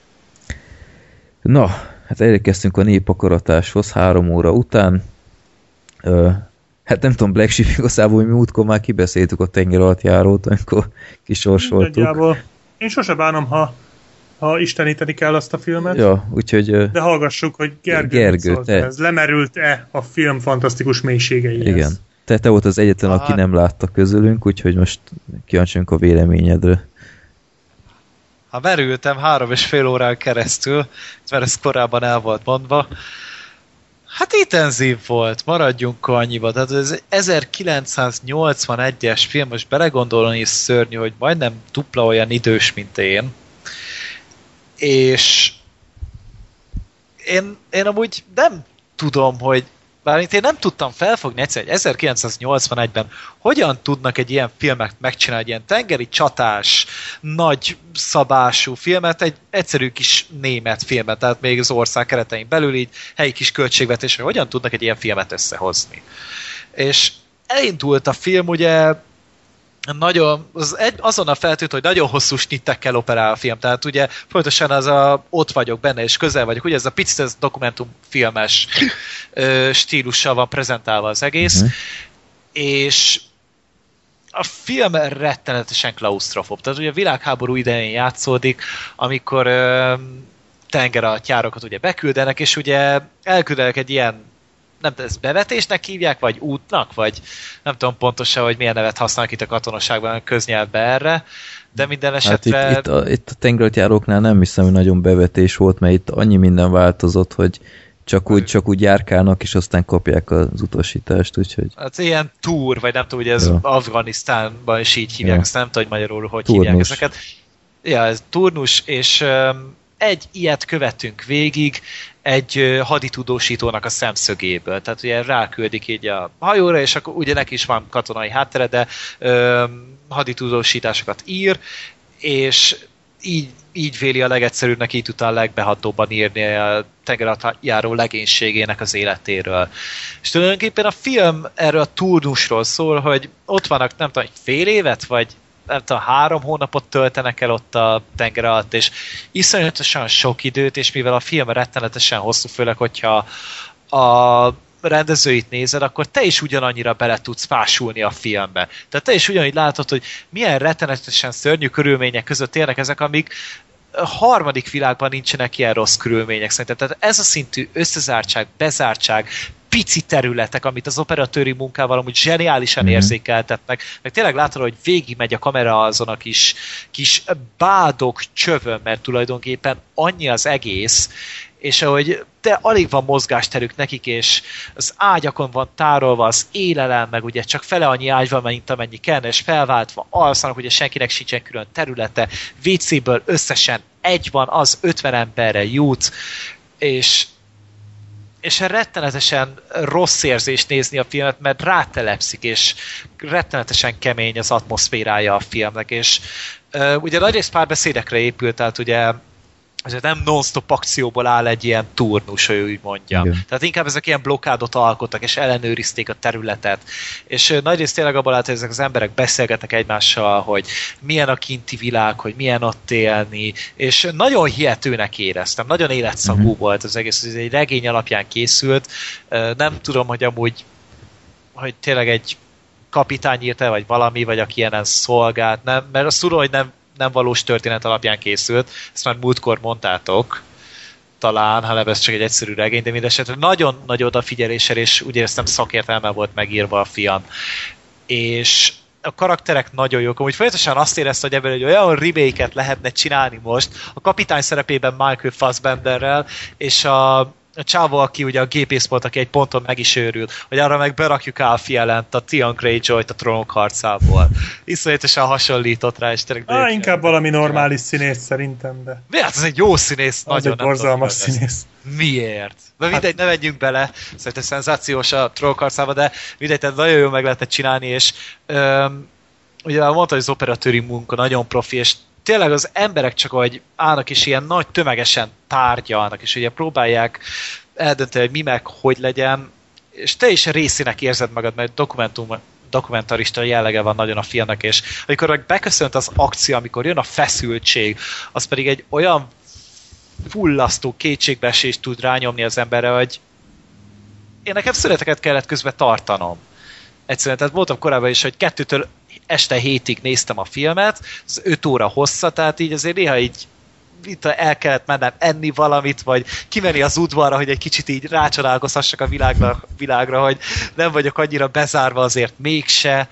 S2: Na, hát elérkeztünk a népakaratáshoz 3 óra után. Hát nem tudom, Black Sheep igazából, hogy mi múltkor már kibeszéltük a tengeralattjárót, amikor kisorsoltuk.
S3: Nagyjából. Én sose bánom, ha isteníteni kell azt a filmet.
S2: Ja, úgyhogy...
S3: De hallgassuk, hogy Gergő ez lemerült-e a film fantasztikus mélységeihez.
S2: Igen. Te volt az egyetlen, aki nem látta közülünk, úgyhogy most kíváncsiunk a véleményedre.
S5: Ha merültem 3,5 órán keresztül, mert ez korábban el volt mondva. Hát intenzív volt, maradjunk annyiba. Tehát ez 1981-es film, most belegondolni is szörnyű, hogy majdnem dupla olyan idős, mint én. És én amúgy nem tudom, hogy bármint én nem tudtam felfogni egyszer, hogy 1981-ben hogyan tudnak egy ilyen filmet megcsinálni, egy ilyen tengeri csatás, nagy szabású filmet, egy egyszerű kis német filmet, tehát még az ország keretein belül így helyi kis költségvetésre, hogyan tudnak egy ilyen filmet összehozni. És elindult a film, ugye nagyon, azonnal feltűnt, hogy nagyon hosszú snittekkel operál a film, tehát ugye folyamatosan ott vagyok benne, és közel vagyok, ugye ez a picit ez dokumentumfilmes stílussal van prezentálva az egész, és a film rettenetesen klausztrofób, tehát ugye a világháború idején játszódik, amikor tengeralattjárókat ugye beküldenek, és ugye elküldenek egy ilyen nem tudom, ezt bevetésnek hívják, vagy útnak, vagy nem tudom pontosan, hogy milyen nevet használnak itt a katonaságban, a köznyelvbe erre, de minden esetre...
S2: Hát itt a tengeralattjáróknál nem hiszem, hogy nagyon bevetés volt, mert itt annyi minden változott, hogy csak úgy járkálnak, és aztán kapják az utasítást, úgyhogy...
S5: Hát ilyen túr, vagy nem tudom, hogy ez Afganisztánban is így hívják, azt nem tudom, hogy magyarul hogy
S2: turnus.
S5: hívják ezeket. Ja, ez turnus, és egy ilyet követünk végig egy haditudósítónak a szemszögéből. Tehát ugye ráküldik így a hajóra, és akkor ugye neki is van katonai háttere, de haditudósításokat ír, és így véli a legegyszerűbbnek, így tudta a legbehatóbban írni a tengeralattjáró legénységének az életéről. És tulajdonképpen a film erről a turnusról szól, hogy ott vannak, nem tudom, fél évet, vagy nem tudom, 3 hónapot töltenek el ott a tenger alatt, és iszonyatosan sok időt, és mivel a film rettenetesen hosszú, főleg, hogyha a rendezőit nézed, akkor te is ugyanannyira bele tudsz fásulni a filmbe. Tehát te is ugyanígy látod, hogy milyen rettenetesen szörnyű körülmények között élnek ezek, amik a harmadik világban nincsenek ilyen rossz körülmények szerintem. Tehát ez a szintű összezártság, bezártság, pici területek, amit az operatőri munkával amúgy zseniálisan érzékeltetnek, meg tényleg látod, hogy végigmegy a kamera azon a kis bádok csövön, mert tulajdonképpen annyi az egész, és ahogy de alig van mozgásterük nekik, és az ágyakon van tárolva az élelem, meg ugye csak fele annyi ágy van, mint amennyi kellene, és felváltva alszanak, ugye senkinek sincsen külön területe, WC-ből összesen egy van, az 50 emberre jut, és rettenetesen rossz érzés nézni a filmet, mert rátelepszik, és rettenetesen kemény az atmoszférája a filmnek, és ugye nagyrészt párbeszédekre épült, tehát ugye nem non-stop akcióból áll egy ilyen turnus, hogy úgy mondjam. Igen. Tehát inkább ezek ilyen blokkádot alkottak, és ellenőrizték a területet. És nagyrészt tényleg abban állt, hogy ezek az emberek beszélgetnek egymással, hogy milyen a kinti világ, hogy milyen ott élni, és nagyon hihetőnek éreztem, nagyon életszagú volt az egész, ez egy regény alapján készült. Nem tudom, hogy amúgy, hogy tényleg egy kapitány írta, vagy valami, vagy aki ilyenen szolgált, nem, mert azt tudom, hogy nem valós történet alapján készült, ezt már múltkor mondtátok, talán, hanem ez csak egy egyszerű regény, de mindesetre nagyon nagy odafigyeléssel, és úgy éreztem szakértelme volt megírva a film. És a karakterek nagyon jók. Amúgy folyamatosan azt érezte, hogy ebből egy olyan remake-et lehetne csinálni most, a kapitány szerepében Michael Fassbenderrel, és a csávó, aki ugye a gépészpont, aki egy ponton meg is őrül, hogy arra meg berakjuk Alfie Allent, a Theon Greyjoy-t a Trónok harcából. Iszonyatosan hasonlított rá, és tényleg...
S3: inkább valami normális színész szerintem, de...
S5: Hát ez egy jó színész,
S3: az nagyon egy borzalmas színész.
S5: Miért? De mindegy, ne menjünk bele, szerintem szenzációs a Trónok harcába, de mindegy, tehát nagyon jól meg lehetett csinálni, és ugye mondta, hogy az operatőri munka nagyon profi, és tényleg az emberek csak ahogy állnak és ilyen nagy tömegesen tárgyalnak, és ugye próbálják eldönteni, hogy mi meg hogy legyen, és te is részének érzed magad, mert dokumentarista jellege van nagyon a filmnek, és amikor beköszönt az akció, amikor jön a feszültség, az pedig egy olyan fullasztó kétségbeesést tud rányomni az emberre, hogy én nekem szüneteket kellett közben tartanom. Egyszerűen, tehát voltam korábban is, hogy 2-től este 7-ig néztem a filmet, az 5 óra hossza, tehát így azért néha így itt el kellett mennem enni valamit, vagy kimenni az udvarra, hogy egy kicsit így rácsodálkozhassak a világra, hogy nem vagyok annyira bezárva azért mégse.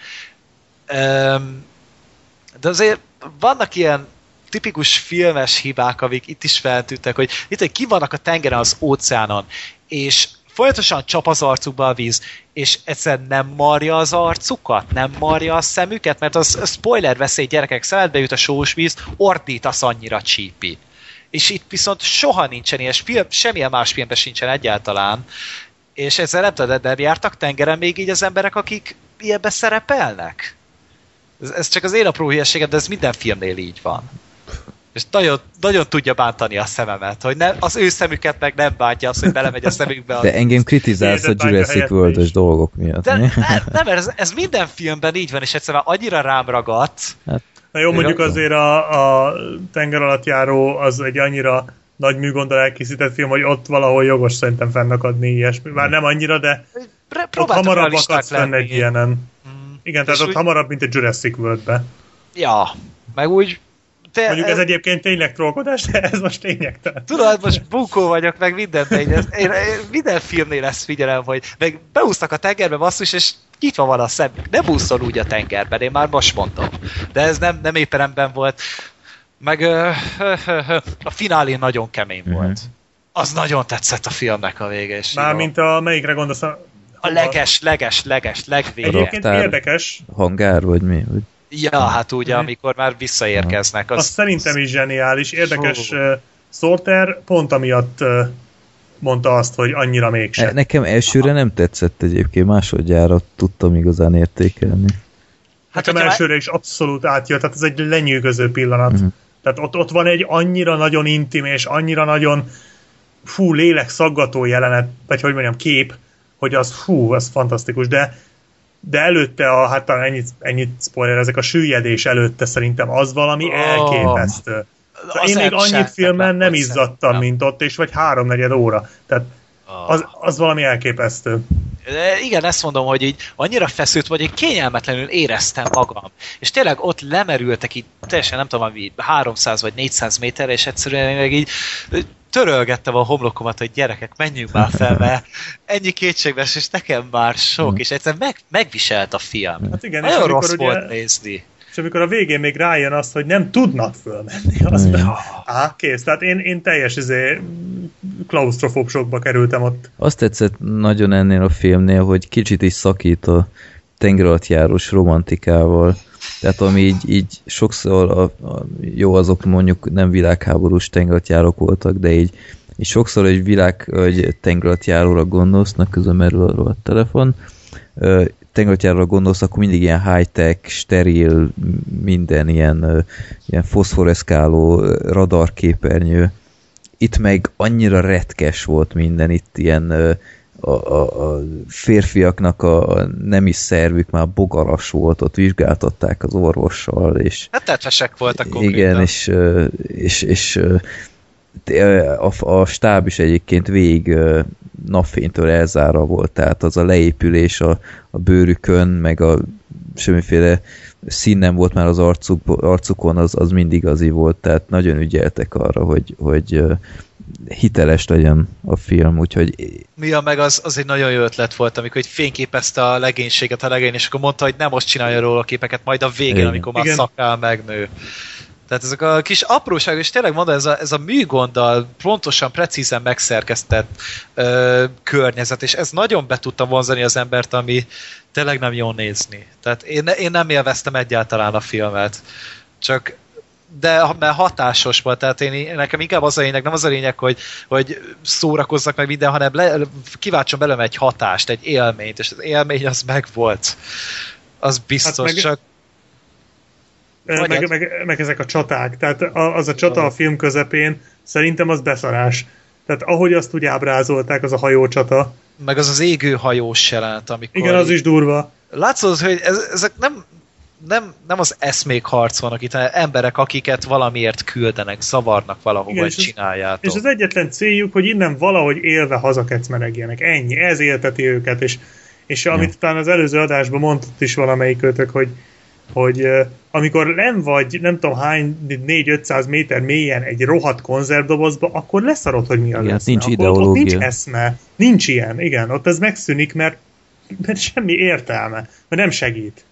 S5: De azért vannak ilyen tipikus filmes hibák, amik itt is feltűntek, hogy itt hogy ki vannak a tengeren, az óceánon, és folyamatosan csap az arcukba a víz, és egyszerűen nem marja az arcukat, nem marja a szemüket, mert az spoiler veszély, gyerekek, szemedbe jut a sós víz, ordítasz, annyira csípi. És itt viszont soha nincsen ilyen film, semmilyen más filmben sincsen egyáltalán, és ezzel nem tudod, de jártak tengeren még így az emberek, akik ilyenbe szerepelnek? Ez csak az én apró hülyeségem, de ez minden filmnél így van. És nagyon, nagyon tudja bántani a szememet, hogy az ő szemüket meg nem bántja az, hogy belemegy a szemükbe.
S2: De engem kritizálsz a Jurassic World-ös dolgok miatt.
S5: De nem, ez minden filmben így van, és egyszerűen annyira rám ragadt.
S3: Hát, na jó, mondjuk azért a tengeralattjáró az egy annyira nagy műgonddal elkészített film, hogy ott valahol jogos szerintem fennakadni ilyesmi. Már nem annyira, de ott hamarabb akadsz fenn egy ilyenen. Igen, tehát ott hamarabb, mint a Jurassic World-be.
S5: Ja, meg úgy
S3: Mondjuk ez egyébként tényleg trollkodás, de ez most lényegtelen.
S6: Tudod, most bunkó vagyok, meg minden, de én minden filmnél ezt figyelem, hogy meg beúsztak a tengerbe, basszus, és nyitva van a szemük. Ne búszol úgy a tengerben, én már most mondom. De ez nem éppen volt. Meg a finálé nagyon kemény volt. Az nagyon tetszett a filmnek a vége.
S3: Mármint melyikre gondolsz?
S6: A legvége.
S3: Egyébként érdekes.
S2: Hangár, vagy mi?
S6: Ja, hát ugye, amikor már visszaérkeznek.
S3: Az szerintem is zseniális. Érdekes, Sorter pont amiatt mondta azt, hogy annyira mégsem.
S2: Nekem elsőre nem tetszett egyébként, másodjára tudtam igazán értékelni.
S3: Hát nekem elsőre is abszolút átjött, tehát ez egy lenyűgöző pillanat. Tehát ott van egy annyira nagyon intim és annyira nagyon lélekszaggató jelenet, vagy hogy mondjam, kép, hogy az fantasztikus, de előtte, hát talán ennyit spoiler, ezek a süllyedés előtte szerintem az valami elképesztő. Én még annyit filmen nem izzadtam, mint ott, és vagy 3-4 óra. Tehát az valami elképesztő.
S6: De igen, ezt mondom, hogy így annyira feszült vagy, hogy kényelmetlenül éreztem magam. És tényleg ott lemerültek így, teljesen nem tudom, 300 vagy 400 méterre, és egyszerűen meg így törölgettem a homlokomat, hogy gyerekek, menjünk már fel, mert ennyi kétségbeesés, és nekem már sok, és egyszerűen megviselt a film. Hát igen, nagyon rossz volt nézni.
S3: És amikor a végén még rájön az, hogy nem tudnak fölmenni, kész. Tehát én teljes klausztrofób sokba kerültem ott.
S2: Azt tetszett nagyon ennél a filmnél, hogy kicsit is szakít a tengeralattjárós romantikával. Tehát ami így sokszor, jó, azok mondjuk nem világháborús tengeralattjárók voltak, de így sokszor egy tengeralattjáróra gondolsz, közben merül a telefon, tengeralattjáróra gondolsz, akkor mindig ilyen high-tech, steril, minden ilyen foszforeszkáló radarképernyő. Itt meg annyira retkes volt minden, itt ilyen a férfiaknak a nemi szervük már bogaras volt, ott vizsgáltatták az orvossal, és...
S6: Hát tetvesek voltak konkrétan.
S2: Igen, és a stáb is egyébként végig napfénytől elzárva volt, tehát az a leépülés a bőrükön, meg a semmiféle szín nem volt már az arcukon, az mind igazi volt, tehát nagyon ügyeltek arra, hogy hiteles legyen a film, úgyhogy...
S6: Mia meg az egy nagyon jó ötlet volt, amikor fényképezte a legénységet a legény, és akkor mondta, hogy nem most csinálja róla a képeket, majd a végén, amikor már szakál megnő. Tehát ezek a kis apróságok, és tényleg mondom, ez a műgonddal pontosan, precízen megszerkesztett környezet, és ez nagyon be tudta vonzani az embert, ami tényleg nem jól nézni. Tehát én nem élveztem egyáltalán a filmet. Mert hatásos volt, tehát nekem inkább az a lényeg, nem az a lényeg, hogy szórakozzak meg minden, hanem kiváltson belőlem egy hatást, egy élményt, és az élmény az megvolt. Az biztos, hát csak...
S3: Meg ezek a csaták, tehát az a csata a film közepén szerintem az beszarás. Tehát ahogy azt úgy ábrázolták, az a hajócsata.
S6: Meg az égő hajós jelent, amikor...
S3: Igen, az is durva.
S6: Látszod, hogy ezek nem az eszmék harcolnak itt, hanem emberek, akiket valamiért küldenek, zavarnak valahova, hogy csináljátok.
S3: És az egyetlen céljuk, hogy innen valahogy élve hazakecmeregjenek. Ennyi, ez élteti őket. És amit talán az előző adásban mondott is valamelyikőtök, hogy amikor nem vagy, nem tudom hány, 400-500 méter mélyen egy rohadt konzervdobozba, akkor leszarod, hogy mi az eszme.
S2: Nincs ideológia.
S3: Ott nincs eszme. Nincs ilyen, igen. Ott ez megszűnik, mert semmi értelme. Mert nem segít.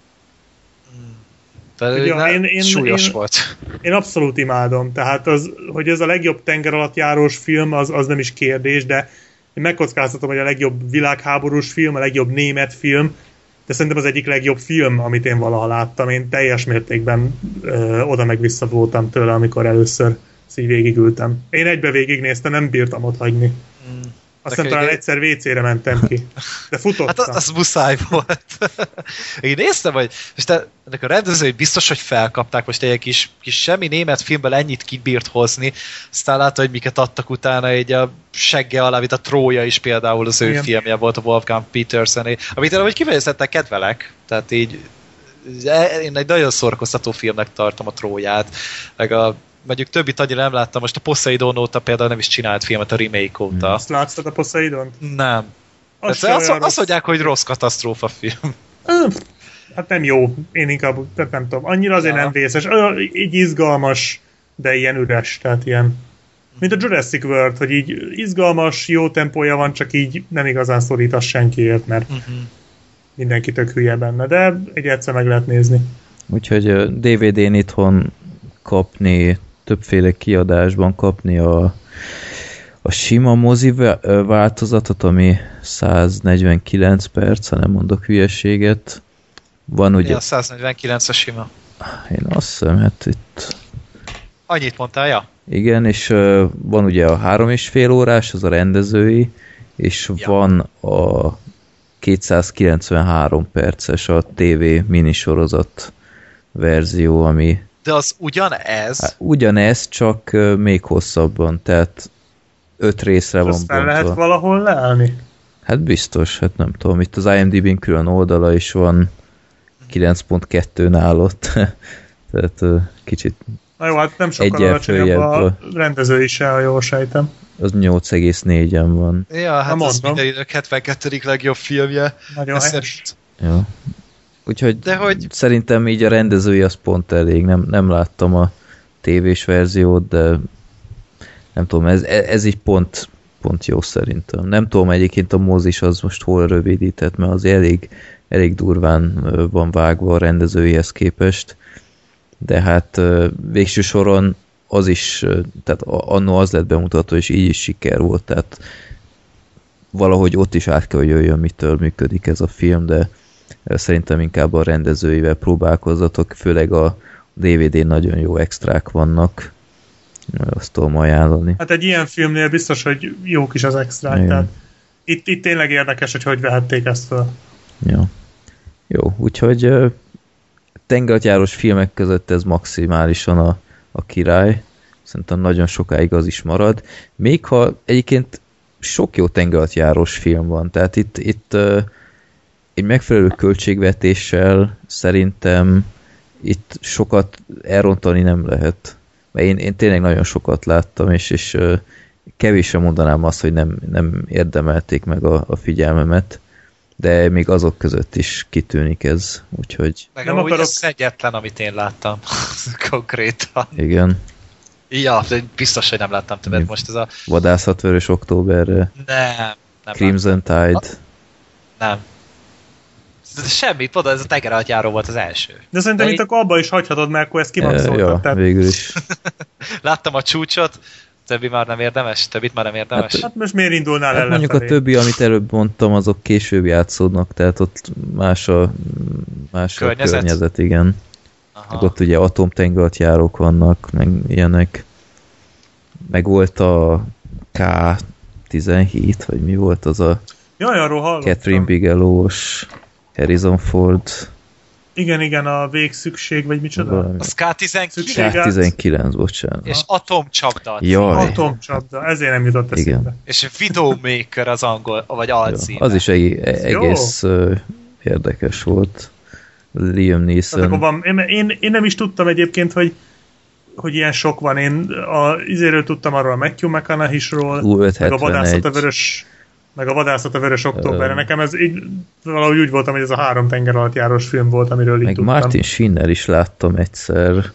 S6: Súlyos volt.
S3: Én abszolút imádom. Tehát hogy ez a legjobb tengeralattjárós film, az nem is kérdés, de én megkockáztatom, hogy a legjobb világháborús film, a legjobb német film, de szerintem az egyik legjobb film, amit én valaha láttam. Én teljes mértékben oda meg vissza voltam tőle, amikor először így végigültem. Én egybe végignéztem, nem bírtam ott hagyni. Aztán talán egyszer WC-re mentem ki. De futottam.
S6: Hát az muszáj volt. Én néztem, hogy ennek a rendezői biztos, hogy felkapták most egy kis semmi német filmből ennyit kibírt hozni, aztán látta, hogy miket adtak utána, így a segge alá, mint a Trója is például az ő filmje volt, a Wolfgang Petersen-é, amit hogy kifejezetten kedvelek, tehát így én egy nagyon szórakoztató filmnek tartom a Tróját, meg mondjuk többit annyira nem láttam, most a Poseidon óta például nem is csinált filmet a remake óta.
S3: Azt látszod a Poseidont?
S6: Nem. Azt mondják, hogy rossz katasztrófa film.
S3: Hát nem jó, én inkább, tehát nem tudom, annyira azért nem vészes, így izgalmas, de ilyen üres, tehát ilyen, mint a Jurassic World, hogy így izgalmas, jó tempója van, csak így nem igazán szorít senkiért, mert mindenki tök hülye benne, de egyszer meg lehet nézni.
S2: Úgyhogy DVD-n itthon kapni, többféle kiadásban kapni a sima mozi változatot, ami 149 perc, ha nem mondok hülyeséget. Van ugye...
S6: Ja, 149 a sima.
S2: Én azt hiszem, hát itt...
S6: Annyit mondtál, ja?
S2: Igen, és van ugye a 3,5 órás, az a rendezői, és van a 293 perces a TV minisorozat verzió, ami...
S6: De az ugyanez?
S2: Hát, ugyanez, csak még hosszabban, tehát 5 részre van bontva.
S3: Azt lehet valahol leállni?
S2: Hát biztos, hát nem tudom, itt az IMDb-n külön oldala is van 9.2-nál ott, tehát kicsit
S3: na jó, hát nem sokkal alacsonyabb a rendező is, ha jól sejtem.
S2: Az 8,4-en van.
S6: Ja, hát az minden idők 72. legjobb filmje.
S3: Nagyon helyes.
S2: Ja. Úgyhogy szerintem így a rendezői az pont elég. Nem láttam a tévés verziót, de nem tudom, ez így pont jó szerintem. Nem tudom, egyébként a mozis az most hol rövidített, mert az elég durván van vágva a rendezőihez képest. De hát végső soron az is, tehát anno az lett bemutató, és így is siker volt, tehát valahogy ott is át kell, hogy jöjjön, mitől működik ez a film, de szerintem inkább a rendezőivel próbálkozzatok, főleg a DVD-n nagyon jó extrák vannak, azt tudom ajánlani.
S3: Hát egy ilyen filmnél biztos, hogy jók is az extrák, tehát itt tényleg érdekes, hogy vehették ezt fel.
S2: Ja. Jó, úgyhogy tengeralattjáros filmek között ez maximálisan a király. Szerintem nagyon sokáig az is marad. Még ha egyébként sok jó tengeralattjáros film van, tehát itt egy megfelelő költségvetéssel szerintem itt sokat elrontani nem lehet. Mert én tényleg nagyon sokat láttam, és kevésre mondanám azt, hogy nem érdemelték meg a figyelmemet, de még azok között is kitűnik ez, úgyhogy...
S6: Meg nem akarok... ez egyetlen, amit én láttam konkrétan.
S2: Igen.
S6: Ja, biztos, hogy nem láttam többet most ez a...
S2: Vadászatvörös októberre.
S6: Nem
S2: Crimson Tide.
S6: Nem. De semmit, oda, ez a tengeralattjáró volt az első.
S3: De szerintem itt akkor abba is hagyhatod, mert akkor ezt kimaxoltad.
S2: Ja, tehát... végül is.
S6: Láttam a csúcsot, többit már nem érdemes.
S3: Hát most miért indulnál ellenfelé?
S2: Mondjuk a többi, amit előbb mondtam, azok később játszódnak, tehát ott más a környezet, igen. Meg ott ugye atomtengeralattjárók vannak, meg ilyenek. Meg volt a K-17, vagy mi volt az a Catherine Bigelow-os Harrison Ford.
S3: Igen, a végszükség, vagy micsoda?
S6: Valami. Az K-19?
S2: K-19, bocsánat.
S6: És atomcsapda.
S2: Jaj.
S3: Atomcsapda, ezért nem jutott eszembe.
S6: És Widowmaker az angol, vagy alcíme.
S2: Az is egész érdekes volt. Liam Neeson.
S3: Én nem is tudtam egyébként, hogy ilyen sok van. Én izéről tudtam arról a Matthew McConaughey-ról, meg a Vadászat a Vörös októberre. Nekem ez így, valahogy úgy voltam, hogy ez a 3 tengeralattjáros film volt, amiről így tudtam.
S2: Martin Sheen-nel is láttam egyszer.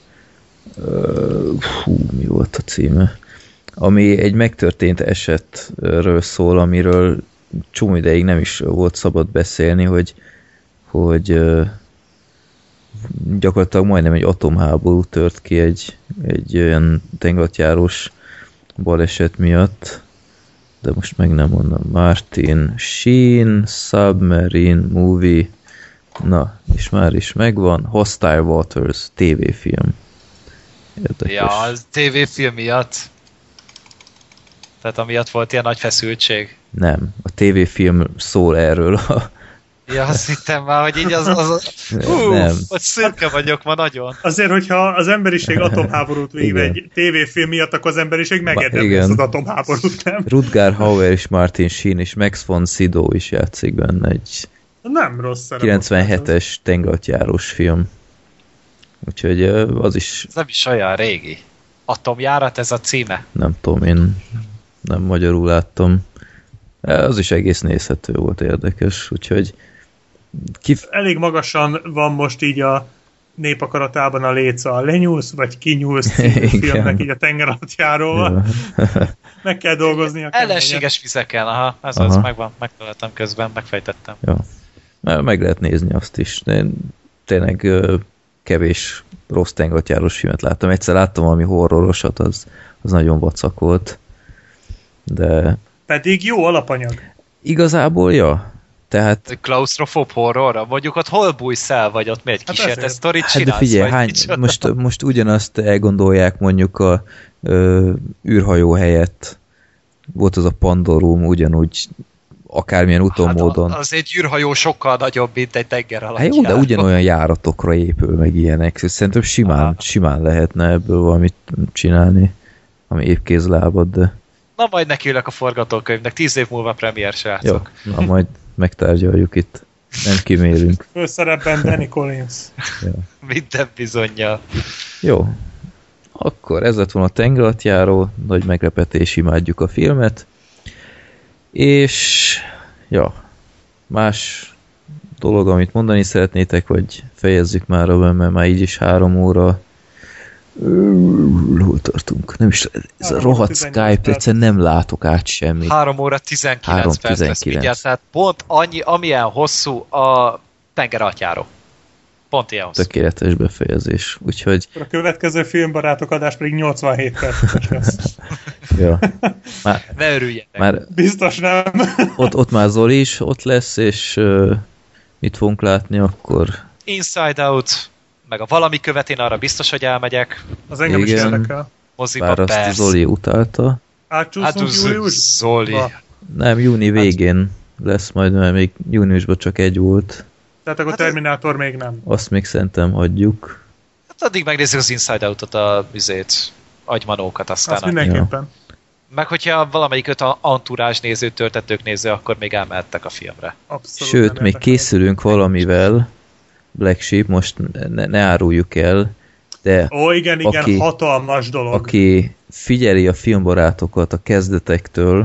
S2: Mi volt a címe? Ami egy megtörtént esetről szól, amiről csomó ideig nem is volt szabad beszélni, hogy gyakorlatilag majdnem egy atomháború tört ki egy olyan tengeralattjárós baleset miatt, de most meg nem mondom. Martin Sheen, Submarine Movie, na, és már is megvan. Hostile Waters, tévéfilm. Érdekes.
S6: Ja, az tévéfilm miatt? Tehát amiatt volt ilyen nagy feszültség?
S2: Nem, a tévéfilm szól erről a...
S6: Ja, azt hittem már, hogy így hogy szürke vagyok ma nagyon.
S3: Azért, hogyha az emberiség atomháborút vív egy tévéfilm miatt, akkor az emberiség megérdemli az atomháborút, nem?
S2: Rutger Hauer és Martin Sheen és Max von Sydow is játszik benne egy
S3: nem rossz
S2: 97-es tengeralattjárós film. Úgyhogy az is...
S6: Ez nem is olyan régi. Atomjárat ez a címe?
S2: Nem tudom, én nem magyarul láttam. Az is egész nézhető volt, érdekes, úgyhogy
S3: Elég magasan van most így a népakaratában a léca. Lenyúlsz, vagy kinyúlsz filmnek így a tengeralattjáróval. Meg kell dolgozni a
S6: ellenséges vizeken, az megvan, megtaláltam közben, megfejtettem.
S2: Ja. Meg lehet nézni azt is. De tényleg kevés rossz tengeralattjárós filmet láttam. Egyszer láttam valami horrorosat, az nagyon vacak volt. De...
S3: Pedig jó alapanyag.
S2: Igazából, ja. Tehát...
S6: Klaustrofób horrorra? Mondjuk ott hol bújsz el, vagy ott mi egy kísérlet sztorit csinálsz?
S2: Hát de figyelj, most ugyanazt elgondolják mondjuk a űrhajó helyett. Volt az a Pandorum, ugyanúgy akármilyen utómódon.
S6: Hát az egy űrhajó sokkal nagyobb, mint egy tenger alatt.
S2: Hát jó, de ugyanolyan járatokra épül meg ilyenek. Szerintem simán lehetne ebből valamit csinálni, ami épkézlábad, de...
S6: Na majd nekiülök a forgatókönyvnek, 10 év múlva premier, srácok.
S2: Jó, na majd megtárgyaljuk itt. Nem kimérünk.
S3: Főszerepben Danny Collins.
S2: Ja.
S6: Minden bizonnyal.
S2: Jó. Akkor ez lett volna a tengeralattjáró, nagy meglepetés, imádjuk a filmet. És ja, más dolog, amit mondani szeretnétek, vagy fejezzük már abban, mert már így is 3 óra. Hol tartunk? Nem is, ez a rohadt Skype, egyszerűen nem látok át semmit.
S6: 3 óra 19 perc lesz mindjárt, tehát pont annyi, amilyen hosszú a tengeralattjáró. Pont ilyen hosszú.
S2: Tökéletes befejezés, úgyhogy...
S3: A következő filmbarátok adás pedig 87 perces lesz.
S2: Ja.
S6: Ne örüljetek.
S2: Már
S3: biztos nem.
S2: ott már Zoli is ott lesz, és mit fogunk látni akkor?
S6: Inside Out, meg a valami követ, én arra biztos, hogy elmegyek.
S3: Az engem is érdekel.
S6: Moziba,
S2: bár azt Zoli utálta.
S3: Átcsúszunk július?
S6: Zoli.
S2: Nem, júni végén lesz majd, mert még júniusban csak egy volt.
S3: Tehát akkor Terminátor még nem.
S2: Azt még szerintem hagyjuk.
S6: Hát addig megnézzük az Inside Out-ot, a agymanókat, aztán...
S3: Azt mindenképpen.
S6: Meg hogyha valamelyik Entourage néző, Törtetők néző, akkor még elmehettek a filmre.
S3: Abszolút.
S2: Sőt, még készülünk valamivel, Black Sheep, most ne áruljuk el, de
S3: igen, hatalmas dolog.
S2: Aki figyeli a filmbarátokat a kezdetektől,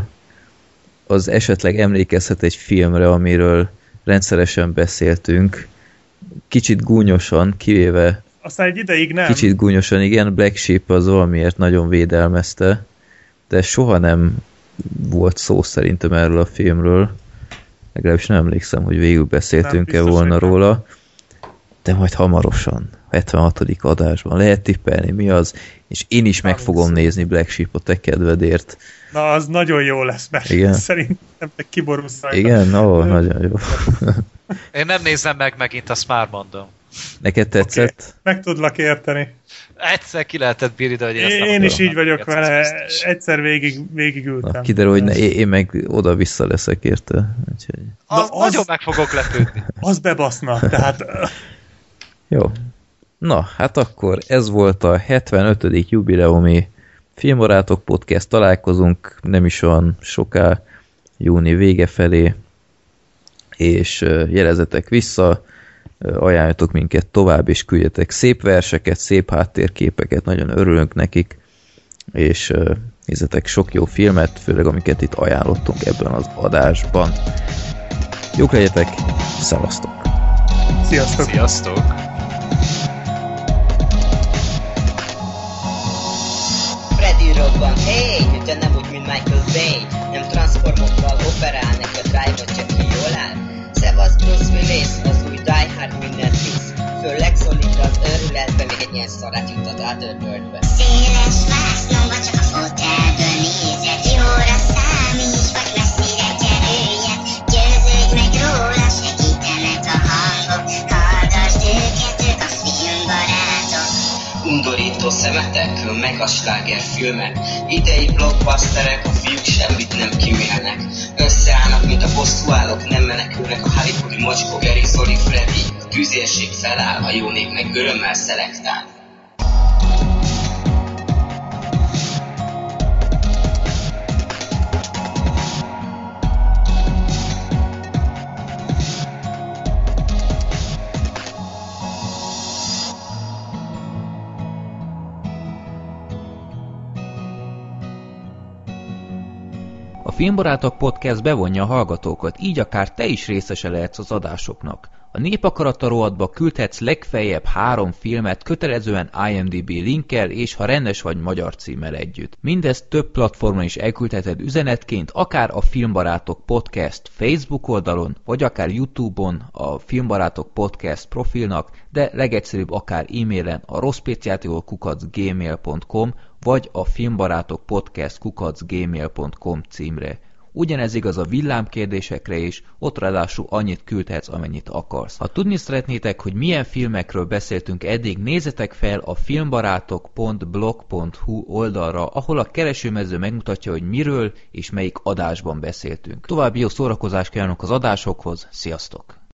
S2: az esetleg emlékezhet egy filmre, amiről rendszeresen beszéltünk, kicsit gúnyosan, kivéve
S3: aztán egy ideig nem.
S2: Kicsit gúnyosan, igen, Black Sheep az valamiért nagyon védelmezte, de soha nem volt szó szerintem erről a filmről. Legalábbis nem emlékszem, hogy végül beszéltünk-e volna róla. De majd hamarosan, 76. adásban lehet tippelni, mi az, és én is meg fogom nézni Black Sheep a te kedvedért.
S3: Na, az nagyon jó lesz, mert igen. Szerintem te kiborulsz rajta.
S2: Igen, nagyon jó.
S6: Én nem nézem meg megint, azt már mondom.
S2: Neked tetszett?
S3: Okay. Meg tudlak érteni.
S6: Egyszer ki lehetett bírni, de hogy
S3: én is így vagyok vele, egyszer végigültem.
S2: Na, kiderül, hogy én meg oda-vissza leszek érte. Úgyhogy...
S6: Az nagyon meg fogok lepődni.
S3: Az bebaszna, tehát...
S2: Jó. Na, hát akkor ez volt a 75. jubileumi Filmbarátok Podcast. Találkozunk nem is olyan soká, júni vége felé, és jelezetek vissza, ajánljatok minket tovább, és küldjetek szép verseket, szép háttérképeket, nagyon örülünk nekik, és nézzetek sok jó filmet, főleg amiket itt ajánlottunk ebben az adásban. Jók legyetek, szevasztok!
S3: Sziasztok!
S6: Sziasztok!
S7: Freddy robban, hey, de nem úgy, mint Michael Bay. Nem transformokkal operál, neki a drive-ot csak ki jól áll. Szevasz Bruce Willis, az új Die Hard mindent visz. Főleg szólít az őrületbe, még egy ilyen szarát jutott át örbördbe.
S8: Széles vásznomba csak a fotelből nézed, jóra számíts, vagy messzire kerüljed. Győződj meg róla, segítenek a hangok, hallgasd őket, ők a filmbarátok.
S7: Undorító szemetek, meg a slágerfilmek. Idei blockbusterek, a fiúk semmit nem kimélnek. Összeállnak, mint a bosszúállók, nem menekülnek a Hollywoodi mocskó, Geri, Zoli, Freddy. A tűzérség feláll, a jó nép meg örömmel szelektál.
S9: A Filmbarátok Podcast bevonja a hallgatókat, így akár te is részese lehetsz az adásoknak.
S2: A Népakarata rovatba küldhetsz legfeljebb 3 filmet kötelezően IMDb linkkel és ha rendes vagy magyar címmel együtt. Mindezt több platformon is elküldheted üzenetként, akár a Filmbarátok Podcast Facebook oldalon, vagy akár YouTube-on a Filmbarátok Podcast profilnak, de legegyszerűbb akár e-mailen a rosszpéciátival@gmail.com vagy a filmbarátokpodcast@gmail.com címre. Ugyanez igaz a villámkérdésekre is, ott ráadásul annyit küldhetsz, amennyit akarsz. Ha tudni szeretnétek, hogy milyen filmekről beszéltünk eddig, nézzetek fel a filmbarátok.blog.hu oldalra, ahol a keresőmező megmutatja, hogy miről és melyik adásban beszéltünk. További jó szórakozást kívánok az adásokhoz, sziasztok!